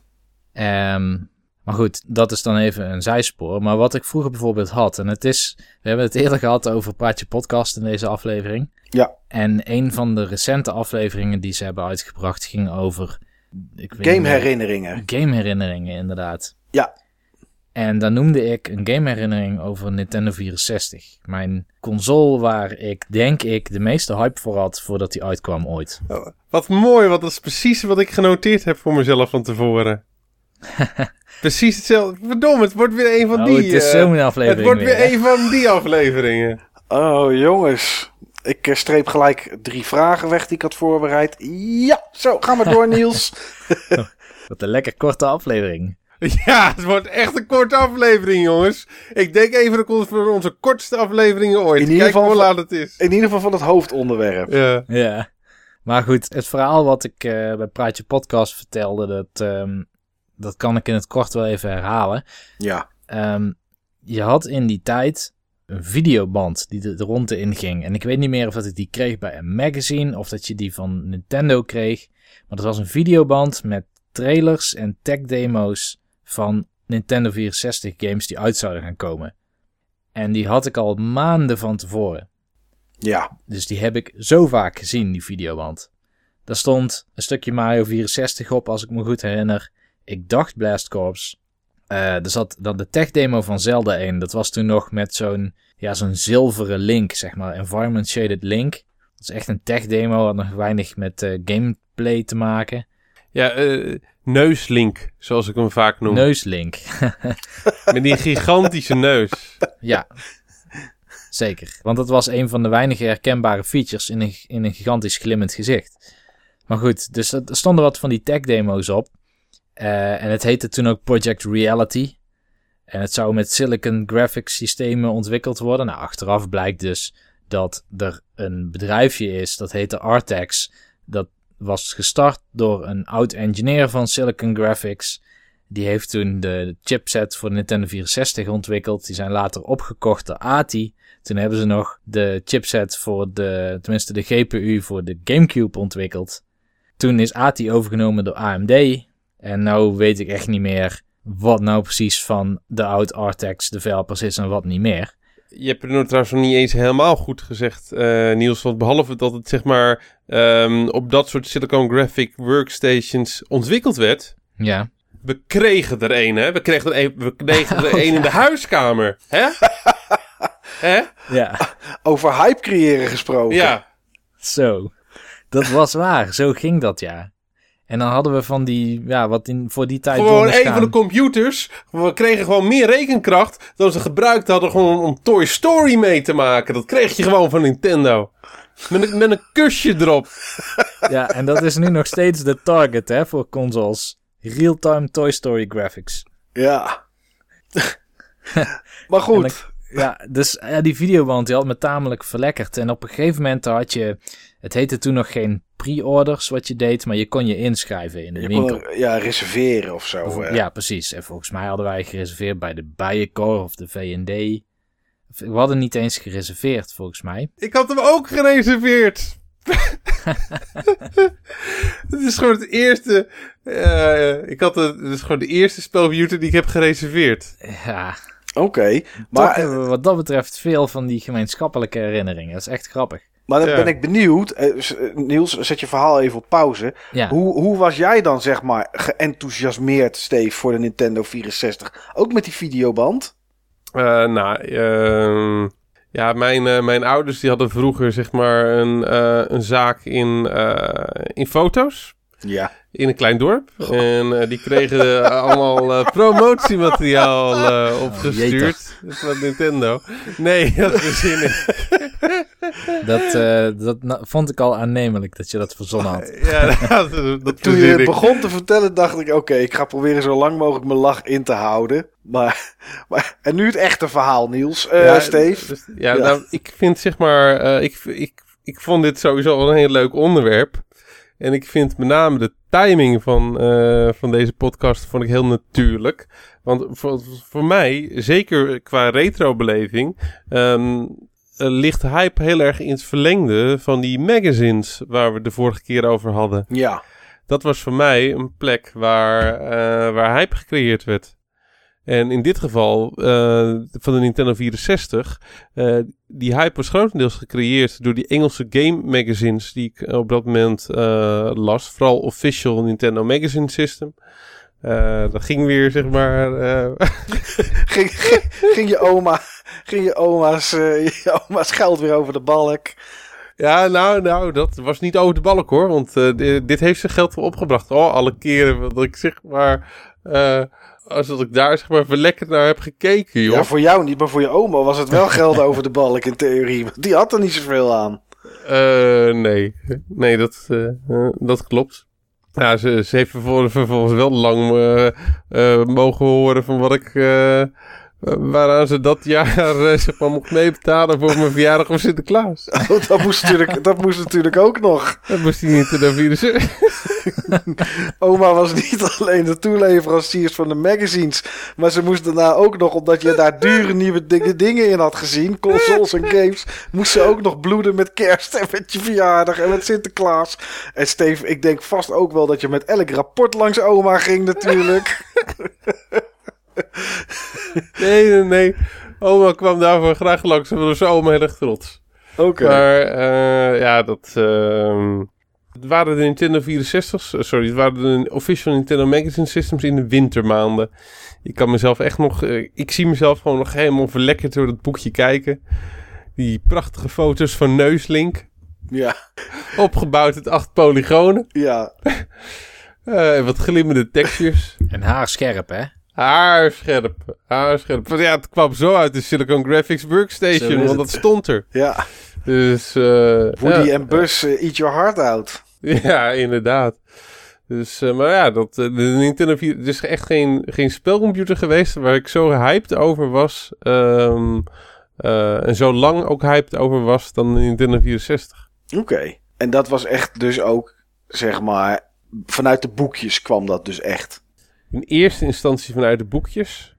Um, maar goed, dat is dan even een zijspoor. Maar wat ik vroeger bijvoorbeeld had, en het is... We hebben het eerder gehad over Praatje Podcast in deze aflevering. Ja. En een van de recente afleveringen die ze hebben uitgebracht ging over... Gameherinneringen. Gameherinneringen, inderdaad. Ja. En dan noemde ik een gameherinnering over Nintendo vierenzestig. Mijn console waar ik, denk ik, de meeste hype voor had voordat die uitkwam ooit. Oh, wat mooi, want dat is precies wat ik genoteerd heb voor mezelf van tevoren. Precies hetzelfde. Verdomme, het wordt weer een van oh, die... het is uh, zo'n aflevering Het wordt weer, weer een van die afleveringen. Oh, jongens. Ik uh, streep gelijk drie vragen weg die ik had voorbereid. Ja, zo, gaan we door, Niels. Wat een lekker korte aflevering. Ja, het wordt echt een korte aflevering, jongens. Ik denk even dat het voor onze kortste afleveringen ooit. In ieder Kijk geval hoe van, laat het is. In ieder geval van het hoofdonderwerp. Ja. Ja. Maar goed, het verhaal wat ik uh, bij Praatje Podcast vertelde, dat, um, dat kan ik in het kort wel even herhalen. Ja. Um, je had in die tijd een videoband die de, de ronde inging. En ik weet niet meer of dat ik die kreeg bij een magazine of dat je die van Nintendo kreeg. Maar dat was een videoband met trailers en tech demo's van Nintendo vierenzestig games die uit zouden gaan komen. En die had ik al maanden van tevoren. Ja. Dus die heb ik zo vaak gezien, die videoband. Daar stond een stukje Mario vierenzestig op, als ik me goed herinner. Ik dacht Blast Corps. Uh, er zat dan de tech demo van Zelda in. Dat was toen nog met zo'n, ja, zo'n zilveren link, zeg maar. Environment Shaded Link. Dat is echt een tech demo, had nog weinig met uh, gameplay te maken. Ja, uh, neuslink, zoals ik hem vaak noem. Neuslink. Met die gigantische neus. Ja, zeker. Want dat was een van de weinige herkenbare features in een, in een gigantisch glimmend gezicht. Maar goed, dus er stonden wat van die tech demo's op. Uh, en het heette toen ook Project Reality. En het zou met Silicon Graphics systemen ontwikkeld worden. Nou, achteraf blijkt dus dat er een bedrijfje is, dat heette Artex. Dat was gestart door een oud-engineer van Silicon Graphics. Die heeft toen de chipset voor de Nintendo vierenzestig ontwikkeld. Die zijn later opgekocht door A T I. Toen hebben ze nog de chipset voor de, tenminste de G P U voor de GameCube ontwikkeld. Toen is A T I overgenomen door A M D. En nou weet ik echt niet meer wat nou precies van de oud Artex developers is en wat niet meer. Je hebt het nu trouwens nog niet eens helemaal goed gezegd, uh, Niels. Want behalve dat het zeg maar um, op dat soort Silicon Graphic workstations ontwikkeld werd. Ja. We kregen er een, hè? We kregen er een, we kregen er een in de huiskamer, hè? Hè? Ja. Over hype creëren gesproken. Ja. Zo. Dat was waar. Zo ging dat, ja. En dan hadden we van die, ja, wat in, voor die tijd... Gewoon een van de computers. We kregen gewoon meer rekenkracht dan ze gebruikt hadden gewoon om Toy Story mee te maken. Dat kreeg je gewoon van Nintendo. Met een, met een kusje erop. Ja, en dat is nu nog steeds de target, hè, voor consoles. Real-time Toy Story graphics. Ja. Maar goed. Dan, ja, dus ja, die videoband die had me tamelijk verlekkerd. En op een gegeven moment had je... Het heette toen nog geen pre-orders wat je deed, maar je kon je inschrijven in de je winkel. Kon, ja, reserveren of zo. Of, ja, precies. En volgens mij hadden wij gereserveerd bij de Bijenkorf of de V en D. We hadden niet eens gereserveerd, volgens mij. Ik had hem ook gereserveerd. Het is gewoon het eerste... Uh, ik had het, het is gewoon de eerste spelcomputer die ik heb gereserveerd. Ja. Oké. Okay, maar Toch hebben we wat dat betreft veel van die gemeenschappelijke herinneringen. Dat is echt grappig. Maar dan ja. ben ik benieuwd. Uh, Niels, zet je verhaal even op pauze. Ja. Hoe, hoe was jij dan, zeg maar, geenthousiasmeerd, Steve, voor de Nintendo vierenzestig? Ook met die videoband? Uh, nou, uh, ja, mijn, uh, mijn ouders die hadden vroeger, zeg maar, een, uh, een zaak in, uh, in foto's. Ja. In een klein dorp. Oh. En uh, die kregen uh, allemaal uh, promotiemateriaal uh, opgestuurd oh, van Nintendo. Nee, dat is zin in. Dat, uh, dat nou, vond ik al aannemelijk dat je dat verzonnen had. Ja, dat, dat Toen je het begon te vertellen dacht ik, oké, okay, ik ga proberen zo lang mogelijk mijn lach in te houden. Maar, maar en nu het echte verhaal, Niels. Uh, ja, Steve. Dus, ja, ja, nou, ik vind zeg maar, uh, ik, ik, ik vond dit sowieso wel een heel leuk onderwerp. En ik vind met name de timing van, uh, van deze podcast vond ik heel natuurlijk. Want voor, voor mij, zeker qua retrobeleving, um, uh, ligt hype heel erg in het verlengde van die magazines waar we de vorige keer over hadden. Ja. Dat was voor mij een plek waar, uh, waar hype gecreëerd werd. En in dit geval uh, van de Nintendo vierenzestig, uh, die hype was grotendeels gecreëerd door die Engelse game magazines die ik op dat moment uh, las. Vooral Official Nintendo Magazine System. Uh, dat ging weer, zeg maar... Uh... ging, ging, ging je oma, ging je oma's, uh, je oma's geld weer over de balk? Ja, nou, nou, dat was niet over de balk hoor. Want uh, dit, dit heeft zijn geld wel opgebracht. Oh, alle keren dat ik zeg maar... Uh, als dat ik daar zeg maar verlekkerd naar heb gekeken, joh. Ja, voor jou niet, maar voor je oma was het wel geld over de balk in theorie. Want die had er niet zoveel aan. Uh, nee, nee dat, uh, uh, dat klopt. Ja, ze, ze heeft vervolgens, vervolgens wel lang uh, uh, mogen horen van wat ik... Uh, waaraan ze dat jaar uh, zeg maar, mocht meebetalen voor mijn verjaardag of Sinterklaas. Oh, dat moest natuurlijk, dat moest natuurlijk ook nog. Dat moest hij niet de virus. Oma was niet alleen de toeleveranciers van de magazines, maar ze moest daarna ook nog, omdat je daar dure nieuwe dingen, dingen in had gezien, consoles en games, moest ze ook nog bloeden met kerst en met je verjaardag en met Sinterklaas. En Steve, ik denk vast ook wel dat je met elk rapport langs oma ging natuurlijk. Nee, nee, nee. Oma kwam daarvoor graag langs. Ze was oma heel erg trots. Oké. Okay. Maar uh, ja, dat... Uh, het waren de Nintendo vierenzestig's. Uh, sorry, het waren de official Nintendo Magazine Systems in de wintermaanden. Ik kan mezelf echt nog... Uh, ik zie mezelf gewoon nog helemaal verlekkerd door dat boekje kijken. Die prachtige foto's van Neuslink. Ja. Opgebouwd uit acht polygonen. Ja. uh, wat glimmende textures. En haarscherp, hè? Haarscherp, haarscherp. Ja, het kwam zo uit de Silicon Graphics Workstation, want dat stond er. Ja. Dus, uh, Woody ja. en Buzz, uh, eat your heart out. Ja, inderdaad. Dus, uh, maar ja, dat, uh, de Nintendo vier... Het is echt geen, geen spelcomputer geweest waar ik zo hyped over was. Um, uh, en zo lang ook hyped over was dan de Nintendo vierenzestig. Oké. Okay. En dat was echt dus ook, zeg maar, vanuit de boekjes kwam dat dus echt. In eerste instantie vanuit de boekjes.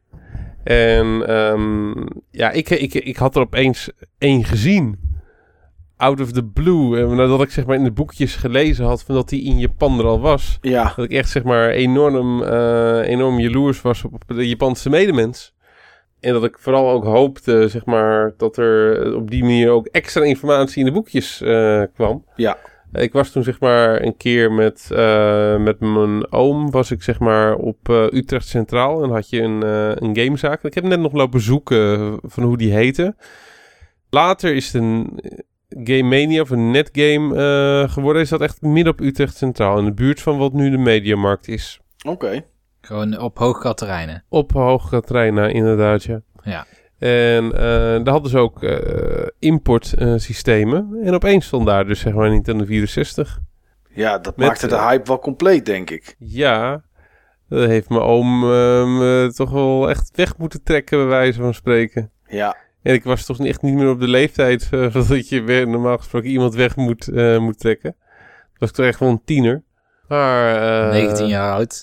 En um, ja, ik, ik, ik had er opeens één gezien. Out of the blue. En nadat ik zeg maar in de boekjes gelezen had van dat hij in Japan er al was. Ja. Dat ik echt zeg maar enorm, uh, enorm jaloers was op, op de Japanse medemens. En dat ik vooral ook hoopte zeg maar dat er op die manier ook extra informatie in de boekjes uh, kwam. Ja. Ik was toen zeg maar een keer met, uh, met mijn oom, was ik zeg maar op uh, Utrecht Centraal en had je een, uh, een gamezaak. Ik heb net nog lopen zoeken van hoe die heette. Later is het een Game Mania of een netgame uh, geworden. Is dat echt midden op Utrecht Centraal in de buurt van wat nu de Mediamarkt is. Oké. Okay. Gewoon op Hoogkaterijnen. Op Hoogkaterijnen, inderdaad, ja. Ja. En uh, daar hadden ze ook uh, importsystemen. Uh, en opeens stond daar dus zeg maar Nintendo vierenzestig. Ja, dat Met, maakte de hype wel compleet, denk ik. Ja, dat heeft mijn oom uh, me toch wel echt weg moeten trekken, bij wijze van spreken. Ja. En ik was toch echt niet meer op de leeftijd uh, dat je weer normaal gesproken iemand weg moet, uh, moet trekken. Dat was toch echt wel een tiener. Maar, uh... negentien jaar oud.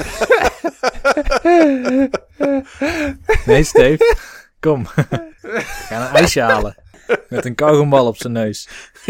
Nee, Steve. Kom. Ga een ijsje halen. Met een kauwgombal op zijn neus.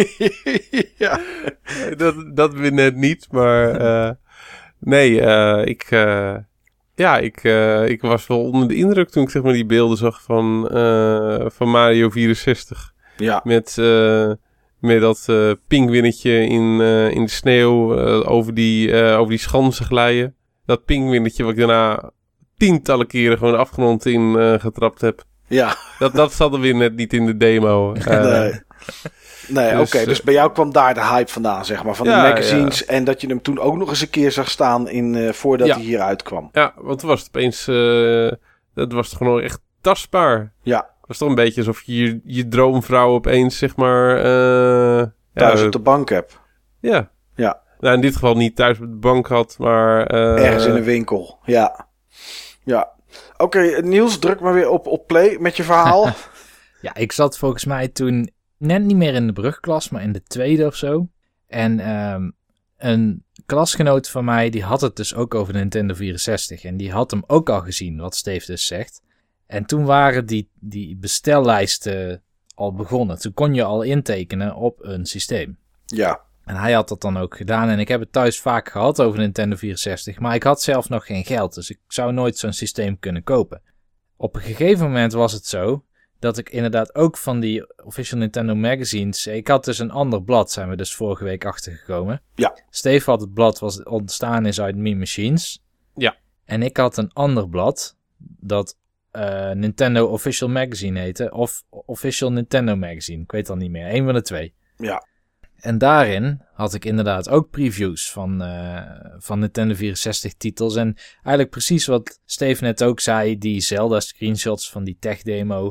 Ja. Dat, dat weer net niet, maar... Uh, nee, uh, ik... Uh, ja, ik, uh, ik was wel onder de indruk toen ik zeg maar die beelden zag van, uh, van Mario vierenzestig. Ja. Met, uh, met dat uh, pinguïnnetje in, uh, in de sneeuw uh, over, die, uh, over die schansen glijden. Dat pinguïnnetje wat ik daarna tientallen keren gewoon de afgrond in uh, getrapt heb. Ja. Dat, dat zat er weer net niet in de demo. Uh, nee. Nee, dus, oké. Okay, dus bij jou kwam daar de hype vandaan, zeg maar. Van ja, de magazines. Ja. En dat je hem toen ook nog eens een keer zag staan in, uh, voordat ja. hij hier uitkwam. Ja, want toen was het opeens... Uh, dat was het gewoon echt tastbaar. Ja. Het was toch een beetje alsof je je, je droomvrouw opeens, zeg maar... Uh, thuis ja, op de bank hebt. Ja. Ja. Nou, in dit geval niet thuis op de bank had, maar... Uh, ergens in een winkel. Ja. Ja. Oké, okay, Niels, druk maar weer op, op play met je verhaal. Ja, ik zat volgens mij toen net niet meer in de brugklas, maar in de tweede of zo. En um, een klasgenoot van mij, die had het dus ook over de Nintendo vierenzestig. En die had hem ook al gezien, wat Steve dus zegt. En toen waren die, die bestellijsten al begonnen. Toen kon je al intekenen op een systeem. Ja. En hij had dat dan ook gedaan. En ik heb het thuis vaak gehad over de Nintendo vierenzestig. Maar ik had zelf nog geen geld. Dus ik zou nooit zo'n systeem kunnen kopen. Op een gegeven moment was het zo dat ik inderdaad ook van die official Nintendo magazines... Ik had dus een ander blad, zijn we dus vorige week achtergekomen. Ja. Steve had het blad wat ontstaan is uit Mean Machines. Ja. En ik had een ander blad dat uh, Nintendo Official Magazine heette. Of Official Nintendo Magazine. Ik weet al niet meer. Eén van de twee. Ja. En daarin had ik inderdaad ook previews van, uh, van Nintendo vierenzestig titels. En eigenlijk precies wat Steve net ook zei, die Zelda screenshots van die tech demo.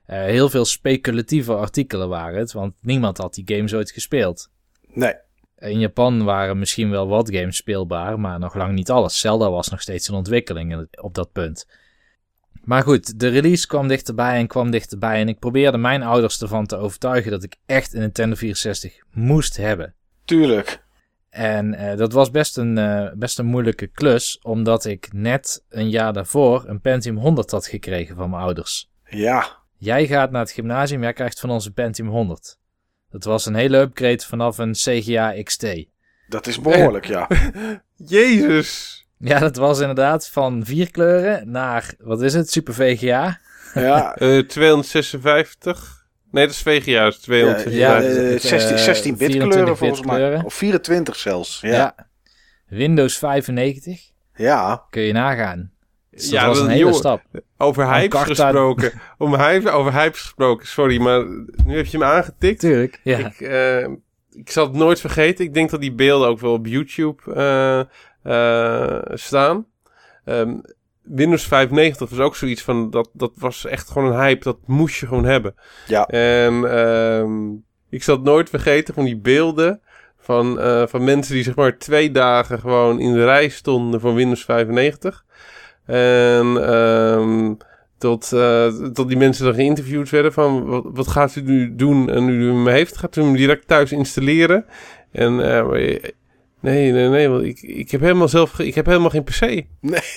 Uh, heel veel speculatieve artikelen waren het, want niemand had die games ooit gespeeld. Nee. In Japan waren misschien wel wat games speelbaar, maar nog lang niet alles. Zelda was nog steeds in ontwikkeling op dat punt. Maar goed, de release kwam dichterbij en kwam dichterbij. En ik probeerde mijn ouders ervan te overtuigen dat ik echt een Nintendo vierenzestig moest hebben. Tuurlijk. En uh, dat was best een, uh, best een moeilijke klus, omdat ik net een jaar daarvoor een Pentium honderd had gekregen van mijn ouders. Ja. Jij gaat naar het gymnasium, jij krijgt van ons een Pentium honderd. Dat was een hele upgrade vanaf een C G A X T. Dat is behoorlijk, ja. Jezus. Ja, dat was inderdaad van vier kleuren naar, wat is het, Super V G A? Ja. uh, tweehonderdzesenvijftig. Nee, dat is V G A, dat is tweehonderdzesenvijftig. Ja, ja, uh, zestien, zestien bit kleuren volgens mij. Kleuren. Of vierentwintig zelfs. Ja. ja. Windows vijfennegentig. Ja. Kun je nagaan. Dus dat ja, was dat, een hele joh, stap. Over hypes gesproken. Om hype, over hypes gesproken. Sorry, maar nu heb je me aangetikt. Tuurlijk, ja. Ik, uh, ik zal het nooit vergeten. Ik denk dat die beelden ook wel op YouTube uh, uh, staan. Um, Windows vijfennegentig was ook zoiets van... Dat, dat was echt gewoon een hype. Dat moest je gewoon hebben. Ja. En um, ik zal het nooit vergeten van die beelden... Van, uh, van mensen die zeg maar twee dagen gewoon in de rij stonden voor Windows vijfennegentig. En um, tot, uh, tot die mensen dan geïnterviewd werden van... Wat, wat gaat u nu doen en nu u hem heeft? Gaat u hem direct thuis installeren? En uh, nee, nee, nee, want ik, ik heb helemaal zelf... Ge- ik heb helemaal geen P C. Nee.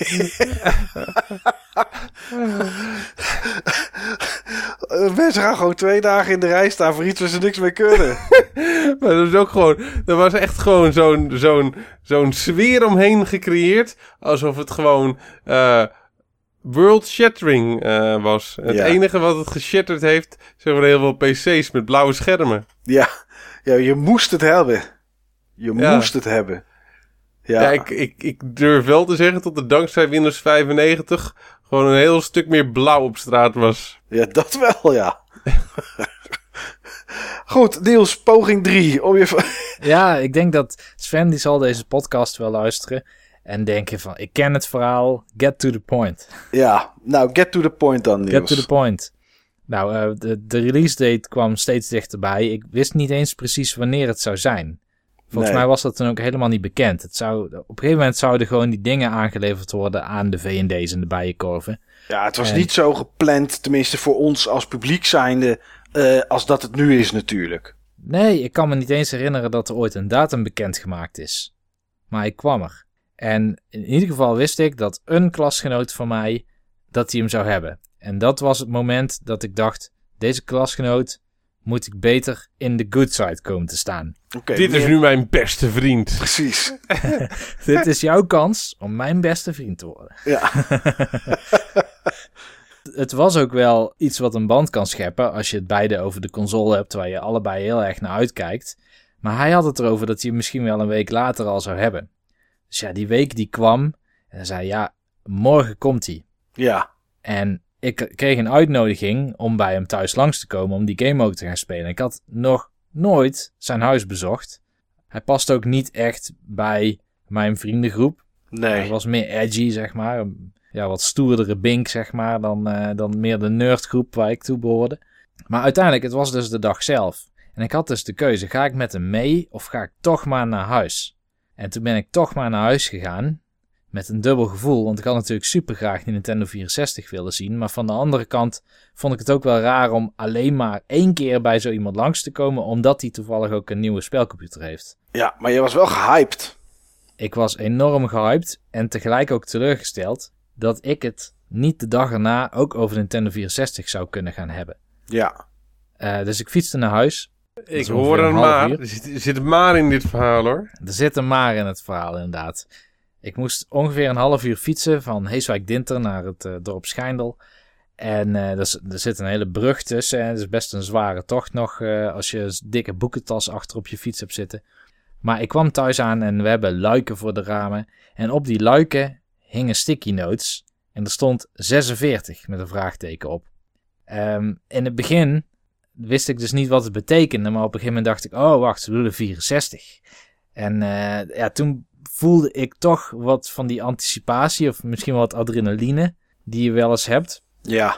Mensen gaan gewoon twee dagen in de rij staan voor iets waar ze niks mee kunnen. Maar dat is ook gewoon... Er was echt gewoon zo'n, zo'n, zo'n sfeer omheen gecreëerd. Alsof het gewoon... Uh, world-shattering uh, was. Het ja. enige wat het geshatterd heeft... zijn gewoon heel veel P C's met blauwe schermen. Ja, ja je moest het hebben. Je ja. moest het hebben. Ja, ja ik, ik, ik durf wel te zeggen... dat er dankzij Windows vijfennegentig... gewoon een heel stuk meer blauw op straat was. Ja, dat wel, ja. Goed, Niels, poging drie. Om je... Ja, ik denk dat Sven die zal deze podcast wel luisteren... en denken van, ik ken het verhaal, get to the point. Ja, nou, get to the point dan, Niels. Get to the point. Nou, uh, de, de release date kwam steeds dichterbij. Ik wist niet eens precies wanneer het zou zijn. Volgens nee. mij was dat toen ook helemaal niet bekend. Het zou, op een gegeven moment zouden gewoon die dingen aangeleverd worden aan de V en D's en de bijenkorven. Ja, het was en... niet zo gepland, tenminste voor ons als publiek zijnde, uh, als dat het nu is natuurlijk. Nee, ik kan me niet eens herinneren dat er ooit een datum bekendgemaakt is. Maar ik kwam er. En in ieder geval wist ik dat een klasgenoot van mij, dat hij hem zou hebben. En dat was het moment dat ik dacht, deze klasgenoot moet ik beter in de good side komen te staan. Okay, Dit meer... is nu mijn beste vriend. Precies. Dit is jouw kans om mijn beste vriend te worden. Ja. Het was ook wel iets wat een band kan scheppen als je het beide over de console hebt, waar je allebei heel erg naar uitkijkt. Maar hij had het erover dat hij hem misschien wel een week later al zou hebben. Dus ja, die week die kwam en hij zei, ja, morgen komt hij. Ja. En ik kreeg een uitnodiging om bij hem thuis langs te komen om die game ook te gaan spelen. Ik had nog nooit zijn huis bezocht. Hij past ook niet echt bij mijn vriendengroep. Nee. Hij was meer edgy, zeg maar. Ja, wat stoerdere bink, zeg maar, dan, uh, dan meer de nerdgroep waar ik toe behoorde. Maar uiteindelijk, het was dus de dag zelf. En ik had dus de keuze, ga ik met hem mee of ga ik toch maar naar huis? En toen ben ik toch maar naar huis gegaan. Met een dubbel gevoel, want ik had natuurlijk super graag die Nintendo vierenzestig willen zien. Maar van de andere kant vond ik het ook wel raar om alleen maar één keer bij zo iemand langs te komen, omdat hij toevallig ook een nieuwe spelcomputer heeft. Ja, maar je was wel gehyped. Ik was enorm gehyped en tegelijk ook teleurgesteld dat ik het niet de dag erna ook over de Nintendo vierenzestig zou kunnen gaan hebben. Ja. Uh, dus ik fietste naar huis. Ik hoor een maar. Er zit, er zit een maar in dit verhaal, hoor. Er zit een maar in het verhaal, inderdaad. Ik moest ongeveer een half uur fietsen van Heeswijk-Dinter naar het uh, dorp Schijndel. En uh, er, er zit een hele brug tussen. Het is best een zware tocht nog uh, als je een dikke boekentas achter op je fiets hebt zitten. Maar ik kwam thuis aan en we hebben luiken voor de ramen. En op die luiken hingen sticky notes. En er stond zesenveertig met een vraagteken op. Um, in het begin wist ik dus niet wat het betekende. Maar op een gegeven moment dacht ik, oh wacht, ze bedoelen vierenzestig. En uh, ja, toen voelde ik toch wat van die anticipatie of misschien wat adrenaline die je wel eens hebt. Ja.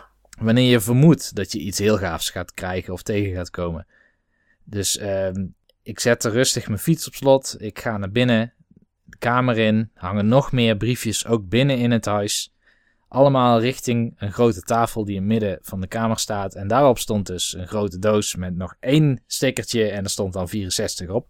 wanneer je vermoedt dat je iets heel gaafs gaat krijgen of tegen gaat komen. Dus uh, ik zette rustig mijn fiets op slot. Ik ga naar binnen, de kamer in. Hangen nog meer briefjes ook binnen in het huis. Allemaal richting een grote tafel die in het midden van de kamer staat. En daarop stond dus een grote doos met nog één stickertje. En er stond dan vierenzestig op.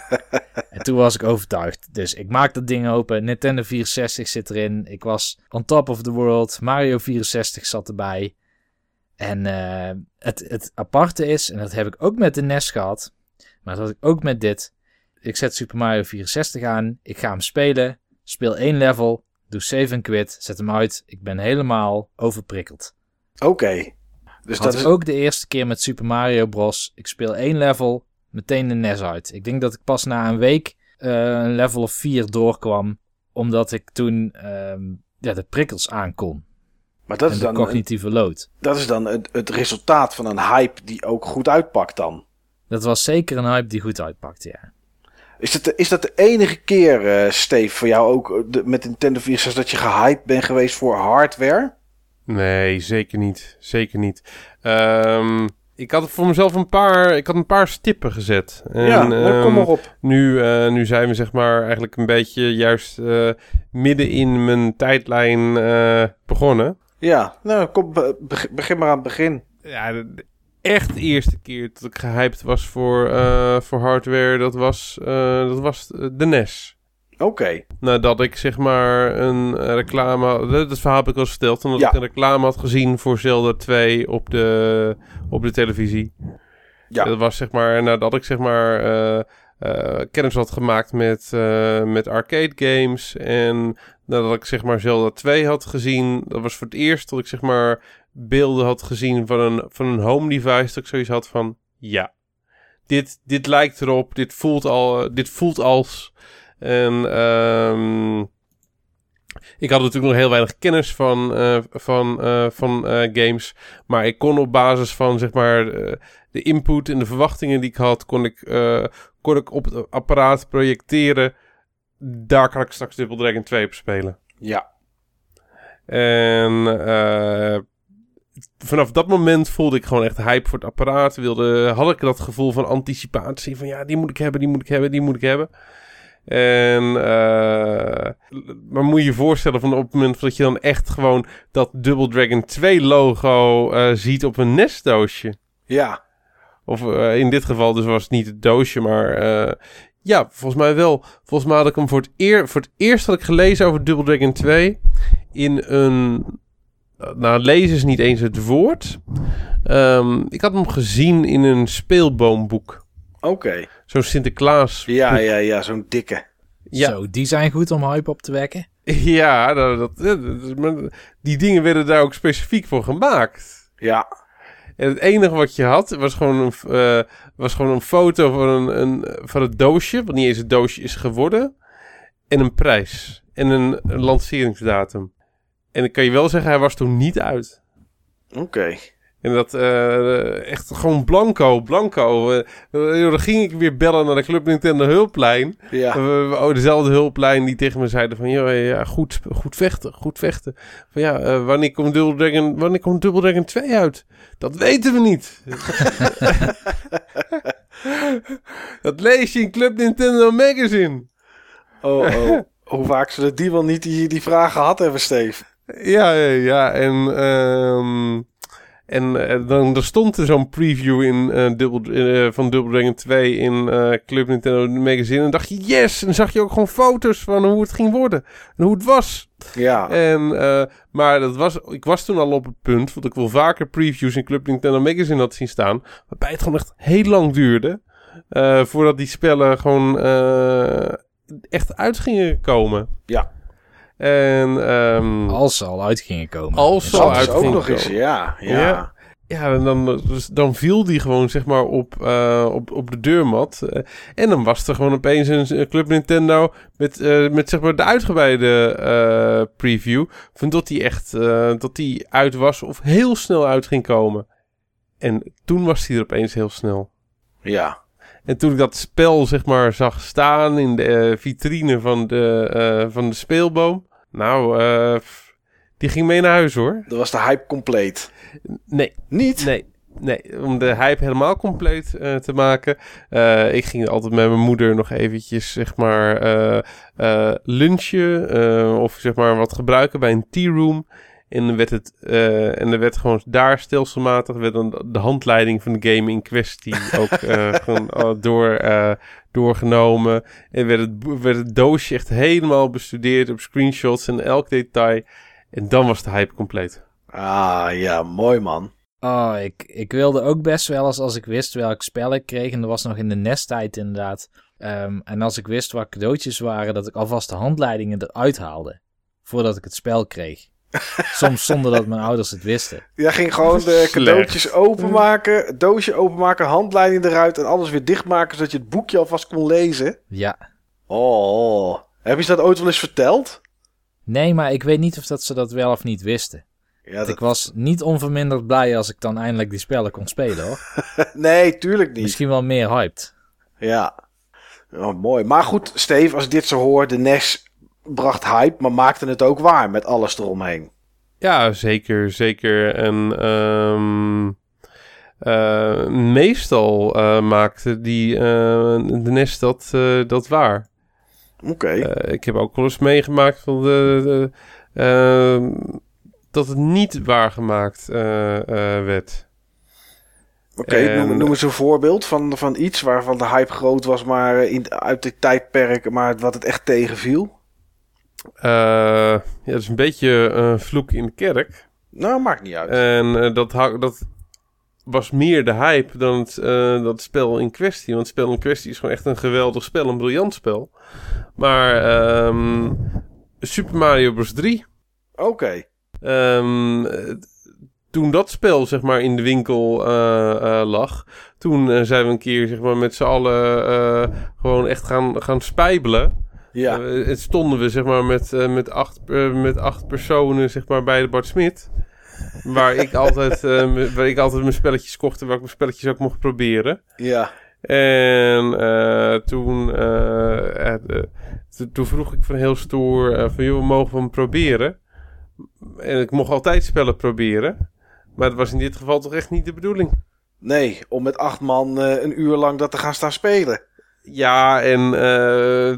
En toen was ik overtuigd. Dus ik maak dat ding open. Nintendo vierenzestig zit erin. Ik was on top of the world. Mario vierenzestig zat erbij. En uh, het, het aparte is, en dat heb ik ook met de N E S gehad. Maar dat had ik ook met dit. Ik zet Super Mario vierenzestig aan. Ik ga hem spelen. Speel één level. Doe save en quit. Zet hem uit. Ik ben helemaal overprikkeld. Oké. Okay. Dus dat is ook de eerste keer met Super Mario Bros. Ik speel één level. Meteen de N E S uit. Ik denk dat ik pas na een week uh, een level of vier doorkwam. Omdat ik toen uh, ja, de prikkels aankon. Maar dat en is de dan cognitieve load. Dat is dan het, het resultaat van een hype die ook goed uitpakt dan. Dat was zeker een hype die goed uitpakte, ja. Is dat de, is dat de enige keer, uh, Steve, voor jou ook de, met Nintendo vierenzestig dat je gehyped bent geweest voor hardware? Nee, zeker niet. Zeker niet. Um, ik had voor mezelf een paar, ik had een paar stippen gezet. En, ja, um, kom maar op. Nu, uh, nu zijn we zeg maar eigenlijk een beetje juist uh, midden in mijn tijdlijn uh, begonnen. Ja, nou kom, begin maar aan het begin. Ja, de, de echt eerste keer dat ik gehyped was voor, uh, voor hardware, dat was, uh, dat was de N E S. Oké. Okay. Nadat ik zeg maar een reclame... Dat verhaal heb ik al eens verteld. Omdat ja. ik een reclame had gezien voor Zelda twee op de, op de televisie. Ja. Dat was zeg maar nadat ik zeg maar uh, uh, kennis had gemaakt met, uh, met arcade games. En nadat ik zeg maar Zelda twee had gezien. Dat was voor het eerst dat ik zeg maar beelden had gezien van een, van een home device. Dat ik zoiets had van ja. Dit, dit lijkt erop. Dit voelt, al, dit voelt als... En um, ik had natuurlijk nog heel weinig kennis van, uh, van, uh, van uh, games. Maar ik kon op basis van zeg maar uh, de input en de verwachtingen die ik had, kon ik, uh, kon ik op het apparaat projecteren. Daar kan ik straks Double Dragon twee op spelen. Ja. En uh, vanaf dat moment voelde ik gewoon echt hype voor het apparaat. Wilde, had ik dat gevoel van anticipatie. Van ja, die moet ik hebben, die moet ik hebben, die moet ik hebben. En uh, maar moet je je voorstellen van op het moment dat je dan echt gewoon dat Double Dragon twee logo uh, ziet op een N E S-doosje. Ja. Of uh, in dit geval dus was het niet het doosje, maar uh, ja, volgens mij wel. Volgens mij had ik hem voor het, eer, voor het eerst had ik gelezen over Double Dragon twee in een... Nou, lezen is niet eens het woord. Um, ik had hem gezien in een speelboomboek. Oké. Okay. Zo'n Sinterklaas. Ja, ja, ja, zo'n dikke. Ja. Zo, die zijn goed om hype op te wekken. Ja, dat, dat, dat, die dingen werden daar ook specifiek voor gemaakt. Ja. En het enige wat je had, was gewoon een, uh, was gewoon een foto van, een, een, van het doosje, wat niet eens het doosje is geworden. En een prijs. En een, een lanceringsdatum. En dan kan je wel zeggen, hij was toen niet uit. Oké. Okay. En dat uh, echt gewoon blanco, blanco. Uh, uh, dan ging ik weer bellen naar de Club Nintendo hulplijn. Ja. Uh, oh, dezelfde hulplijn die tegen me zeiden van... Joh, ja, goed, goed vechten, goed vechten. Van ja, uh, wanneer komt Double Dragon, wanneer komt Double Dragon twee uit? Dat weten we niet. Dat lees je in Club Nintendo Magazine. Oh, oh. Hoe vaak zullen die wel niet die, die vragen gehad hebben, Steve? Ja, ja, ja. En... Um, En uh, dan er stond er zo'n preview in, uh, Double, uh, van Double Dragon twee in uh, Club Nintendo Magazine. En dacht je, yes! En dan zag je ook gewoon foto's van hoe het ging worden. En hoe het was. Ja. En, uh, maar dat was, ik was toen al op het punt, want ik wel vaker previews in Club Nintendo Magazine had zien staan. Waarbij het gewoon echt heel lang duurde. Uh, voordat die spellen gewoon uh, echt uit gingen komen. Ja. En, um, als ze al uit gingen komen. Als ze al uit ook gingen nog komen. eens, ja. Ja, ja. ja en dan, dus, dan viel die gewoon zeg maar op, uh, op, op de deurmat. Uh, en dan was er gewoon opeens een, een Club Nintendo met, uh, met zeg maar de uitgebreide uh, preview. Van dat die echt uh, dat die uit was of heel snel uit ging komen. En toen was die er opeens heel snel. Ja. En toen ik dat spel zeg maar zag staan in de uh, vitrine van de, uh, van de speelboom. Nou, uh, Die ging mee naar huis, hoor. Dat was de hype compleet. Nee. Niet? Nee. Nee, om de hype helemaal compleet uh, te maken. Uh, ik ging altijd met mijn moeder nog eventjes, zeg maar, uh, uh, lunchen. Uh, of zeg maar wat gebruiken bij een tea room. En dan werd het, uh, en er werd gewoon daar stelselmatig werd dan de handleiding van de game in kwestie ook uh, gewoon uh, door, uh, doorgenomen. En werd het, werd het doosje echt helemaal bestudeerd op screenshots en elk detail. En dan was de hype compleet. Ah, ja, mooi man. Oh, ik, ik wilde ook best wel eens als ik wist welk spel ik kreeg. En dat was nog in de N E S-tijd inderdaad. Um, en als ik wist waar cadeautjes waren, dat ik alvast de handleidingen eruit haalde. Voordat ik het spel kreeg. Soms zonder dat mijn ouders het wisten. Jij ging gewoon de cadeautjes openmaken, het doosje openmaken, handleiding eruit en alles weer dichtmaken, zodat je het boekje alvast kon lezen. Ja. Oh, heb je dat ooit wel eens verteld? Nee, maar ik weet niet of dat ze dat wel of niet wisten. Ja, dat... Ik was niet onverminderd blij als ik dan eindelijk die spellen kon spelen, hoor. Nee, tuurlijk niet. Misschien wel meer hyped. Ja. Oh, mooi. Maar goed, Steve, als ik dit zo hoor, de N E S bracht hype, maar maakte het ook waar met alles eromheen. Ja, zeker, zeker. En um, uh, meestal uh, maakte die uh, de N E S dat, uh, dat waar. Oké. Okay. Uh, ik heb ook wel eens meegemaakt van de, de, uh, dat het niet waargemaakt uh, uh, werd. Oké, okay, noem, noem eens een voorbeeld van, van iets waarvan de hype groot was, maar in, uit dit tijdperk, maar wat het echt tegenviel. Uh, ja, dat is een beetje een uh, vloek in de kerk. Nou, maakt niet uit. En uh, dat, dat was meer de hype dan het, uh, dat spel in kwestie. Want het spel in kwestie is gewoon echt een geweldig spel, een briljant spel. Maar um, Super Mario Bros. drie. Oké. Okay. Um, toen dat spel, zeg maar, in de winkel uh, uh, lag, toen uh, zijn we een keer, zeg maar, met z'n allen uh, gewoon echt gaan, gaan spijbelen. Ja. Uh, het stonden we, zeg maar, met, uh, met, acht, uh, met acht personen, zeg maar, bij de Bart Smit. Waar ik altijd, uh, me, waar ik altijd mijn spelletjes kocht en waar ik mijn spelletjes ook mocht proberen. Ja. En uh, toen, uh, uh, uh, t- toen vroeg ik van heel stoer, uh, van joh, mogen we hem proberen? En ik mocht altijd spellen proberen. Maar dat was in dit geval toch echt niet de bedoeling. Nee, om met acht man uh, een uur lang dat te gaan staan spelen. Ja, en uh,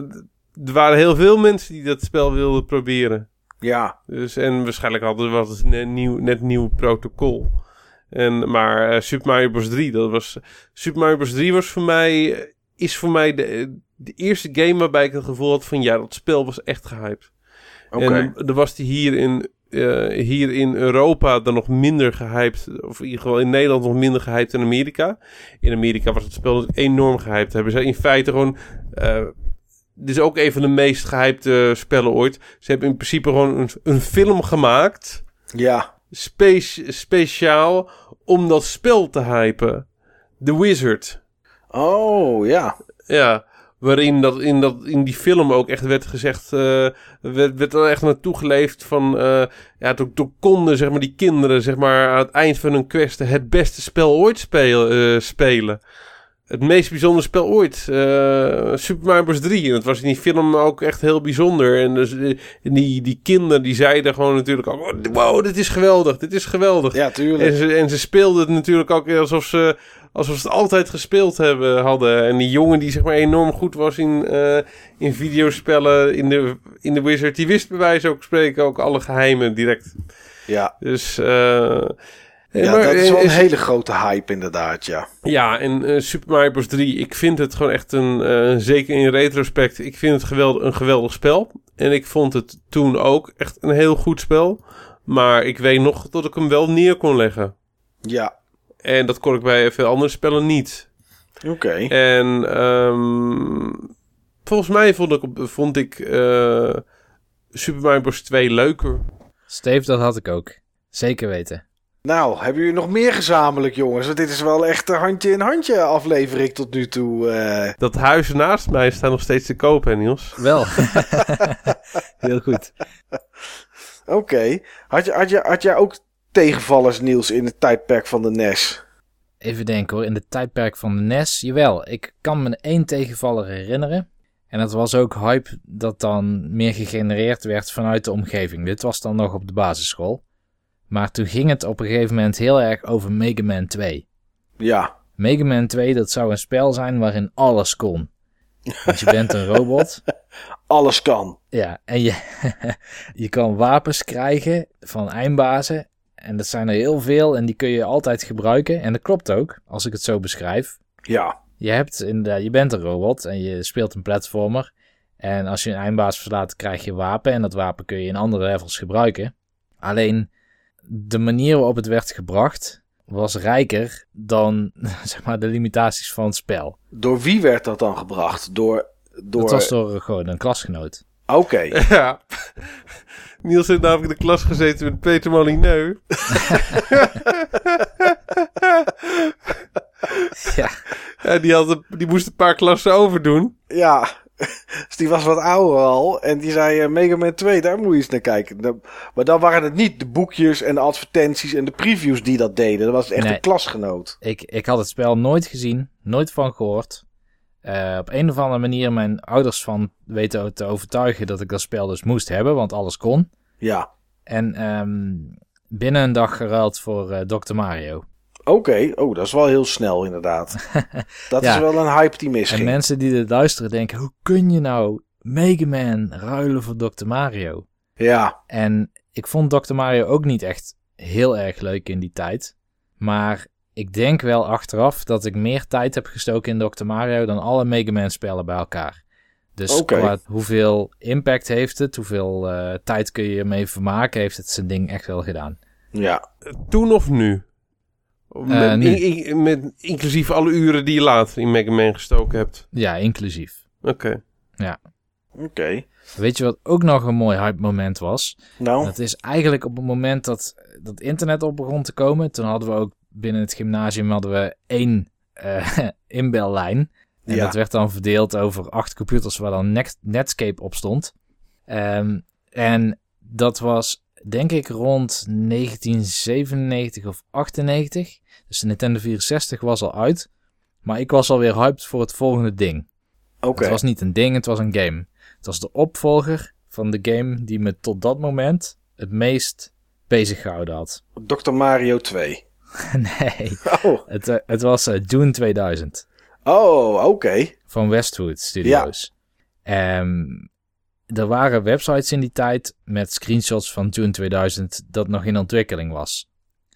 er waren heel veel mensen die dat spel wilden proberen. Ja. Dus, en waarschijnlijk hadden we wat net nieuw, net nieuw protocol. En, maar uh, Super Mario Bros. drie, dat was... Super Mario Bros. drie was voor mij... Is voor mij de, de eerste game waarbij ik het gevoel had van... Ja, dat spel was echt gehyped. Oké. Okay. En er was die hier in... Uh, hier in Europa dan nog minder gehyped, of in ieder geval in Nederland nog minder gehyped dan in Amerika. In Amerika was het spel enorm gehyped. Hebben ze in feite gewoon... Uh, dit is ook een van de meest gehypte spellen ooit. Ze hebben in principe gewoon een, een film gemaakt. Ja. Spe- speciaal om dat spel te hypen. The Wizard. Oh, ja. Ja. Waarin dat in, dat in die film ook echt werd gezegd... Uh, werd, werd er echt naartoe geleefd van... Uh, ja, toen, toen konden zeg maar, die kinderen zeg maar, aan het eind van hun quest... het beste spel ooit speel, uh, spelen. Het meest bijzondere spel ooit. Uh, Super Mario Bros. drie. En dat was in die film ook echt heel bijzonder. En dus uh, die, die kinderen die zeiden gewoon natuurlijk ook... Wow, dit is geweldig, dit is geweldig. Ja, tuurlijk. En ze, en ze speelden het natuurlijk ook alsof ze... Alsof ze het altijd gespeeld hebben, hadden. En die jongen die zeg maar enorm goed was in, uh, in videospellen, in de, in de Wizard, die wist bij wijze ook spreken ook alle geheimen direct. Ja. Dus... Uh, ja, maar, dat is wel een hele grote hype inderdaad, ja. Ja, en uh, Super Mario Bros. drie, ik vind het gewoon echt een... Uh, zeker in retrospect, ik vind het geweldig, een geweldig spel. En ik vond het toen ook echt een heel goed spel. Maar ik weet nog dat ik hem wel neer kon leggen. Ja. En dat kon ik bij veel andere spellen niet. Oké. Okay. En um, volgens mij vond ik, vond ik uh, Super Mario Bros. twee leuker. Steve, dat had ik ook. Zeker weten. Nou, hebben jullie nog meer gezamenlijk, jongens? Want dit is wel echt een handje in handje aflevering tot nu toe. Uh... Dat huis naast mij staat nog steeds te koop, hè, Niels? Wel. Heel goed. Oké. Okay. Had, je, had, je, had jij ook tegenvallers, Niels, in het tijdperk van de N E S? Even denken hoor, in het tijdperk van de N E S, jawel. Ik kan me één tegenvaller herinneren. En het was ook hype dat dan meer gegenereerd werd vanuit de omgeving. Dit was dan nog op de basisschool. Maar toen ging het op een gegeven moment heel erg over Mega Man twee. Ja. Mega Man twee, dat zou een spel zijn waarin alles kon. Want je bent een robot. Alles kan. Ja, en je, je kan wapens krijgen van eindbazen. En dat zijn er heel veel en die kun je altijd gebruiken. En dat klopt ook, als ik het zo beschrijf. Ja. Je, hebt inderdaad, je bent een robot en je speelt een platformer. En als je een eindbaas verlaat, krijg je een wapen. En dat wapen kun je in andere levels gebruiken. Alleen, de manier waarop het werd gebracht was rijker dan zeg maar, de limitaties van het spel. Door wie werd dat dan gebracht? Door... door... Dat was door uh, gewoon een klasgenoot. Oké. Okay. Ja. Niels heeft namelijk in de klas gezeten met Peter Molyneux. Ja. Ja, die, had een, die moest een paar klassen overdoen. Ja, dus die was wat ouder al. En die zei, uh, Mega Man twee, daar moet je eens naar kijken. Maar dan waren het niet de boekjes en de advertenties en de previews die dat deden. Dat was echt nee, een klasgenoot. Ik, ik had het spel nooit gezien, nooit van gehoord. Uh, op een of andere manier mijn ouders van weten te overtuigen dat ik dat spel dus moest hebben, want alles kon. Ja. En um, binnen een dag geruild voor uh, dokter Mario. Oké, okay. Oh, dat is wel heel snel inderdaad. Dat ja. is wel een hype die misging. En mensen die dit luisteren denken, hoe kun je nou Mega Man ruilen voor dokter Mario? Ja. En ik vond dokter Mario ook niet echt heel erg leuk in die tijd. Maar ik denk wel achteraf dat ik meer tijd heb gestoken in dokter Mario dan alle Mega Man spellen bij elkaar. Dus okay. qua hoeveel impact heeft het, hoeveel uh, tijd kun je ermee vermaken, heeft het zijn ding echt wel gedaan. Ja. Toen of nu? Uh, met, in, in, met, inclusief alle uren die je later in Mega Man gestoken hebt? Ja, inclusief. Oké. Okay. Ja. Oké. Okay. Weet je wat ook nog een mooi hype moment was? Nou? Dat is eigenlijk op het moment dat dat internet op begon te komen. Toen hadden we ook binnen het gymnasium hadden we één uh, inbellijn. En ja. dat werd dan verdeeld over acht computers waar dan Net- Netscape op stond. Um, en dat was denk ik rond negentien zevenennegentig of achtennegentig. Dus de Nintendo vierenzestig was al uit. Maar ik was alweer hyped voor het volgende ding. Okay. Het was niet een ding, het was een game. Het was de opvolger van de game die me tot dat moment het meest bezig gehouden had. dokter Mario twee. Nee, oh. het, uh, het was uh, Dune tweeduizend. Oh, oké. Okay. Van Westwood Studios. Ja. Um, er waren websites in die tijd met screenshots van Dune tweeduizend dat nog in ontwikkeling was.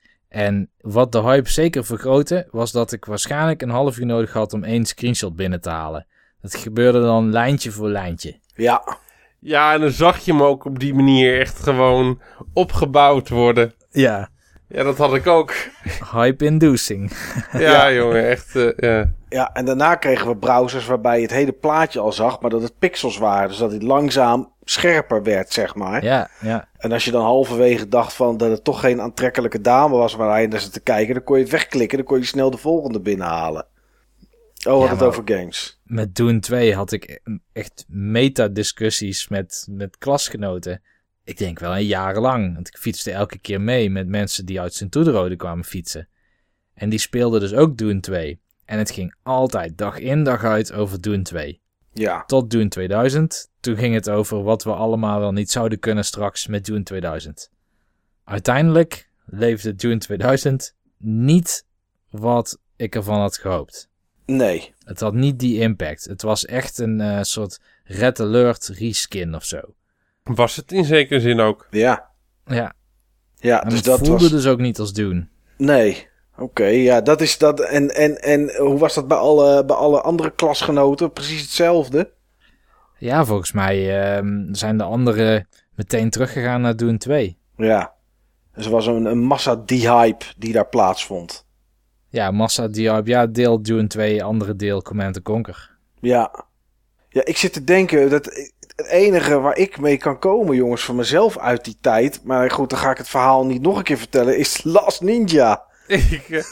En wat de hype zeker vergrootte, was dat ik waarschijnlijk een half uur nodig had om één screenshot binnen te halen. Dat gebeurde dan lijntje voor lijntje. Ja. Ja, en dan zag je hem ook op die manier echt gewoon opgebouwd worden. Ja. Ja, dat had ik ook. Hype-inducing. ja, ja, jongen, echt, uh, ja. Ja, en daarna kregen we browsers waarbij je het hele plaatje al zag, maar dat het pixels waren. Dus dat het langzaam scherper werd, zeg maar. Ja, ja. En als je dan halverwege dacht van dat het toch geen aantrekkelijke dame was waar je naar zat te kijken, dan kon je het wegklikken, dan kon je snel de volgende binnenhalen. Oh, wat ja, het over games. Met Dune twee had ik echt meta-discussies met, met klasgenoten. Ik denk wel een jarenlang. Want ik fietste elke keer mee met mensen die uit Sint-Oederode kwamen fietsen. En die speelden dus ook Dune twee. En het ging altijd dag in dag uit over Dune twee. Ja. Tot Dune tweeduizend. Toen ging het over wat we allemaal wel niet zouden kunnen straks met Dune tweeduizend. Uiteindelijk leefde Dune tweeduizend niet wat ik ervan had gehoopt. Nee. Het had niet die impact. Het was echt een uh, soort Red Alert reskin of zo. Was het in zekere zin ook. Ja. Ja. Ja, en dus het dat voelde was... dus ook niet als Dune. Nee. Oké, okay, ja, dat is dat. En, en, en hoe was dat bij alle, bij alle andere klasgenoten? Precies hetzelfde? Ja, volgens mij uh, zijn de anderen meteen teruggegaan naar Dune twee. Ja. Dus er was een, een massa die-hype die daar plaatsvond. Ja, massa die-hype. Ja, deel Dune twee, andere deel Command and Conquer. Ja. Ja, ik zit te denken dat het enige waar ik mee kan komen, jongens, voor mezelf uit die tijd. Maar goed, dan ga ik het verhaal niet nog een keer vertellen. Is Last Ninja. Ik, uh,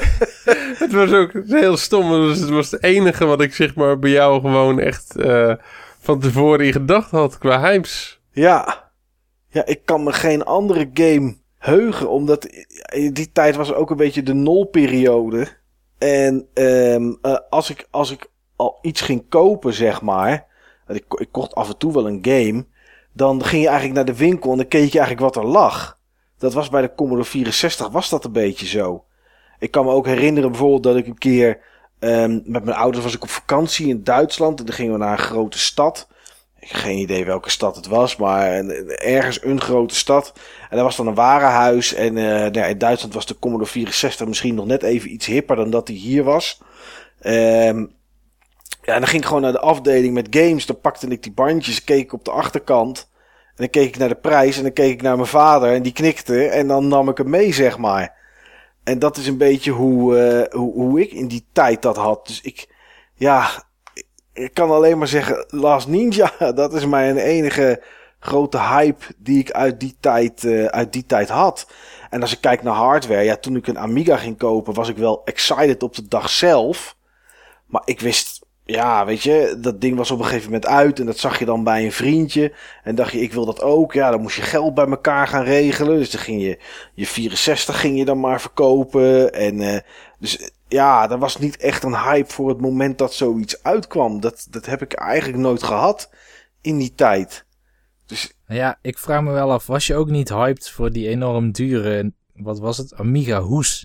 het was ook heel stom. Dus het was het enige wat ik zeg maar bij jou gewoon echt uh, van tevoren in gedachten had qua hypes. Ja. Ja, ik kan me geen andere game heugen. Omdat in die tijd was ook een beetje de nulperiode. En um, uh, als, ik, als ik al iets ging kopen, zeg maar, ik, ik kocht af en toe wel een game, dan ging je eigenlijk naar de winkel en dan keek je eigenlijk wat er lag. Dat was bij de Commodore vierenzestig, was dat een beetje zo. Ik kan me ook herinneren bijvoorbeeld dat ik een keer um, met mijn ouders was ik op vakantie in Duitsland en dan gingen we naar een grote stad. Ik heb geen idee welke stad het was, maar ergens een grote stad. En daar was dan een warenhuis. En uh, nou ja, in Duitsland was de Commodore vierenzestig misschien nog net even iets hipper dan dat die hier was. Um, ja, en dan ging ik gewoon naar de afdeling met games. Dan pakte ik die bandjes, keek ik op de achterkant. En dan keek ik naar de prijs en dan keek ik naar mijn vader. En die knikte en dan nam ik hem mee, zeg maar. En dat is een beetje hoe, uh, hoe, hoe ik in die tijd dat had. Dus ik, ja... Ik kan alleen maar zeggen, Last Ninja, dat is mijn enige grote hype die ik uit die tijd, uh, uit die tijd had. En als ik kijk naar hardware, ja, toen ik een Amiga ging kopen, was ik wel excited op de dag zelf. Maar ik wist, ja, weet je, dat ding was op een gegeven moment uit en dat zag je dan bij een vriendje. En dacht je, ik wil dat ook. Ja, dan moest je geld bij elkaar gaan regelen. Dus dan ging je, je vierenzestig ging je dan maar verkopen. En uh, dus... Ja, dat was niet echt een hype voor het moment dat zoiets uitkwam. Dat, dat heb ik eigenlijk nooit gehad in die tijd. Dus... Ja, ik vraag me wel af, was je ook niet hyped voor die enorm dure, wat was het, Amiga hoes?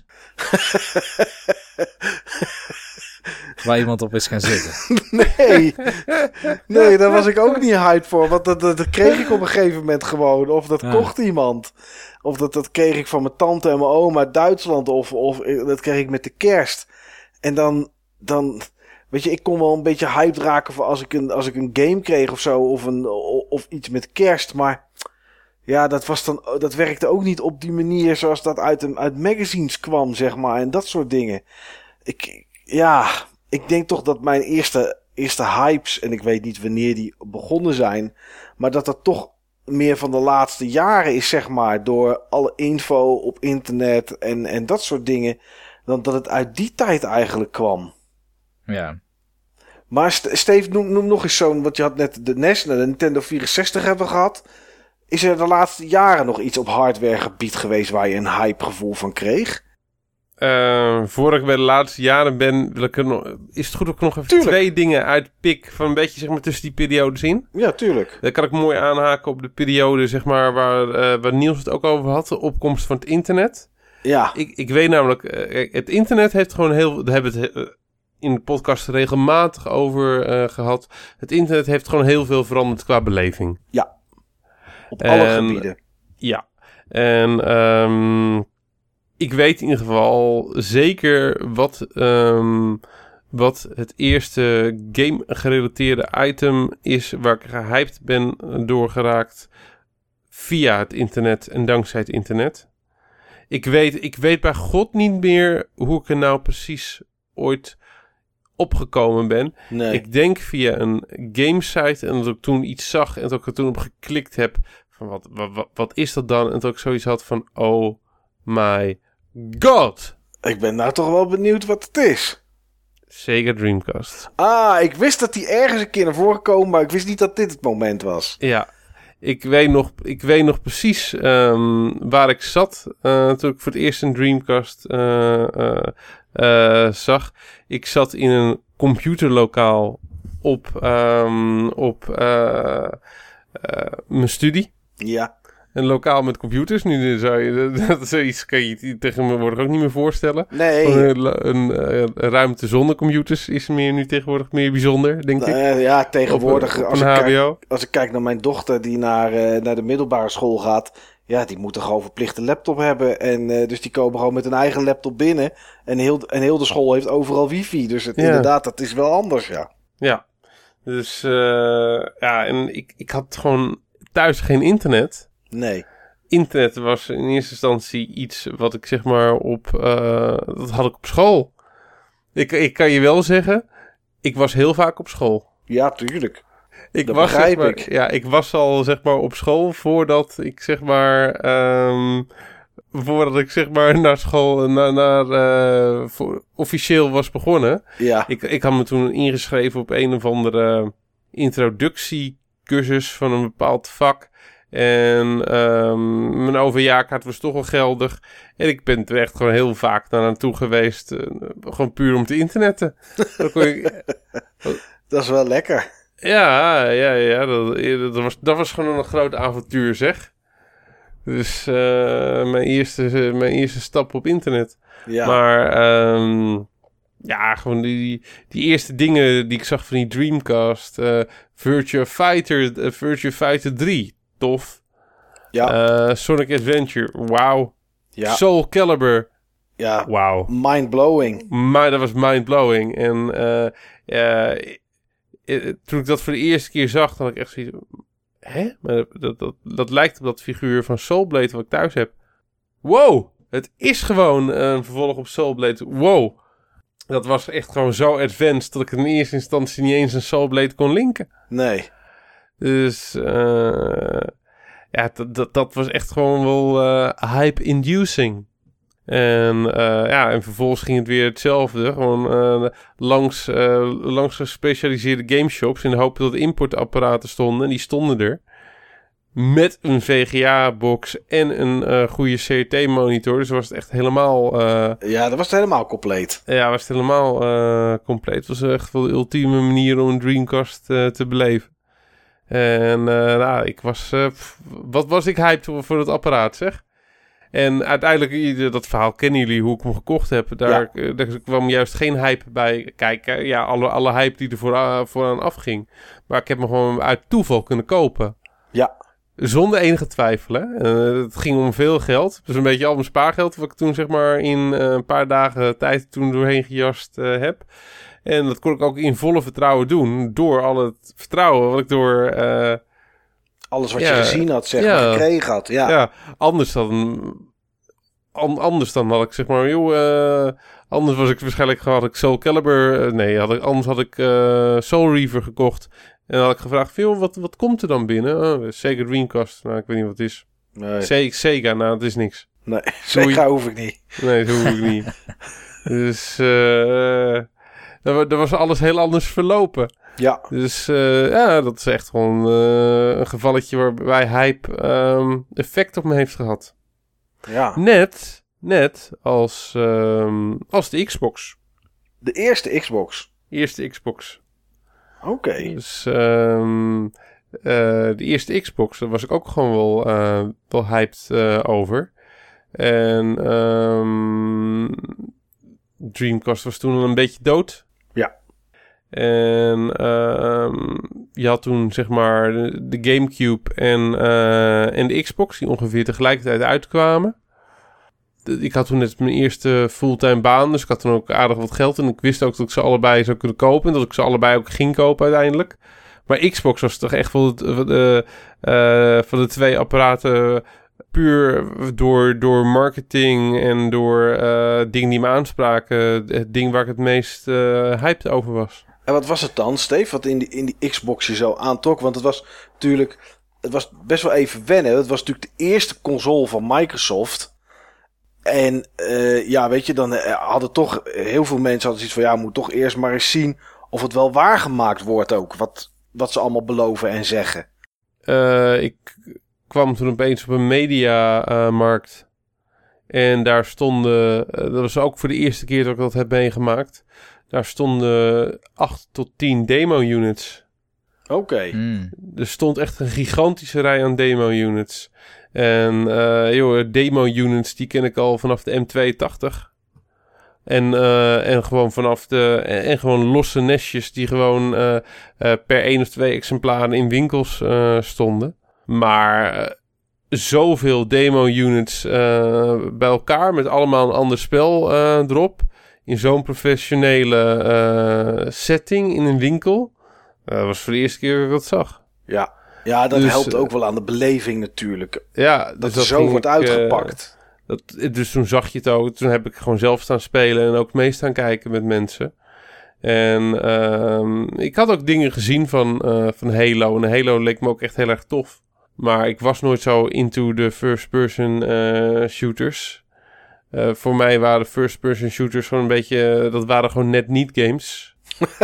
Waar iemand op is gaan zitten. Nee, nee, daar was ik ook niet hyped voor. Want dat, dat, dat kreeg ik op een gegeven moment gewoon. Of dat ja. kocht iemand. Of dat, dat kreeg ik van mijn tante en mijn oom uit Duitsland. Of, of dat kreeg ik met de kerst. En dan, dan, weet je, ik kon wel een beetje hyped raken voor als ik een, als ik een game kreeg of zo. Of, een, of iets met kerst. Maar ja, dat was dan, dat werkte ook niet op die manier zoals dat uit, een, uit magazines kwam, zeg maar. En dat soort dingen. Ik... Ja, ik denk toch dat mijn eerste, eerste hypes, en ik weet niet wanneer die begonnen zijn, maar dat dat toch meer van de laatste jaren is, zeg maar, door alle info op internet en, en dat soort dingen, dan dat het uit die tijd eigenlijk kwam. Ja. Maar Steve, noem, noem nog eens zo'n, want je had net de N E S en de Nintendo vierenzestig hebben gehad. Is er de laatste jaren nog iets op hardwaregebied geweest waar je een hypegevoel van kreeg? Uh, voordat ik bij de laatste jaren ben, wil ik er nog, is het goed dat ik nog even tuurlijk. twee dingen uitpik van een beetje zeg maar tussen die periodes in? Ja, tuurlijk. Dan kan ik mooi aanhaken op de periode zeg maar waar, uh, waar Niels het ook over had, de opkomst van het internet. Ja. Ik, ik weet namelijk, uh, het internet heeft gewoon heel, daar hebben we het uh, in de podcast regelmatig over uh, gehad. Het internet heeft gewoon heel veel veranderd qua beleving. Ja. Op alle en, gebieden. Ja. En um, ik weet in ieder geval zeker wat, um, wat het eerste game-gerelateerde item is waar ik gehyped ben doorgeraakt via het internet en dankzij het internet. Ik weet, ik weet bij God niet meer hoe ik er nou precies ooit opgekomen ben. Nee. Ik denk via een gamesite en dat ik toen iets zag en dat ik er toen op geklikt heb van wat, wat, wat is dat dan? En dat ik zoiets had van oh my god. Ik ben nou toch wel benieuwd wat het is. Sega Dreamcast. Ah, ik wist dat die ergens een keer naar voren kwam, maar ik wist niet dat dit het moment was. Ja, ik weet nog, ik weet nog precies um, waar ik zat uh, toen ik voor het eerst een Dreamcast uh, uh, uh, zag. Ik zat in een computerlokaal op, um, op uh, uh, mijn studie. Ja. Een lokaal met computers. Nu zou je dat zoiets kan je tegenwoordig ook niet meer voorstellen. Nee. Een, een, een, een ruimte zonder computers is meer nu tegenwoordig meer bijzonder, denk ik. Uh, ja, tegenwoordig. Op, op als, een ik H B O. kijk, als ik kijk naar mijn dochter die naar, uh, naar de middelbare school gaat. Ja, die moeten gewoon verplicht een laptop hebben. En uh, dus die komen gewoon met een eigen laptop binnen. En heel, en heel de school heeft overal wifi. Dus het, ja. inderdaad, dat is wel anders, ja. Ja. Dus uh, ja, en ik, ik had gewoon thuis geen internet. Nee. Internet was in eerste instantie iets wat ik zeg maar op... Uh, dat had ik op school. Ik, ik kan je wel zeggen, ik was heel vaak op school. Ja, tuurlijk. Ik dat was, begrijp zeg maar, ik. Ja, ik was al zeg maar op school voordat ik zeg maar... Um, voordat ik zeg maar naar school... Naar, naar, uh, voor, officieel was begonnen. Ja. Ik, ik had me toen ingeschreven op een of andere introductiecursus van een bepaald vak... En um, mijn O V J-kaart was toch wel geldig. En ik ben er echt gewoon heel vaak naar naartoe geweest. Uh, gewoon puur om te internetten. Dan kon ik... Dat is wel lekker. Ja, ja, ja. Dat, dat, was, dat was gewoon een groot avontuur, zeg. Dus uh, mijn, eerste, mijn eerste stap op internet. Ja. Maar um, ja, gewoon die, die eerste dingen die ik zag van die Dreamcast. Uh, Virtua Fighter, uh, Virtua Fighter drie. Tof. Ja. Uh, Sonic Adventure. Wauw. Ja. Soul Calibur. Ja. Wauw. Mind-blowing. Maar dat was mind-blowing. En uh, uh, uh, toen ik dat voor de eerste keer zag, dan had ik echt zoiets... Hè? Maar dat, dat, dat, dat lijkt op dat figuur van Soul Blade wat ik thuis heb. Wow! Het is gewoon een vervolg op Soul Blade. Wow! Dat was echt gewoon zo advanced dat ik in eerste instantie niet eens een Soul Blade kon linken. Nee. Dus uh, ja, dat, dat, dat was echt gewoon wel uh, hype-inducing. En uh, ja, en vervolgens ging het weer hetzelfde. Gewoon uh, langs, uh, langs gespecialiseerde gameshops in de hoop dat importapparaten stonden. En die stonden er. Met een V G A-box en een uh, goede C R T-monitor. Dus was het echt helemaal... Uh, ja, dat was het helemaal compleet. Ja, was het helemaal uh, compleet. Het was echt wel de ultieme manier om een Dreamcast uh, te beleven. En uh, nou, ik was... Uh, pff, wat was ik hyped voor, voor het apparaat, zeg. En uiteindelijk, dat verhaal kennen jullie, hoe ik hem gekocht heb. Daar, ja. daar kwam juist geen hype bij kijken. Ja, alle, alle hype die er voor, vooraan afging. Maar ik heb hem gewoon uit toeval kunnen kopen. Ja. Zonder enige twijfel, hè. Uh, het ging om veel geld. Dus een beetje al mijn spaargeld, wat ik toen zeg maar in uh, een paar dagen tijd toen doorheen gejast uh, heb. En dat kon ik ook in volle vertrouwen doen. Door al het vertrouwen wat ik door... Uh, Alles wat ja, je gezien had, zeg ja, maar, gekregen had. Ja, ja anders dan... An, anders dan had ik, zeg maar, joh... Uh, anders was ik waarschijnlijk... Had ik Soul Calibur... Uh, nee, had ik, anders had ik uh, Soul Reaver gekocht. En dan had ik gevraagd... Joh, wat, wat komt er dan binnen? Uh, Sega Dreamcast. Nou, ik weet niet wat het is. Nee. Se- Sega, nou, het is niks. Nee, Sega hoef ik niet. Nee, dat hoef ik niet. Dus... Uh, uh, er was alles heel anders verlopen. Ja. Dus uh, ja, dat is echt gewoon uh, een gevalletje waarbij hype um, effect op me heeft gehad. Ja. Net, net als, um, als de Xbox. De eerste Xbox? Eerste Xbox. Oké. Okay. Dus um, uh, de eerste Xbox, daar was ik ook gewoon wel, uh, wel hyped uh, over. En um, Dreamcast was toen al een beetje dood. Ja. En uh, je had toen zeg maar de, de Gamecube en, uh, en de Xbox die ongeveer tegelijkertijd uitkwamen. De, ik had toen net mijn eerste fulltime baan, dus ik had toen ook aardig wat geld. En ik wist ook dat ik ze allebei zou kunnen kopen en dat ik ze allebei ook ging kopen uiteindelijk. Maar Xbox was toch echt wel de, uh, van de twee apparaten puur door, door marketing en door uh, dingen die me aanspraken. Het ding waar ik het meest uh, hyped over was. En wat was het dan, Steve, wat in die, in die Xbox je zo aantrok? Want het was natuurlijk, het was best wel even wennen. Het was natuurlijk de eerste console van Microsoft. En uh, ja, weet je, dan hadden toch heel veel mensen hadden zoiets van... ja, moet toch eerst maar eens zien of het wel waargemaakt wordt ook. Wat, wat ze allemaal beloven en zeggen. Uh, ik kwam toen opeens op een mediamarkt. Uh, en daar stonden... Uh, dat was ook voor de eerste keer dat ik dat heb meegemaakt... Daar stonden acht tot tien demo-units. Oké. Okay. Mm. Er stond echt een gigantische rij aan demo-units. En uh, joh, demo-units die ken ik al vanaf de M tweeëntachtig. En, uh, en gewoon vanaf de... En, en gewoon losse nestjes die gewoon uh, uh, per één of twee exemplaren in winkels uh, stonden. Maar uh, zoveel demo-units uh, bij elkaar met allemaal een ander spel uh, erop... In zo'n professionele uh, setting in een winkel. Dat uh, was voor de eerste keer dat ik dat zag. Ja, ja dat dus, helpt ook wel aan de beleving natuurlijk. Ja, dat dus het zo dat wordt ik, uitgepakt. Uh, dat, dus toen zag je het ook. Toen heb ik gewoon zelf staan spelen en ook mee staan kijken met mensen. En uh, ik had ook dingen gezien van, uh, van Halo. En Halo leek me ook echt heel erg tof. Maar ik was nooit zo into de first-person uh, shooters... Uh, voor mij waren first-person shooters gewoon een beetje... Uh, dat waren gewoon net niet games.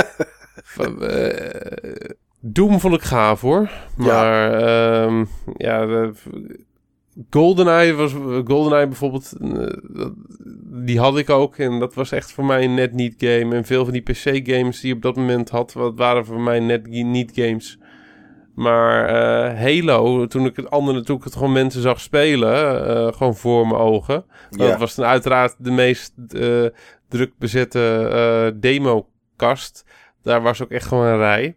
Van, uh, Doom vond ik gaaf hoor. Maar ja, um, ja de, GoldenEye was... GoldenEye bijvoorbeeld... Uh, dat, die had ik ook. En dat was echt voor mij een net niet game. En veel van die P C-games die ik op dat moment had, wat waren voor mij net niet games. Maar uh, Halo, toen ik het andere, toen ik het gewoon mensen zag spelen, uh, gewoon voor mijn ogen. Ja. Dat was dan uiteraard de meest uh, druk bezette uh, demo-kast. Daar was ook echt gewoon een rij.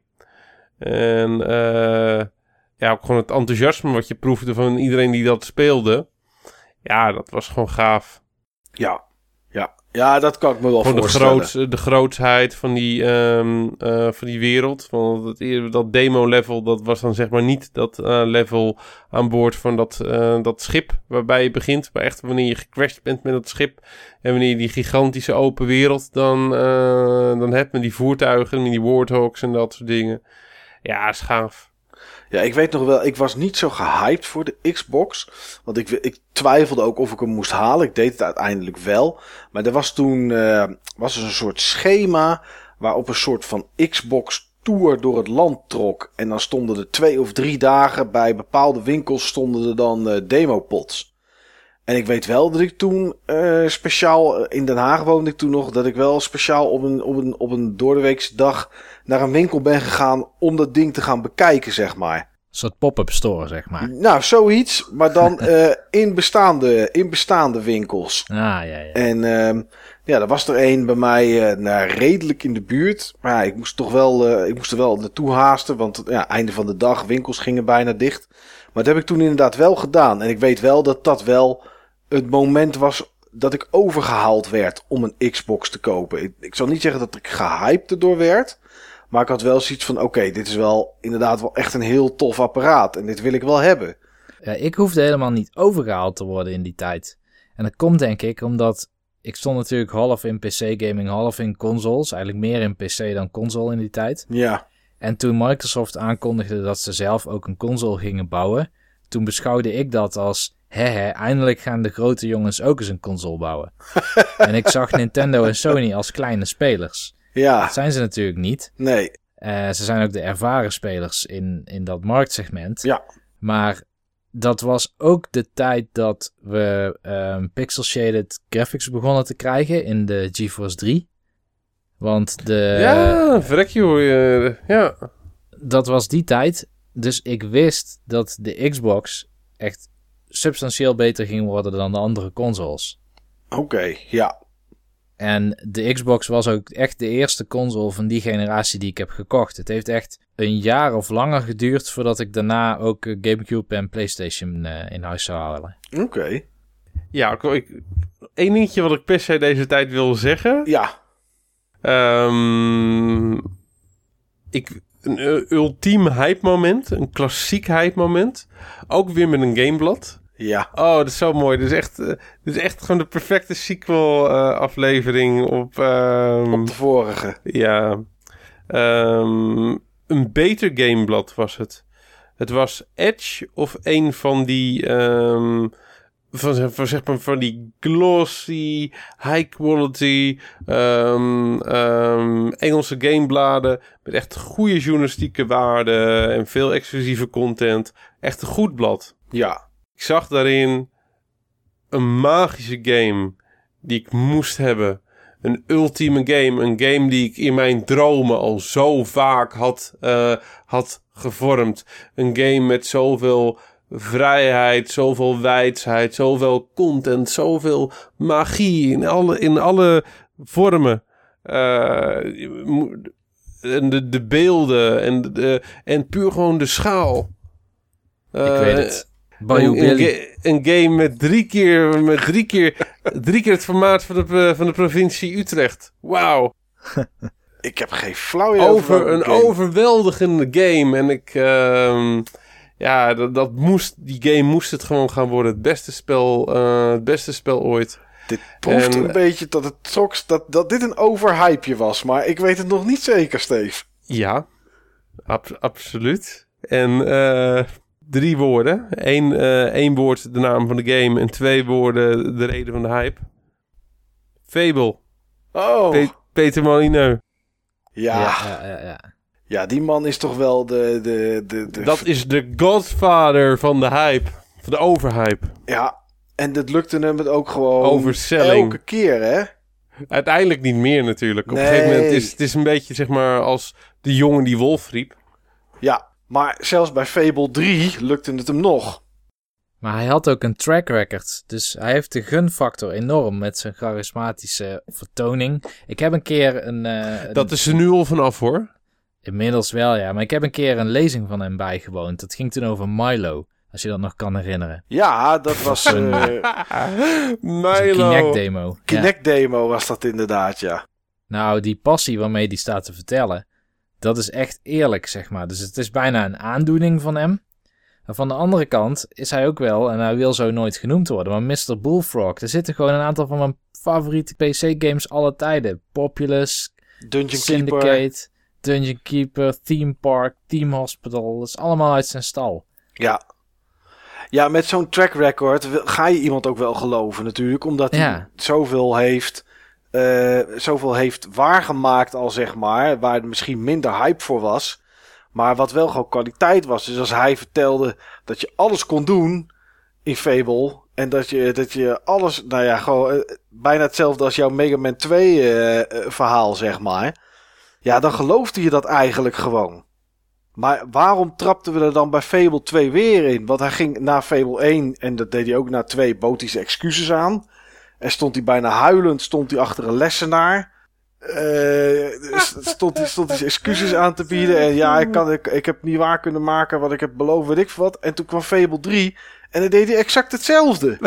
En uh, ja, ook gewoon het enthousiasme wat je proefde van iedereen die dat speelde. Ja, dat was gewoon gaaf. Ja, ja. Ja, dat kan ik me wel gewoon voorstellen. De, groots, de grootsheid van die, um, uh, van die wereld. Van dat, dat demo-level, dat was dan zeg maar niet dat uh, level aan boord van dat, uh, dat schip waarbij je begint. Maar echt wanneer je gecrashed bent met dat schip. En wanneer je die gigantische open wereld dan, uh, dan hebt met die voertuigen, met die Warthogs en dat soort dingen. Ja, schaaf. Ja, ik weet nog wel, ik was niet zo gehyped voor de Xbox. Want ik, ik twijfelde ook of ik hem moest halen. Ik deed het uiteindelijk wel. Maar er was toen uh, was er een soort schema waarop een soort van Xbox tour door het land trok. En dan stonden er twee of drie dagen bij bepaalde winkels stonden er dan uh, demopods. En ik weet wel dat ik toen uh, speciaal, uh, in Den Haag woonde ik toen nog, dat ik wel speciaal op een, op een, op een doordeweekse dag naar een winkel ben gegaan om dat ding te gaan bekijken, zeg maar. Een soort pop-up store, zeg maar. Nou, zoiets, maar dan uh, in, bestaande, in bestaande winkels. Ah, ja, ja. En uh, ja, er was er een bij mij uh, nou, redelijk in de buurt. Maar ja, ik moest toch wel, uh, ik moest er wel naartoe haasten, want ja, einde van de dag, winkels gingen bijna dicht. Maar dat heb ik toen inderdaad wel gedaan. En ik weet wel dat dat wel het moment was dat ik overgehaald werd om een Xbox te kopen. Ik, ik zal niet zeggen dat ik gehyped erdoor werd. Maar ik had wel zoiets van, oké, okay, dit is wel inderdaad wel echt een heel tof apparaat. En dit wil ik wel hebben. Ja, ik hoefde helemaal niet overgehaald te worden in die tijd. En dat komt denk ik omdat ik stond natuurlijk half in P C-gaming, half in consoles. Eigenlijk meer in P C dan console in die tijd. Ja. En toen Microsoft aankondigde dat ze zelf ook een console gingen bouwen, toen beschouwde ik dat als, hehe, eindelijk gaan de grote jongens ook eens een console bouwen. En ik zag Nintendo en Sony als kleine spelers. Ja. Dat zijn ze natuurlijk niet. Nee. Uh, ze zijn ook de ervaren spelers in, in dat marktsegment. Ja. Maar dat was ook de tijd dat we um, pixel-shaded graphics begonnen te krijgen in de GeForce drie. Want de... Ja, verrek joh. Uh, ja. Dat was die tijd. Dus ik wist dat de Xbox echt substantieel beter ging worden dan de andere consoles. Oké, okay, ja. En de Xbox was ook echt de eerste console van die generatie die ik heb gekocht. Het heeft echt een jaar of langer geduurd voordat ik daarna ook GameCube en PlayStation uh, in huis zou halen. Oké. Okay. Ja, ik, één dingetje wat ik per se deze tijd wil zeggen. Ja. Um, ik, een uh, ultiem hype moment, een klassiek hype moment. Ook weer met een gameblad. Ja. Oh, dat is zo mooi. Dit is echt, uh, dit is echt gewoon de perfecte sequel uh, aflevering op... Um, op de vorige. Ja. Um, een beter gameblad was het. Het was Edge of een van die... Um, van, van, zeg maar, van die glossy, high quality um, um, Engelse gamebladen met echt goede journalistieke waarde en veel exclusieve content. Echt een goed blad. Ja. Ik zag daarin een magische game die ik moest hebben. Een ultieme game. Een game die ik in mijn dromen al zo vaak had, uh, had gevormd. Een game met zoveel vrijheid, zoveel wijsheid, zoveel content, zoveel magie in alle, in alle vormen. Uh, de, de beelden en, de, en puur gewoon de schaal. Uh, ik weet het. Een, een, ga- een game met drie keer, met drie keer, drie keer het formaat van de, van de provincie Utrecht. Wauw. Ik heb geen flauw idee over, over een game. overweldigende game. En ik, uh, ja, dat, dat moest, die game moest het gewoon gaan worden. Het beste spel, uh, het beste spel ooit. Dit proeft en, een beetje dat het troks, dat, dat dit een overhypeje was. Maar ik weet het nog niet zeker, Steve. Ja, ab- absoluut. En uh, drie woorden. Eén, uh, één woord de naam van de game. En twee woorden de reden van de hype. Fable. Oh. Pe- Peter Molyneux. Ja. Ja, ja, ja, ja. Ja, die man is toch wel de... de, de, de Dat is de godfather van de hype. Van de overhype. Ja, En dat lukte hem het ook gewoon Overselling. elke keer, hè? Uiteindelijk niet meer natuurlijk. Op nee. een gegeven moment is het is een beetje zeg maar als de jongen die wolf riep. Ja, maar zelfs bij Fable drie lukte het hem nog. Maar hij had ook een track record. Dus hij heeft de gunfactor enorm met zijn charismatische vertoning. Ik heb een keer een... Uh, dat is er nu al vanaf hoor. Inmiddels wel, ja. Maar ik heb een keer een lezing van hem bijgewoond. Dat ging toen over Milo. Als je dat nog kan herinneren. Ja, dat was... een, uh, Milo. Een Kinect-demo. Kinect-demo was dat inderdaad, ja. Nou, die passie waarmee die staat te vertellen... dat is echt eerlijk, zeg maar. Dus het is bijna een aandoening van hem. Maar van de andere kant is hij ook wel... en hij wil zo nooit genoemd worden... maar mister Bullfrog. Er zitten gewoon een aantal van mijn favoriete P C-games alle tijden. Populous, Dungeon Syndicate, Keeper. Dungeon Keeper, Theme Park, Team Hospital. Dat is allemaal uit zijn stal. Ja. Ja, met zo'n track record ga je iemand ook wel geloven natuurlijk. Omdat hij ja. zoveel heeft, uh, zoveel heeft waargemaakt al, zeg maar. Waar er misschien minder hype voor was. Maar wat wel gewoon kwaliteit was. Dus als hij vertelde dat je alles kon doen in Fable. En dat je, dat je alles, nou ja, gewoon uh, bijna hetzelfde als jouw Mega Man twee uh, uh, verhaal, zeg maar. Ja, dan geloofde je dat eigenlijk gewoon. Maar waarom trapten we er dan bij Fable twee weer in? Want hij ging na Fable één, en dat deed hij ook na twee, bood hij zijn excuses aan. En stond hij bijna huilend, stond hij achter een lessenaar. Uh, stond, hij, stond hij zijn excuses aan te bieden. En ja, ik, kan, ik, ik heb niet waar kunnen maken wat ik heb beloofd, weet ik veel wat. En toen kwam Fable drie en dan deed hij exact hetzelfde.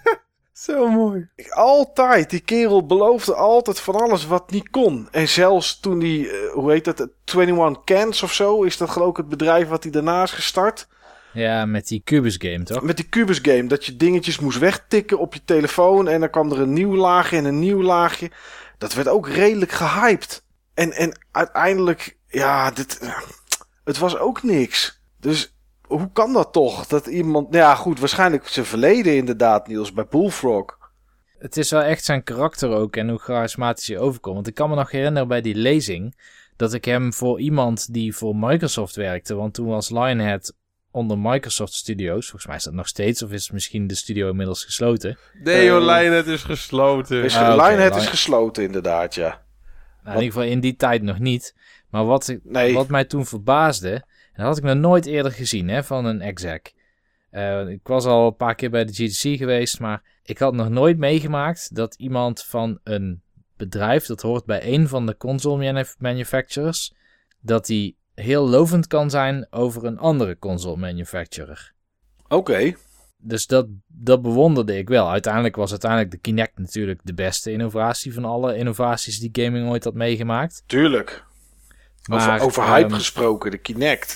Zo mooi. Altijd. Die kerel beloofde altijd van alles wat niet kon. En zelfs toen hij, uh, hoe heet dat, eenentwintig Cans of zo, is dat geloof ik het bedrijf wat hij daarna is gestart. Ja, met die Cubus game, toch? Met die Cubus game, dat je dingetjes moest wegtikken op je telefoon en dan kwam er een nieuw laagje en een nieuw laagje. Dat werd ook redelijk gehyped. En, en uiteindelijk, ja, dit, uh, het was ook niks. Dus... hoe kan dat toch? Dat iemand... Nou ja, goed, waarschijnlijk zijn verleden inderdaad, Niels, bij Bullfrog. Het is wel echt zijn karakter ook en hoe charismatisch hij overkomt. Want ik kan me nog herinneren bij die lezing... dat ik hem voor iemand die voor Microsoft werkte... want toen was Lionhead onder Microsoft Studios. Volgens mij is dat nog steeds, of is misschien de studio inmiddels gesloten? Nee joh, uh, Lionhead is gesloten. Is, ah, okay. Lionhead Lion... is gesloten inderdaad, ja. Nou, in ieder geval in die tijd nog niet. Maar wat, ik, nee. wat mij toen verbaasde... dat had ik nog nooit eerder gezien, hè, van een exec. Uh, ik was al een paar keer bij de G D C geweest, maar ik had nog nooit meegemaakt dat iemand van een bedrijf, dat hoort bij een van de console manufacturers, dat die heel lovend kan zijn over een andere console manufacturer. Oké. Okay. Dus dat, dat bewonderde ik wel. Uiteindelijk was uiteindelijk de Kinect natuurlijk de beste innovatie van alle innovaties die gaming ooit had meegemaakt. Tuurlijk. Maar, over, over hype um, gesproken, de Kinect.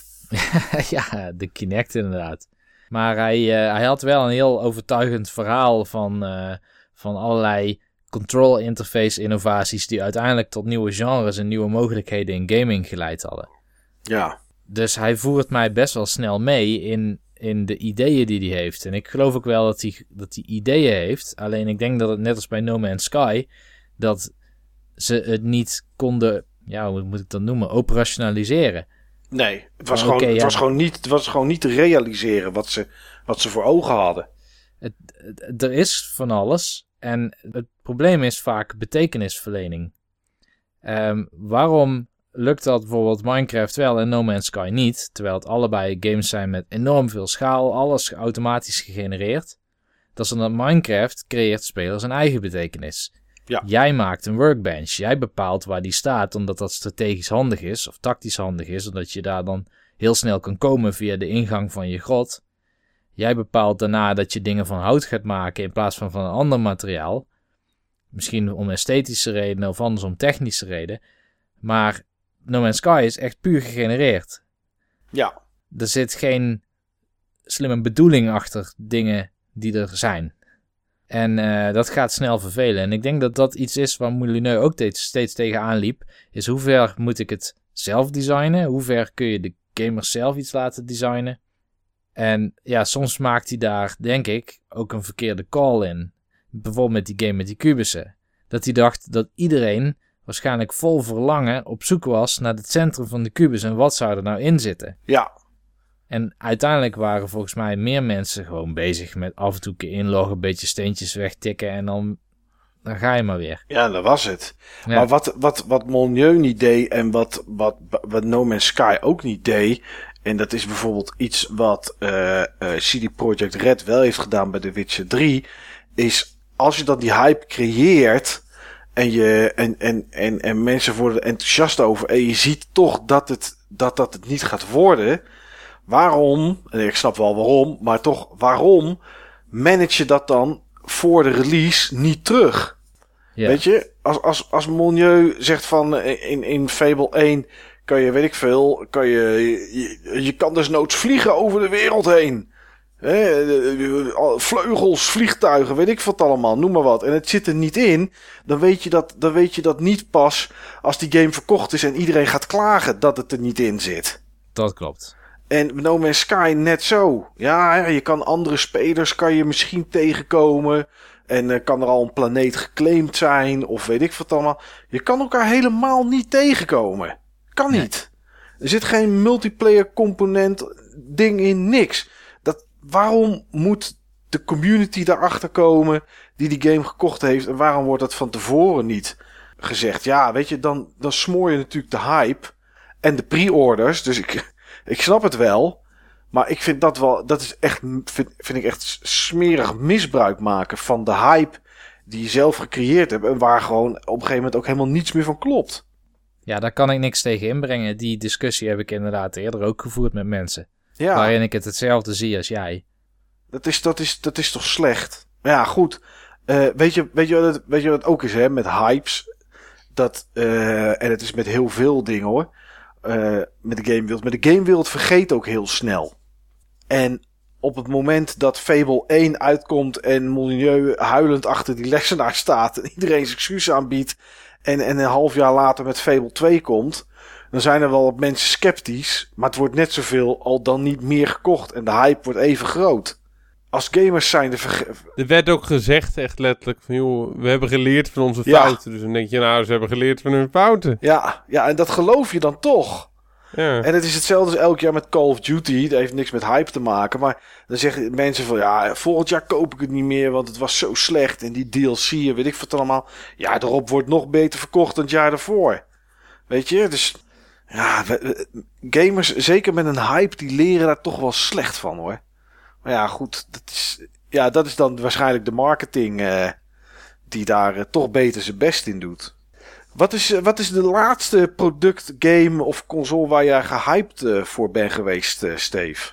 Ja, de Kinect inderdaad. Maar hij, uh, hij had wel een heel overtuigend verhaal van, uh, van allerlei control interface innovaties die uiteindelijk tot nieuwe genres en nieuwe mogelijkheden in gaming geleid hadden. Ja. Dus hij voert mij best wel snel mee in, in de ideeën die hij heeft. En ik geloof ook wel dat hij, dat hij ideeën heeft. Alleen ik denk dat het net als bij No Man's Sky, dat ze het niet konden, ja, hoe moet ik dat noemen, operationaliseren. Nee, het was, oh, gewoon, okay, het, ja. was gewoon niet, het was gewoon niet te realiseren wat ze, wat ze voor ogen hadden. Het, het, er is van alles. En het probleem is vaak betekenisverlening. Um, waarom lukt dat bijvoorbeeld Minecraft wel en No Man's Sky niet? Terwijl het allebei games zijn met enorm veel schaal. Alles automatisch gegenereerd. Dat is omdat Minecraft creëert spelers een eigen betekenis. Ja. Jij maakt een workbench. Jij bepaalt waar die staat, omdat dat strategisch handig is of tactisch handig is, omdat je daar dan heel snel kan komen via de ingang van je grot. Jij bepaalt daarna dat je dingen van hout gaat maken in plaats van van een ander materiaal. Misschien om esthetische redenen of anders om technische redenen. Maar No Man's Sky is echt puur gegenereerd. Ja. Er zit geen slimme bedoeling achter dingen die er zijn. En uh, dat gaat snel vervelen. En ik denk dat dat iets is waar Moulineux ook steeds, steeds tegenaan liep. Is hoe ver moet ik het zelf designen? Hoe ver kun je de gamers zelf iets laten designen? En ja, soms maakt hij daar, denk ik, ook een verkeerde call in. Bijvoorbeeld met die game met die kubussen. Dat hij dacht dat iedereen waarschijnlijk vol verlangen op zoek was naar het centrum van de kubus. En wat zou er nou in zitten? Ja. En uiteindelijk waren volgens mij meer mensen gewoon bezig met af en toe een keer inloggen, een beetje steentjes wegtikken en dan, dan ga je maar weer. Ja, dat was het. Ja. Maar wat, wat, wat Molyneux niet deed en wat, wat, wat No Man's Sky ook niet deed, en dat is bijvoorbeeld iets wat uh, uh, C D Projekt Red wel heeft gedaan bij The Witcher drie, is als je dan die hype creëert en, je, en, en, en, en mensen worden enthousiast over en je ziet toch dat het, dat, dat het niet gaat worden, waarom, en ik snap wel waarom, maar toch waarom manage je dat dan voor de release niet terug? Ja. Weet je, als, als, als Molyneux zegt van in, in Fable één kan je, weet ik veel, kan je, je, je kan dus noods vliegen over de wereld heen. He, vleugels, vliegtuigen, weet ik wat allemaal, noem maar wat. En het zit er niet in, dan weet je dat, dan weet je dat niet pas als die game verkocht is en iedereen gaat klagen dat het er niet in zit. Dat klopt. En No Man's Sky net zo. Ja, je kan andere spelers kan je misschien tegenkomen. En uh, kan er al een planeet geclaimd zijn. Of weet ik wat allemaal. Je kan elkaar helemaal niet tegenkomen. Kan niet. Nee. Er zit geen multiplayer component ding in, niks. Dat, waarom moet de community daarachter komen die die game gekocht heeft? En waarom wordt dat van tevoren niet gezegd? Ja, weet je, dan, dan smoor je natuurlijk de hype en de pre-orders. Dus ik... Ik snap het wel, maar ik vind dat wel, dat is echt, vind, vind ik echt smerig misbruik maken van de hype die je zelf gecreëerd hebt en waar gewoon op een gegeven moment ook helemaal niets meer van klopt. Ja, daar kan ik niks tegen inbrengen. Die discussie heb ik inderdaad eerder ook gevoerd met mensen. Ja. Waarin ik het hetzelfde zie als jij. Dat is, dat is, dat is toch slecht? Ja, goed. Uh, weet je, weet je wat het, weet je wat het ook is, hè, met hypes? Dat, uh, en het is met heel veel dingen, hoor. Uh, met de gamewereld. Maar de gamewereld vergeet ook heel snel. En op het moment dat Fable één uitkomt en Molyneux huilend achter die lessenaar staat en iedereen zijn excuses aanbiedt en, en een half jaar later met Fable twee komt, dan zijn er wel wat mensen sceptisch, maar het wordt net zoveel al dan niet meer gekocht en de hype wordt even groot. Als gamers zijn de verge- Er werd ook gezegd, echt letterlijk, van joh, we hebben geleerd van onze fouten. Ja. Dus dan denk je, nou, ze hebben geleerd van hun fouten. Ja, ja, en dat geloof je dan toch. Ja. En het is hetzelfde als elk jaar met Call of Duty. Dat heeft niks met hype te maken. Maar dan zeggen mensen van, ja, volgend jaar koop ik het niet meer, want het was zo slecht. En die D L C en weet ik wat allemaal. Ja, erop wordt nog beter verkocht dan het jaar daarvoor. Weet je, dus ja, gamers, zeker met een hype, die leren daar toch wel slecht van, hoor. Maar ja, goed, dat is, ja, dat is dan waarschijnlijk de marketing uh, die daar uh, toch beter zijn best in doet. Wat is, uh, wat is de laatste product, game of console waar jij gehyped uh, voor bent geweest, uh, Steve?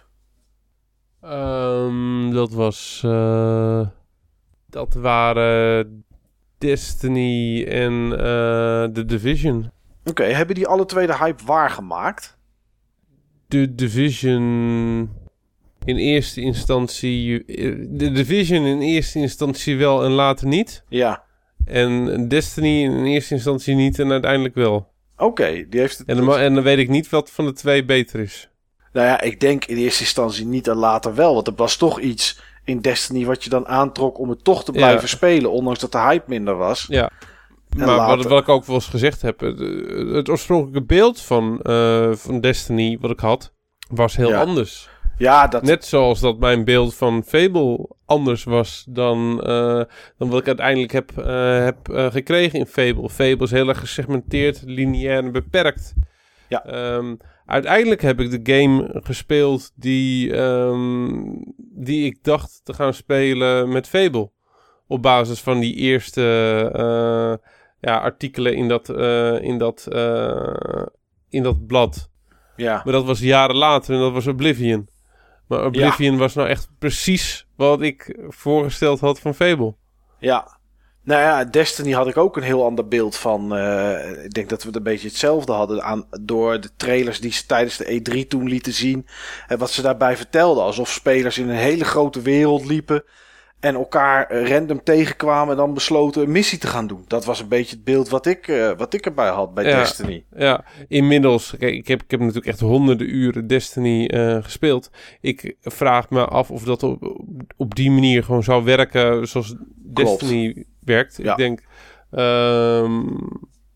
Um, dat was... Uh, dat waren Destiny en uh, The Division. Oké, okay, hebben die alle twee de hype waargemaakt? The Division... In eerste instantie... De Division in eerste instantie wel en later niet. Ja. En Destiny in eerste instantie niet en uiteindelijk wel. Oké, okay, die heeft het... En dan, en dan weet ik niet wat van de twee beter is. Nou ja, ik denk in eerste instantie niet en later wel. Want er was toch iets in Destiny wat je dan aantrok om het toch te blijven ja. spelen. Ondanks dat de hype minder was. Ja. En maar later... wat, wat ik ook wel eens gezegd heb. Het, het oorspronkelijke beeld van, uh, van Destiny wat ik had, was heel ja. anders. Ja, dat... Net zoals dat mijn beeld van Fable anders was dan, uh, dan wat ik uiteindelijk heb, uh, heb uh, gekregen in Fable. Fable is heel erg gesegmenteerd, lineair en beperkt. Ja. Um, uiteindelijk heb ik de game gespeeld die, um, die ik dacht te gaan spelen met Fable. Op basis van die eerste uh, ja, artikelen in dat, uh, in, dat, uh, in dat blad. Ja. Maar dat was jaren later en dat was Oblivion. Maar Oblivion ja. was nou echt precies wat ik voorgesteld had van Fable. Ja. Nou ja, Destiny had ik ook een heel ander beeld van. Uh, ik denk dat we het een beetje hetzelfde hadden aan, door de trailers die ze tijdens de E drie toen lieten zien. En wat ze daarbij vertelden. Alsof spelers in een hele grote wereld liepen. En elkaar random tegenkwamen en dan besloten een missie te gaan doen. Dat was een beetje het beeld wat ik, uh, wat ik erbij had bij ja, Destiny. Ja, inmiddels. Kijk, ik heb, ik heb natuurlijk echt honderden uren Destiny uh, gespeeld. Ik vraag me af of dat op, op die manier gewoon zou werken zoals Klopt. Destiny werkt. Ja. Ik denk... Um...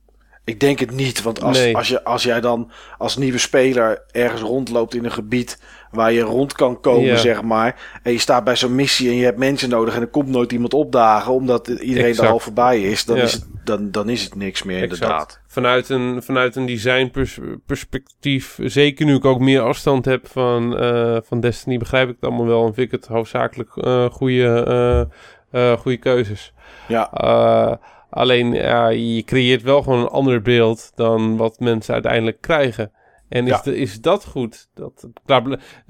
Ik denk het niet, want als, nee. als, je, als jij dan als nieuwe speler ergens rondloopt in een gebied waar je rond kan komen, ja. zeg maar, en je staat bij zo'n missie en je hebt mensen nodig en er komt nooit iemand opdagen omdat iedereen exact. er al voorbij is, dan, ja. is het, dan, dan is het niks meer exact. inderdaad. Vanuit een, vanuit een designperspectief, zeker nu ik ook meer afstand heb van, uh, van Destiny, begrijp ik het allemaal wel en vind ik het hoofdzakelijk uh, goede, uh, uh, goede keuzes. Ja. Uh, Alleen, ja, je creëert wel gewoon een ander beeld dan wat mensen uiteindelijk krijgen. En is, ja. de, is dat goed? Dat, uh,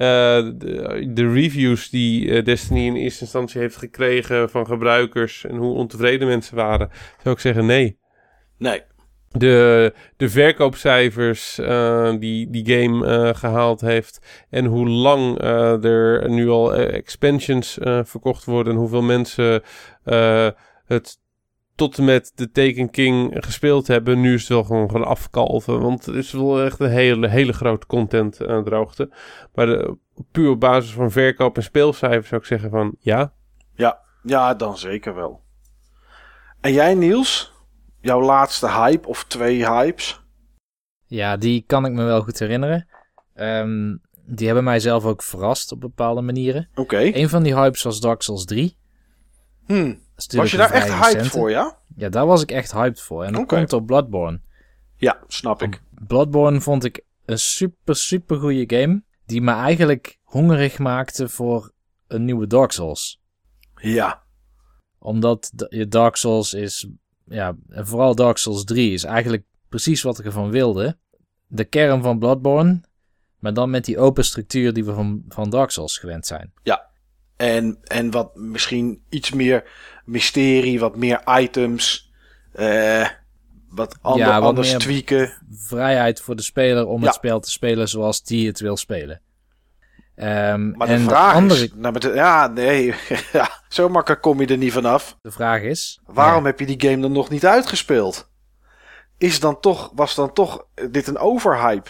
de, de reviews die uh, Destiny in eerste instantie heeft gekregen van gebruikers en hoe ontevreden mensen waren, zou ik zeggen nee. Nee. De, de verkoopcijfers uh, die die game uh, gehaald heeft en hoe lang uh, er nu al uh, expansions uh, verkocht worden en hoeveel mensen uh, het tot en met de Taken King gespeeld hebben. Nu is het wel gewoon gaan afkalven. Want het is wel echt een hele, hele grote content aan droogte. Maar de, puur op basis van verkoop en speelcijfers zou ik zeggen van ja. Ja, ja, dan zeker wel. En jij Niels? Jouw laatste hype of twee hypes? Ja, die kan ik me wel goed herinneren. Um, die hebben mij zelf ook verrast op bepaalde manieren. Oké. Okay. Een van die hypes was Dark Souls drie. Hmm. Was je daar echt hyped recente. voor, ja? Ja, daar was ik echt hyped voor. En dat okay. komt door Bloodborne. Ja, snap ik. Bloodborne vond ik een super, super goede game. Die me eigenlijk hongerig maakte voor een nieuwe Dark Souls. Ja. Omdat je Dark Souls is... Ja, en vooral Dark Souls drie is eigenlijk precies wat ik ervan wilde. De kern van Bloodborne. Maar dan met die open structuur die we van, van Dark Souls gewend zijn. Ja. En, en wat misschien iets meer mysterie, wat meer items, uh, wat, ander, ja, wat anders tweaken. Vrijheid voor de speler om ja. het spel te spelen zoals die het wil spelen. Um, maar de en vraag de andere... is... Nou, met de, ja, nee. ja, zo makkelijk kom je er niet vanaf. De vraag is... Waarom ja. heb je die game dan nog niet uitgespeeld? Is dan toch, was dan toch dit een overhype?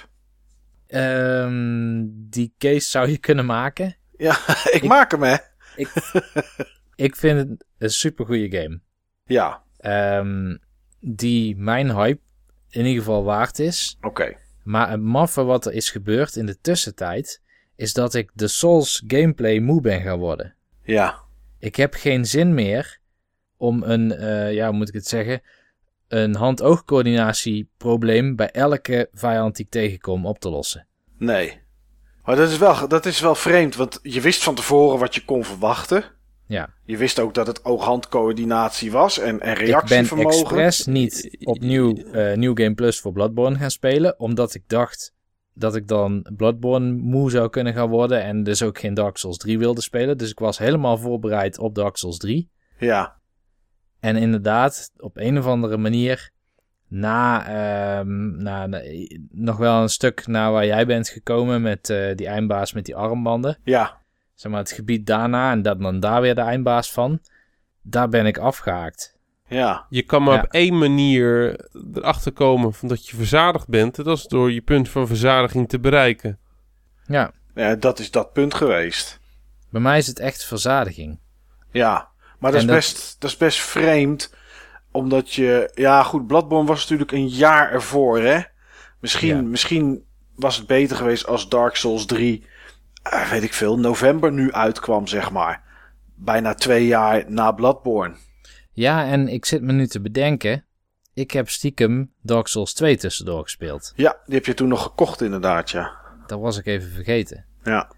Um, die case zou je kunnen maken... Ja, ik, ik maak hem, hè. Ik, ik vind het een supergoeie game. Ja. Um, die mijn hype in ieder geval waard is. Oké. Okay. Maar het maffe wat er is gebeurd in de tussentijd... is dat ik de Souls gameplay moe ben gaan worden. Ja. Ik heb geen zin meer om een, uh, ja, hoe moet ik het zeggen... een hand-oogcoördinatie probleem bij elke vijand die ik tegenkom op te lossen. Nee. Maar dat is, wel, dat is wel vreemd, want je wist van tevoren wat je kon verwachten. Ja. Je wist ook dat het oog-handcoördinatie was en, en reactievermogen. Ik ben expres niet opnieuw uh, New Game Plus voor Bloodborne gaan spelen, omdat ik dacht dat ik dan Bloodborne moe zou kunnen gaan worden en dus ook geen Dark Souls drie wilde spelen. Dus ik was helemaal voorbereid op Dark Souls drie. Ja. En inderdaad, op een of andere manier... Na, um, na, na, nog wel een stuk na waar jij bent gekomen met uh, die eindbaas met die armbanden. Ja. Zeg maar het gebied daarna en dat dan daar weer de eindbaas van. Daar ben ik afgehaakt. Ja. Je kan maar ja. op één manier erachter komen van dat je verzadigd bent. Dat is door je punt van verzadiging te bereiken. Ja. Ja, dat is dat punt geweest. Bij mij is het echt verzadiging. Ja, maar dat, is, dat... Best, dat is best vreemd... Omdat je... Ja, goed, Bloodborne was natuurlijk een jaar ervoor, hè? Misschien, ja. misschien was het beter geweest als Dark Souls drie... Uh, weet ik veel, november nu uitkwam, zeg maar. Bijna twee jaar na Bloodborne. Ja, en ik zit me nu te bedenken... Ik heb stiekem Dark Souls twee tussendoor gespeeld. Ja, die heb je toen nog gekocht inderdaad, ja. Dat was ik even vergeten. Ja.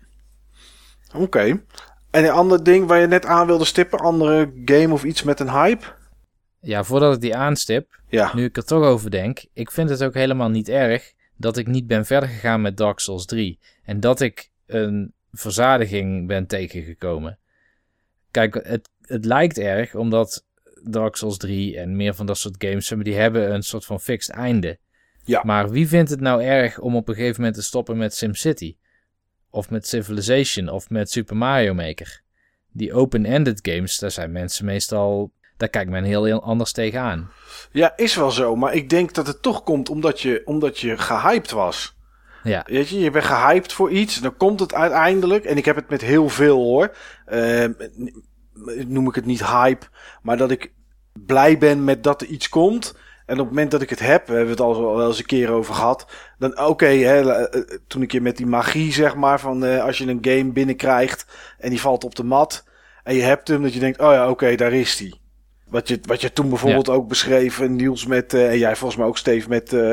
Oké. Okay. En een ander ding waar je net aan wilde stippen? Andere game of iets met een hype? Ja, voordat ik die aanstip, ja. nu ik er toch over denk... Ik vind het ook helemaal niet erg dat ik niet ben verder gegaan met Dark Souls drie. En dat ik een verzadiging ben tegengekomen. Kijk, het, het lijkt erg omdat Dark Souls drie en meer van dat soort games... die hebben een soort van fixed einde. Ja. Maar wie vindt het nou erg om op een gegeven moment te stoppen met SimCity? Of met Civilization of met Super Mario Maker? Die open-ended games, daar zijn mensen meestal... Daar kijkt men heel, heel anders tegenaan. Ja, is wel zo. Maar ik denk dat het toch komt omdat je, omdat je gehyped was. Ja. Weet je, je bent gehyped voor iets. Dan komt het uiteindelijk. En ik heb het met heel veel hoor. Uh, noem ik het niet hype. Maar dat ik blij ben met dat er iets komt. En op het moment dat ik het heb, we hebben we het al wel eens een keer over gehad. Dan oké, okay, toen een keer met die magie, zeg maar, van uh, als je een game binnenkrijgt en die valt op de mat. En je hebt hem, dat je denkt, oh ja, oké, okay, daar is die. Wat je, wat je toen bijvoorbeeld ja. ook beschreef, Niels, met, uh, en jij volgens mij ook, Steve, met uh,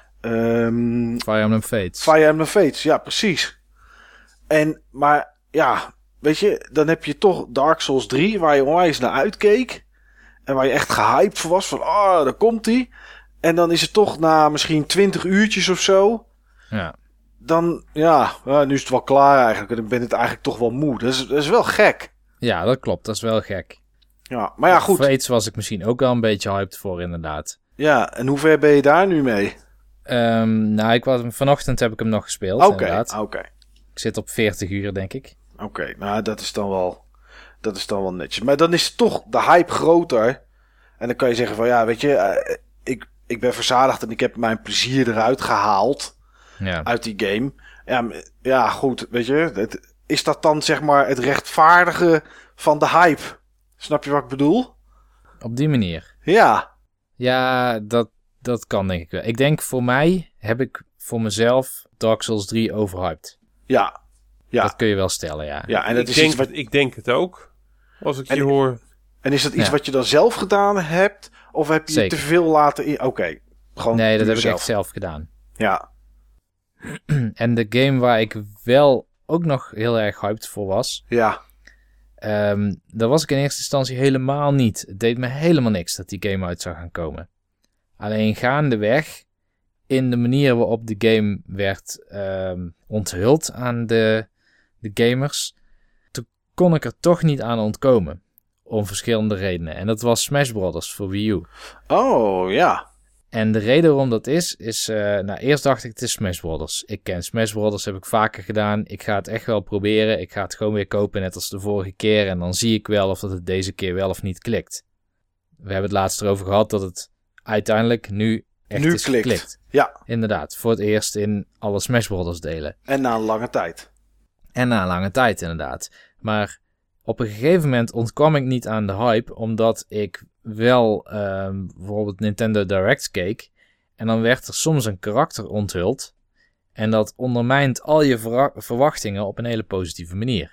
um, Fire Emblem Fates. Fire Emblem Fates, ja, precies. En, maar ja, weet je, dan heb je toch Dark Souls drie, waar je onwijs naar uitkeek. En waar je echt gehyped voor was, van, oh, daar komt die. En dan is het toch na misschien twintig uurtjes of zo. Ja. Dan, ja, ja, nu is het wel klaar eigenlijk. Dan ben het eigenlijk toch wel moe. Dat is, dat is wel gek. Ja, dat klopt. Dat is wel gek. Ja, maar ja, goed. Fates was ik misschien ook wel een beetje hyped voor, inderdaad. Ja, en hoe ver ben je daar nu mee? Um, nou, ik was, vanochtend heb ik hem nog gespeeld, Oké, inderdaad. oké. Ik zit op veertig uur, denk ik. Oké, okay, nou, dat is dan wel... Dat is dan wel netjes. Maar dan is toch de hype groter. En dan kan je zeggen van, ja, weet je... Uh, ik, ik ben verzadigd en ik heb mijn plezier eruit gehaald. Ja. Uit die game. Ja, ja, goed, weet je. Het, is dat dan, zeg maar, het rechtvaardige van de hype? Snap je wat ik bedoel? Op die manier? Ja. Ja, dat, dat kan denk ik wel. Ik denk voor mij heb ik voor mezelf Dark Souls drie overhyped. Ja. Ja. Dat kun je wel stellen, ja. Ja, en dat ik, is denk, iets wat... ik denk het ook. Als ik en, je hoor. En is dat iets ja. wat je dan zelf gedaan hebt? Of heb je Zeker. te veel laten in... Oké, okay, gewoon Nee, dat heb zelf. ik echt zelf gedaan. Ja. En de game waar ik wel ook nog heel erg hyped voor was... Ja. Um, daar was ik in eerste instantie helemaal niet. Het deed me helemaal niks dat die game uit zou gaan komen. Alleen gaandeweg, in de manier waarop de game werd um, onthuld aan de, de gamers... toen kon ik er toch niet aan ontkomen. Om verschillende redenen. En dat was Smash Brothers voor Wii U. Oh, ja. En de reden waarom dat is, is... Uh, nou, eerst dacht ik, het is Smash Brothers. Ik ken Smash Brothers, heb ik vaker gedaan. Ik ga het echt wel proberen. Ik ga het gewoon weer kopen, net als de vorige keer. En dan zie ik wel of dat het deze keer wel of niet klikt. We hebben het laatst erover gehad dat het uiteindelijk nu echt nu is klikt. geklikt. Ja. Inderdaad, voor het eerst in alle Smash Brothers delen. En na een lange tijd. En na een lange tijd, inderdaad. Maar op een gegeven moment ontkwam ik niet aan de hype, omdat ik wel um, bijvoorbeeld Nintendo Direct keek. En dan werd er soms een karakter onthuld. En dat ondermijnt al je ver- verwachtingen op een hele positieve manier.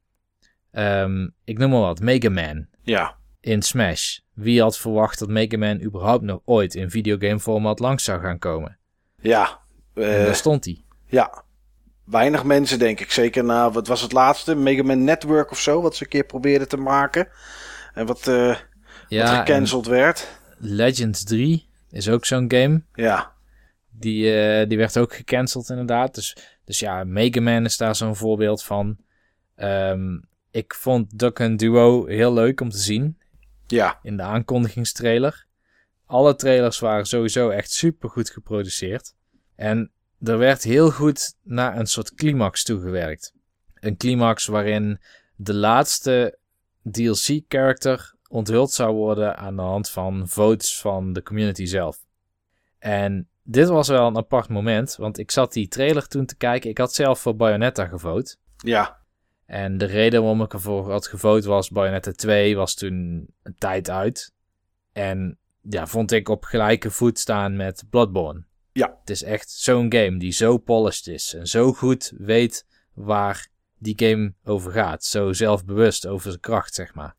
Um, ik noem maar wat, Mega Man. Ja. In Smash. Wie had verwacht dat Mega Man überhaupt nog ooit in videogame format langs zou gaan komen? Ja. Uh, en daar stond hij. Ja. Weinig mensen, denk ik. Zeker na, wat was het laatste? Mega Man Network of zo, wat ze een keer probeerden te maken. En wat, uh, ja, wat gecanceld werd. Legends drie is ook zo'n game. Ja. Die, uh, die werd ook gecanceld inderdaad. Dus, dus ja, Mega Man is daar zo'n voorbeeld van. Um, ik vond Duck Hunt Duo heel leuk om te zien. Ja. In de aankondigingstrailer. Alle trailers waren sowieso echt super goed geproduceerd. En er werd heel goed naar een soort climax toegewerkt. Een climax waarin de laatste D L C-character onthuld zou worden aan de hand van votes van de community zelf. En dit was wel een apart moment, want ik zat die trailer toen te kijken. Ik had zelf voor Bayonetta gevote. Ja. En de reden waarom ik ervoor had gevote was, Bayonetta twee was toen een tijd uit. En ja, vond ik op gelijke voet staan met Bloodborne. Ja. Het is echt zo'n game die zo polished is en zo goed weet waar die game over gaat. Zo zelfbewust over zijn kracht, zeg maar.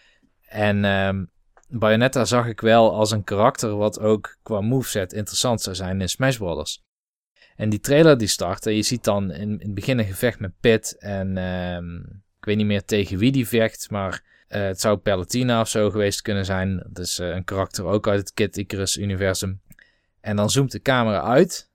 En um, Bayonetta zag ik wel als een karakter wat ook qua moveset interessant zou zijn in Smash Brothers. En die trailer die start, en je ziet dan in, in het begin een gevecht met Pit. En um, ik weet niet meer tegen wie die vecht, maar uh, het zou Palutena of zo geweest kunnen zijn. Dat is uh, een karakter ook uit het Kid Icarus universum. En dan zoomt de camera uit.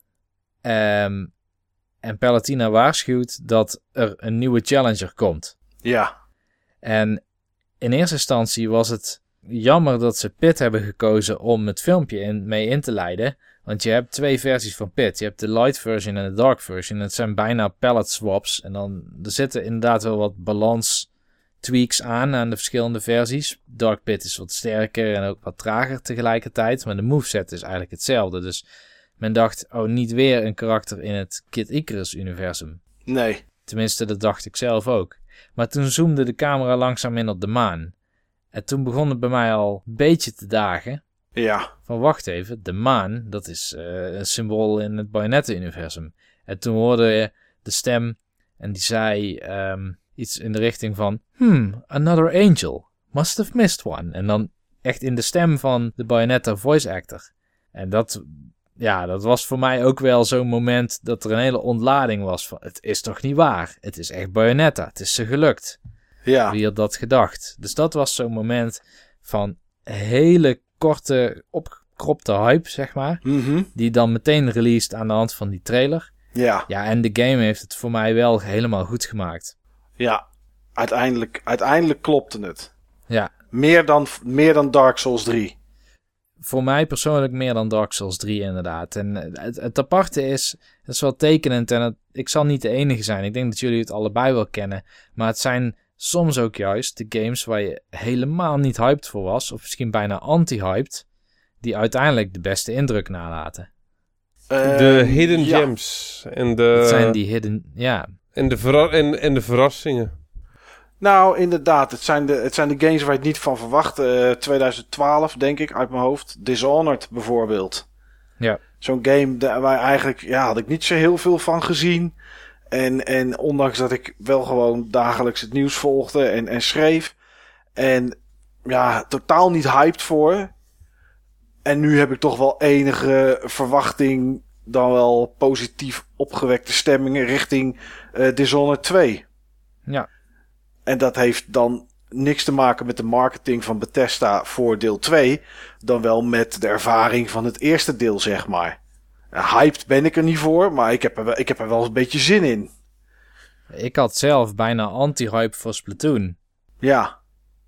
Um, en Palutena waarschuwt dat er een nieuwe challenger komt. Ja. En in eerste instantie was het jammer dat ze Pit hebben gekozen om het filmpje in, mee in te leiden. Want je hebt twee versies van Pit. Je hebt de light version en de dark version. Het zijn bijna palette swaps. En dan er zitten inderdaad wel wat balans tweaks aan aan de verschillende versies. Dark Pit is wat sterker en ook wat trager tegelijkertijd. Maar de moveset is eigenlijk hetzelfde. Dus men dacht, oh, niet weer een karakter in het Kid Icarus universum. Nee. Tenminste, dat dacht ik zelf ook. Maar toen zoomde de camera langzaam in op de maan. En toen begon het bij mij al een beetje te dagen. Ja. Van wacht even, de maan, dat is uh, een symbool in het Bayonetta-universum. En toen hoorde je de stem en die zei um, iets in de richting van... Hmm, another angel. Must have missed one. En dan echt in de stem van de Bayonetta voice actor. En dat, ja, dat was voor mij ook wel zo'n moment dat er een hele ontlading was van... Het is toch niet waar? Het is echt Bayonetta. Het is ze gelukt. Ja. Wie had dat gedacht? Dus dat was zo'n moment van hele korte, opgekropte hype, zeg maar. Mm-hmm. Die dan meteen released aan de hand van die trailer. Ja. Ja, en de game heeft het voor mij wel helemaal goed gemaakt. Ja, uiteindelijk, uiteindelijk klopte het. Ja. Meer dan, meer dan Dark Souls drie. Voor mij persoonlijk meer dan Dark Souls drie inderdaad. En het, het aparte is, het is wel tekenend en het, ik zal niet de enige zijn. Ik denk dat jullie het allebei wel kennen. Maar het zijn soms ook juist de games waar je helemaal niet hyped voor was. Of misschien bijna anti-hyped. Die uiteindelijk de beste indruk nalaten. De uh, hidden ja. gems. En de, het zijn die hidden, ja. En de, verra- en, en de verrassingen. Nou, inderdaad. Het zijn de, het zijn de games waar je het niet van verwacht. Uh, twintig twaalf, denk ik, uit mijn hoofd. Dishonored bijvoorbeeld. Ja. Zo'n game daar waar eigenlijk, ja, had ik niet zo heel veel van gezien. En, en ondanks dat ik wel gewoon dagelijks het nieuws volgde en, en schreef. En ja, totaal niet hyped voor. En nu heb ik toch wel enige verwachting, dan wel positief opgewekte stemmingen richting uh, Dishonored twee. Ja. En dat heeft dan niks te maken met de marketing van Bethesda voor deel twee. Dan wel met de ervaring van het eerste deel, zeg maar. Hyped ben ik er niet voor, maar ik heb er wel, ik heb er wel een beetje zin in. Ik had zelf bijna anti-hype voor Splatoon. Ja.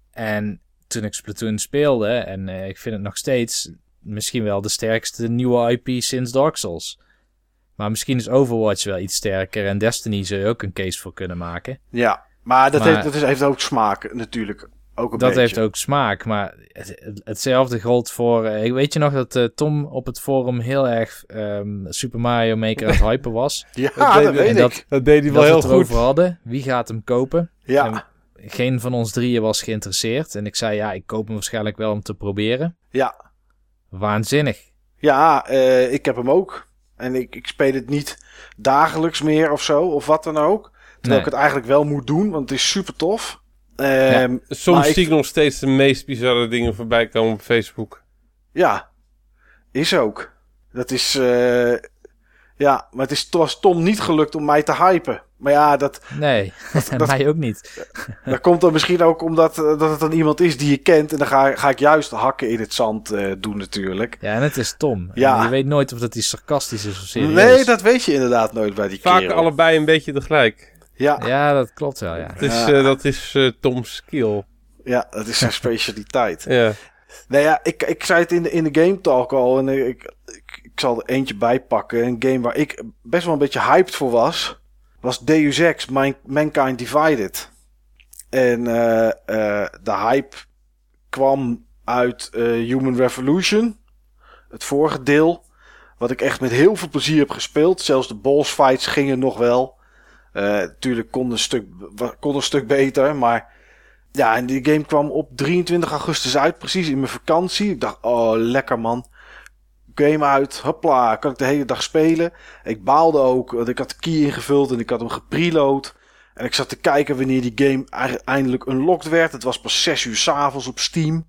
En toen ik Splatoon speelde, en uh, ik vind het nog steeds misschien wel de sterkste nieuwe I P sinds Dark Souls. Maar misschien is Overwatch wel iets sterker en Destiny zou je ook een case voor kunnen maken. Ja, maar dat, maar, heeft, dat is, heeft ook smaak natuurlijk. Ook een dat beetje. heeft ook smaak, maar het, hetzelfde geldt voor... Uh, weet je nog dat uh, Tom op het forum heel erg um, Super Mario Maker aan het hypen was? Ja, dat, dat deed, weet dat, ik. Dat deed hij wel dat heel we het goed. erover hadden. Wie gaat hem kopen? Ja. En geen van ons drieën was geïnteresseerd. En ik zei, ja, ik koop hem waarschijnlijk wel om te proberen. Ja. Waanzinnig. Ja, uh, ik heb hem ook. En ik, ik speel het niet dagelijks meer of zo, of wat dan ook. Terwijl Nee. ik het eigenlijk wel moet doen, want het is super tof. Um, Ja, soms zie ik ik nog steeds de meest bizarre dingen voorbij komen op Facebook. Ja, is ook. Dat is... Uh, ja, maar het is was Tom niet gelukt om mij te hypen. Maar ja, dat... Nee, dat, dat mij ook niet. Dat komt dan misschien ook omdat uh, dat het dan iemand is die je kent. En dan ga, ga ik juist hakken in het zand uh, doen natuurlijk. Ja, en het is Tom. Ja. En je weet nooit of dat hij sarcastisch is of serieus. Nee, dat weet je inderdaad nooit bij die Vaak kerel. allebei een beetje tegelijk. Ja, Ja, dat klopt wel, ja. Het is, Ja. uh, dat is uh, Tom's skill. ja, dat is zijn specialiteit. Ja. Nou ja, ik, ik zei het in de, in de Game Talk al. En ik, ik, ik zal er eentje bij pakken. Een game waar ik best wel een beetje hyped voor was. Was Deus Ex, Man- Mankind Divided. En uh, uh, de hype kwam uit uh, Human Revolution. Het vorige deel. Wat ik echt met heel veel plezier heb gespeeld. Zelfs de boss fights gingen nog wel. Uh, tuurlijk kon een, stuk, kon een stuk beter. Maar ja, en die game kwam op drieëntwintig augustus uit. Precies in mijn vakantie. Ik dacht, oh lekker man. Game uit, hopla, kan ik de hele dag spelen. Ik baalde ook, want ik had de key ingevuld en ik had hem gepreload. En ik zat te kijken wanneer die game eindelijk unlocked werd. Het was pas zes uur 's avonds op Steam.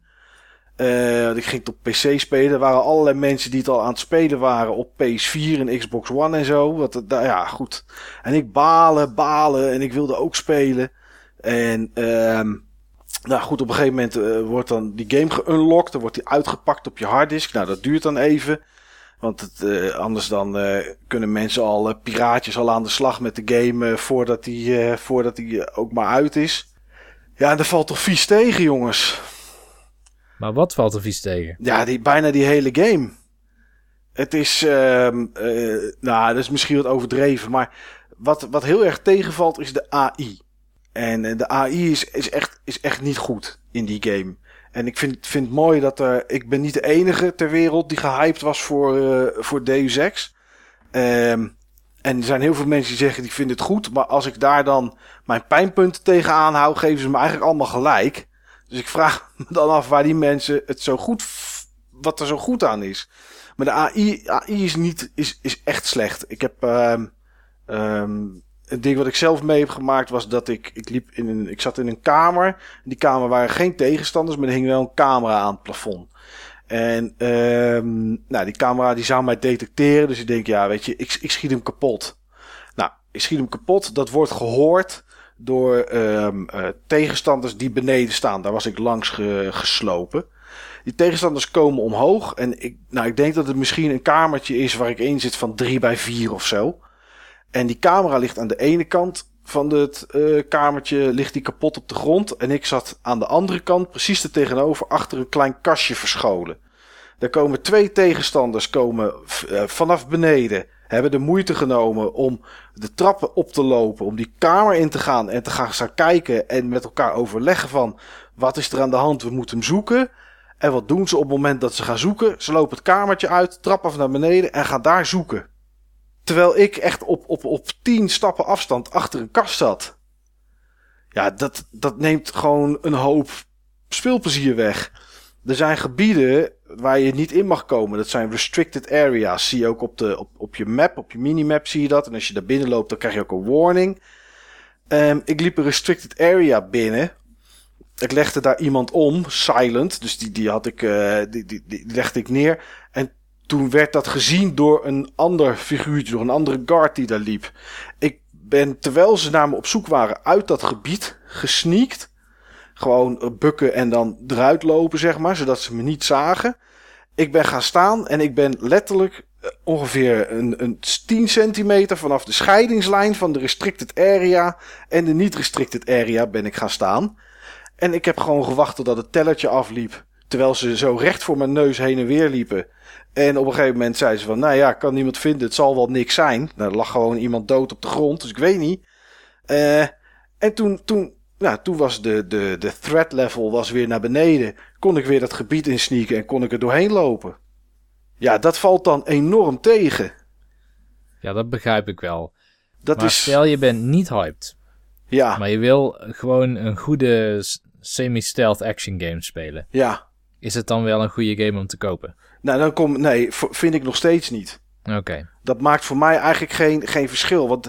Uh, ik ging het op P C spelen. Er waren allerlei mensen die het al aan het spelen waren op P S vier en Xbox One en zo. Wat, nou ja, goed. En ik balen, balen en ik wilde ook spelen. En um, nou goed, op een gegeven moment uh, wordt dan die game geunlocked. Dan wordt die uitgepakt op je harddisk. Nou, dat duurt dan even. Want het, uh, anders dan uh, kunnen mensen al, uh, piraatjes al aan de slag met de game uh, voordat die, uh, voordat die uh, ook maar uit is. Ja, en er valt toch vies tegen, jongens. Maar wat valt er vies tegen? Ja, die, bijna die hele game. Het is, uh, uh, nou, dat is misschien wat overdreven. Maar wat, wat heel erg tegenvalt is de A I. En uh, de A I is, is, echt, is echt niet goed in die game. En ik vind, vind het mooi dat er... Ik ben niet de enige ter wereld die gehyped was voor, uh, voor Deus Ex. Um, en er zijn heel veel mensen die zeggen die vinden het goed. Maar als ik daar dan mijn pijnpunten tegenaan hou, geven ze me eigenlijk allemaal gelijk. Dus ik vraag me dan af waar die mensen het zo goed f- wat er zo goed aan is. Maar de A I, A I is, niet, is, is echt slecht. Ik heb... Um, um, het ding wat ik zelf mee heb gemaakt was dat ik... Ik, liep in een, ik zat in een kamer. In die kamer waren geen tegenstanders, maar er hing wel een camera aan het plafond. En um, nou, die camera die zou mij detecteren. Dus ik denk, ja, weet je, ik, ik schiet hem kapot. Nou, ik schiet hem kapot. Dat wordt gehoord door um, uh, tegenstanders die beneden staan. Daar was ik langs ge, geslopen. Die tegenstanders komen omhoog. En ik, nou, ik denk dat het misschien een kamertje is waar ik in zit van drie bij vier of zo. En die camera ligt aan de ene kant van het uh, kamertje, ligt die kapot op de grond. En ik zat aan de andere kant, precies er tegenover, achter een klein kastje verscholen. Daar komen twee tegenstanders komen uh, vanaf beneden. Hebben de moeite genomen om de trappen op te lopen, om die kamer in te gaan en te gaan staan kijken en met elkaar overleggen van wat is er aan de hand, we moeten hem zoeken. En wat doen ze op het moment dat ze gaan zoeken? Ze lopen het kamertje uit, trappen af naar beneden en gaan daar zoeken. Terwijl ik echt op, op, op tien stappen afstand achter een kast zat. Ja, dat, dat neemt gewoon een hoop speelplezier weg. Er zijn gebieden waar je niet in mag komen. Dat zijn restricted areas. Zie je ook op, de, op, op je map, op je minimap zie je dat. En als je daar binnen loopt, dan krijg je ook een warning. Um, ik liep een restricted area binnen. Ik legde daar iemand om, silent. Dus die, die, had ik, uh, die, die, die legde ik neer. En toen werd dat gezien door een ander figuurtje, door een andere guard die daar liep. Ik ben, terwijl ze naar me op zoek waren, uit dat gebied gesneakt. Gewoon bukken en dan eruit lopen, zeg maar, zodat ze me niet zagen. Ik ben gaan staan en ik ben letterlijk ongeveer een, een tien centimeter vanaf de scheidingslijn van de restricted area en de niet restricted area ben ik gaan staan. En ik heb gewoon gewacht totdat het tellertje afliep, terwijl ze zo recht voor mijn neus heen en weer liepen. En op een gegeven moment zei ze van, nou ja, kan niemand vinden, het zal wel niks zijn. Nou, er lag gewoon iemand dood op de grond, dus ik weet niet. Uh, en toen, toen, nou, toen was de, de, de threat level was weer naar beneden. Kon ik weer dat gebied insneaken en kon ik er doorheen lopen. Ja, dat valt dan enorm tegen. Ja, dat begrijp ik wel. Dat maar is... stel je bent niet hyped. Ja. Maar je wil gewoon een goede semi-stealth action game spelen. Ja. Is het dan wel een goede game om te kopen? Nou, dan kom, nee, vind ik nog steeds niet. Oké. Okay. Dat maakt voor mij eigenlijk geen, geen verschil. Want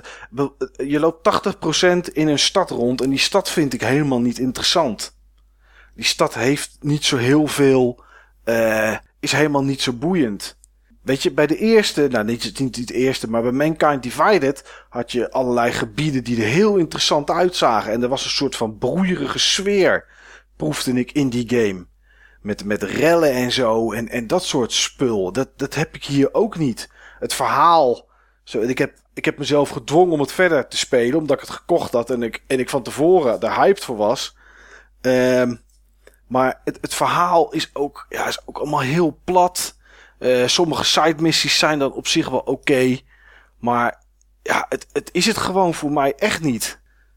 je loopt tachtig procent in een stad rond en die stad vind ik helemaal niet interessant. Die stad heeft niet zo heel veel, uh, is helemaal niet zo boeiend. Weet je, bij de eerste, nou niet, niet het eerste, maar bij Mankind Divided had je allerlei gebieden die er heel interessant uitzagen. En er was een soort van broeierige sfeer, proefde ik in die game. Met, met rellen en zo en, en dat soort spul. Dat, dat heb ik hier ook niet. Het verhaal. Zo, ik, heb, ik heb mezelf gedwongen om het verder te spelen. Omdat ik het gekocht had en ik, en ik van tevoren daar hyped voor was. Um, maar het, het verhaal is ook, ja, is ook allemaal heel plat. Uh, sommige side missies zijn dan op zich wel oké. Okay, maar ja, het, het is het gewoon voor mij echt niet.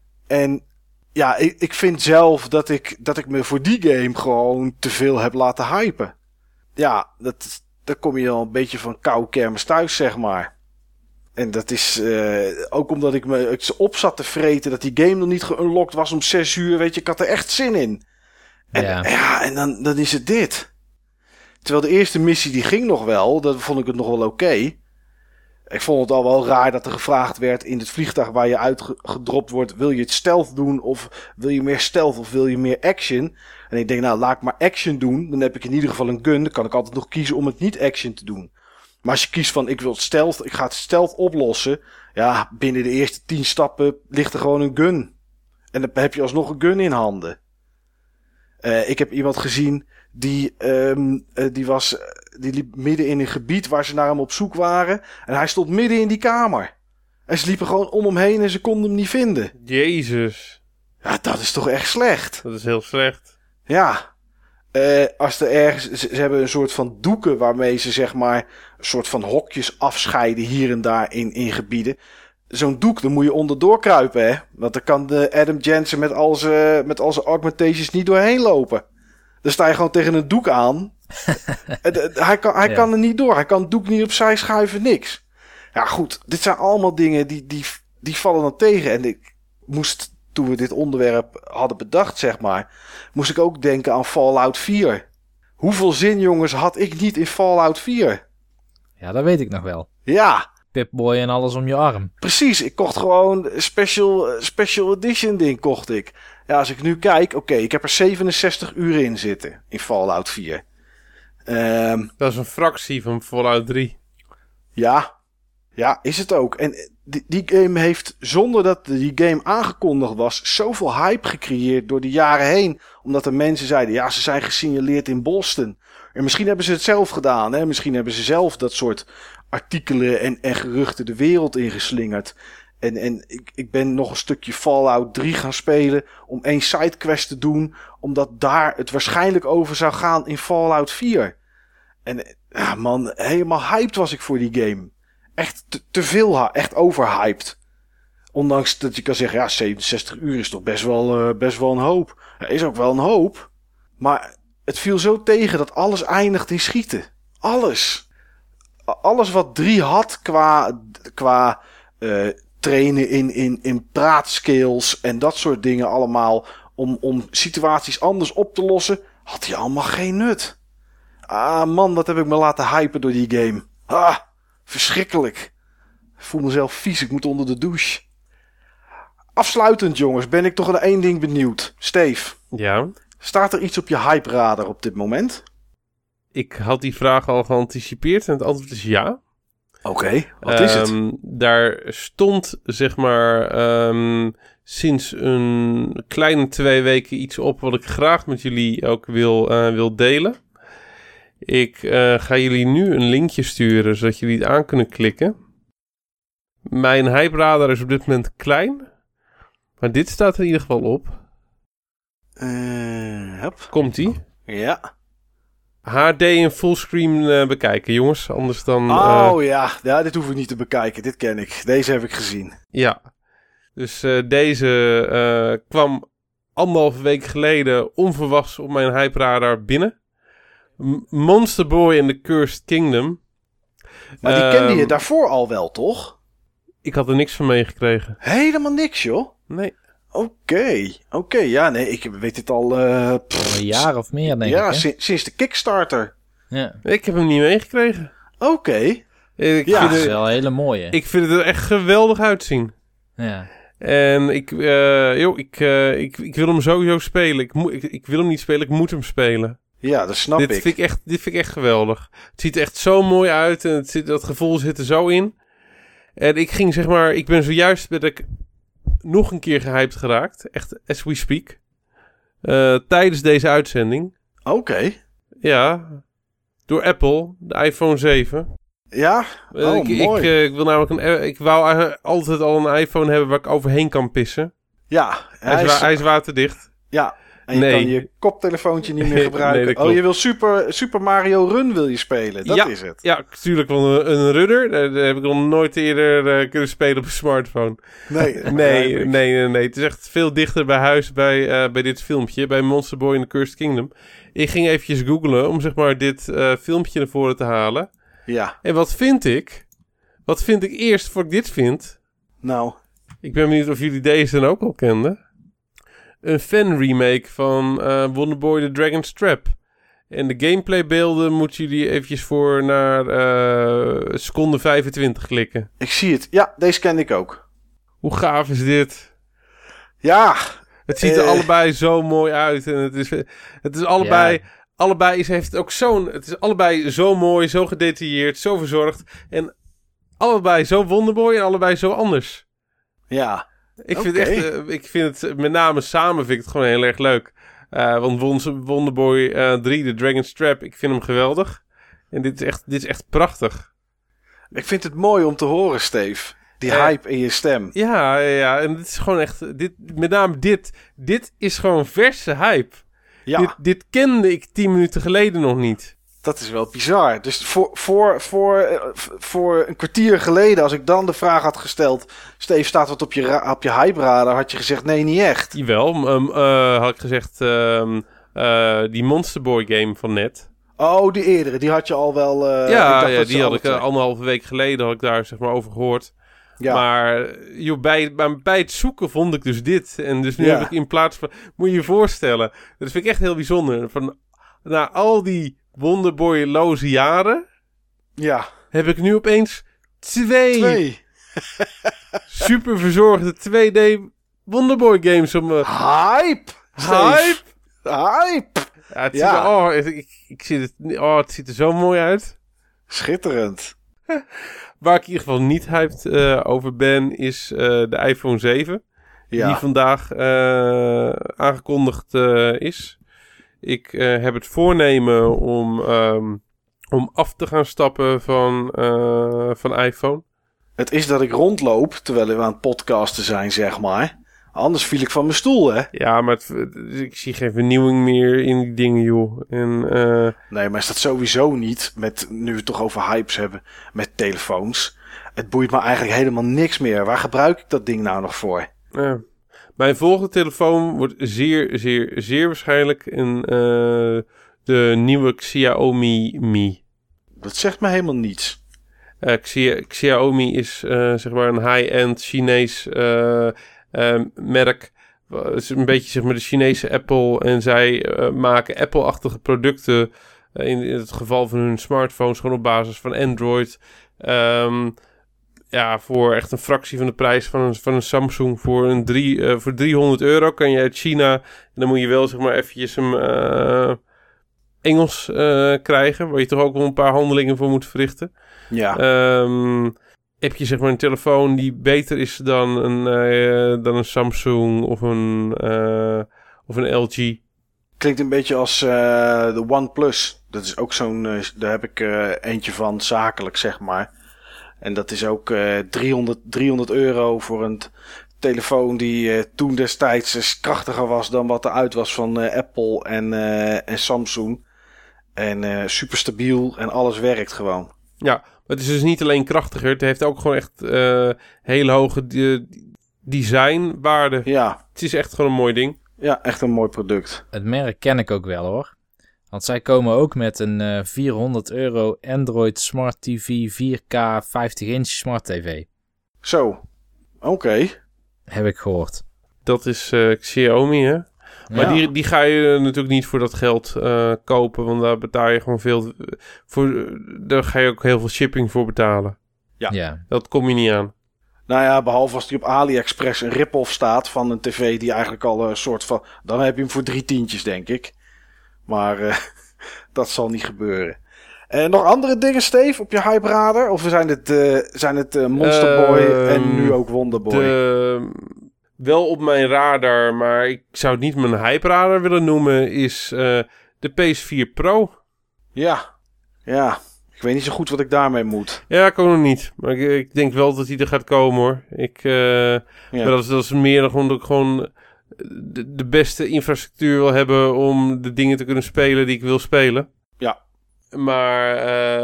En ja, ik, ik vind zelf dat ik, dat ik me voor die game gewoon te veel heb laten hypen. Ja, dat, daar kom je al een beetje van koude kermis thuis, zeg maar. En dat is uh, ook omdat ik me ik op zat te vreten dat die game nog niet geunlocked was om zes uur. Weet je, ik had er echt zin in. En ja, ja en dan, dan is het dit. Terwijl de eerste missie die ging nog wel, dat vond ik het nog wel oké. Okay. Ik vond het al wel raar dat er gevraagd werd in het vliegtuig waar je uitgedropt wordt. Wil je het stealth doen of wil je meer stealth of wil je meer action? En ik denk nou laat ik maar action doen. Dan heb ik in ieder geval een gun. Dan kan ik altijd nog kiezen om het niet action te doen. Maar als je kiest van ik wil het stealth, ik ga het stealth oplossen. Ja, binnen de eerste tien stappen ligt er gewoon een gun. En dan heb je alsnog een gun in handen. Uh, ik heb iemand gezien die, um, uh, die was... Die liep midden in een gebied waar ze naar hem op zoek waren. En hij stond midden in die kamer. En ze liepen gewoon om hem heen en ze konden hem niet vinden. Jezus. Ja, dat is toch echt slecht. Dat is heel slecht. Ja. Uh, als er ergens... Ze, ze hebben een soort van doeken waarmee ze zeg maar... Een soort van hokjes afscheiden hier en daar in, in gebieden. Zo'n doek, daar moet je onderdoor kruipen, hè. Want dan kan de Adam Jensen met al zijn, met al zijn augmentations niet doorheen lopen. Dan sta je gewoon tegen een doek aan... hij kan, hij ja. kan er niet door. Hij kan het doek niet opzij schuiven, niks. Ja goed, dit zijn allemaal dingen die, die, die vallen dan tegen. En ik moest, toen we dit onderwerp hadden bedacht, zeg maar... moest ik ook denken aan Fallout vier. Hoeveel zin, jongens, had ik niet in Fallout vier? Ja, dat weet ik nog wel. Ja. Pip-Boy en alles om je arm. Precies, ik kocht gewoon special, special edition ding kocht ik. Ja, als ik nu kijk, oké, okay, ik heb er zevenenzestig uur in zitten in Fallout vier. Um, dat is een fractie van Fallout drie. Ja, ja, is het ook. En die, die game heeft, zonder dat die game aangekondigd was, zoveel hype gecreëerd door de jaren heen. Omdat er mensen zeiden, ja, ze zijn gesignaleerd in Boston. En misschien hebben ze het zelf gedaan, hè. Misschien hebben ze zelf dat soort artikelen en, en geruchten de wereld ingeslingerd. En, en ik, ik ben nog een stukje Fallout drie gaan spelen om één sidequest te doen, omdat daar het waarschijnlijk over zou gaan in Fallout vier. En ja, man, helemaal hyped was ik voor die game. Echt te, te veel, echt overhyped. Ondanks dat je kan zeggen, ja, zevenenzestig uur is toch best wel, uh, best wel een hoop. Ja, is ook wel een hoop. Maar het viel zo tegen dat alles eindigt in schieten. Alles. Alles wat drie had qua, qua uh, trainen in, in, in praatskills en dat soort dingen allemaal, om, om situaties anders op te lossen, had hij allemaal geen nut. Ah man, wat heb ik me laten hypen door die game. Ah, verschrikkelijk. Ik voel mezelf vies, ik moet onder de douche. Afsluitend, jongens, ben ik toch aan één ding benieuwd. Steve. Ja? Staat er iets op je hype radar op dit moment? Ik had die vraag al geanticipeerd en het antwoord is ja. Oké, okay, wat is het? Um, daar stond, zeg maar, um, sinds een kleine twee weken iets op wat ik graag met jullie ook wil, uh, wil delen. Ik uh, ga jullie nu een linkje sturen, zodat jullie het aan kunnen klikken. Mijn hype radar is op dit moment klein, maar dit staat er in ieder geval op. Uh, Komt-ie? Ja. H D in fullscreen uh, bekijken, jongens. Anders dan... Oh uh... ja. ja, dit hoef ik niet te bekijken. Dit ken ik. Deze heb ik gezien. Ja. Dus uh, deze uh, kwam anderhalve week geleden onverwachts op mijn hype radar binnen. M- Monster Boy and the Cursed Kingdom. Maar die uh, kende je daarvoor al wel, toch? Ik had er niks van meegekregen. Helemaal niks, joh? Nee. Oké, okay. oké. Okay. Ja, nee, ik weet dit al... Uh, pff, een jaar of meer, denk ja, ik. Ja, sinds, sinds de Kickstarter. Ja. Ik heb hem niet meegekregen. Oké. Okay. Ja, dat is wel een hele mooie. Ik vind het er echt geweldig uitzien. Ja. En ik, uh, joh, ik, uh, ik, ik wil hem sowieso spelen. Ik, mo- ik, ik wil hem niet spelen, ik moet hem spelen. Ja, dat snap dit ik. Vind ik echt, dit vind ik echt geweldig. Het ziet er echt zo mooi uit en het zit, dat gevoel zit er zo in. En ik ging zeg maar, ik ben zojuist ben ik nog een keer gehyped geraakt. Echt as we speak. Uh, tijdens deze uitzending. Oké. Okay. Ja. Door Apple, de iPhone zeven. Ja? Oh, ik, mooi. Ik, uh, ik wil namelijk een, ik wou uh, altijd al een iPhone hebben waar ik overheen kan pissen. Ja. Hij, hij, is, wa- hij is waterdicht. Ja. En je nee. kan je koptelefoontje niet meer gebruiken. Nee, oh, je wil Super, Super Mario Run wil je spelen. Dat ja, is het. Ja, natuurlijk wel een, een rudder. Dat heb ik nog nooit eerder uh, kunnen spelen op een smartphone. Nee, nee, nee, nee, nee. Het is echt veel dichter bij huis bij, uh, bij dit filmpje. Bij Monster Boy in the Cursed Kingdom. Ik ging eventjes googlen om zeg maar dit uh, filmpje naar voren te halen. Ja. En wat vind ik? Wat vind ik eerst voor ik dit vind? Nou. Ik ben benieuwd of jullie deze dan ook al kenden. Een fan remake van uh, Wonder Boy the Dragon's Trap. En de gameplaybeelden moeten jullie eventjes voor naar uh, seconde vijfentwintig klikken. Ik zie het. Ja, deze ken ik ook. Hoe gaaf is dit? Ja. Het ziet er uh, allebei zo mooi uit. En het is, het is allebei... Ja. Allebei is, heeft het ook zo'n... Het is allebei zo mooi, zo gedetailleerd, zo verzorgd. En allebei zo Wonderboy en allebei zo anders. Ja. Ik vind, okay. echt, uh, ik vind het, met name samen vind ik het gewoon heel erg leuk. Uh, want Wonderboy uh, drie, The Dragon's Trap, ik vind hem geweldig. En dit is echt, dit is echt prachtig. Ik vind het mooi om te horen, Steve. Die uh, hype in je stem. Ja, ja, en dit is gewoon echt... Dit, met name dit. Dit is gewoon verse hype. Ja. Dit, dit kende ik tien minuten geleden nog niet. Dat is wel bizar. Dus voor, voor, voor, voor een kwartier geleden, als ik dan de vraag had gesteld... Steve, staat wat op je, op je hype radar? Had je gezegd, nee, niet echt. Jawel, um, uh, had ik gezegd... Um, uh, die Monster Boy game van net. Oh, die eerdere, die had je al wel... Uh, ja, ja die had ik uh, anderhalve week geleden had ik daar zeg maar over gehoord. Ja. Maar joh, bij, bij, bij het zoeken vond ik dus dit. En dus nu ja. heb ik in plaats van... Moet je je voorstellen. Dat vind ik echt heel bijzonder. Van... na al die Wonderboy-loze jaren... Ja. Heb ik nu opeens twee... Twee. super verzorgde twee D Wonderboy games om me... Hype! Hype! Hype! Ja, het, Ja. Ziet er, oh, ik, ik, ik zie het, oh, het ziet er zo mooi uit. Schitterend. Waar ik in ieder geval niet hyped uh, over ben, is uh, de iPhone zeven. Ja. Die vandaag uh, aangekondigd uh, is. Ik uh, heb het voornemen om, um, om af te gaan stappen van, uh, van iPhone. Het is dat ik rondloop terwijl we aan het podcasten zijn, zeg maar. Anders viel ik van mijn stoel, hè? Ja, maar het, ik zie geen vernieuwing meer in die dingen, joh. En, uh... Nee, maar is dat sowieso niet, met, nu we het toch over hypes hebben, met telefoons. Het boeit me eigenlijk helemaal niks meer. Waar gebruik ik dat ding nou nog voor? Ja. Mijn volgende telefoon wordt zeer, zeer, zeer waarschijnlijk een, uh, de nieuwe Xiaomi Mi. Dat zegt me helemaal niets. Uh, Xia, Xiaomi is uh, zeg maar een high-end Chinees uh, uh, merk. Het is een beetje zeg maar de Chinese Apple. En zij uh, maken Apple-achtige producten. Uh, in, in het geval van hun smartphones gewoon op basis van Android. Um, ja, voor echt een fractie van de prijs van een, van een Samsung. Voor, een drie, uh, voor driehonderd euro kan je uit China. En dan moet je wel zeg maar eventjes een uh, Engels uh, krijgen. Waar je toch ook wel een paar handelingen voor moet verrichten. Ja. Um, heb je zeg maar een telefoon die beter is dan een, uh, dan een Samsung of een, uh, of een L G? Klinkt een beetje als uh, de OnePlus. Dat is ook zo'n, uh, daar heb ik uh, eentje van zakelijk, zeg maar. En dat is ook uh, driehonderd euro voor een t- telefoon die uh, toen destijds krachtiger was dan wat er uit was van uh, Apple en, uh, en Samsung. En uh, super stabiel en alles werkt gewoon. Ja, maar het is dus niet alleen krachtiger. Het heeft ook gewoon echt uh, hele hoge de- designwaarde. Ja. Het is echt gewoon een mooi ding. Ja, echt een mooi product. Het merk ken ik ook wel, hoor. Want zij komen ook met een uh, vierhonderd euro Android Smart T V vier K vijftig inch Smart T V. Zo, oké. Okay. Heb ik gehoord. Dat is uh, Xiaomi, hè? Maar Ja. die, die ga je natuurlijk niet voor dat geld uh, kopen. Want daar betaal je gewoon veel... Voor, daar ga je ook heel veel shipping voor betalen. Ja. ja. Dat kom je niet aan. Nou ja, behalve als die op AliExpress een rip-off staat van een tv die eigenlijk al een soort van... Dan heb je hem voor drie tientjes, denk ik. Maar uh, dat zal niet gebeuren. En nog andere dingen, Steve, op je hype radar? Of zijn het, uh, zijn het uh, Monster Boy uh, en nu ook Wonderboy? De, wel op mijn radar, maar ik zou het niet mijn hype radar willen noemen, is uh, de P S vier Pro. Ja, ja. Ik weet niet zo goed wat ik daarmee moet. Ja, ik ook nog niet. Maar ik, ik denk wel dat hij er gaat komen, hoor. Ik, uh, ja. Maar dat is, dat is meer dan gewoon dat ik gewoon de, de beste infrastructuur wil hebben om de dingen te kunnen spelen die ik wil spelen. Ja. Maar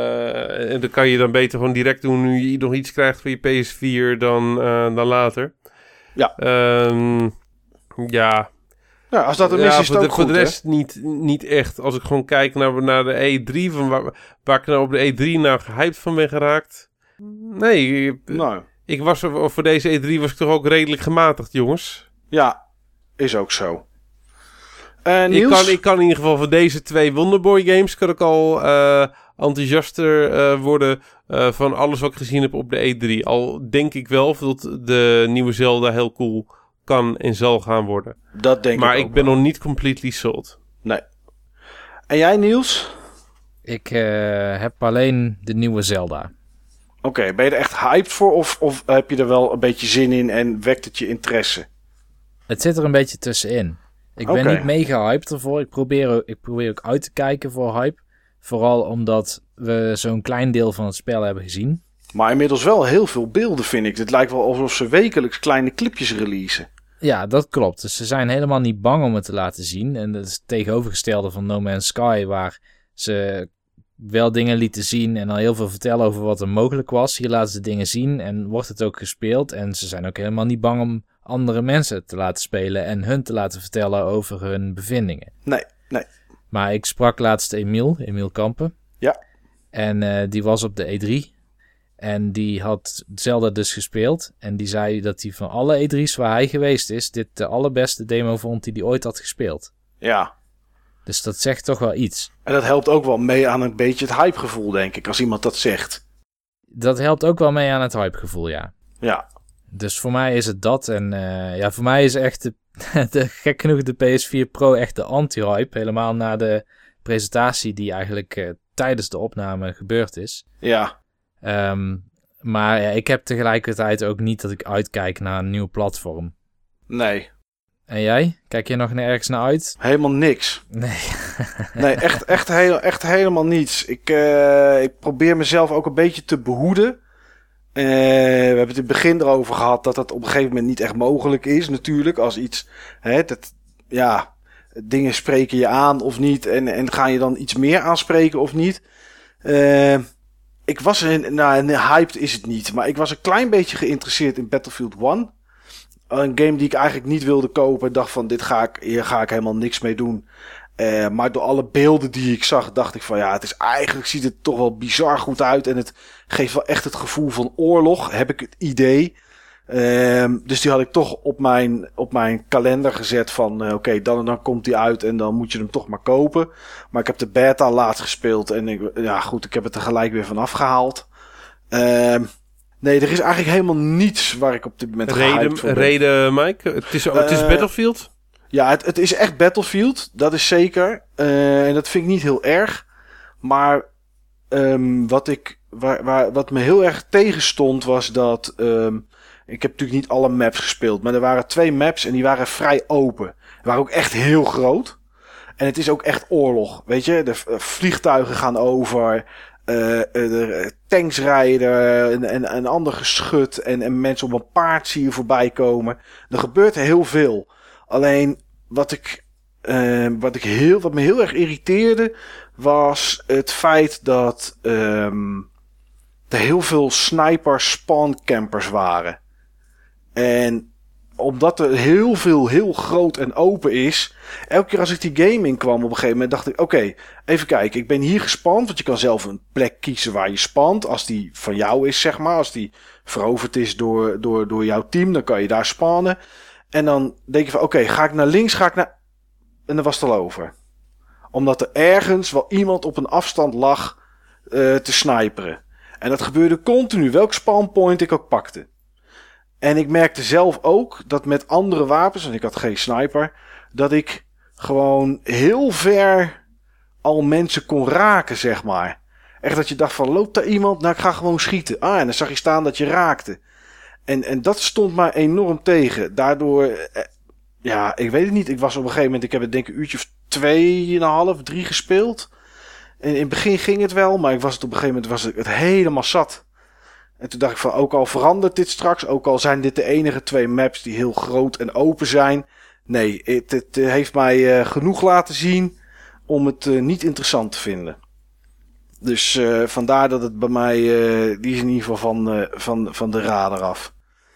uh, dan kan je dan beter gewoon direct doen nu je nog iets krijgt voor je P S vier dan, uh, dan later. Ja. Um, ja. Nou, als dat een ja, missie is, voor het de, ook voor goed, de rest niet, niet echt. Als ik gewoon kijk naar, naar de E drie, van waar, waar ik nou op de E drie nou gehyped van ben geraakt. Nee, nou. ik was er, voor deze E drie was ik toch ook redelijk gematigd, jongens. Ja, is ook zo. Uh, ik, kan, ik kan in ieder geval voor deze twee Wonderboy games kan ik al uh, enthousiaster uh, worden uh, van alles wat ik gezien heb op de E drie. Al denk ik wel dat de nieuwe Zelda heel cool kan en zal gaan worden. Dat denk maar ik ook ik ben wel. nog niet completely sold. Nee. En jij, Niels? Ik uh, heb alleen de nieuwe Zelda. Oké, okay, ben je er echt hyped voor of, of heb je er wel een beetje zin in en wekt het je interesse? Het zit er een beetje tussenin. Ik ben okay. niet mega hyped ervoor. Ik probeer, ik probeer ook uit te kijken voor hype. Vooral omdat we zo'n klein deel van het spel hebben gezien. Maar inmiddels wel heel veel beelden, vind ik. Het lijkt wel alsof ze wekelijks kleine clipjes releasen. Ja, dat klopt. Dus ze zijn helemaal niet bang om het te laten zien. En dat is het tegenovergestelde van No Man's Sky, waar ze wel dingen lieten zien en al heel veel vertellen over wat er mogelijk was. Hier laten ze dingen zien en wordt het ook gespeeld. En ze zijn ook helemaal niet bang om andere mensen te laten spelen en hun te laten vertellen over hun bevindingen. Nee, nee. Maar ik sprak laatst Emiel, Emiel Kampen. Ja. En uh, die was op de E drie. En die had Zelda dus gespeeld. En die zei dat hij van alle E drie's waar hij geweest is, dit de allerbeste demo vond die hij ooit had gespeeld. Ja. Dus dat zegt toch wel iets. En dat helpt ook wel mee aan een beetje het hypegevoel, denk ik, als iemand dat zegt. Dat helpt ook wel mee aan het hypegevoel, ja. Ja. Dus voor mij is het dat. En uh, ja, voor mij is echt de, de, gek genoeg de P S vier Pro echt de anti-hype. Helemaal na de presentatie die eigenlijk uh, tijdens de opname gebeurd is. Ja. Um, maar ja, ik heb tegelijkertijd ook niet dat ik uitkijk naar een nieuw platform. Nee. En jij? Kijk je nog ergens naar uit? Helemaal niks. Nee. nee, echt, echt, heel, echt helemaal niets. Ik, uh, ik probeer mezelf ook een beetje te behoeden. Uh, we hebben het in het begin erover gehad dat dat op een gegeven moment niet echt mogelijk is natuurlijk. Als iets, hè, dat, ja, dingen spreken je aan of niet. En, en ga je dan iets meer aanspreken of niet. Uh, ik was, in, nou, hyped is het niet. Maar ik was een klein beetje geïnteresseerd in Battlefield one. Een game die ik eigenlijk niet wilde kopen. Ik dacht van, dit ga ik, hier ga ik helemaal niks mee doen. Uh, maar door alle beelden die ik zag, dacht ik van ja, het is eigenlijk, ziet het toch wel bizar goed uit. En het geeft wel echt het gevoel van oorlog, heb ik het idee. Uh, dus die had ik toch op mijn, op mijn kalender gezet van, uh, oké, okay, dan en dan komt die uit en dan moet je hem toch maar kopen. Maar ik heb de beta laatst gespeeld en ik, ja goed, ik heb het er gelijk weer van afgehaald. Uh, Nee, er is eigenlijk helemaal niets waar ik op dit moment gehyped voor ben. Reden, Mike? Het is, het is uh, Battlefield? Ja, het, het is echt Battlefield. Dat is zeker. Uh, en dat vind ik niet heel erg. Maar um, wat, ik, waar, waar, wat me heel erg tegenstond was dat... Um, ik heb natuurlijk niet alle maps gespeeld. Maar er waren twee maps en die waren vrij open. Die waren ook echt heel groot. En het is ook echt oorlog. Weet je, de vliegtuigen gaan over... Uh, de tanks rijden en, en, en ander geschut en, en mensen op een paard zie je voorbij komen. Er gebeurt heel veel. Alleen wat ik, uh, wat ik heel, wat me heel erg irriteerde was het feit dat um, er heel veel sniper spawn campers waren. En omdat er heel veel heel groot en open is. Elke keer als ik die game in kwam op een gegeven moment dacht ik... Oké, okay, even kijken. Ik ben hier gespand. Want je kan zelf een plek kiezen waar je spant. Als die van jou is, zeg maar. Als die veroverd is door, door, door jouw team. Dan kan je daar spannen. En dan denk je van... Oké, okay, ga ik naar links? Ga ik naar... En dan was het al over. Omdat er ergens wel iemand op een afstand lag uh, te sniperen. En dat gebeurde continu. Welk spawnpoint ik ook pakte. En ik merkte zelf ook dat met andere wapens, en ik had geen sniper, dat ik gewoon heel ver al mensen kon raken, zeg maar. Echt dat je dacht van, loopt daar iemand? Nou, ik ga gewoon schieten. Ah, en dan zag je staan dat je raakte. En, en dat stond mij enorm tegen. Daardoor, eh, ja, ik weet het niet. Ik was op een gegeven moment, ik heb het denk ik een uurtje of twee en een half, drie gespeeld. En in het begin ging het wel, maar ik was het op een gegeven moment was het helemaal zat. En toen dacht ik van, ook al verandert dit straks, ook al zijn dit de enige twee maps die heel groot en open zijn. Nee, het, het heeft mij uh, genoeg laten zien om het uh, niet interessant te vinden. Dus uh, vandaar dat het bij mij, uh, die is in ieder geval van, uh, van, van de radar af.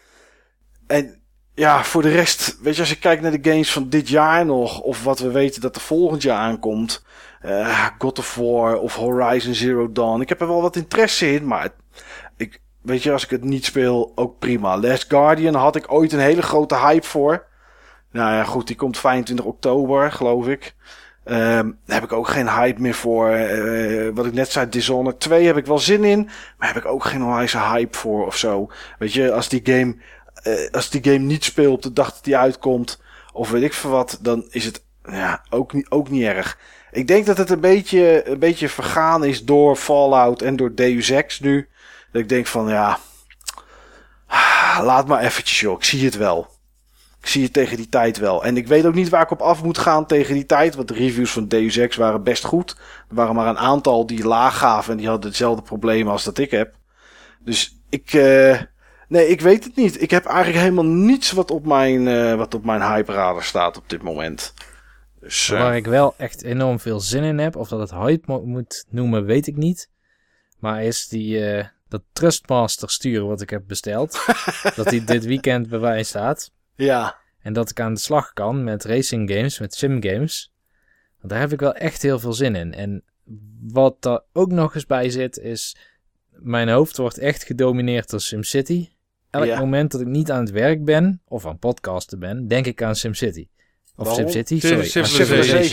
En ja, voor de rest, weet je, als ik kijk naar de games van dit jaar nog, of wat we weten dat er volgend jaar aankomt, uh, God of War of Horizon Zero Dawn. Ik heb er wel wat interesse in, maar ik... Weet je, als ik het niet speel, ook prima. Last Guardian had ik ooit een hele grote hype voor. Nou ja, goed, die komt vijfentwintig oktober, geloof ik. Um, daar heb ik ook geen hype meer voor. Uh, wat ik net zei, Dishonored twee heb ik wel zin in. Maar heb ik ook geen onwijze hype voor of zo. Weet je, als die game, uh, als die game niet speelt op de dag dat die uitkomt, of weet ik veel wat, dan is het ja, ook, niet, ook niet erg. Ik denk dat het een beetje, een beetje vergaan is door Fallout en door Deus Ex nu. Dat ik denk van, ja, laat maar eventjes joh, ik zie het wel. Ik zie het tegen die tijd wel. En ik weet ook niet waar ik op af moet gaan tegen die tijd. Want de reviews van Deus Ex waren best goed. Er waren maar een aantal die laag gaven en die hadden hetzelfde probleem als dat ik heb. Dus ik, uh, nee, ik weet het niet. Ik heb eigenlijk helemaal niets wat op mijn, uh, wat op mijn hype radar staat op dit moment. Dus, uh, waar ik wel echt enorm veel zin in heb, of dat het hype mo- moet noemen, weet ik niet. Maar is die... Uh... dat Trustmaster sturen wat ik heb besteld. Dat die dit weekend bij mij staat. Ja. En dat ik aan de slag kan met racing games, met sim games. Want daar heb ik wel echt heel veel zin in. En wat daar ook nog eens bij zit is... mijn hoofd wordt echt gedomineerd door SimCity. Elk ja. moment dat ik niet aan het werk ben, of aan podcasten ben, denk ik aan SimCity. Of Waarom? SimCity, sorry. Civilization. Civilization.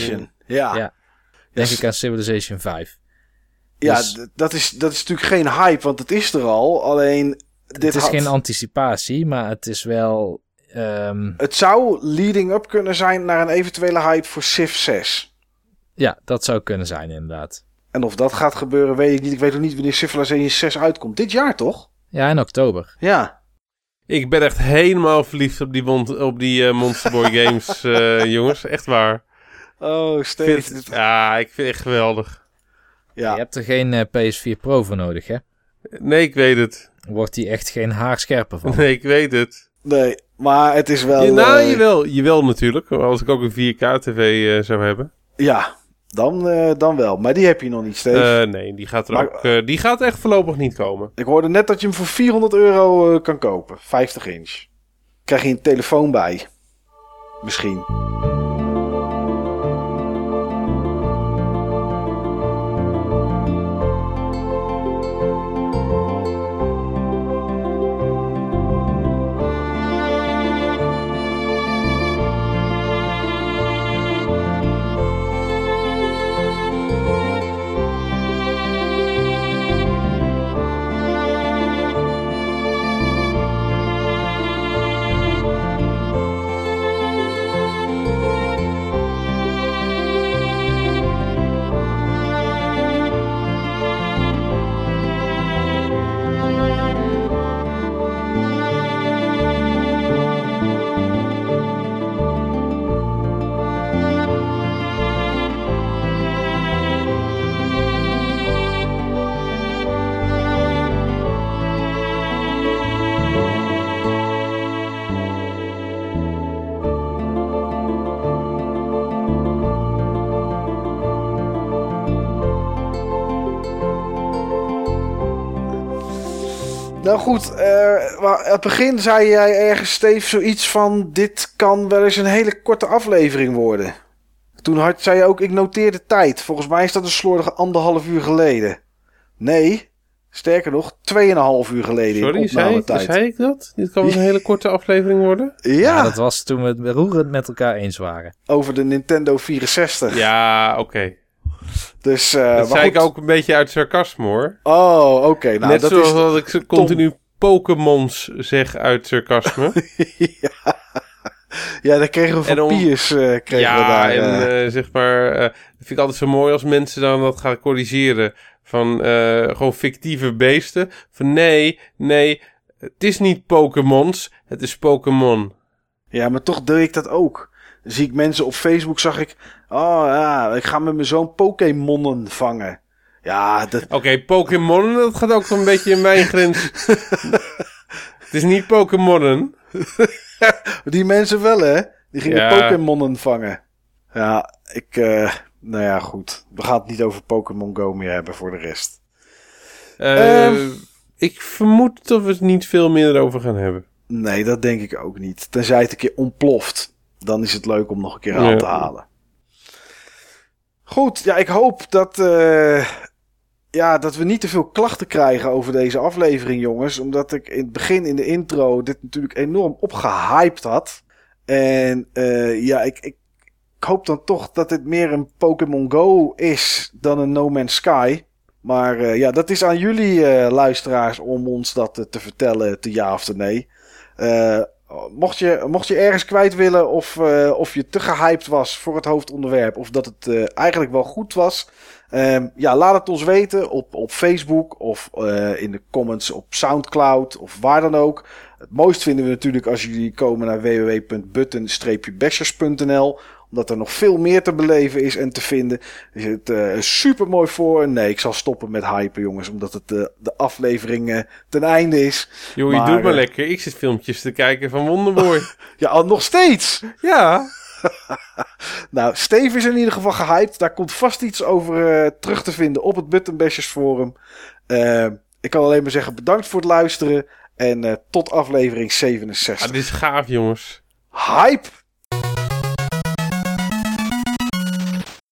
Ja. ja. Denk yes. ik aan Civilization vijf. Ja, dus, d- dat, is, dat is natuurlijk geen hype, want het is er al. Alleen... Dit het is had... geen anticipatie, maar het is wel... Um... Het zou leading up kunnen zijn naar een eventuele hype voor Civ zes. Ja, dat zou kunnen zijn inderdaad. En of dat gaat gebeuren, weet ik niet. Ik weet ook niet wanneer Civilization zes uitkomt. Dit jaar, toch? Ja, in oktober. Ja. Ik ben echt helemaal verliefd op die, mon- op die uh, Monster Boy Games, uh, jongens. Echt waar. Oh, Steve. Vind, ja, ik vind het echt geweldig. Ja. Je hebt er geen uh, P S vier Pro voor nodig, hè? Nee, ik weet het. Wordt die echt geen haar scherper van. Nee, ik weet het. Nee, maar het is wel... Ja, nou, uh... jawel, jawel natuurlijk. Als ik ook een vier K tv uh, zou hebben. Ja, dan, uh, dan wel. Maar die heb je nog niet, Steve. Uh, nee, die gaat er maar, ook... Uh, die gaat echt voorlopig niet komen. Ik hoorde net dat je hem voor vierhonderd euro uh, kan kopen. vijftig inch. Krijg je een telefoon bij. Misschien. Nou goed, uh, aan het begin zei jij ergens, Steve, zoiets van... dit kan wel eens een hele korte aflevering worden. Toen had, zei je ook, ik noteer de tijd. Volgens mij is dat een slordige anderhalf uur geleden. Nee, sterker nog, tweeënhalf uur geleden. Sorry, in zei ik, zei ik dat? Dit kan een hele korte aflevering worden? Ja. ja, dat was toen we het roerend met elkaar eens waren. Over de Nintendo vierenzestig. Ja, oké. Okay. Dus, uh, dat zei goed. Ik ook een beetje uit sarcasme, hoor. Oh, oké. Okay. Nou, Net dat zoals is dat ik ze continu Tom. Pokémons zeg uit sarcasme. ja. Ja, daar kregen we van om... Piers. Uh, kregen ja, we daar, en uh, uh, zeg maar... Uh, dat vind ik altijd zo mooi als mensen dan dat gaan corrigeren. Van uh, gewoon fictieve beesten. Van nee, nee, het is niet Pokémons, het is Pokémon. Ja, maar toch deed ik dat ook. Dan zie ik mensen op Facebook, zag ik... Oh ja, ik ga met mijn zoon Pokémonnen vangen. Ja, dat... Oké, okay, Pokémonnen, dat gaat ook een beetje in mijn grens. Het is niet Pokémonnen. Die mensen wel, hè? Die gingen ja. Pokémonnen vangen. Ja, ik... Uh, nou ja, goed. We gaan het niet over Pokémon Go meer hebben voor de rest. Uh, um, ik vermoed dat we het niet veel meer erover gaan hebben. Nee, dat denk ik ook niet. Tenzij het een keer ontploft. Dan is het leuk om nog een keer aan ja. te halen. Goed, ja, ik hoop dat, uh, ja, dat we niet te veel klachten krijgen over deze aflevering, jongens. Omdat ik in het begin in de intro dit natuurlijk enorm opgehyped had. En uh, ja, ik, ik, ik hoop dan toch dat dit meer een Pokémon Go is dan een No Man's Sky. Maar uh, ja, dat is aan jullie uh, luisteraars om ons dat uh, te vertellen, te ja of te nee. Uh, mocht, je, mocht je ergens kwijt willen of, uh, of je te gehyped was voor het hoofdonderwerp... of dat het uh, eigenlijk wel goed was... Um, ja, laat het ons weten op, op Facebook of uh, in de comments op Soundcloud of waar dan ook. Het mooist vinden we natuurlijk als jullie komen naar w w w punt button dash bashers punt n l... omdat er nog veel meer te beleven is en te vinden. Er zit uh, super mooi voor. Nee, ik zal stoppen met hypen, jongens. Omdat het uh, de aflevering uh, ten einde is. Joh, je maar, doet maar uh, lekker. Ik zit filmpjes te kijken van Wonderboy. Ja, al nog steeds. Ja. Nou, Steve is in ieder geval gehyped. Daar komt vast iets over uh, terug te vinden op het Button Bashers forum. Uh, ik kan alleen maar zeggen bedankt voor het luisteren. En uh, tot aflevering zevenenzestig. Ah, dit is gaaf, jongens. Hype!